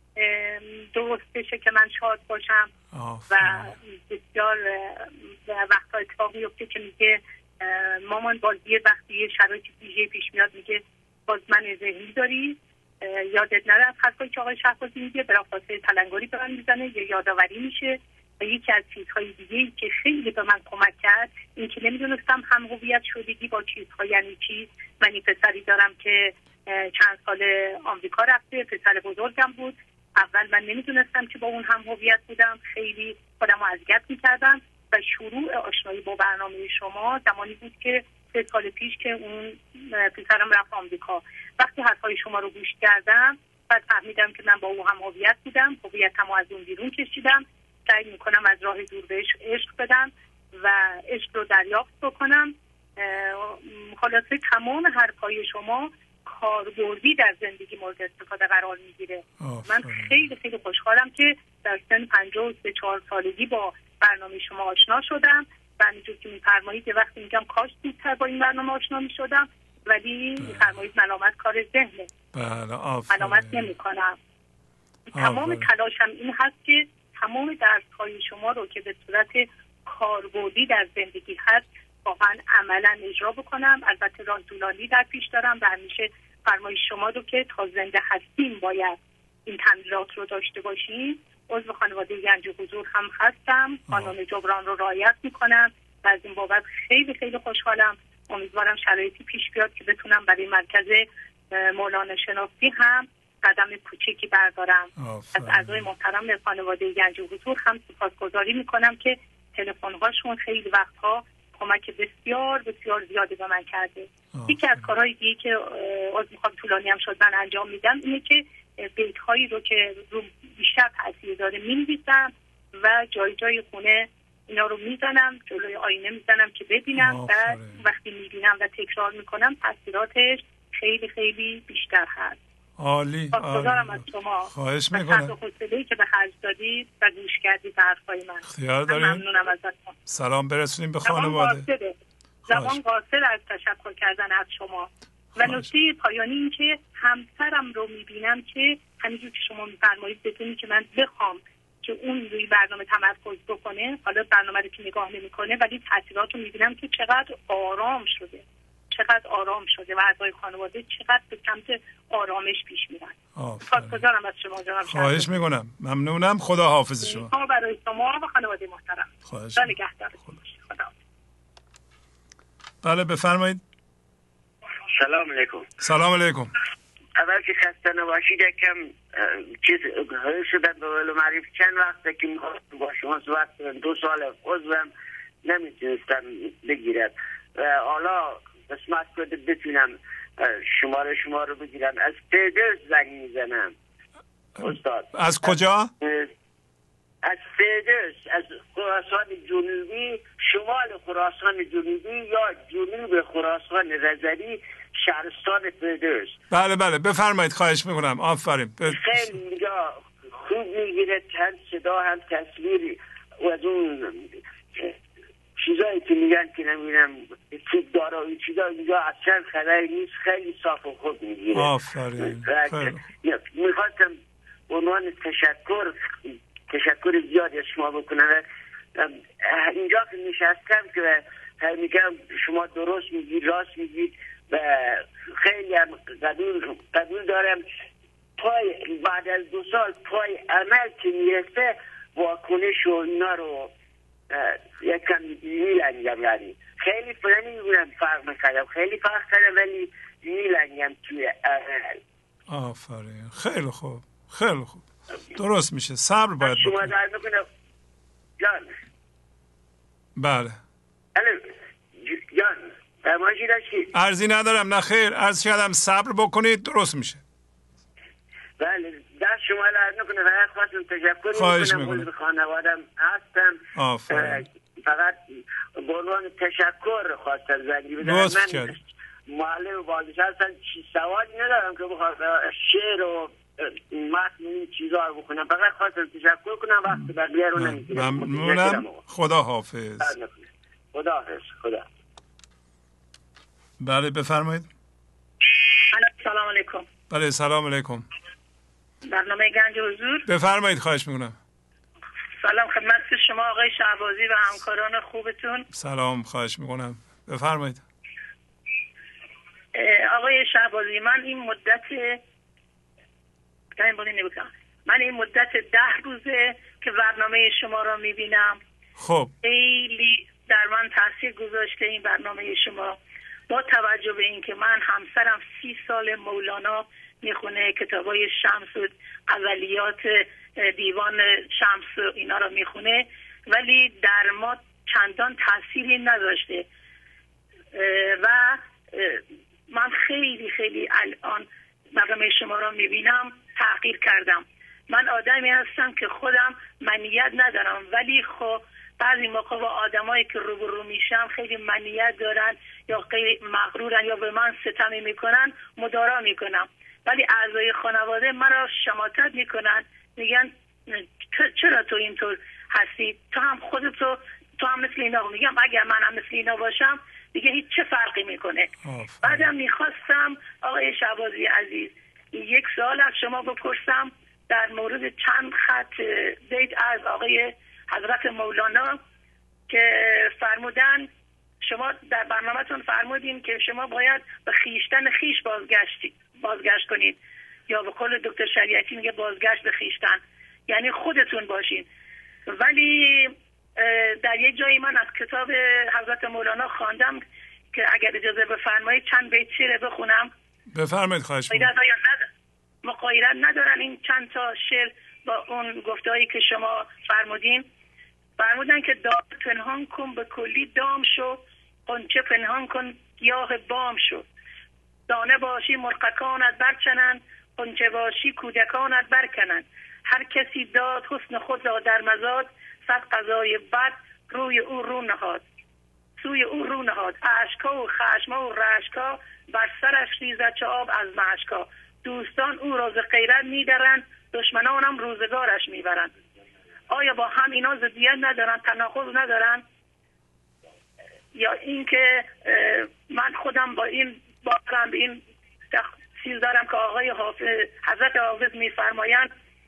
درست بشه که من شاد باشم. و بسیار وقتا اتفاق میفته که میگه مامان باز یه وقتی یه شرایطی ویژه پیش میاد میگه باز من ذهنی داری یادت نره از حرفایی که آقای شهبازی میگه بلافاصله تلنگری به من میزنه یا یادآوری میشه. و یکی از چیزهای دیگه‌ای که خیلی به من کمک کرد این که نمیدونستم هم هویت شدگی با چیزها یعنی چی. من این پسری دارم که چند سال آمریکا رفته پسر بزرگم بود. اول من نمیدونستم که با اون هم هویت بودم. خیلی خودم رو اذیت میکردم و شروع آشنایی با برنامه شما زمانی بود که 3 سال پیش که اون پسرم رفت آمریکا. وقتی حرفای شما رو گوش کردم بعد فهمیدم که من با او هم هویت بودم. هویتم رو از اون بیرون کشیدم. سعی میکنم از راه دور بهش عشق بدم و عشق رو دریافت بکنم. خلاصه تمام حرفای شما کاربردی در زندگی مورد استفاده قرار میگیره. من خیلی خیلی خوشحالم که در سن 54 سالگی با برنامه شما آشنا شدم و همینجور که میفرمایید یه وقتی میگم کاش زودتر با این برنامه آشنا میشدم، ولی میفرمایید ملامت کار ذهنه. ملامت نمی کنم. تمام تلاشم این هست که تمام درس‌های شما رو که به صورت کاربردی در زندگی هست واقعا عملا اجرا بکنم. البته راه طولانی در پیش دارم و همیشه فرمایش شما رو که تا زنده هستیم باید این تمرینات رو داشته باشیم. عضو خانواده گنج حضور هم هستم، قانون جبران رو رعایت میکنم و از این بابت خیلی خیلی خوشحالم. امیدوارم شرایطی پیش بیاد که بتونم برای مرکز مولانا شناسی هم قدم کوچکی بردارم. از اعضای محترم خانواده گنج حضور هم سپاسگزاری میکنم که تلفن هاشون خیلی وقتها کمک بسیار بسیار زیادی به من کرده. یکی از کارهای دیگه که میخوام طولانی هم شد من انجام میدم اینه که بیت هایی رو که رو بیشتر تاثیر داره می‌نویسم و جای جای خونه اینا رو میزنم، جلوی آینه میزنم که ببینم و وقتی میبینم و تکرار میکنم تاثیراتش خیلی خیلی بیشتر هست. عالی. سپاسگزارم از شما. خواهش میکنم. و حوصله‌ای که به خرج دادید و گوش کردید به حرفای من. اختیار داریم. ممنونم ازتون. سلام برسونیم به خانواده. زبان قاصر از تشکر کردن از شما. و نکته پایانی این که همسرم رو میبینم که همینجور که شما میفرمایید بدونی که من بخوام که اون روی برنامه تمرکز بکنه، حالا برنامه رو که نگاه نمیکنه ولی تاثیرات رو میبینم که چقدر آرام شده و اعضای خانواده چقدر به سمت آرامش پیش میرن. سپاسگزارم از شما جناب. خواهش میکنم. ممنونم. خدا حافظ شما. برای شما و خانواده محترم. خواهش. خدا. بله بفرمایید. سلام علیکم. سلام علیکم. اول که خسته نباشید یکم چیز شدن به ولو معریف چند وقته که با شما صحبت 2 سال عضوم نمیتونستم بگیرم و حالا قسمت شده بتونم شما رو بگیرم. از پیدرز زنگ میزنم استاد. از کجا؟ از پیدرز، از خراسان جنوبی، شمال خراسان جنوبی یا جنوب خراسان رضوی، شهرستان پیدرز. بله بله بفرمایید. خواهش میکنم. آفرین. خیلی اینجا خوب میگیره، هم صدا هم تصویری و از اون چیزایی که میگن که نمیدونم خوب داره و این چیزا اینجا اصلا خبری نیست، خیلی صاف و خوب میگیره. آفرین. میخواستم عنوان تشکر زیادی از شما بکنم. اینجا که نشستم که میگم شما درست میگید، راست میگید و خیلی هم قبول دارم. بعد از 2 سال پای عمل که میرسه واکنش و اینا رو یکم میلنگم. یعنی خیلی نمیدونم فرق میکنم، خیلی فرق کنم ولی میلنگم توی عمل. آفرین. خیلی خوب. خیلی خوب. درست میشه. صبر باید بکنم. شما در میکنم جان. بله. جان فرمایشی داشتید؟ عرضی ندارم. نه خیر. عرض کردم صبر بکنید درست میشه. بله دست شما لرز نکنه. فقط خواستم تشکر میکنم. خانوادم هستم. آفرین. فقط به عنوان تشکر خواستم زنگی بزنم. من معلم بازش هستم. سوالی ندارم که بخوام شعر و متن این چیزا رو بخونم. فقط خواستم تشکر کنم. وقت بقیه رو نمیگیرم. ممنونم. خدا حافظ. خدا حافظ. خدا. بله بفرمایید. سلام علیکم. بله سلام علیکم. برنامه گنج حضور. بفرمایید. خواهش میکنم. سلام خدمت شما آقای شهبازی و همکاران خوبتون. سلام. خواهش میکنم. بفرمایید. آقای شهبازی من این مدت 10 روزه که برنامه شما را میبینم. خب خیلی در من تاثیر گذاشته این برنامه شما. با توجه به اینکه من همسرم 30 سال مولانا میخونه، کتابای شمس و اولیات دیوان شمس و اینا رو میخونه، ولی در ما چندان تأثیری نداشته و من خیلی خیلی الان برنامه شما رو میبینم تغییر کردم. من آدمی هستم که خودم منیت ندارم ولی خب بعضی موقع با آدمایی که روبرو میشم خیلی منیت دارن یا خیلی مغرورن یا به من ستمی میکنن، مدارا میکنم. ولی اعضای خانواده مرا شماتت میکنن، میگن چرا تو اینطور هستی؟ تو هم خودتو، تو هم مثل اینا. میگم اگر منم مثل اینا باشم دیگه هیچ چه فرقی میکنه. بعدم میخواستم آقای شهبازی عزیز یک سوال از شما بپرسم در مورد چند خط بیت از آقای حضرت مولانا که فرمودن، شما در برنامه‌تون فرمودین که شما باید به خیشتن خیش بازگشت کنید، یا به قول دکتر شریعتی میگه بازگشت به خیشتن، یعنی خودتون باشین. ولی در یک جایی من از کتاب حضرت مولانا خواندم که اگر اجازه بفرمایید چند بیت شعر بخونم. بفرمایید. خواهش می‌کنم. مغایرت ندارن این چند تا شعر با اون گفتهایی که شما فرمودن که دام پنهان کن به کلی دام شو، قنچه پنهان کن گیاه بام شو، دانه باشی مرغکانت برچنن، قنچه باشی کودکانت برکنن، هر کسی داد حسن خود را در مزاد، صد قضای بد روی او رو نهاد، سوی او رو نهاد، اشکا و خشما و رشکا بر سرش ریزد چه آب از مشکا، دوستان او را ز غیرت میدرن، دشمنانم روزگارش میبرن. آیا با هم اینا ضدیت ندارن، تناقض ندارن؟ یا اینکه من خودم با این باورم به این چیز دارم که آقای حضرت حافظ میفرمایند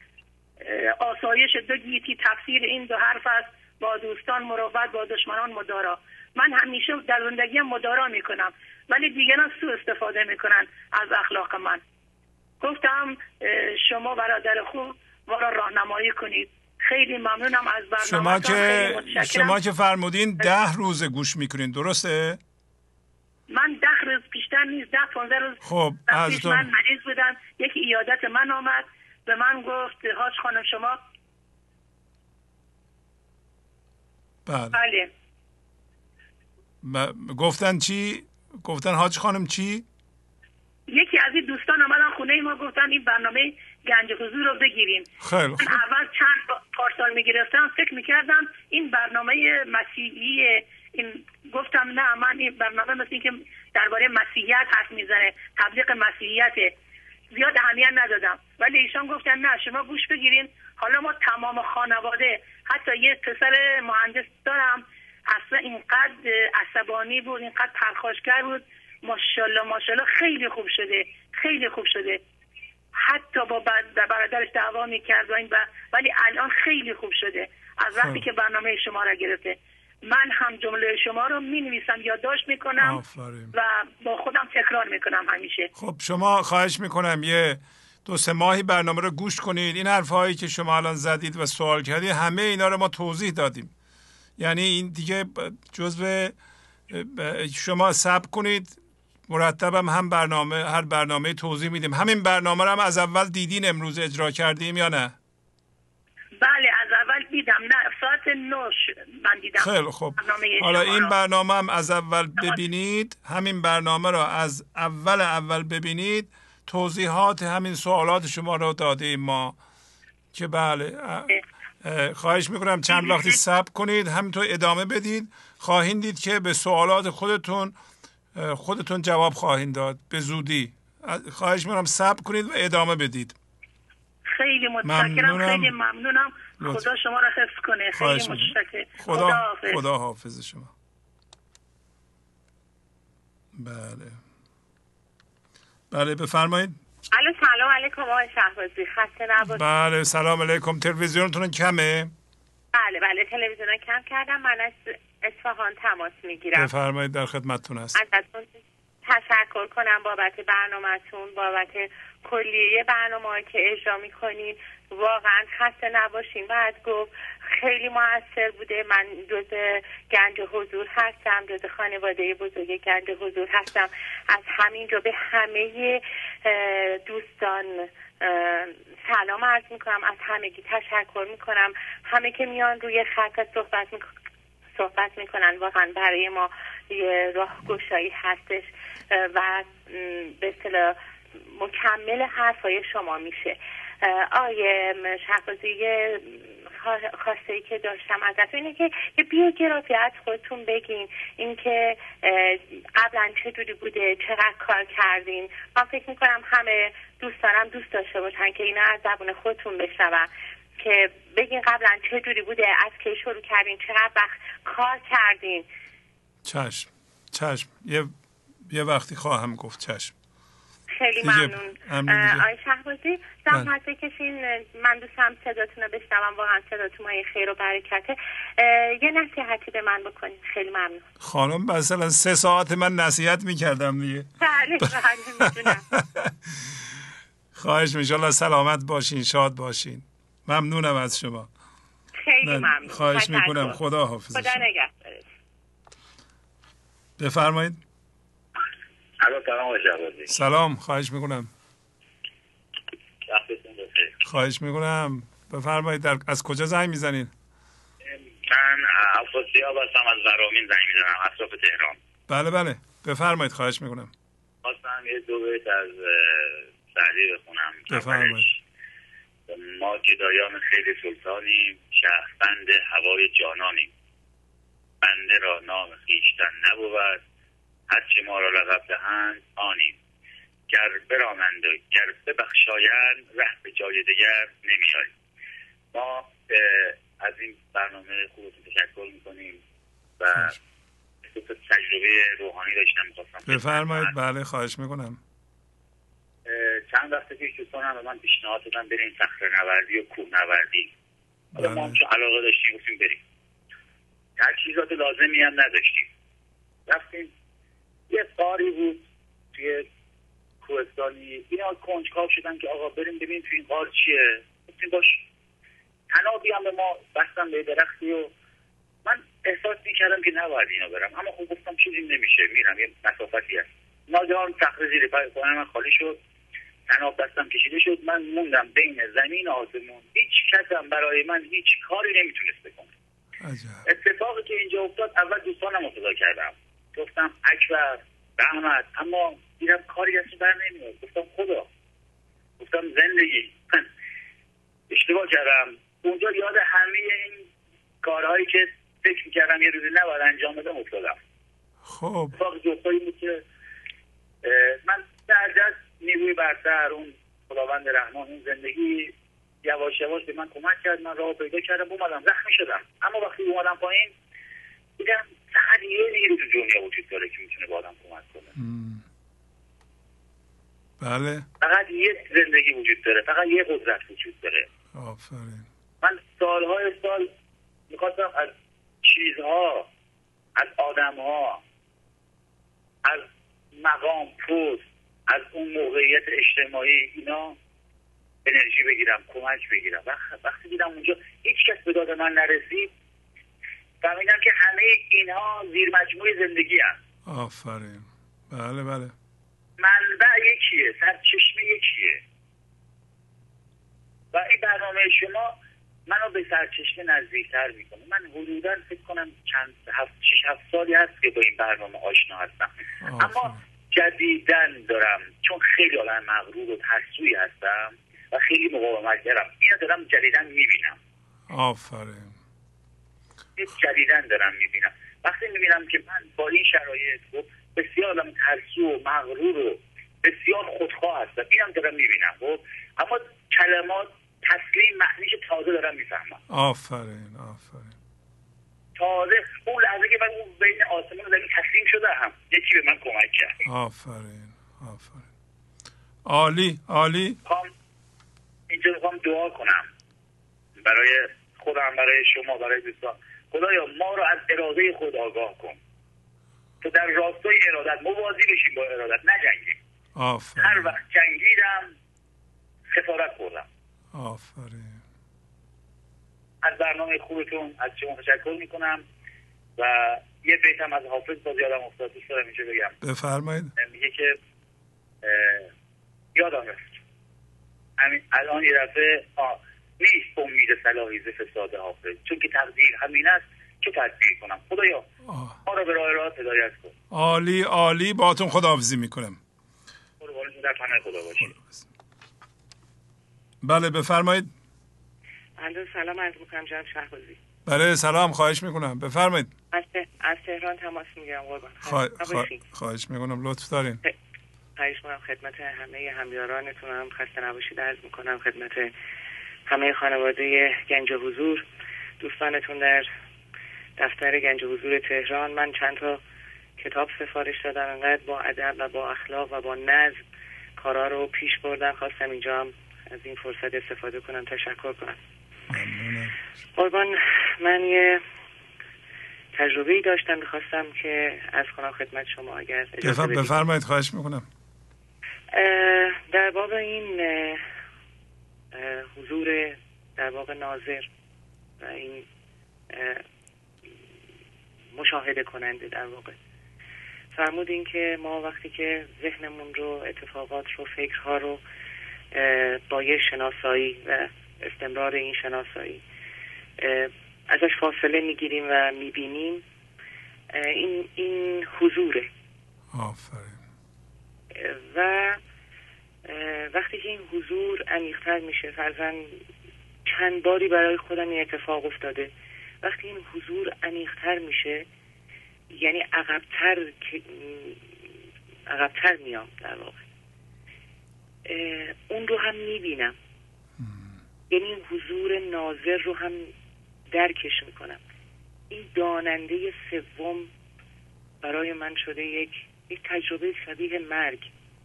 آسایش دو گیتی تفسیر این دو حرف است، با دوستان مروت با دشمنان مدارا. من همیشه در زندگی مدارا میکنم ولی دیگران سوء استفاده میکنن از اخلاق من. گفتم شما برادر خوب ما را راهنمایی کنید. خیلی ممنونم از برنامه‌تون. شما که فرمودین 10 روز گوش میکنین، درسته؟ من 10 روز بیشتر نیست، 10-15 روز. خب از من مریض بودم، یکی عیادت من آمد به من گفت حاج خانم شما. بله. گفتن چی؟ گفتن حاج خانم چی؟ یکی از این دوستان آمدن خونه ما گفتن این برنامه گنج حضور رو بگیریم. خیلی من اول چند پارسال میگرفتم فکر میکردم این برنامه مسیحیه. این گفتم نه، من این برنامه مثل این که درباره مسیحیت حرف میزنه، تبلیغ مسیحیته، زیاد اهمیت ندادم. ولی ایشان گفتن نه شما گوش بگیرین. حالا ما تمام خانواده، حتی یه پسر مهندس دارم اصلا اینقدر عصبانی بود، اینقدر پرخاشگر بود، ماشاءالله ماشاءالله خیلی خوب شده، خیلی خوب شده. حتی با برادرش دعوا میکرد و این ولی الان خیلی خوب شده از وقتی که برنامه شما را گرفته. من هم جمله شما رو مینویسم، یادداشت میکنم و با خودم تکرار میکنم همیشه. خب شما خواهش میکنم یه 2-3 ماهی برنامه رو گوش کنید. این حرفایی که شما الان زدید و سوال کردید همه اینا رو ما توضیح دادیم. یعنی این دیگه جزء شما صبر کنید، مرتبم هم هر برنامه توضیح میدیم. همین برنامه رو هم از اول دیدین امروز اجرا کردیم یا نه؟ بله از اول دیدم، نه ساعت 9 من دیدم. خیلی خوب. حالا این برنامه هم از اول ببینید، همین برنامه رو از اول ببینید. توضیحات همین سوالات شما رو دادیم ما که بله. خواهش میکنم چند وقتی صبر کنید، همینطور ادامه بدید. خواهید دید که به سوالات خودتون جواب خواهید داد به زودی. خواهش میکنم صبر کنید و ادامه بدید. خیلی متشکرم. خیلی ممنونم. خدا شما را حفظ کنه. خیلی متشکرم. خدا حافظ شما. بله بفرمایید. سلام علیکم آقای شهبازی، خسته نباشید. بله سلام علیکم. تلویزیونتون کمه؟ بله تلویزیون کم کردم. من از اصفهان تماس میگیرم. بفرمایید در خدمتتون هست. ازتون تشکر کنم بابت برنامه‌تون، بابت کلیه برنامه‌ای که اجرا میکنین. واقعا خسته نباشین. بعد گفت خیلی موثر بوده. من جزء گنج حضور هستم، جزء خانواده بزرگ گنج حضور هستم. از همینجا به همه دوستان سلام عرض میکنم، از همگی تشکر میکنم. همه که میان روی خط صحبت میکنن واقعا برای ما یه راهگشایی هستش و به اصطلاح مکمل حرفای شما میشه. آیه شهبازی خواسته ای که داشتم ازتون اینه که یه بیوگرافی از خودتون بگین، اینکه قبلا چجوری بوده، چقدر کار کردین. من فکر میکنم همه دوستانم دوست داشته باشن که اینا از زبون خودتون بشنون، که بگین قبلا چجوری بوده، از کی شروع کردین، چقدر وقت کار کردین. چشم یه وقتی خواهم گفت. چشم. خیلی ممنون. آی شهبازی زحمت بکشین، من دوستم صداتون رو بشنوم، واقعا صداتون های خیر و برکته. یه نصیحتی به من بکنین. خیلی ممنون. خانم مثلا 3 ساعت من نصیحت میکردم دیگه. بله میدونم. خواهش می‌کنم سلامت باشین، شاد باشین. ممنونم از شما. خیلی ممنون. خواهش میکنم. خدا حافظ. خدا نگهدارت. بفرمایید. سلام. سلام، خواهش میکنم. خواهش میکنم. بفرمایید. از کجا زنگ میزنین؟ من افراسیاب هستم، از ورامین زنگ میزنم، اطراف تهران. بله بفرمایید. خواهش میکنم. خواستم یه 2 بیت از سعدی بخونم. بفرمایید. ما که دایان خیلی سلطانیم، شهربند هوای جانانیم. بنده را نام خویشتن نبود، هرچه ما را لقب دهند آنیم. گر برانند و گر ببخشایند، ره به جای دیگر نمی‌آییم. ما از این برنامه خوبتون تشکر میکنیم و تجربه روحانی داشتم میخواستم. بفرمایید. بله خواهش میکنم. چند وقت پیش دوستانم به من پیشنهاد دادن بریم صخره‌نوردی و کوهنوردی. حالا ما هم چون علاقه داشتیم گفتیم بریم. تجهیزات لازمی هم نداشتیم. رفتیم یه غاری بود توی کوهستانی، اینا کنجکاو شدن که آقا بریم ببینیم توی این غار چیه. گفتیم باش. تنابی هم به ما بستن به درختی و من احساس میکردم که نباید اینا برم، اما خب گفتم چیزی نمیشه، میرم، یه مسافتی هست. ناگهان صخره زیر پای من خالی شد، تناب دستم کشیده شد، من موندم بین زمین و آسمون. هیچ کسم برای من هیچ کاری نمیتونست بکنه. اتفاقی که اینجا افتاد، اول دوستانم رو صدا کردم، گفتم اکبر، رحمت، اما دیدم کاری ازش بر نمیاد. گفتم خدا، گفتم زندگی. اشتباه کردم. اونجا یاد همه این کارهایی که فکر میکردم یه روزی نباید انجام بدم افتادم. خب اتفاق جفتایی بود که من در دست نیروی برتر، اون خداوند رحمان، اون زندگی یواش یواش به من کمک کرد. من راه پیدا کردم، اومدم، زخمی شدم، اما وقتی اومدم پایین دیدم فقط یه نیرو تو دنیا وجود داره که میتونه به آدم کمک کنه. بله. فقط یه زندگی وجود داره، فقط یه قدرت وجود داره. آفرین. من سالهای سال میخواستم از چیزها، از آدمها، از مقام، پست، از اون موقعیت اجتماعی اینا انرژی بگیرم، کمک بگیرم. وقتی دیدم اونجا هیچ کس به داد من نرسید، فهمیدم که همه اینها زیر مجموعه زندگی هست. آفرین. بله. منبع یکیه، سرچشمه یکیه. و این برنامه شما منو به سرچشمه نزدیکتر میکنه. من حدوداً فکر کنم 6-7 سالی هست که با این برنامه آشنا هستم. اما جدیداً دارم، چون خیلی آدم مغرور و ترسویی هستم و خیلی مقاومت دارم، اینو دارم جدیداً میبینم. آفرین. جدیداً دارم میبینم. وقتی میبینم که من با این شرایط بسیار آدم ترسو و مغرور و بسیار خودخواه هستم، اینم دارم میبینم. اما کلمات تسلیم معنیش تازه دارم میفهمم. آفرین. تازه اون لحظه که من اون بین آسمان و زمین تسلیم شده هم یکی به من کمک کرد. آفرین. عالی. اینجا میخوام دعا کنم برای خودم، برای شما، برای دوستان. خدایا ما رو از اراده خود آگاه کن تو در راستای ارادت موازی بشیم با ارادت، نجنگیم. آفرین. هر وقت جنگیدم خسارت خوردم. آفرین. از برنامه خوبتون از شما تشکر میکنم و یه بیتم از حافظ باز یادم افتاد، دوست دارم اینجا بگم. بفرمایید. میگه که یادم رفت همین الان یه دفعه نیست امید صلاحی ز فساد حافظ، چون که تقدیر همین است که تدبیر کنم. خدایا ما رو به راه راست هدایت کن. عالی. باهاتون خداحافظی میکنم. قربانتون در پناه خدا باشید. بله بفرمایید. سلام عرض میکنم جناب شهبازی. بله سلام، خواهش میکنم بفرمایید. از تهران تماس میگیرم قربان. خواهش میکنم، لطف دارین. خواهش میکنم. خدمت همه همیارانتونم خسته نباشید عرض میکنم، خدمت همه خانواده گنج حضور، دوستانتون در دفتر گنج حضور تهران. من چند تا کتاب سفارش دادم، انقدر با ادب و با اخلاق و با نظم کارا رو پیش بردم، خواستم اینجا هم از این فرصت استفاده کنم، تشکر کنم. قربان، من یه تجربه‌ای داشتم، می‌خواستم که عرض کنم خدمت شما اگر اجازه بدید. بفرمایید، خواهش میکنم. در باب این حضور در واقع ناظر و این مشاهده کننده، در واقع فرمودین که ما وقتی که ذهنمون رو، اتفاقات رو، فکرها رو با یه شناسایی و استمرار این شناسایی ازش فاصله میگیریم و میبینیم، این حضوره. آفرین. و وقتی که این حضور عمیق‌تر میشه، فرضاً چند باری برای خودم این اتفاق افتاده، وقتی این حضور عمیق‌تر میشه یعنی عقب‌تر میام در واقع، اون رو هم میبینم، یعنی این حضور ناظر رو هم درکش میکنم. این داننده سوم برای من شده یک تجربه شبیه مرگ.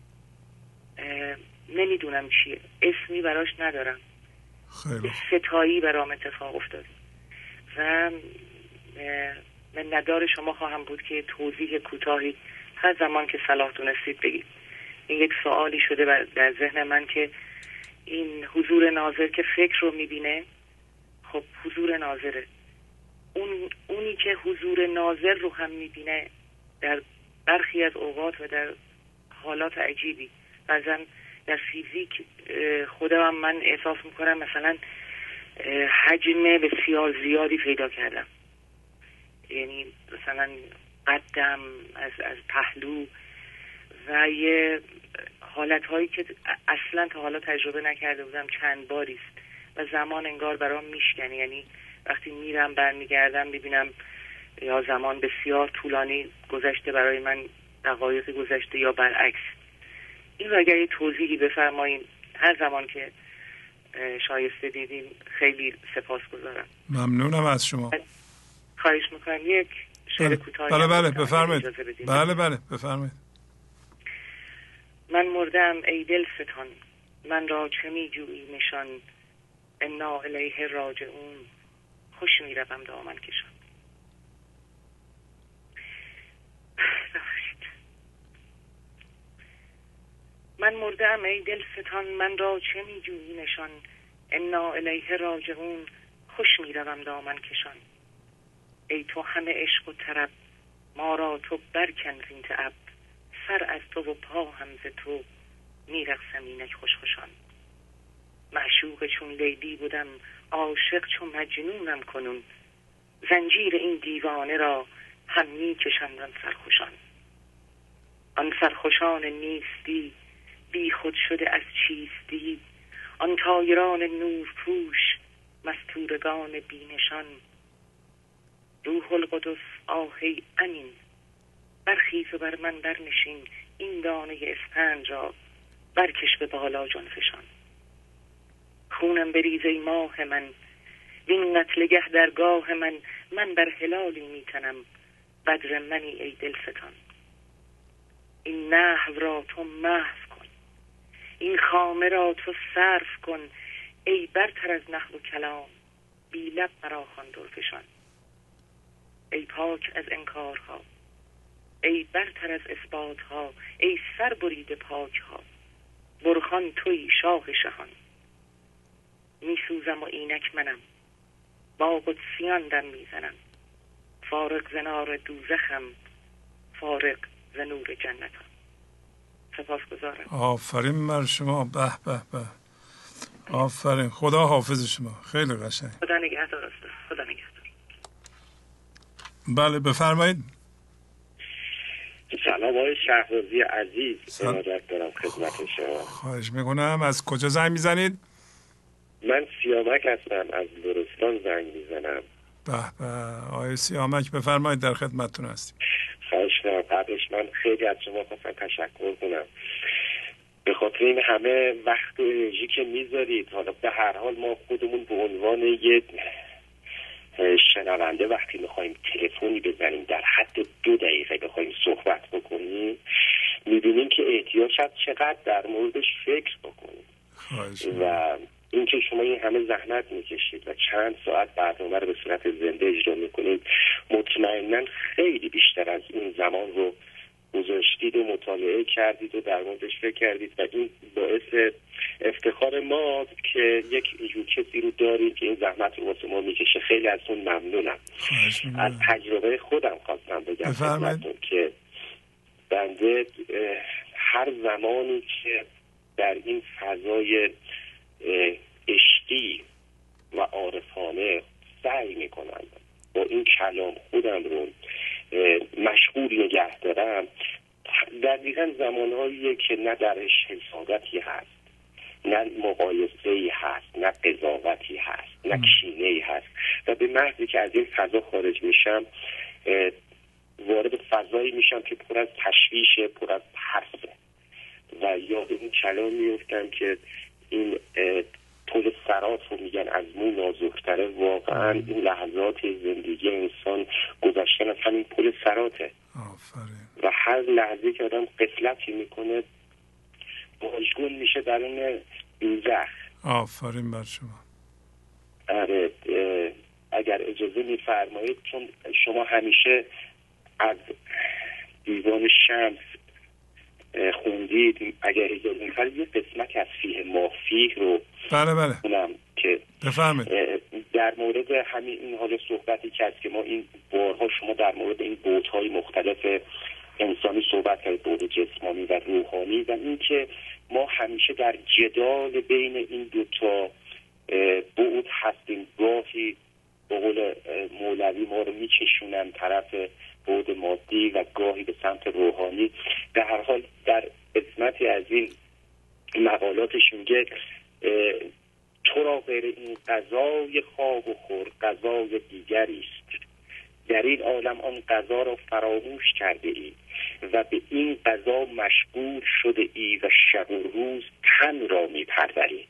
نمیدونم چیه، اسمی براش ندارم، ستایی برام اتفاق افتاده و من ندار شما خواهم بود که توضیح کوتاهی هر زمان که صلاح دونستید بگید. این یک سوالی شده در ذهن من که این حضور ناظر که فکر رو میبینه، خب حضور ناظره، اونی که حضور ناظر رو هم میبینه در برخی از اوقات و در حالات عجیبی، بعضن در فیزیک خودم من احساس میکنم مثلا حجم بسیار زیادی پیدا کردم، یعنی مثلا قدم از پهلو و یه حالتهایی که اصلا تا حالا تجربه نکرده بودم چند باریست و زمان انگار برام میشکنه، یعنی وقتی میرم برمیگردم میبینم یا زمان بسیار طولانی گذشته برای من، دقایقی گذشته یا برعکس. این رو اگر یه توضیحی بفرمایین هر زمان که شایسته دیدین خیلی سپاسگزارم. ممنونم از شما. خواهش میکنم یک شعر کوتاهی. بله بفرمایید. بله بفرمایید. من مردم ای دل ستان، من را چه می جویی نشان، انا الیه راجعون، خوش می روم دامن کشان. من مردم ای دل ستان، من را چه می جویی نشان، انا الیه راجعون، خوش می روم دامن کشان. ای تو همه عشق و طرب، ما را تو برکن زین تعب، سر از تو و پا هم ز تو میرقصم اینک خوش خوشان. معشوق چون لیلی بودم، عاشق چون مجنونم کنون، زنجیر این دیوانه را هم میکشندم سرخوشان. آن سرخوشان نیستی بی خود شده از چیستی، آن طایران نور پوش مستورگان بینشان. روح القدس آهی امین، برخیز و بر من برنشین، این دانه اسفند را برکش به بالا جان فشان. خونم بریز ای ماه من، وین قتلگه درگاه من بر هلالی میتنم، بدر منی ای دل ستان. این نحو را تو محو کن، این خامه را تو صرف کن، ای برتر از نحو و کلام، بی لب مرا خوان درفشان. ای پاک از انکارها، ای برتر از اثباتها، ای سر برید پاکها، برهان توی شاه شهان. می سوزم و اینک منم، با قدسیان دم میزنم، فارغ ز نار دوزخم، فارغ ز نور جنتم. سپاسگزارم. آفرین بر شما. به به به، آفرین. خدا حافظ شما. خیلی قشنگ. خدا نگهدار است. خدا نگهدار. بله بفرمایید. سلام آقای شهبازی عزیز، ارادت دارم خدمت شما. خواهش میکنم. از کجا زنگ میزنید؟ من سیامک هستم، از لرستان زنگ میزنم. به به آقای سیامک بفرمایید، در خدمتتون هستیم. خواهش می‌کنم. قبلش من خیلی از شما خواستم تشکر کنم به خاطر این همه وقت و انرژی که میذارید. حالا به هر حال ما خودمون به عنوان یک شنونده وقتی میخوایم تلفنی بزنیم در حد 2 دقیقه بخوایم صحبت بکنیم، میبینیم که احتیاج هست چقدر در موردش فکر بکنیم. و اینکه شما این همه زحمت میکشید و چند ساعت برنامه رو به صورت زنده اجرا میکنید، مطمئنا خیلی بیشتر از این زمان رو گذاشتید و مطالعه کردید و در موردش فکر کردید و این باعث افتخار ماست که یک کسی رو داریم که این زحمت رو واسه ما میکشه. خیلی از اون ممنونم. از تجربه خودم خواستم بگم که بنده هر زمانی که در این فضای عشقی و عارفانه سعی میکنم با این کلام خودم رو مشغول نگه دارم، دقیقا زمانهاییه که نه درش حسادتی هست، نه مقایسه‌ای هست، نه قضاوتی هست، نه کینه‌ای هست و به محضی که از این فضا خارج میشم وارد فضایی میشم که پر از تشویشه، پر از ترسه و یاد این کلام میفتم که این پل صراط رو میگن از مو نازک‌تره. واقعا این لحظات زندگی انسان گذشتن از همین پل صراطه و هر لحظه که آدم غفلتی میکنه واژگون میشه در اون دوزخ. آفرین بر شما. آره اگر اجازه میفرمایید، چون شما همیشه از دیوان شمس خوندید، اگر اجازه میفرمایید یه قسمت از فیه مافیه رو بله خونم که بفرمایید. در مورد همین این حال صحبتی که هست که ما این بارها شما در مورد این بودهای مختلف انسانی صحبت کردید، بود جسمانی و روحانی، و این که ما همیشه در جدال بین این دوتا بود هستیم. گاهی به قول مولوی ما رو میکشونن طرف بود مادی و گاهی به سمت روحانی. در هر حال در قسمتی از این مقالاتش میگه تو را غیر این غذای خواب و خور غذای دیگری است، در این عالم آن غذا را فراموش کرده ای و به این غذا مشغول شده ای و شب و روز تن را میپروری.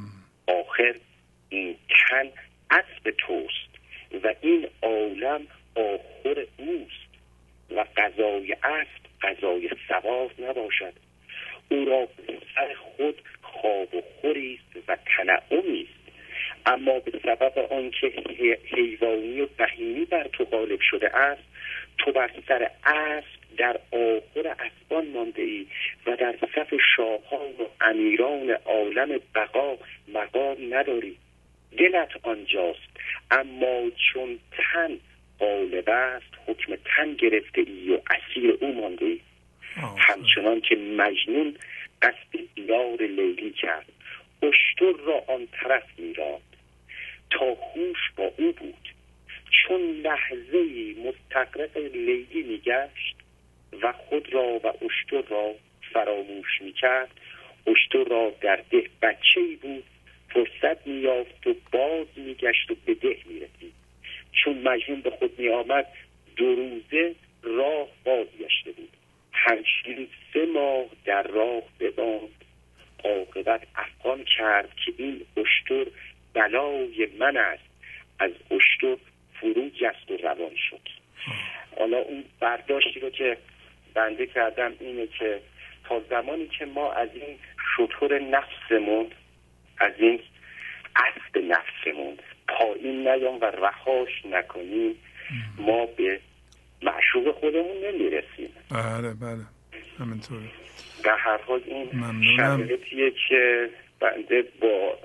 آخر این تن اسب توست و این عالم آخر اوست و غذای اسب غذای سوار نباشد. او را به سر خود خواب و خوری است و تنعمی است، اما به سبب آنکه حیوانی و بهیمی بر تو غالب شده است، تو بر سر اسب در آخر اسبان مانده ای و در صف شاهان و امیران عالم بقا مقام نداری. دلت آنجاست اما چون تن غالب است حکم تن گرفته ای و اسیر او مانده ای. همچنان که مجنون قصد دیدار لیلی کرد، اشتر را آن طرف می‌راند تا هوش با او بود. چون لحظه‌ای مستغرق لیلی می‌گشت و خود را و اشتر را فراموش می‌کرد، اشتر را در ده بچه‌ای بود، فرصت می‌یافت و باز می‌گشت و به ده می‌رسید. چون مجنون به خود می‌آمد 2 روزه راه بازگشته بود. همچنین 3 ماه در راه بماند، عاقبت افغان کرد که این اشتر بلای من است، از اشتر فرو جست و روان شد. حالا اون برداشتی رو که بنده کردم اینه که تا زمانی که ما از این شتر نفسمون، از این اسب نفسمون پایین نیام و رهاش نکنیم، ما به معشوق خودمون نمیرسیم. بله بله همینطوره. در هر حال این شرایطیه که بنده با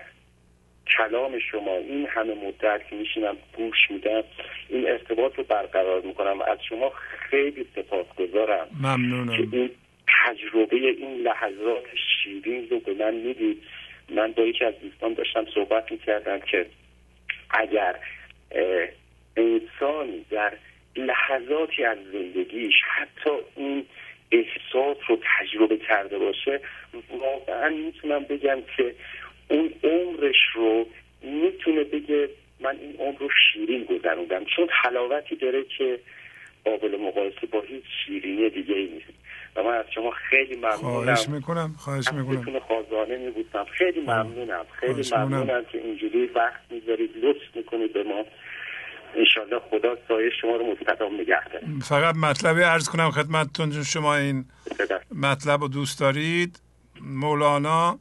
کلام شما این همه مدت که میشینم گوش میدم این ارتباط رو برقرار میکنم و از شما خیلی سپاسگزارم. ممنونم که این تجربه این لحظات شیرین رو به من میدید. من با یکی از دوستان داشتم صحبت میکردم که اگر انسانی در لحظاتی از زندگیش حتی این احساس رو تجربه کرده باشه، واقعا میتونم بگم که اون عمرش رو میتونه بگه من این عمر رو شیرین گذروندم، چون حلاوتی داره که قابل مقایسه با هیچ شیرینی دیگه ای نیست. و من از شما خیلی ممنونم. خواهش میکنم. خازانه میبودم. خیلی ممنونم. خیلی ممنونم که اینجوری وقت میذارید، لطف میکنید به ما. انشالله خدا سایه شما رو مستدام نگه داره. فقط مطلبی عرض کنم خدمتتون، چون شما این مطلب رو دوست دارید. مولانا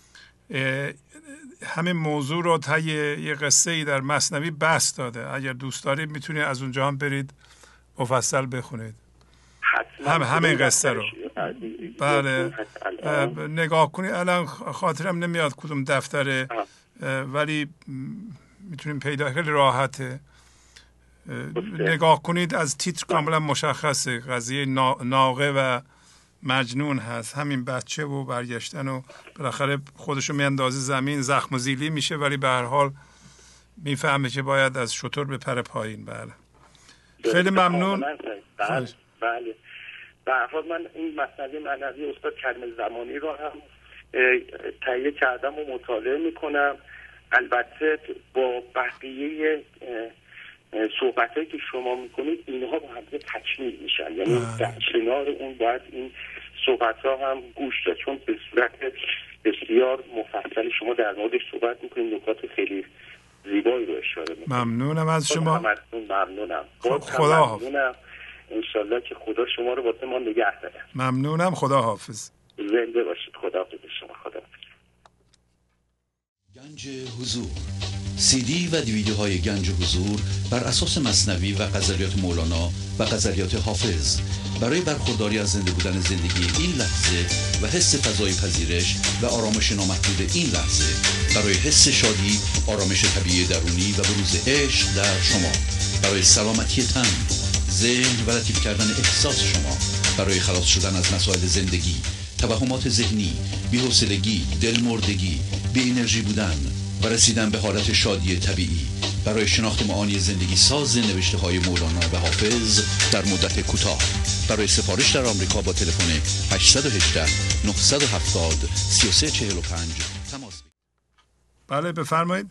همین موضوع رو طی یه قصه ای در مثنوی بحث داده. اگر دوست دارید میتونید از اونجا هم برید مفصل بخونید همین قصه رو. بله نگاه کنید. الان خاطرم نمیاد کدوم دفتره، ولی میتونیم پیدا، خیلی راحته. نگاه کنید از تیتر کاملا مشخصه. قضیه ناقه و مجنون هست، همین بچه و برگشتن و بالاخره خودشو میاندازه زمین، زخم و زیلی میشه، ولی به هر حال میفهمه که باید از شتر بپره پایین. بله خیلی ممنون. بله به هر حال من این مثنوی معنوی استاد کریم زمانی رو هم تهیه کردم و مطالعه میکنم. البته با بقیه صحبتایی که شما میکنید اینها با هم تکمیل میشن، یعنی در کنار اون باید این صحبت‌ها هم گوش داد، چون به صورت بسیار مفصل شما در موردش صحبت میکنید، نکات خیلی زیبایی رو اشاره میکنید. ممنونم از شما. ممنونم. خدا حافظ. انشالله که خدا شما رو واسه ما نگه داره. ممنونم. خدا حافظ. زنده باشید. خدا حافظ شما. خدا حافظ. گنج حضور، سی دی و دیویدیوهای گنج حضور بر اساس مثنوی و غزلیات مولانا و غزلیات حافظ برای برخورداری از زنده بودن زندگی این لحظه و حس فضای پذیرش و آرامش نامحدود این لحظه، برای حس شادی، آرامش طبیعی درونی و بروز عشق در شما، برای سلامتی تن، ذهن و لطیف کردن احساس شما، برای خلاص شدن از مسائل زندگی، توهمات ذهنی، بی‌حوصلگی، دلمردگی، بی انرژی بودن و رسیدن به حالت شادی طبیعی، برای شناخت معانی زندگی ساز نوشته‌های مولانا و حافظ در مدت کوتاه. برای سفارش در آمریکا با تلفن 818 970 3345 تماس بگیرید. بله بفرمایید.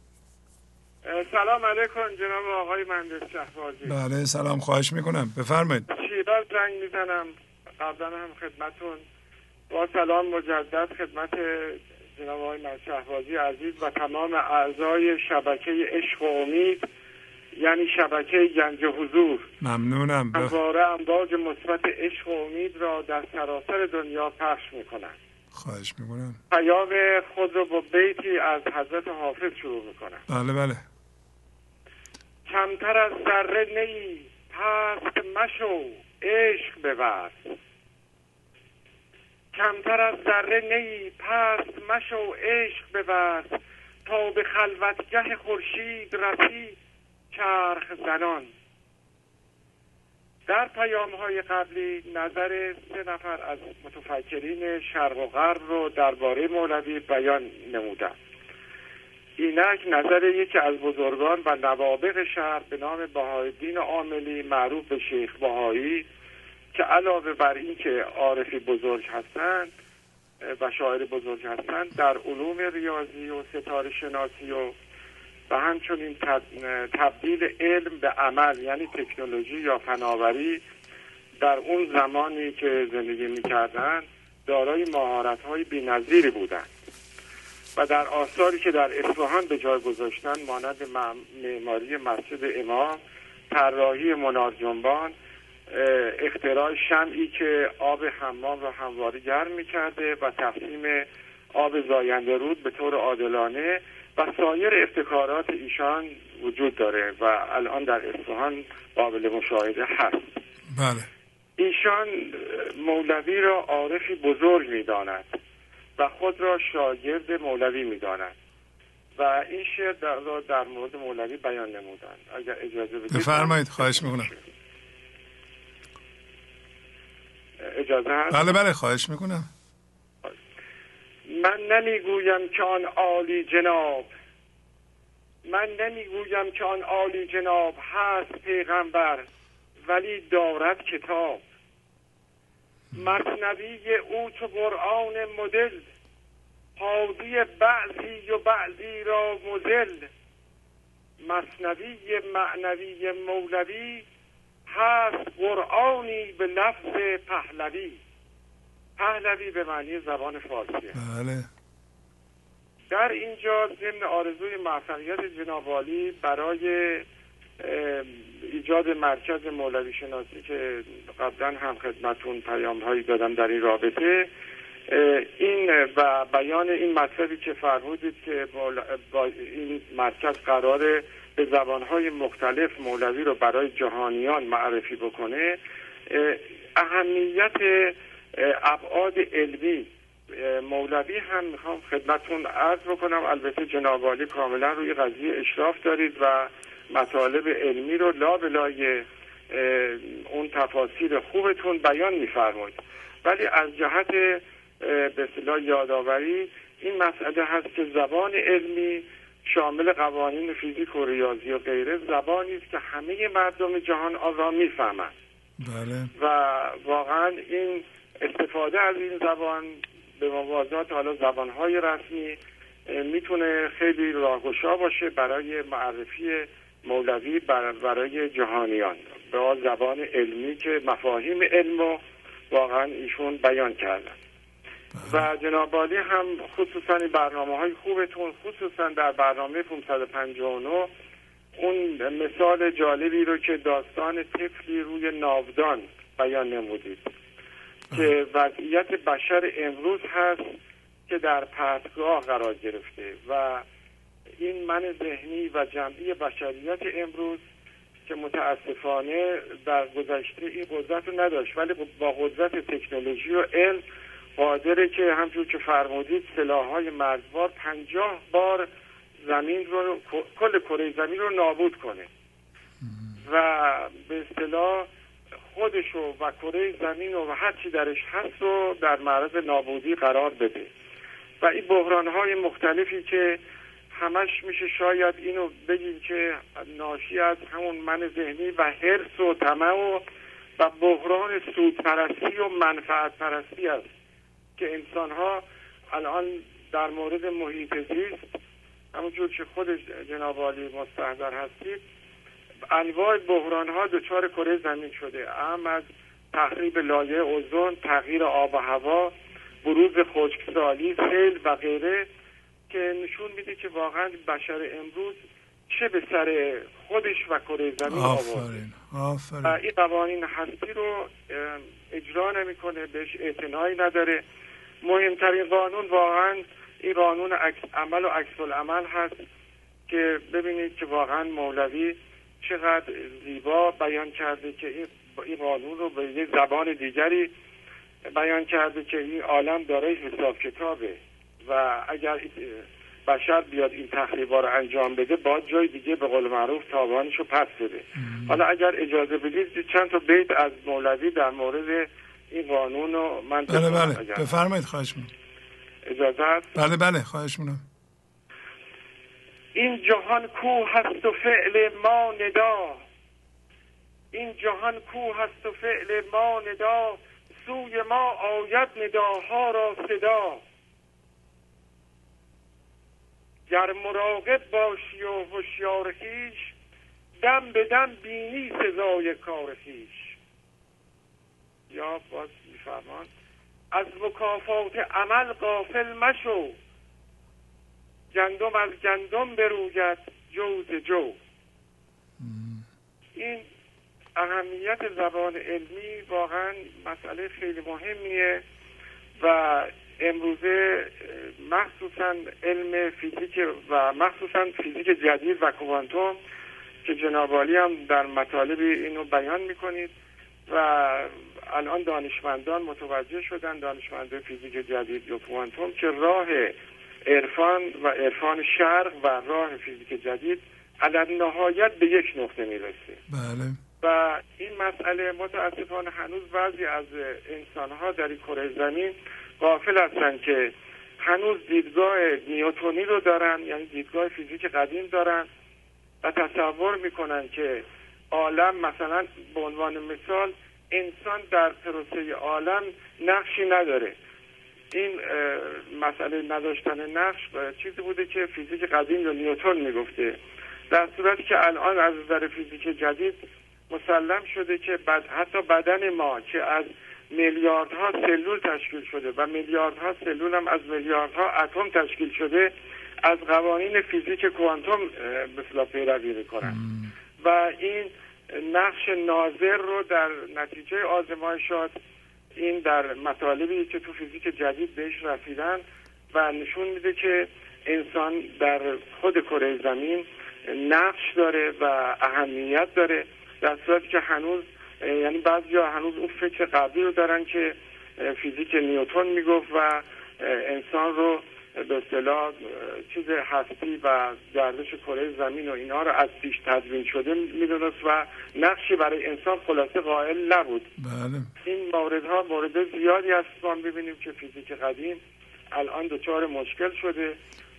سلام علیکم جناب آقای مهندس شهبازی. بله سلام، خواهش میکنم بفرمایید. شیراز زنگ میزنم. قبلا هم خدمتون با سلام مجدد خدمت جناب آقای مهندس شهبازی عزیز و تمام اعضای شبکه عشق و امید، یعنی شبکه گنج حضور. ممنونم. همواره امواج مثبت عشق و امید را در سراسر دنیا پخش میکنن. خواهش میکنم. پیام خود رو با بیتی از حضرت حافظ شروع میکنم. بله بله. کمتر از ذره نی پست مشو عشق بورز، کمتر از ذره نی پست مشو عشق بورز، تا به خلوتگه خورشید رسی چرخ زنان. در پیام‌های قبلی نظر 3 نفر از متفکرین شرق و غرب رو درباره مولوی بیان نمودند. اینک نظر یکی از بزرگان و نوابغ شهر به نام بهاءالدین عاملی معروف به شیخ بهایی، که علاوه بر این که عارفی بزرگ هستند و شاعر بزرگ هستند، در علوم ریاضی و ستاره شناسی و همچنین تبدیل علم به عمل، یعنی تکنولوژی یا فناوری، در اون زمانی که زندگی می‌کردند دارای مهارت‌های بی‌نظیری بودند و در آثاری که در اصفهان به جای گذاشتن مانند معماری مسجد امام، طراحی منار جنبان، اختراع شمعی که آب حمام را همواره گرم می‌کرده و تقسیم آب زاینده رود به طور عادلانه و سایر ابتکارات ایشان وجود داره و الان در اصفهان قابل مشاهده هست. بله. ایشان مولوی را عارفی بزرگ می‌داند و خود را شاگرد مولوی می‌داند و این شعر در مورد مولوی بیان نمودند. اگر اجازه بدید بفرمایید. خواهش می‌کنم. اجازه هست؟ بله بله خواهش می‌کنم. من نمیگویم که آن عالی جناب، من نمیگویم که آن عالی جناب هست پیغمبر، ولی دارد کتاب. مثنوی او چو قرآن مدل، حاضی بعضی و بعضی را مزل، مثنوی معنوی مولوی، هست قرآنی به لفظ پهلوی. پهلوی به معنی زبان فارسیه. بله. در اینجا ضمن آرزوی موفقیت جناب عالی برای ایجاد مرکز مولوی شناسی که قبلا هم خدمتون پیام هایی دادم در این رابطه، این و بیان این مطلبی که فرمودید که با این مرکز قراره به زبانهای مختلف مولوی رو برای جهانیان معرفی بکنه، اهمیت ابعاد علمی مولوی هم میخوام خدمتون عرض بکنم. البته جناب عالی کاملا روی قضیه اشراف دارید و مطالب علمی رو لابلای اون تفاصیل خوبتون بیان میفرمایید، ولی از جهت به اصطلاح یادآوری این مسئله هست که زبان علمی شامل قوانین فیزیک و ریاضی و غیره زبانی است که همه مردم جهان آن را میفهمند. بله. و واقعا این استفاده از این زبان به موازات حالا زبانهای رسمی میتونه خیلی راهگشا باشه برای معرفی مولوی برای جهانیان به زبان علمی که مفاهیم علمو واقعا ایشون بیان کردن. و جناب عالی هم خصوصا برنامه‌های خوبتون، خصوصا در برنامه 559 اون مثال جالبی رو که داستان طفلی روی ناودان بیان نمودید که وضعیت بشر امروز هست که در پرتگاه قرار گرفته و این من ذهنی و جمعی بشریت امروز که متاسفانه در گذشته این قدرت رو نداشت، ولی با قدرت تکنولوژی و علم قادره که همچون که فرمودید سلاح‌های مرگبار 50 بار زمین رو، کل کره زمین رو نابود کنه و به اصطلاح خودشو و کره زمین و هر چی درش هست رو در معرض نابودی قرار بده. و این بحران‌های مختلفی که همش میشه شاید اینو بگیم که ناشی از همون من ذهنی و حرص و طمع و بحران سودپرستی و منفعت پرستی است که انسان‌ها الان در مورد محیط زیست همونجور که خود جناب عالی مستحضر هستید انواع بحران‌ها دچار کره زمین شده، اهم از تخریب لایه اوزون، تغییر آب و هوا، بروز خشکسالی، سیل و غیره که نشون میده که واقعا بشر امروز چه به سر خودش و کره زمین آورده. آفرین. این قوانین هستی رو اجرا نمیکنه، بهش اعتنایی نداره. مهمترین قانون واقعا این قانون عمل و عکس العمل هست که ببینید که واقعا مولوی چقدر زیبا بیان کرده که این قانون رو به یک زبان دیگری بیان کرده که این عالم دارای حساب کتابه و اگر بشر بیاد این تخریبا رو انجام بده باید جای دیگه به قول معروف تاوانشو پس بده. حالا اگر اجازه بدید چند تا بیت از مولوی در مورد این قانون رو من بله بفرمایید. خواهش می‌کنم. اجازه هست؟ بله خواهش می‌کنم. این جهان کو هست و فعل ما ندا، این جهان کو هست و فعل ما ندا، سوی ما آید نداها را صدا. گر مراقب باشی و هوشیار خویش، دم به دم بینی سزای کار خویش. یا باز می‌فرمان از مکافات عمل غافل مشو، گندم از گندم بروید جوز جو. این اهمیت زبان علمی واقعا مسئله خیلی مهمیه و امروزه مخصوصا علم فیزیک و مخصوصا فیزیک جدید و کوانتوم که جناب عالی هم در مطالب اینو بیان میکنید و الان دانشمندان متوجه شدن، دانشمندان فیزیک جدید و کوانتوم، که راه عرفان و عرفان شرق و راه فیزیک جدید علی نهایت به یک نقطه میرسه. بله. و این مسئله متاسفانه هنوز بعضی از انسان‌ها در این کره زمین غافل هستن که هنوز دیدگاه نیوتونی رو دارن، یعنی دیدگاه فیزیک قدیم دارن و تصور میکنن که عالم مثلا به عنوان مثال انسان در پروسه عالم نقشی نداره. این مسئله نداشتن نقش چیزی بوده که فیزیک قدیم یا نیوتن میگفته، در صورتی که الان از نظر فیزیک جدید مسلم شده که حتی بدن ما که از میلیاردها سلول تشکیل شده و میلیاردها سلول هم از میلیاردها اتم تشکیل شده، از قوانین فیزیک کوانتوم مثلا پیروی میکنن و این نقش ناظر رو در نتیجه آزمایشات این در مطالبی که تو فیزیک جدید بهش رسیدن و نشون میده که انسان در خود کره زمین نقش داره و اهمیت داره، در صورتی که هنوز یعنی بعضیا هنوز اون فکر قبلی رو دارن که فیزیک نیوتن میگفت و انسان رو به اصطلاح چیز هستی و گردش کره زمین و اینا رو از پیش تدوین شده میدونست و نقشی برای انسان خلاصه قائل نبود. بله. این موردها مورد زیادی هست ما ببینیم که فیزیک قدیم الان دچار مشکل شده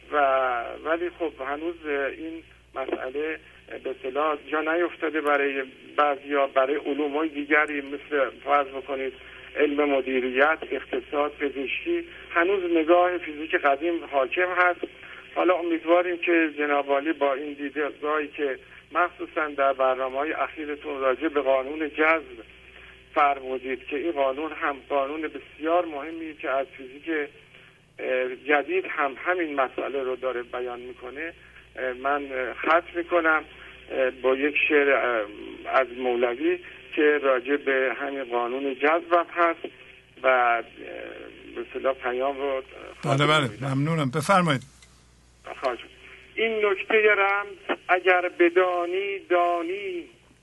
ولی خب هنوز این مسئله به اصطلاح جا نیفتاده برای بعضیا، برای علوم‌های دیگری مثل فرض بکنید علم مدیریت، اقتصاد، پزشکی هنوز نگاه فیزیک قدیم حاکم هست. حالا امیدواریم که جناب عالی با این دیدگاهی که مخصوصا در برنامه‌های اخیرتون راجع به قانون جذب فرمودید که این قانون هم قانون بسیار مهمی که از فیزیک جدید هم همین مسئله رو داره بیان میکنه، من ختم میکنم با یک شعر از مولوی که راجع به همین قانون جذب هست و به اصطلاح پیام رو بله ممنونم، بفرمایید. خواهش. این نکته رمز اگر بدانی دانی،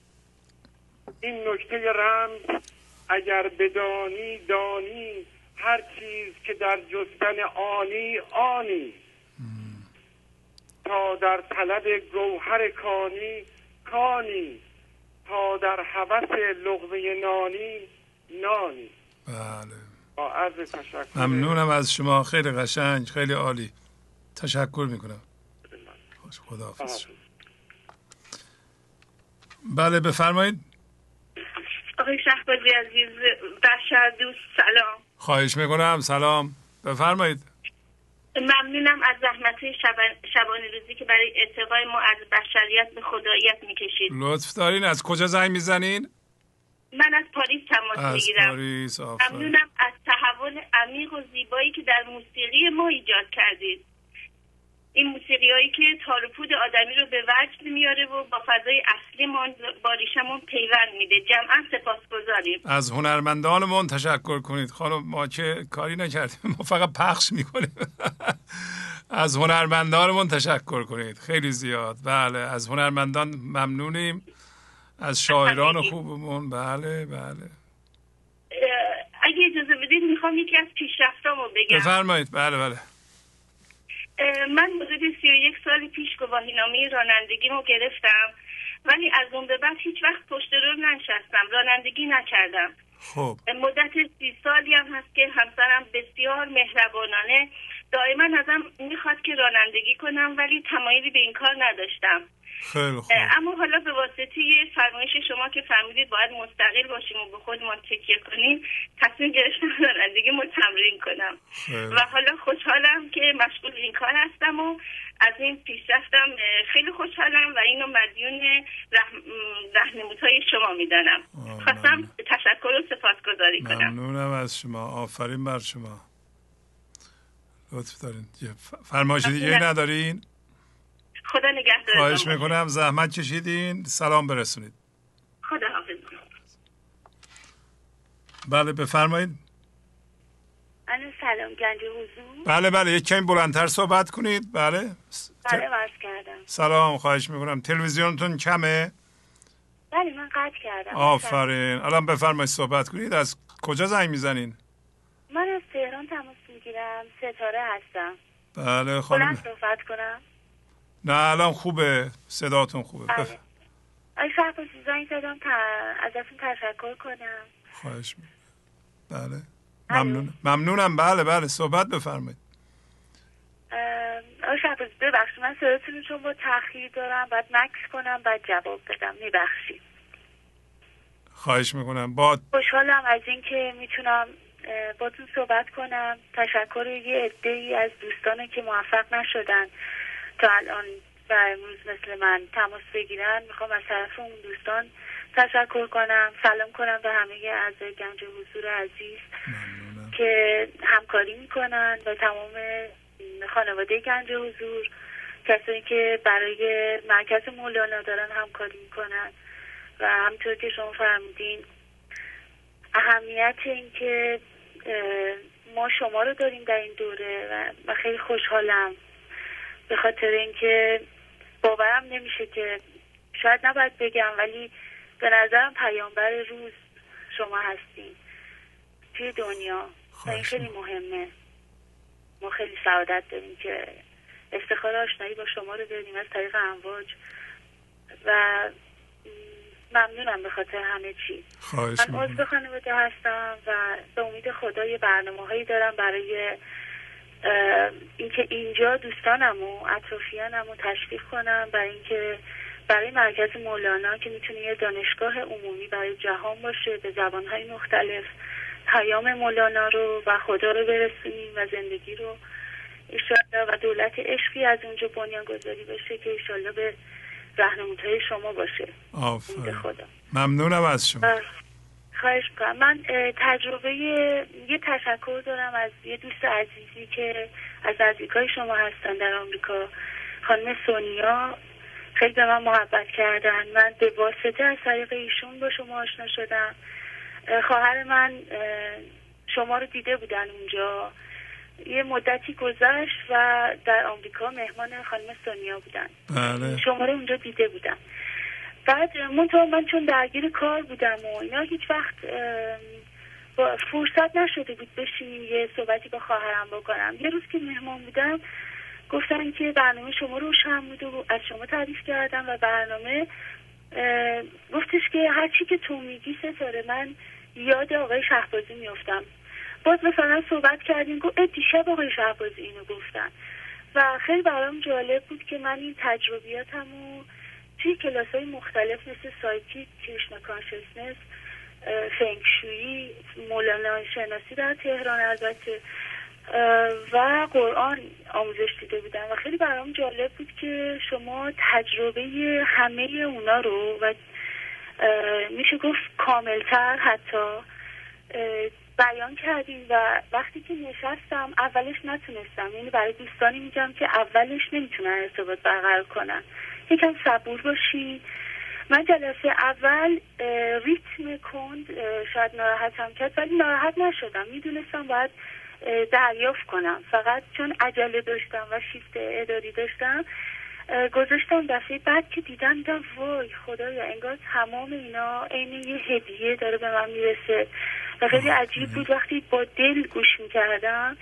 این نکته رمز اگر بدانی دانی، هر چیز که در جستن آنی آنی، تا در طلب گوهر کانی کانی، تا در هوس لقمه نانی نانی. بله. با عرض تشکر. ممنونم از شما، خیلی قشنگ، خیلی عالی. تشکر میکنم. خداحافظ. بله بفرمایید. آقای شهبازی عزیز، بشر دوست سلام. خواهش میکنم. سلام، بفرمایید. ممنونم از زحمت شبانه روزی که برای ارتقای ما از بشریت به خداییت میکشید. لطف دارین. از کجا زنگ میزنین؟ من از پاریس تماس میگیرم. از پاریس. ممنونم از تحول عمیق و زیبایی که در موسیقی ما ایجاد کردید. این موسیقی هایی که تار و پود آدمی رو به وجد میاره و با فضای اصلیمون با ریشمون پیوند میده. جمعا سپاسگزاریم. از هنرمندانمون تشکر کنید خانم، ما که کاری نکردیم، ما فقط پخش میکنیم. از هنرمندانمون تشکر کنید، خیلی زیاد. بله، از هنرمندان ممنونیم، از شاعران خوبمون. بله بله. اگه اجازه بدید میخوام یکی از پیشرفتامو بگم. بفرمایید. بله بله. من حدود 31 سال پیش گواهینامه رانندگیمو گرفتم، ولی از اون به بعد هیچ وقت پشت رول ننشستم، رانندگی نکردم. خب مدت 30 سالی هم هست که همسرم بسیار مهربانانه دائما ازم میخواد که رانندگی کنم، ولی تمایلی به این کار نداشتم. خیلی خوب. اما حالا به واسطه فرمایش شما که فرمودید باید مستقل باشیم و به خودمون تکیه کنیم، تصمیم گرفتم رانندگیمو تمرین کنم و حالا خوشحالم که مشغول این کار هستم و از این پیشرفتم خیلی خوشحالم و اینو مدیون راهنمودهای شما میدانم. خواستم تشکر و سپاسگزاری کنم. ممنونم از شما، آفرین بر شما. لطف دارین. فرمایش دیگه ندارین؟ خدا نگهدار. خواهش میکنم، زحمت کشیدین. سلام برسونید. خدا حافظ. بله بفرمایید. سلام گنج حضور. بله بله، یک کمی بلندتر صحبت کنید. بله بله عرض کردم. سلام، خواهش میکنم. تلویزیونتون کمه؟ بله من قطع کردم. آفرین. الان بفرمایید صحبت کنید. از کجا زنگ میزنین؟ من از تهران تماس میگیرم، ستاره هستم. بله خانم. بلند صحبت کنم؟ نه الان خوبه، صداتون خوبه. بله. آی شهبازی زنگ زدم ازتون تشکر کنم. خواهش میکنم. بله ممنونم. بله بله صحبت بفرمایید. آی شهبازی ببخشید من صداتون چون با تأخیر دارم، بعد مکس کنم بعد جواب بدم، میبخشید. خواهش میکنم. خوشحالم از این که میتونم با تو صحبت کنم. تشکر یه عده‌ای از دوستانی که موفق نشدن تا الان و امروز مثل من تماس بگیرن، میخوام از طرف اون دوستان تشکر کنم، سلام کنم به همه اعضای گنج حضور عزیز که همکاری میکنن و تمام خانواده گنج حضور، کسایی که برای مرکز مولانا دارن همکاری میکنن و همطور که شما فرمودین اهمیت این که ما شما رو داریم در این دوره و خیلی خوشحالم به خاطر اینکه باورم نمیشه که شاید نباید بگم ولی به نظرم پیامبر روز شما هستین توی دنیا و این خیلی مهمه. ما خیلی سعادت داریم که افتخار آشنایی با شما رو داریم از طریق امواج و ممنونم به خاطر همه چی. من عضو خانواده هستم و به امید خدا یه برنامه‌هایی دارم برای اینکه اینجا دوستانم و اطرافیانم رو تشویق کنم برای اینکه برای مرکز مولانا که میتونه یه دانشگاه عمومی برای جهان باشه، به زبانهای مختلف پیام مولانا رو و خدا رو برسونیم و زندگی رو انشالله و دولت عشقی از اونجا بنیان گذاری بشه که انشالله به راهنمودهای شما باشه. خدا. ممنونم از شما. خواهش میکنم. من یه تشکر دارم از یه دوست عزیزی که از نزدیکای شما هستن در آمریکا، خانم سونیا. خیلی به من محبت کردن. من به واسطه از طریق ایشون با شما آشنا شدم. خواهر من شما رو دیده بودن اونجا، یه مدتی گذشت و در آمریکا مهمان خانم سونیا بودن. بله. شما رو اونجا دیده بودم. بعد من چون درگیر کار بودم و اینا هیچ وقت فرصت نشده بود بشینیم یه صحبتی با خواهرم بکنم. یه روز که مهمان بودم گفتن که برنامه شما روشن بود و از شما تعریف کردم و برنامه گفتش که هر چی که تو میگی ستاره من یاد آقای شهبازی میافتم. باز مثلا صحبت کردیم گفت دیشب آقای شهبازی اینو گفتن و خیلی برام جالب بود که من این تجربیاتمو توی کلاس‌های مختلف مثل سایکیک، کریشنا کانشسنس، فنگشویی، مولانا شناسی در تهران البته و قرآن آموزش دیده بودم و خیلی برام جالب بود که شما تجربه همه اونا رو و میشه گفت کاملتر حتی بیان کردین و وقتی که نشستم اولش نتونستم، یعنی برای دوستانی میگم که اولش نمیتونن ارتباط برقرار کنن، یکم صبور باشی. من جلسه اول ریتم کند شاید ناراحتم کرد ولی ناراحت نشدم، میدونستم باید دریافت کنم، فقط چون عجله داشتم و شیفت اداری داشتم گذاشتم. دفعه بعد که دیدم وای خدایا انگار تمام اینا عین یه هدیه داره به من میرسه و خیلی عجیب بود. وقتی با دل گوش میکردم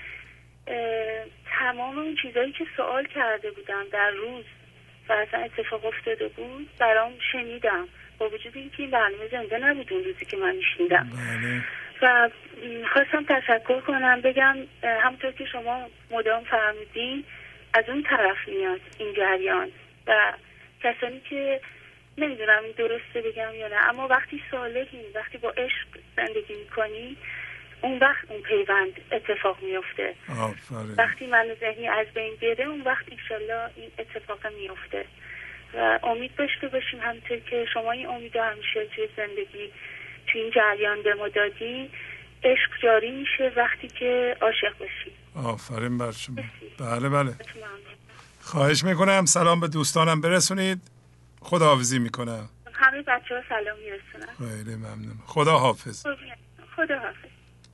تمام اون چیزایی که سوال کرده بودم در روز و اصلا اتفاق افتاده بود برام شنیدم، با وجود اینکه این برنامه زنده نبود اون روزی که من میشنیدم. و خواستم تشکر کنم، بگم همونطور که شما مدام فرمودین از اون طرف میاد این جریان و کسانی که نمیدونم این درسته بگم یا نه، اما وقتی صالحی، وقتی با عشق زندگی میکنی اون وقت اون پیوند اتفاق میفته. وقتی من ذهنی از بین بره اون وقت انشالله این اتفاق میفته و امید داشته باشیم همونطور که شما این امید همیشه توی زندگی توی این جریان به ما دادی. عشق جاری میشه وقتی که عاشق باشی. آفرین بر شما. بله بله. خواهش میکنم سلام به دوستانم برسونید. خداحافظی میکنم. همه بچه ها سلام میرسونم. خیلی ممنون. خدا حافظ. خدا حافظ.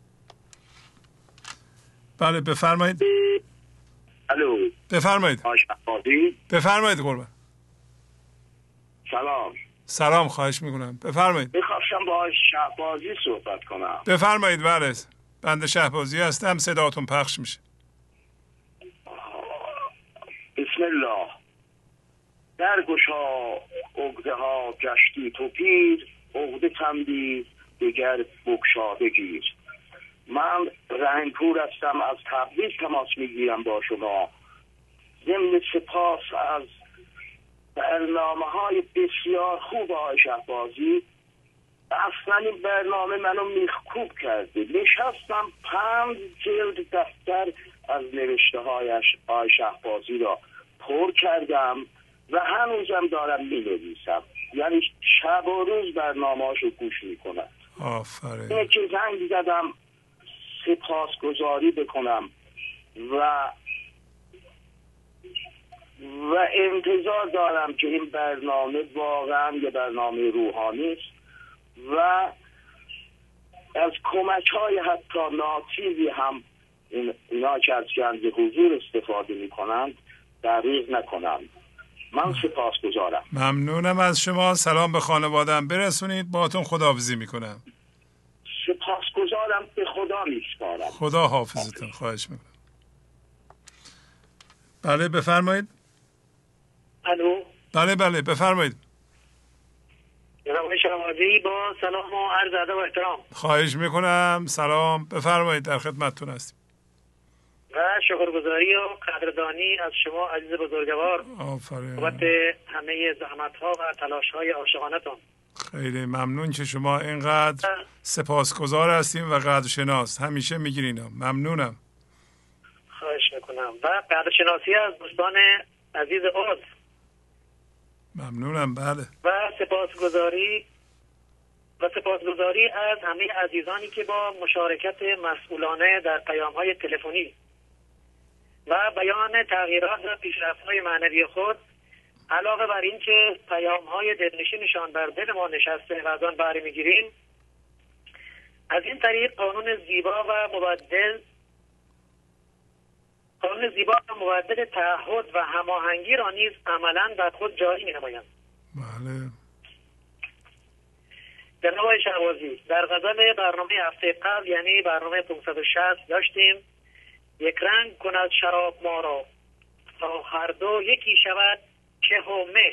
بله بفرمایید. الو. بفرمایید. بفرمایید قربان. سلام. سلام خواهش میکنم. بفرمایید. میخواستم با شهبازی صحبت کنم. بفرمایید. بله. بنده شهبازی هستم، صداتون پخش میشه. بسم الله. درگشا عقده ها گشتی تو پیر، عقده تندی دیگر بگشاده گیر. من رحمپور هستم، از تبریز تماس میگیرم با شما. ضمن سپاس از برنامه‌های بسیار خوب آقای شهبازی. اصلا این برنامه منو میخکوب کرده. نشستم 5 جلد دفتر از نوشته هایش آقای شهبازی را پر کردم و هنوزم دارم می نویسم. یعنی شب و روز برنامه‌اشو گوش میکنم. آفرین. اینه که زنگ زدم سپاسگزاری بکنم و انتظار دارم که این برنامه واقعا یه برنامه روحانی است و از کمک‌های حتی ناچیزی هم اینا که از گنج حضور استفاده می‌کنند دریغ نکنند. من سپاسگزارم. ممنونم از شما. سلام به خانواده‌ام برسونید. باهاتون خداحافظی میکنم. سپاسگزارم، به خدا میسپارم. خدا حافظتون. خواهش میکنم. بله بفرمایید. الو. بله بفرمایید. جناب شهبازی با سلام و عرض ادب و احترام. خواهش میکنم. سلام بفرمایید، در خدمتتون هستیم. و شکرگزاری و قدردانی از شما عزیز بزرگوار. آفرین. بابت همه زحمت‌ها و تلاش‌های عاشقانه‌تون. خیلی ممنون که شما اینقدر سپاسگزار هستیم و قدرشناس. همیشه میگین اینا. ممنونم. خواهش میکنم. و قدرشناسی از دوستان عزیز عضو. ممنونم. بله. و سپاسگزاری از همه عزیزانی که با مشارکت مسئولانه در پیام‌های تلفنی و بیان تغییرات و پیشرفت‌های معنوی خود علاوه بر این که پیام‌های دلنشینشان بر دل ما نشسته و از آن بهره می‌گیریم، از این طریق قانون زیبا و مبدل تعهد و هماهنگی را نیز عملاً در خود جاری می‌نمایند. بله. جناب آقای شهبازی، در غزل برنامه هفته قبل یعنی برنامه 560 داشتیم یک رنگ کند شراب ما را تا هر دو یکی شود که همه.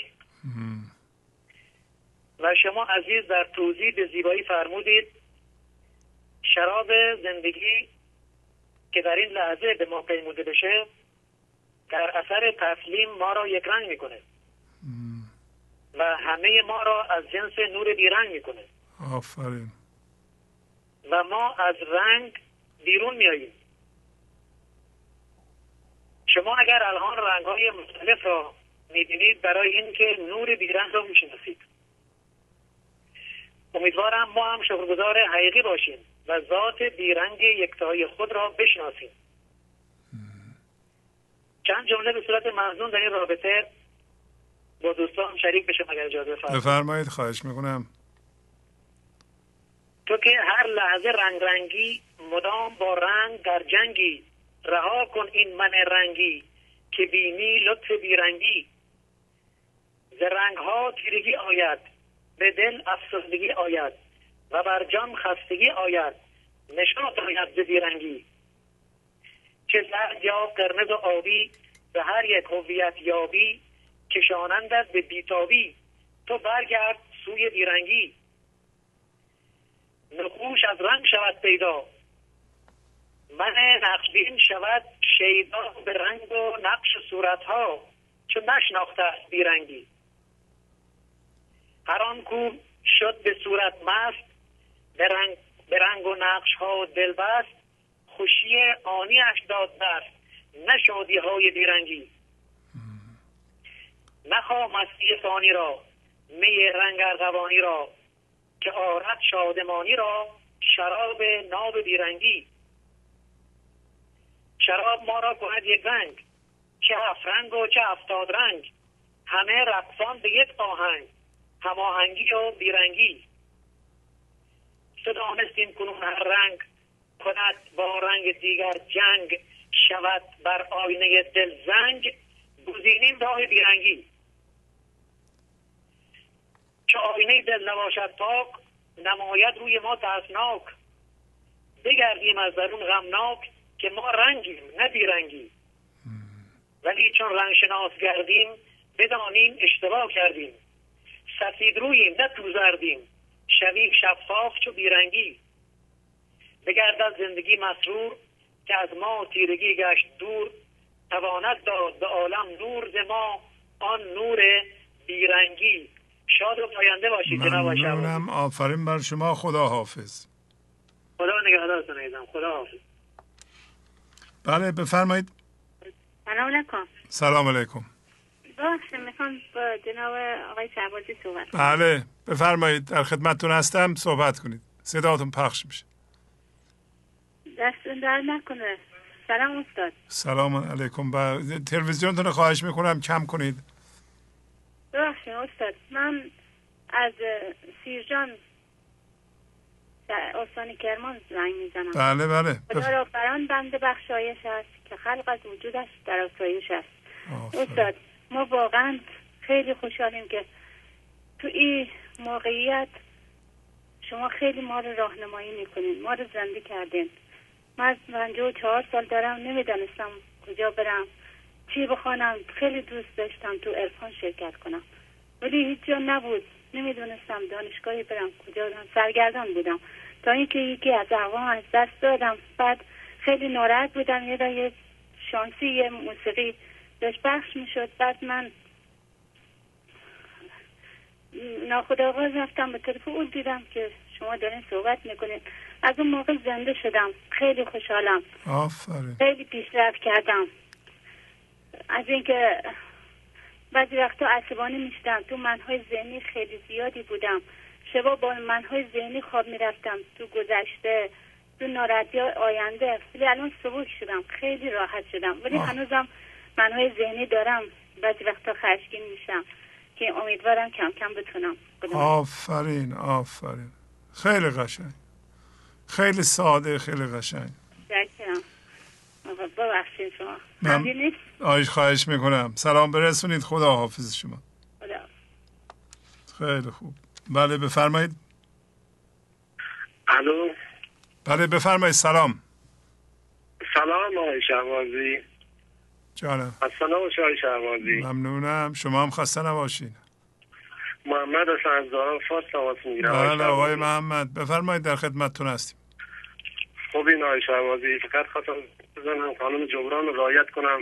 و شما عزیز در توضیح به زیبایی فرمودید شراب زندگی که در این لحظه به ما پیموده بشه در اثر تسلیم ما را یک رنگ میکنه و همه ما را از جنس نور بیرنگ میکنه. آفرین. و ما از رنگ بیرون میاییم. شما اگر الان رنگ‌های مختلف را میبینید برای اینکه نور بیرنگ را میشناسید. امیدوارم ما هم شکرگزار حقیقی باشیم و ذات بیرنگ یکتایی خود را بشناسیم. چند جمله به صورت منظوم در این رابطه با دوستان شریک بشم اگر اجازه بفرمایید. خواهش میکنم. تو که هر لحظه رنگی مدام با رنگ در جنگی، رها کن این من رنگی که بینی لطف بیرنگی. ز رنگ ها تیرگی آید، به دل افسردگی آید و بر جان خستگی آید، نشاط آید ز بیرنگی. چه زرد یا قرمز و آبی به هر یک هویت یابی، کشانندت به بیتابی تو برگرد سوی بیرنگی. نقوش از رنگ شود پیدا، من نقشبین شود شیدا به رنگ و نقش صورتها چون نشناخته است بیرنگی. هر آن کو شد به صورت مست، به رنگ و نقش ها دل بست، خوشی آنیش داد دست نشادی های بیرنگی. نخواه مستی فانی را می رنگ ارغوانی را، که آرد شادمانی را شراب ناب بیرنگی. شراب ما را کند یک رنگ، چه 7 رنگ و چه 70 رنگ، همه رقصان به یک آهنگ، هماهنگی و بیرنگی. دانستیم کنون هر رنگ کند با رنگ دیگر جنگ، شود بر آینه دل زنگ گزینیم راه بیرنگی. چه آینه دل نباشد پاک، نماید روی ما ترسناک، بگردیم از درون غمناک که ما رنگیم نه بیرنگی. ولی چون رنگ شناس گردیم بدانیم اشتباه کردیم، سفید روییم نه تو زردیم، شویم شفاف چو بیرنگی. بگرد از زندگی مسرور که از ما تیرگی گشت دور، تواند داد به عالم نور ز ما آن نور بیرنگی. شاد و پاینده باشید جناب شهبازی. ممنونم. آفرین بر شما. خدا حافظ. خدا نگهدارتون عزیزم. خدا حافظ. بله بفرمایید. سلام علیکم. سلام علیکم. میخوام با جناب آقای شهبازی صحبت کنم. بله بفرمایید، در خدمتتون هستم، صحبت کنید، صداتون پخش میشه. دستون در نکنه. سلام استاد. سلام علیکم. تلویزیونتون رو خواهش میکنم کم کنید. ببخشید استاد، من از سیرجان در استان کرمان زنگ میزنم. بله بله. خدا را بران بنده بخشایش است که خلق از وجودش در آسایش است. استاد ما واقعا خیلی خوشحالیم که تو این موقعیت شما خیلی ما رو راهنمایی میکنین، ما رو زنده کردین. من از 54 سال دارم، نمیدانستم کجا برم، چی بخوانم. خیلی دوست داشتم تو عرفان شرکت کنم ولی هیچ جا نبود، نمیدونستم دانشگاهی برم کجا برم، سرگردان بودم تا اینکه یکی از اقوام از دست دادم. بعد خیلی ناراحت بودم، یه شانسی یه موسیقی داشت پخش میشد. بعد من ناخودآگاه رفتم به تلفن، دیدم که شما دارین صحبت میکنین. از اون موقع زنده شدم، خیلی خوشحالم. آفرین. خیلی پیشرفت کردم. از اینکه بعضی وقتا عصبانی میشدم، تو منهای ذهنی خیلی زیادی بودم، شبا با منهای ذهنی خواب میرفتم، تو گذشته، تو ناراحتی آینده. ولی الان سبک شدم، خیلی راحت شدم، ولی هنوزم منهای ذهنی دارم، بعضی وقتا خشمگین میشم که امیدوارم کم کم بتونم. آفرین آفرین. خیلی قشنگ، خیلی ساده، خیلی قشنگ. درکم. ببخشید شما من خواهش میکنم. سلام برسونید. خدا حافظ شما. خدا. خیلی خوب. بله بفرمایید. الو. بله بفرمایید. سلام. سلام آقای شهبازی. جانم. السلام آقای شهبازی. ممنونم. شما هم خسته نباشین. محمد هستم از دارم فارس تماس میگیرم. بله آقای محمد بفرمایید، در خدمتتون هستیم. خوب این آقای شهبازی، فقط خواستم بزنم قانون جبران رو رعایت کنم.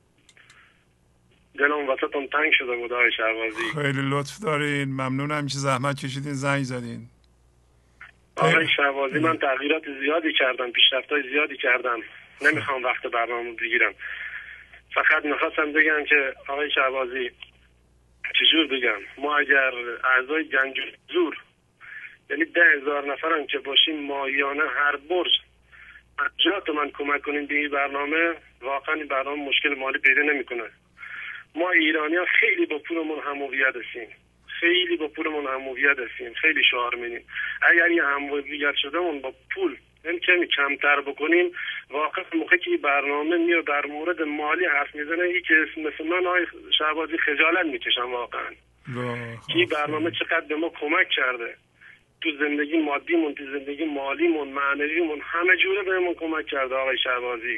دلم وسطم تنگ شده بود آقای شهبازی. خیلی لطف دارین، ممنونم که زحمت کشیدین زنگ زدین. آقای شهبازی من تغییرات زیادی کردم، پیشرفت‌های زیادی کردم، نمیخوام وقت برنامه بگیرم. فقط میخواستم بگم که آقای شهبازی چجور بگم، ما اگر اعضای گنج حضور یعنی 10,000 نفرم که باشیم ماهیانه هر برج 50 تومن کمک کنیم به این برنامه، واقعا این برنامه مشکل مالی پیدا نمیکنه. ما ایرانی ها خیلی با پولمون هم هویت هستیم، خیلی با پولمون هم هویت هستیم، خیلی شعار میدیم. اگر این هم هویت شدهمون با پول کمی کمتر بکنیم، واقعا موقعی که این برنامه میاد در مورد مالی حرف میزنه، این که مثل من آقای شهبازی خجالت میکشم واقعا که این برنامه چقدر به ما کمک کرده تو زندگی مادیمون، تو زندگی مالیمون، معنویمون، همه جوره بهمون کمک کرده آقای شهبازی.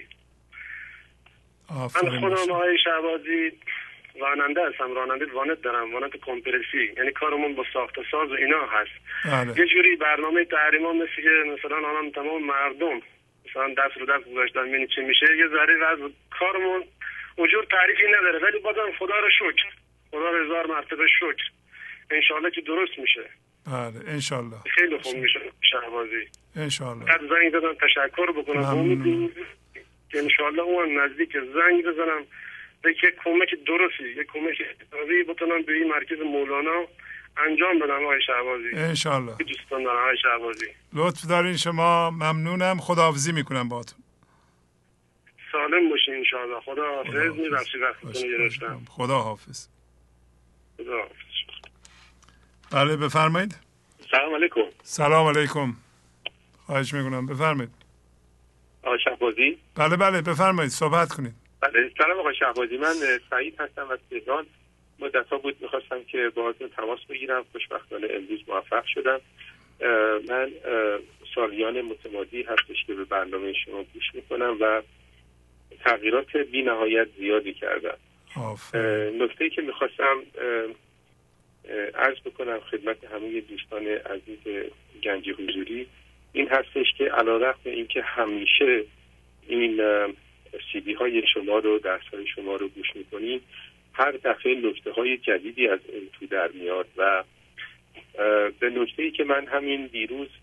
من خودم آقای شهبازی راننده هستم، راننده وانت دارم، وانت کمپرسی، یعنی کارمون با ساخت ساز و اینا هست. یه جوری برنامه تحریما مثل که مثلا الان تمام مردم مثلا دست رو دست گذاشتن ببینید چی میشه، یه ذره از کارمون اونجور تعریفی نداره، ولی بازم خدا رو شکر، خدا رو 1000 مرتبه شکر، انشالله که درست میشه. بله انشالله خیلی خوب میشه شهبازی. انشالله. بعد زنگ دادم تشکر بکنم امید که انشالله اون نزدیک زنگ بزنم به یک کمک درستی، یک کمک درستی بتونم به این مرکز مولانا انجام بدم آقای شهبازی. انشالله. دوستان دارم آقای شهبازی. لطف دارین شما، ممنونم. خداحافظی میکنم باهاتون. سالم باشین انشالله. خدا حافظ. میبخشید وقتتون گرفتم. خدا حافظ. خدا حافظ. بله بفرمایید. سلام علیکم. سلام علیکم. خواهش میکنم بفرمایید. آقای شهبازی. بله بله بفرمایید صحبت کنید. بله سلام آقای شهبازی، من سعید هستم از تهران. مدت‌ها بود میخواستم که باهاتون تماس بگیرم، خوشبختانه امروز موفق شدم. من سالیان متمادی هستش که به برنامه شما گوش میکنم و تغییرات بی نهایت زیادی کردم. نکته‌ای که میخواستم عرض بکنم خدمت همه دوستان عزیز گنج حضوری این هستش که علیرغم اینکه همیشه این CD های شما رو، درس های شما رو گوش میکنین، هر دفعه نکته های جدیدی از این تو در میاد و به نکته‌ای که من همین دیروز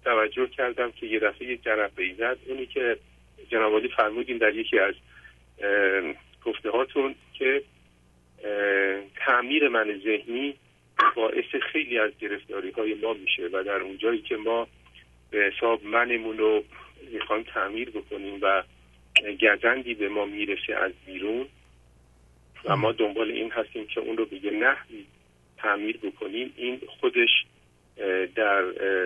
توجه کردم که یه دفعه یک جرقه‌ای زد، اونی که جناب عالی فرمودین در یکی از گفته هاتون که تعمیر من ذهنی باعث خیلی از گرفتاری های ما میشه و در اون جایی که ما به حساب منمون رو میخوایم تعمیر بکنیم و گزندی به ما میرسه از بیرون و ما دنبال این هستیم که اون رو به یه نحوی تعمیر بکنیم، این خودش در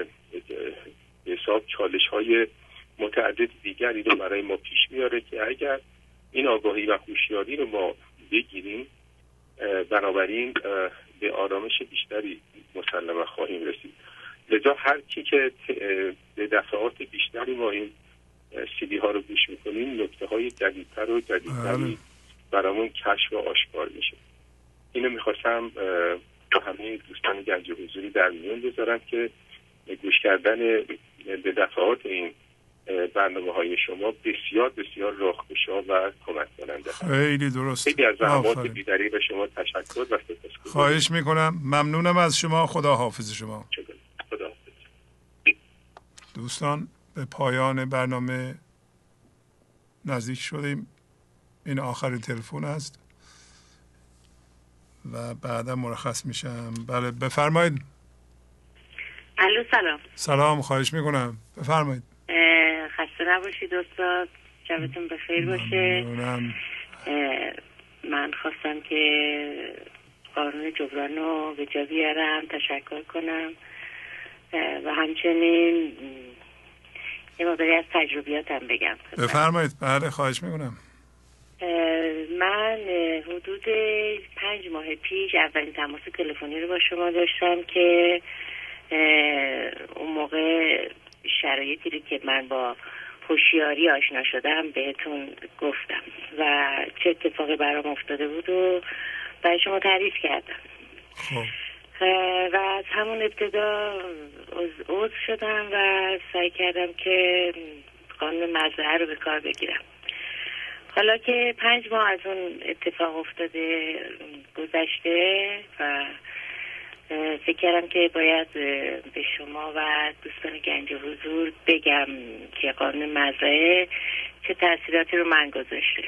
حساب چالش های متعدد دیگری رو برای ما پیش میاره که اگر این آگاهی و هوشیاری رو ما بگیریم بنابراین به آرامش بیشتری مسلما خواهیم رسید. لذا هر کی که به دفعات بیشتری ما این CD ها رو گوش میکنیم نکته های جدیدتر و جدیدتری برامون کشف و آشکار میشه. اینو میخواستم با همه دوستان گنج حضوری در میون بذارم که گوش کردن به دفعات این برنامه های شما بسیار بسیار راهگشا و کمک کننده. خیلی درست. خیلی از زحمات بی‌دریغ به شما تشکر و سپاسگزارم. خواهش میکنم. ممنونم از شما. خدا حافظ شما. خدا حافظ. دوستان به پایان برنامه نزدیک شدیم. این آخرین تلفن است و بعدا مرخص میشم. بله بفرمایید. الو سلام. سلام، خواهش میکنم بفرمایید. خسته نباشید استاد، شبتون بخیر باشه. من خواستم که قانون جبران رو به جا بیارم، تشکر کنم و همچنین یه مقداری از تجربیاتم بگم. بفرمایید. بله خواهش میکنم. من حدود 5 ماه پیش اولین تماس تلفنی رو با شما داشتم که اون موقع شرایطی رو که من با هوشیاری آشنا شدم بهتون گفتم و چه اتفاقی برام افتاده بود و برای شما تعریف کردم. و از همون ابتدا عضو شدم و سعی کردم که قانون مزرعه رو به کار بگیرم. حالا که 5 ماه از اون اتفاق افتاده گذشته و فکر کردم که باید به شما و دوستان گنج حضور بگم که قانون مزرعه چه تأثیراتی رو من گذاشته.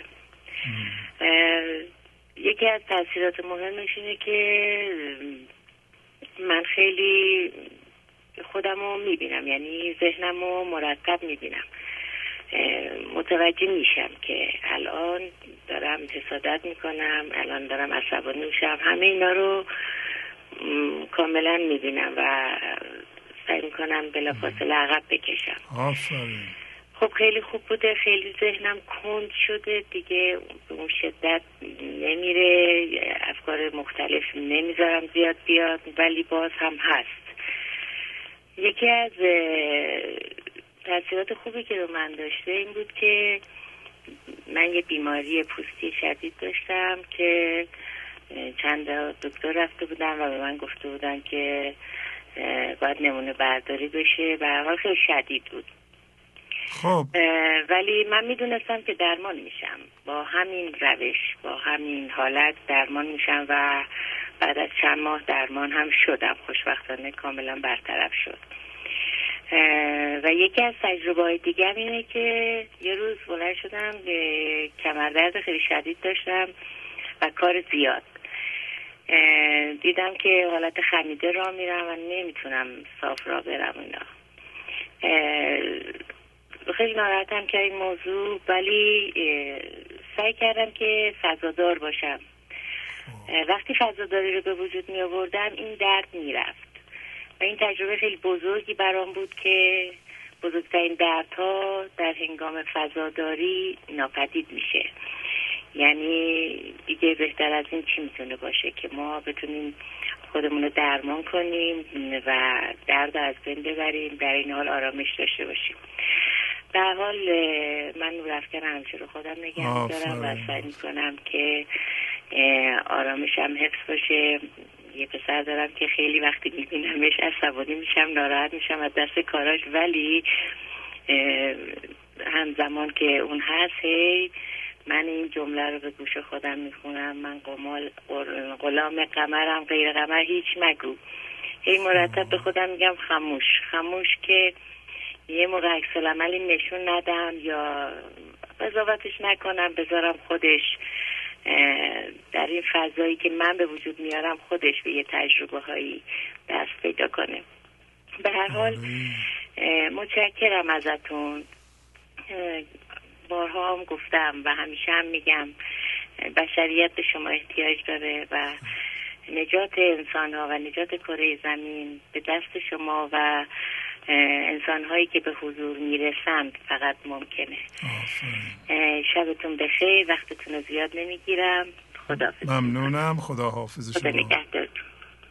یکی از تأثیرات مهمش اینه که من خیلی خودم رو میبینم، یعنی ذهنم رو مرتب میبینم، متوجه میشم که الان دارم حسادت میکنم، الان دارم عصبانی میشم، همه اینا رو کاملا میبینم و سعی میکنم بلافاصله عقب بکشم. آفرین. خب خیلی خوب بوده، خیلی ذهنم کند شده دیگه، به اون شدت نمیره، افکار مختلف نمیذارم زیاد بیاد، ولی باز هم هست. یکی از تأثیرات خوبی که رو من داشته این بود که من یه بیماری پوستی شدید داشتم که چند دکتر رفته بودن و به من گفته بودن که باید نمونه برداری بشه و حال خیلی شدید بود. خب ولی من میدونستم که درمان میشم، با همین روش، با همین حالت درمان میشم و بعد از چند ماه درمان هم شدم، خوشبختانه کاملا برطرف شد. و یکی از تجربه‌های دیگه اینه که یه روز بلند شدم، کمردرد خیلی شدید داشتم و کار زیاد، دیدم که حالت خمیده راه میرم و نمیتونم صاف راه برم اینا. خیلی ناراحتم که این موضوع، ولی سعی کردم که فضادار باشم. وقتی فضاداری رو به وجود می آوردم این درد میرفت و این تجربه خیلی بزرگی برام بود که بزرگترین دردها در هنگام فضاداری ناپدید میشه. یعنی دیگه بهتر از این چی میتونه باشه که ما بتونیم خودمون رو درمان کنیم و درد از بین ببریم، در این حال آرامش داشته باشیم. در حال من نورافکن همیشه رو خودم نگه می‌دارم و سعی می‌کنم که آرامشم حفظ باشه. یه پسر دارم که خیلی وقتی می‌بینمش عصبانی میشم، ناراحت میشم از دست کاراش، ولی همزمان که اون هست هی من این جمله رو به گوش خودم میخونم: من غلام قمرم، غیر قمر هیچ مگو. هی مرتب به خودم میگم خاموش خاموش، که یه موقع عکس العملی نشون ندم یا قضاوتش نکنم، بذارم خودش در این فضایی که من به وجود میارم خودش به یه تجربه هایی دست پیدا کنه. به هر حال متشکرم ازتون. بارها هم گفتم و همیشه هم میگم بشریت به شما احتیاج داره و نجات انسان ها و نجات کره زمین به دست شما و انسان هایی که به حضور میرسند فقط ممکنه. شبتون بخیر، وقتتون رو زیاد نمیگیرم. خداحافظ. ممنونم. خدا حافظ شما. خدا نگهدارتون.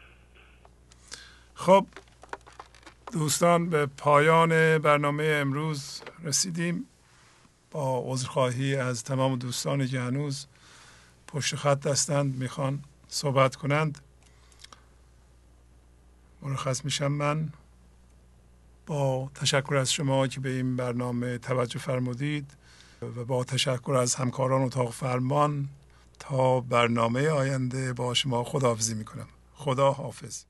خب دوستان، به پایان برنامه امروز رسیدیم. با عذرخواهی از تمام دوستانی که هنوز پشت خط هستند میخوان صحبت کنند، مرخص میشم من. با تشکر از شما که به این برنامه توجه فرمودید و با تشکر از همکاران اتاق فرمان، تا برنامه آینده با شما خداحافظی میکنم. خدا حافظ.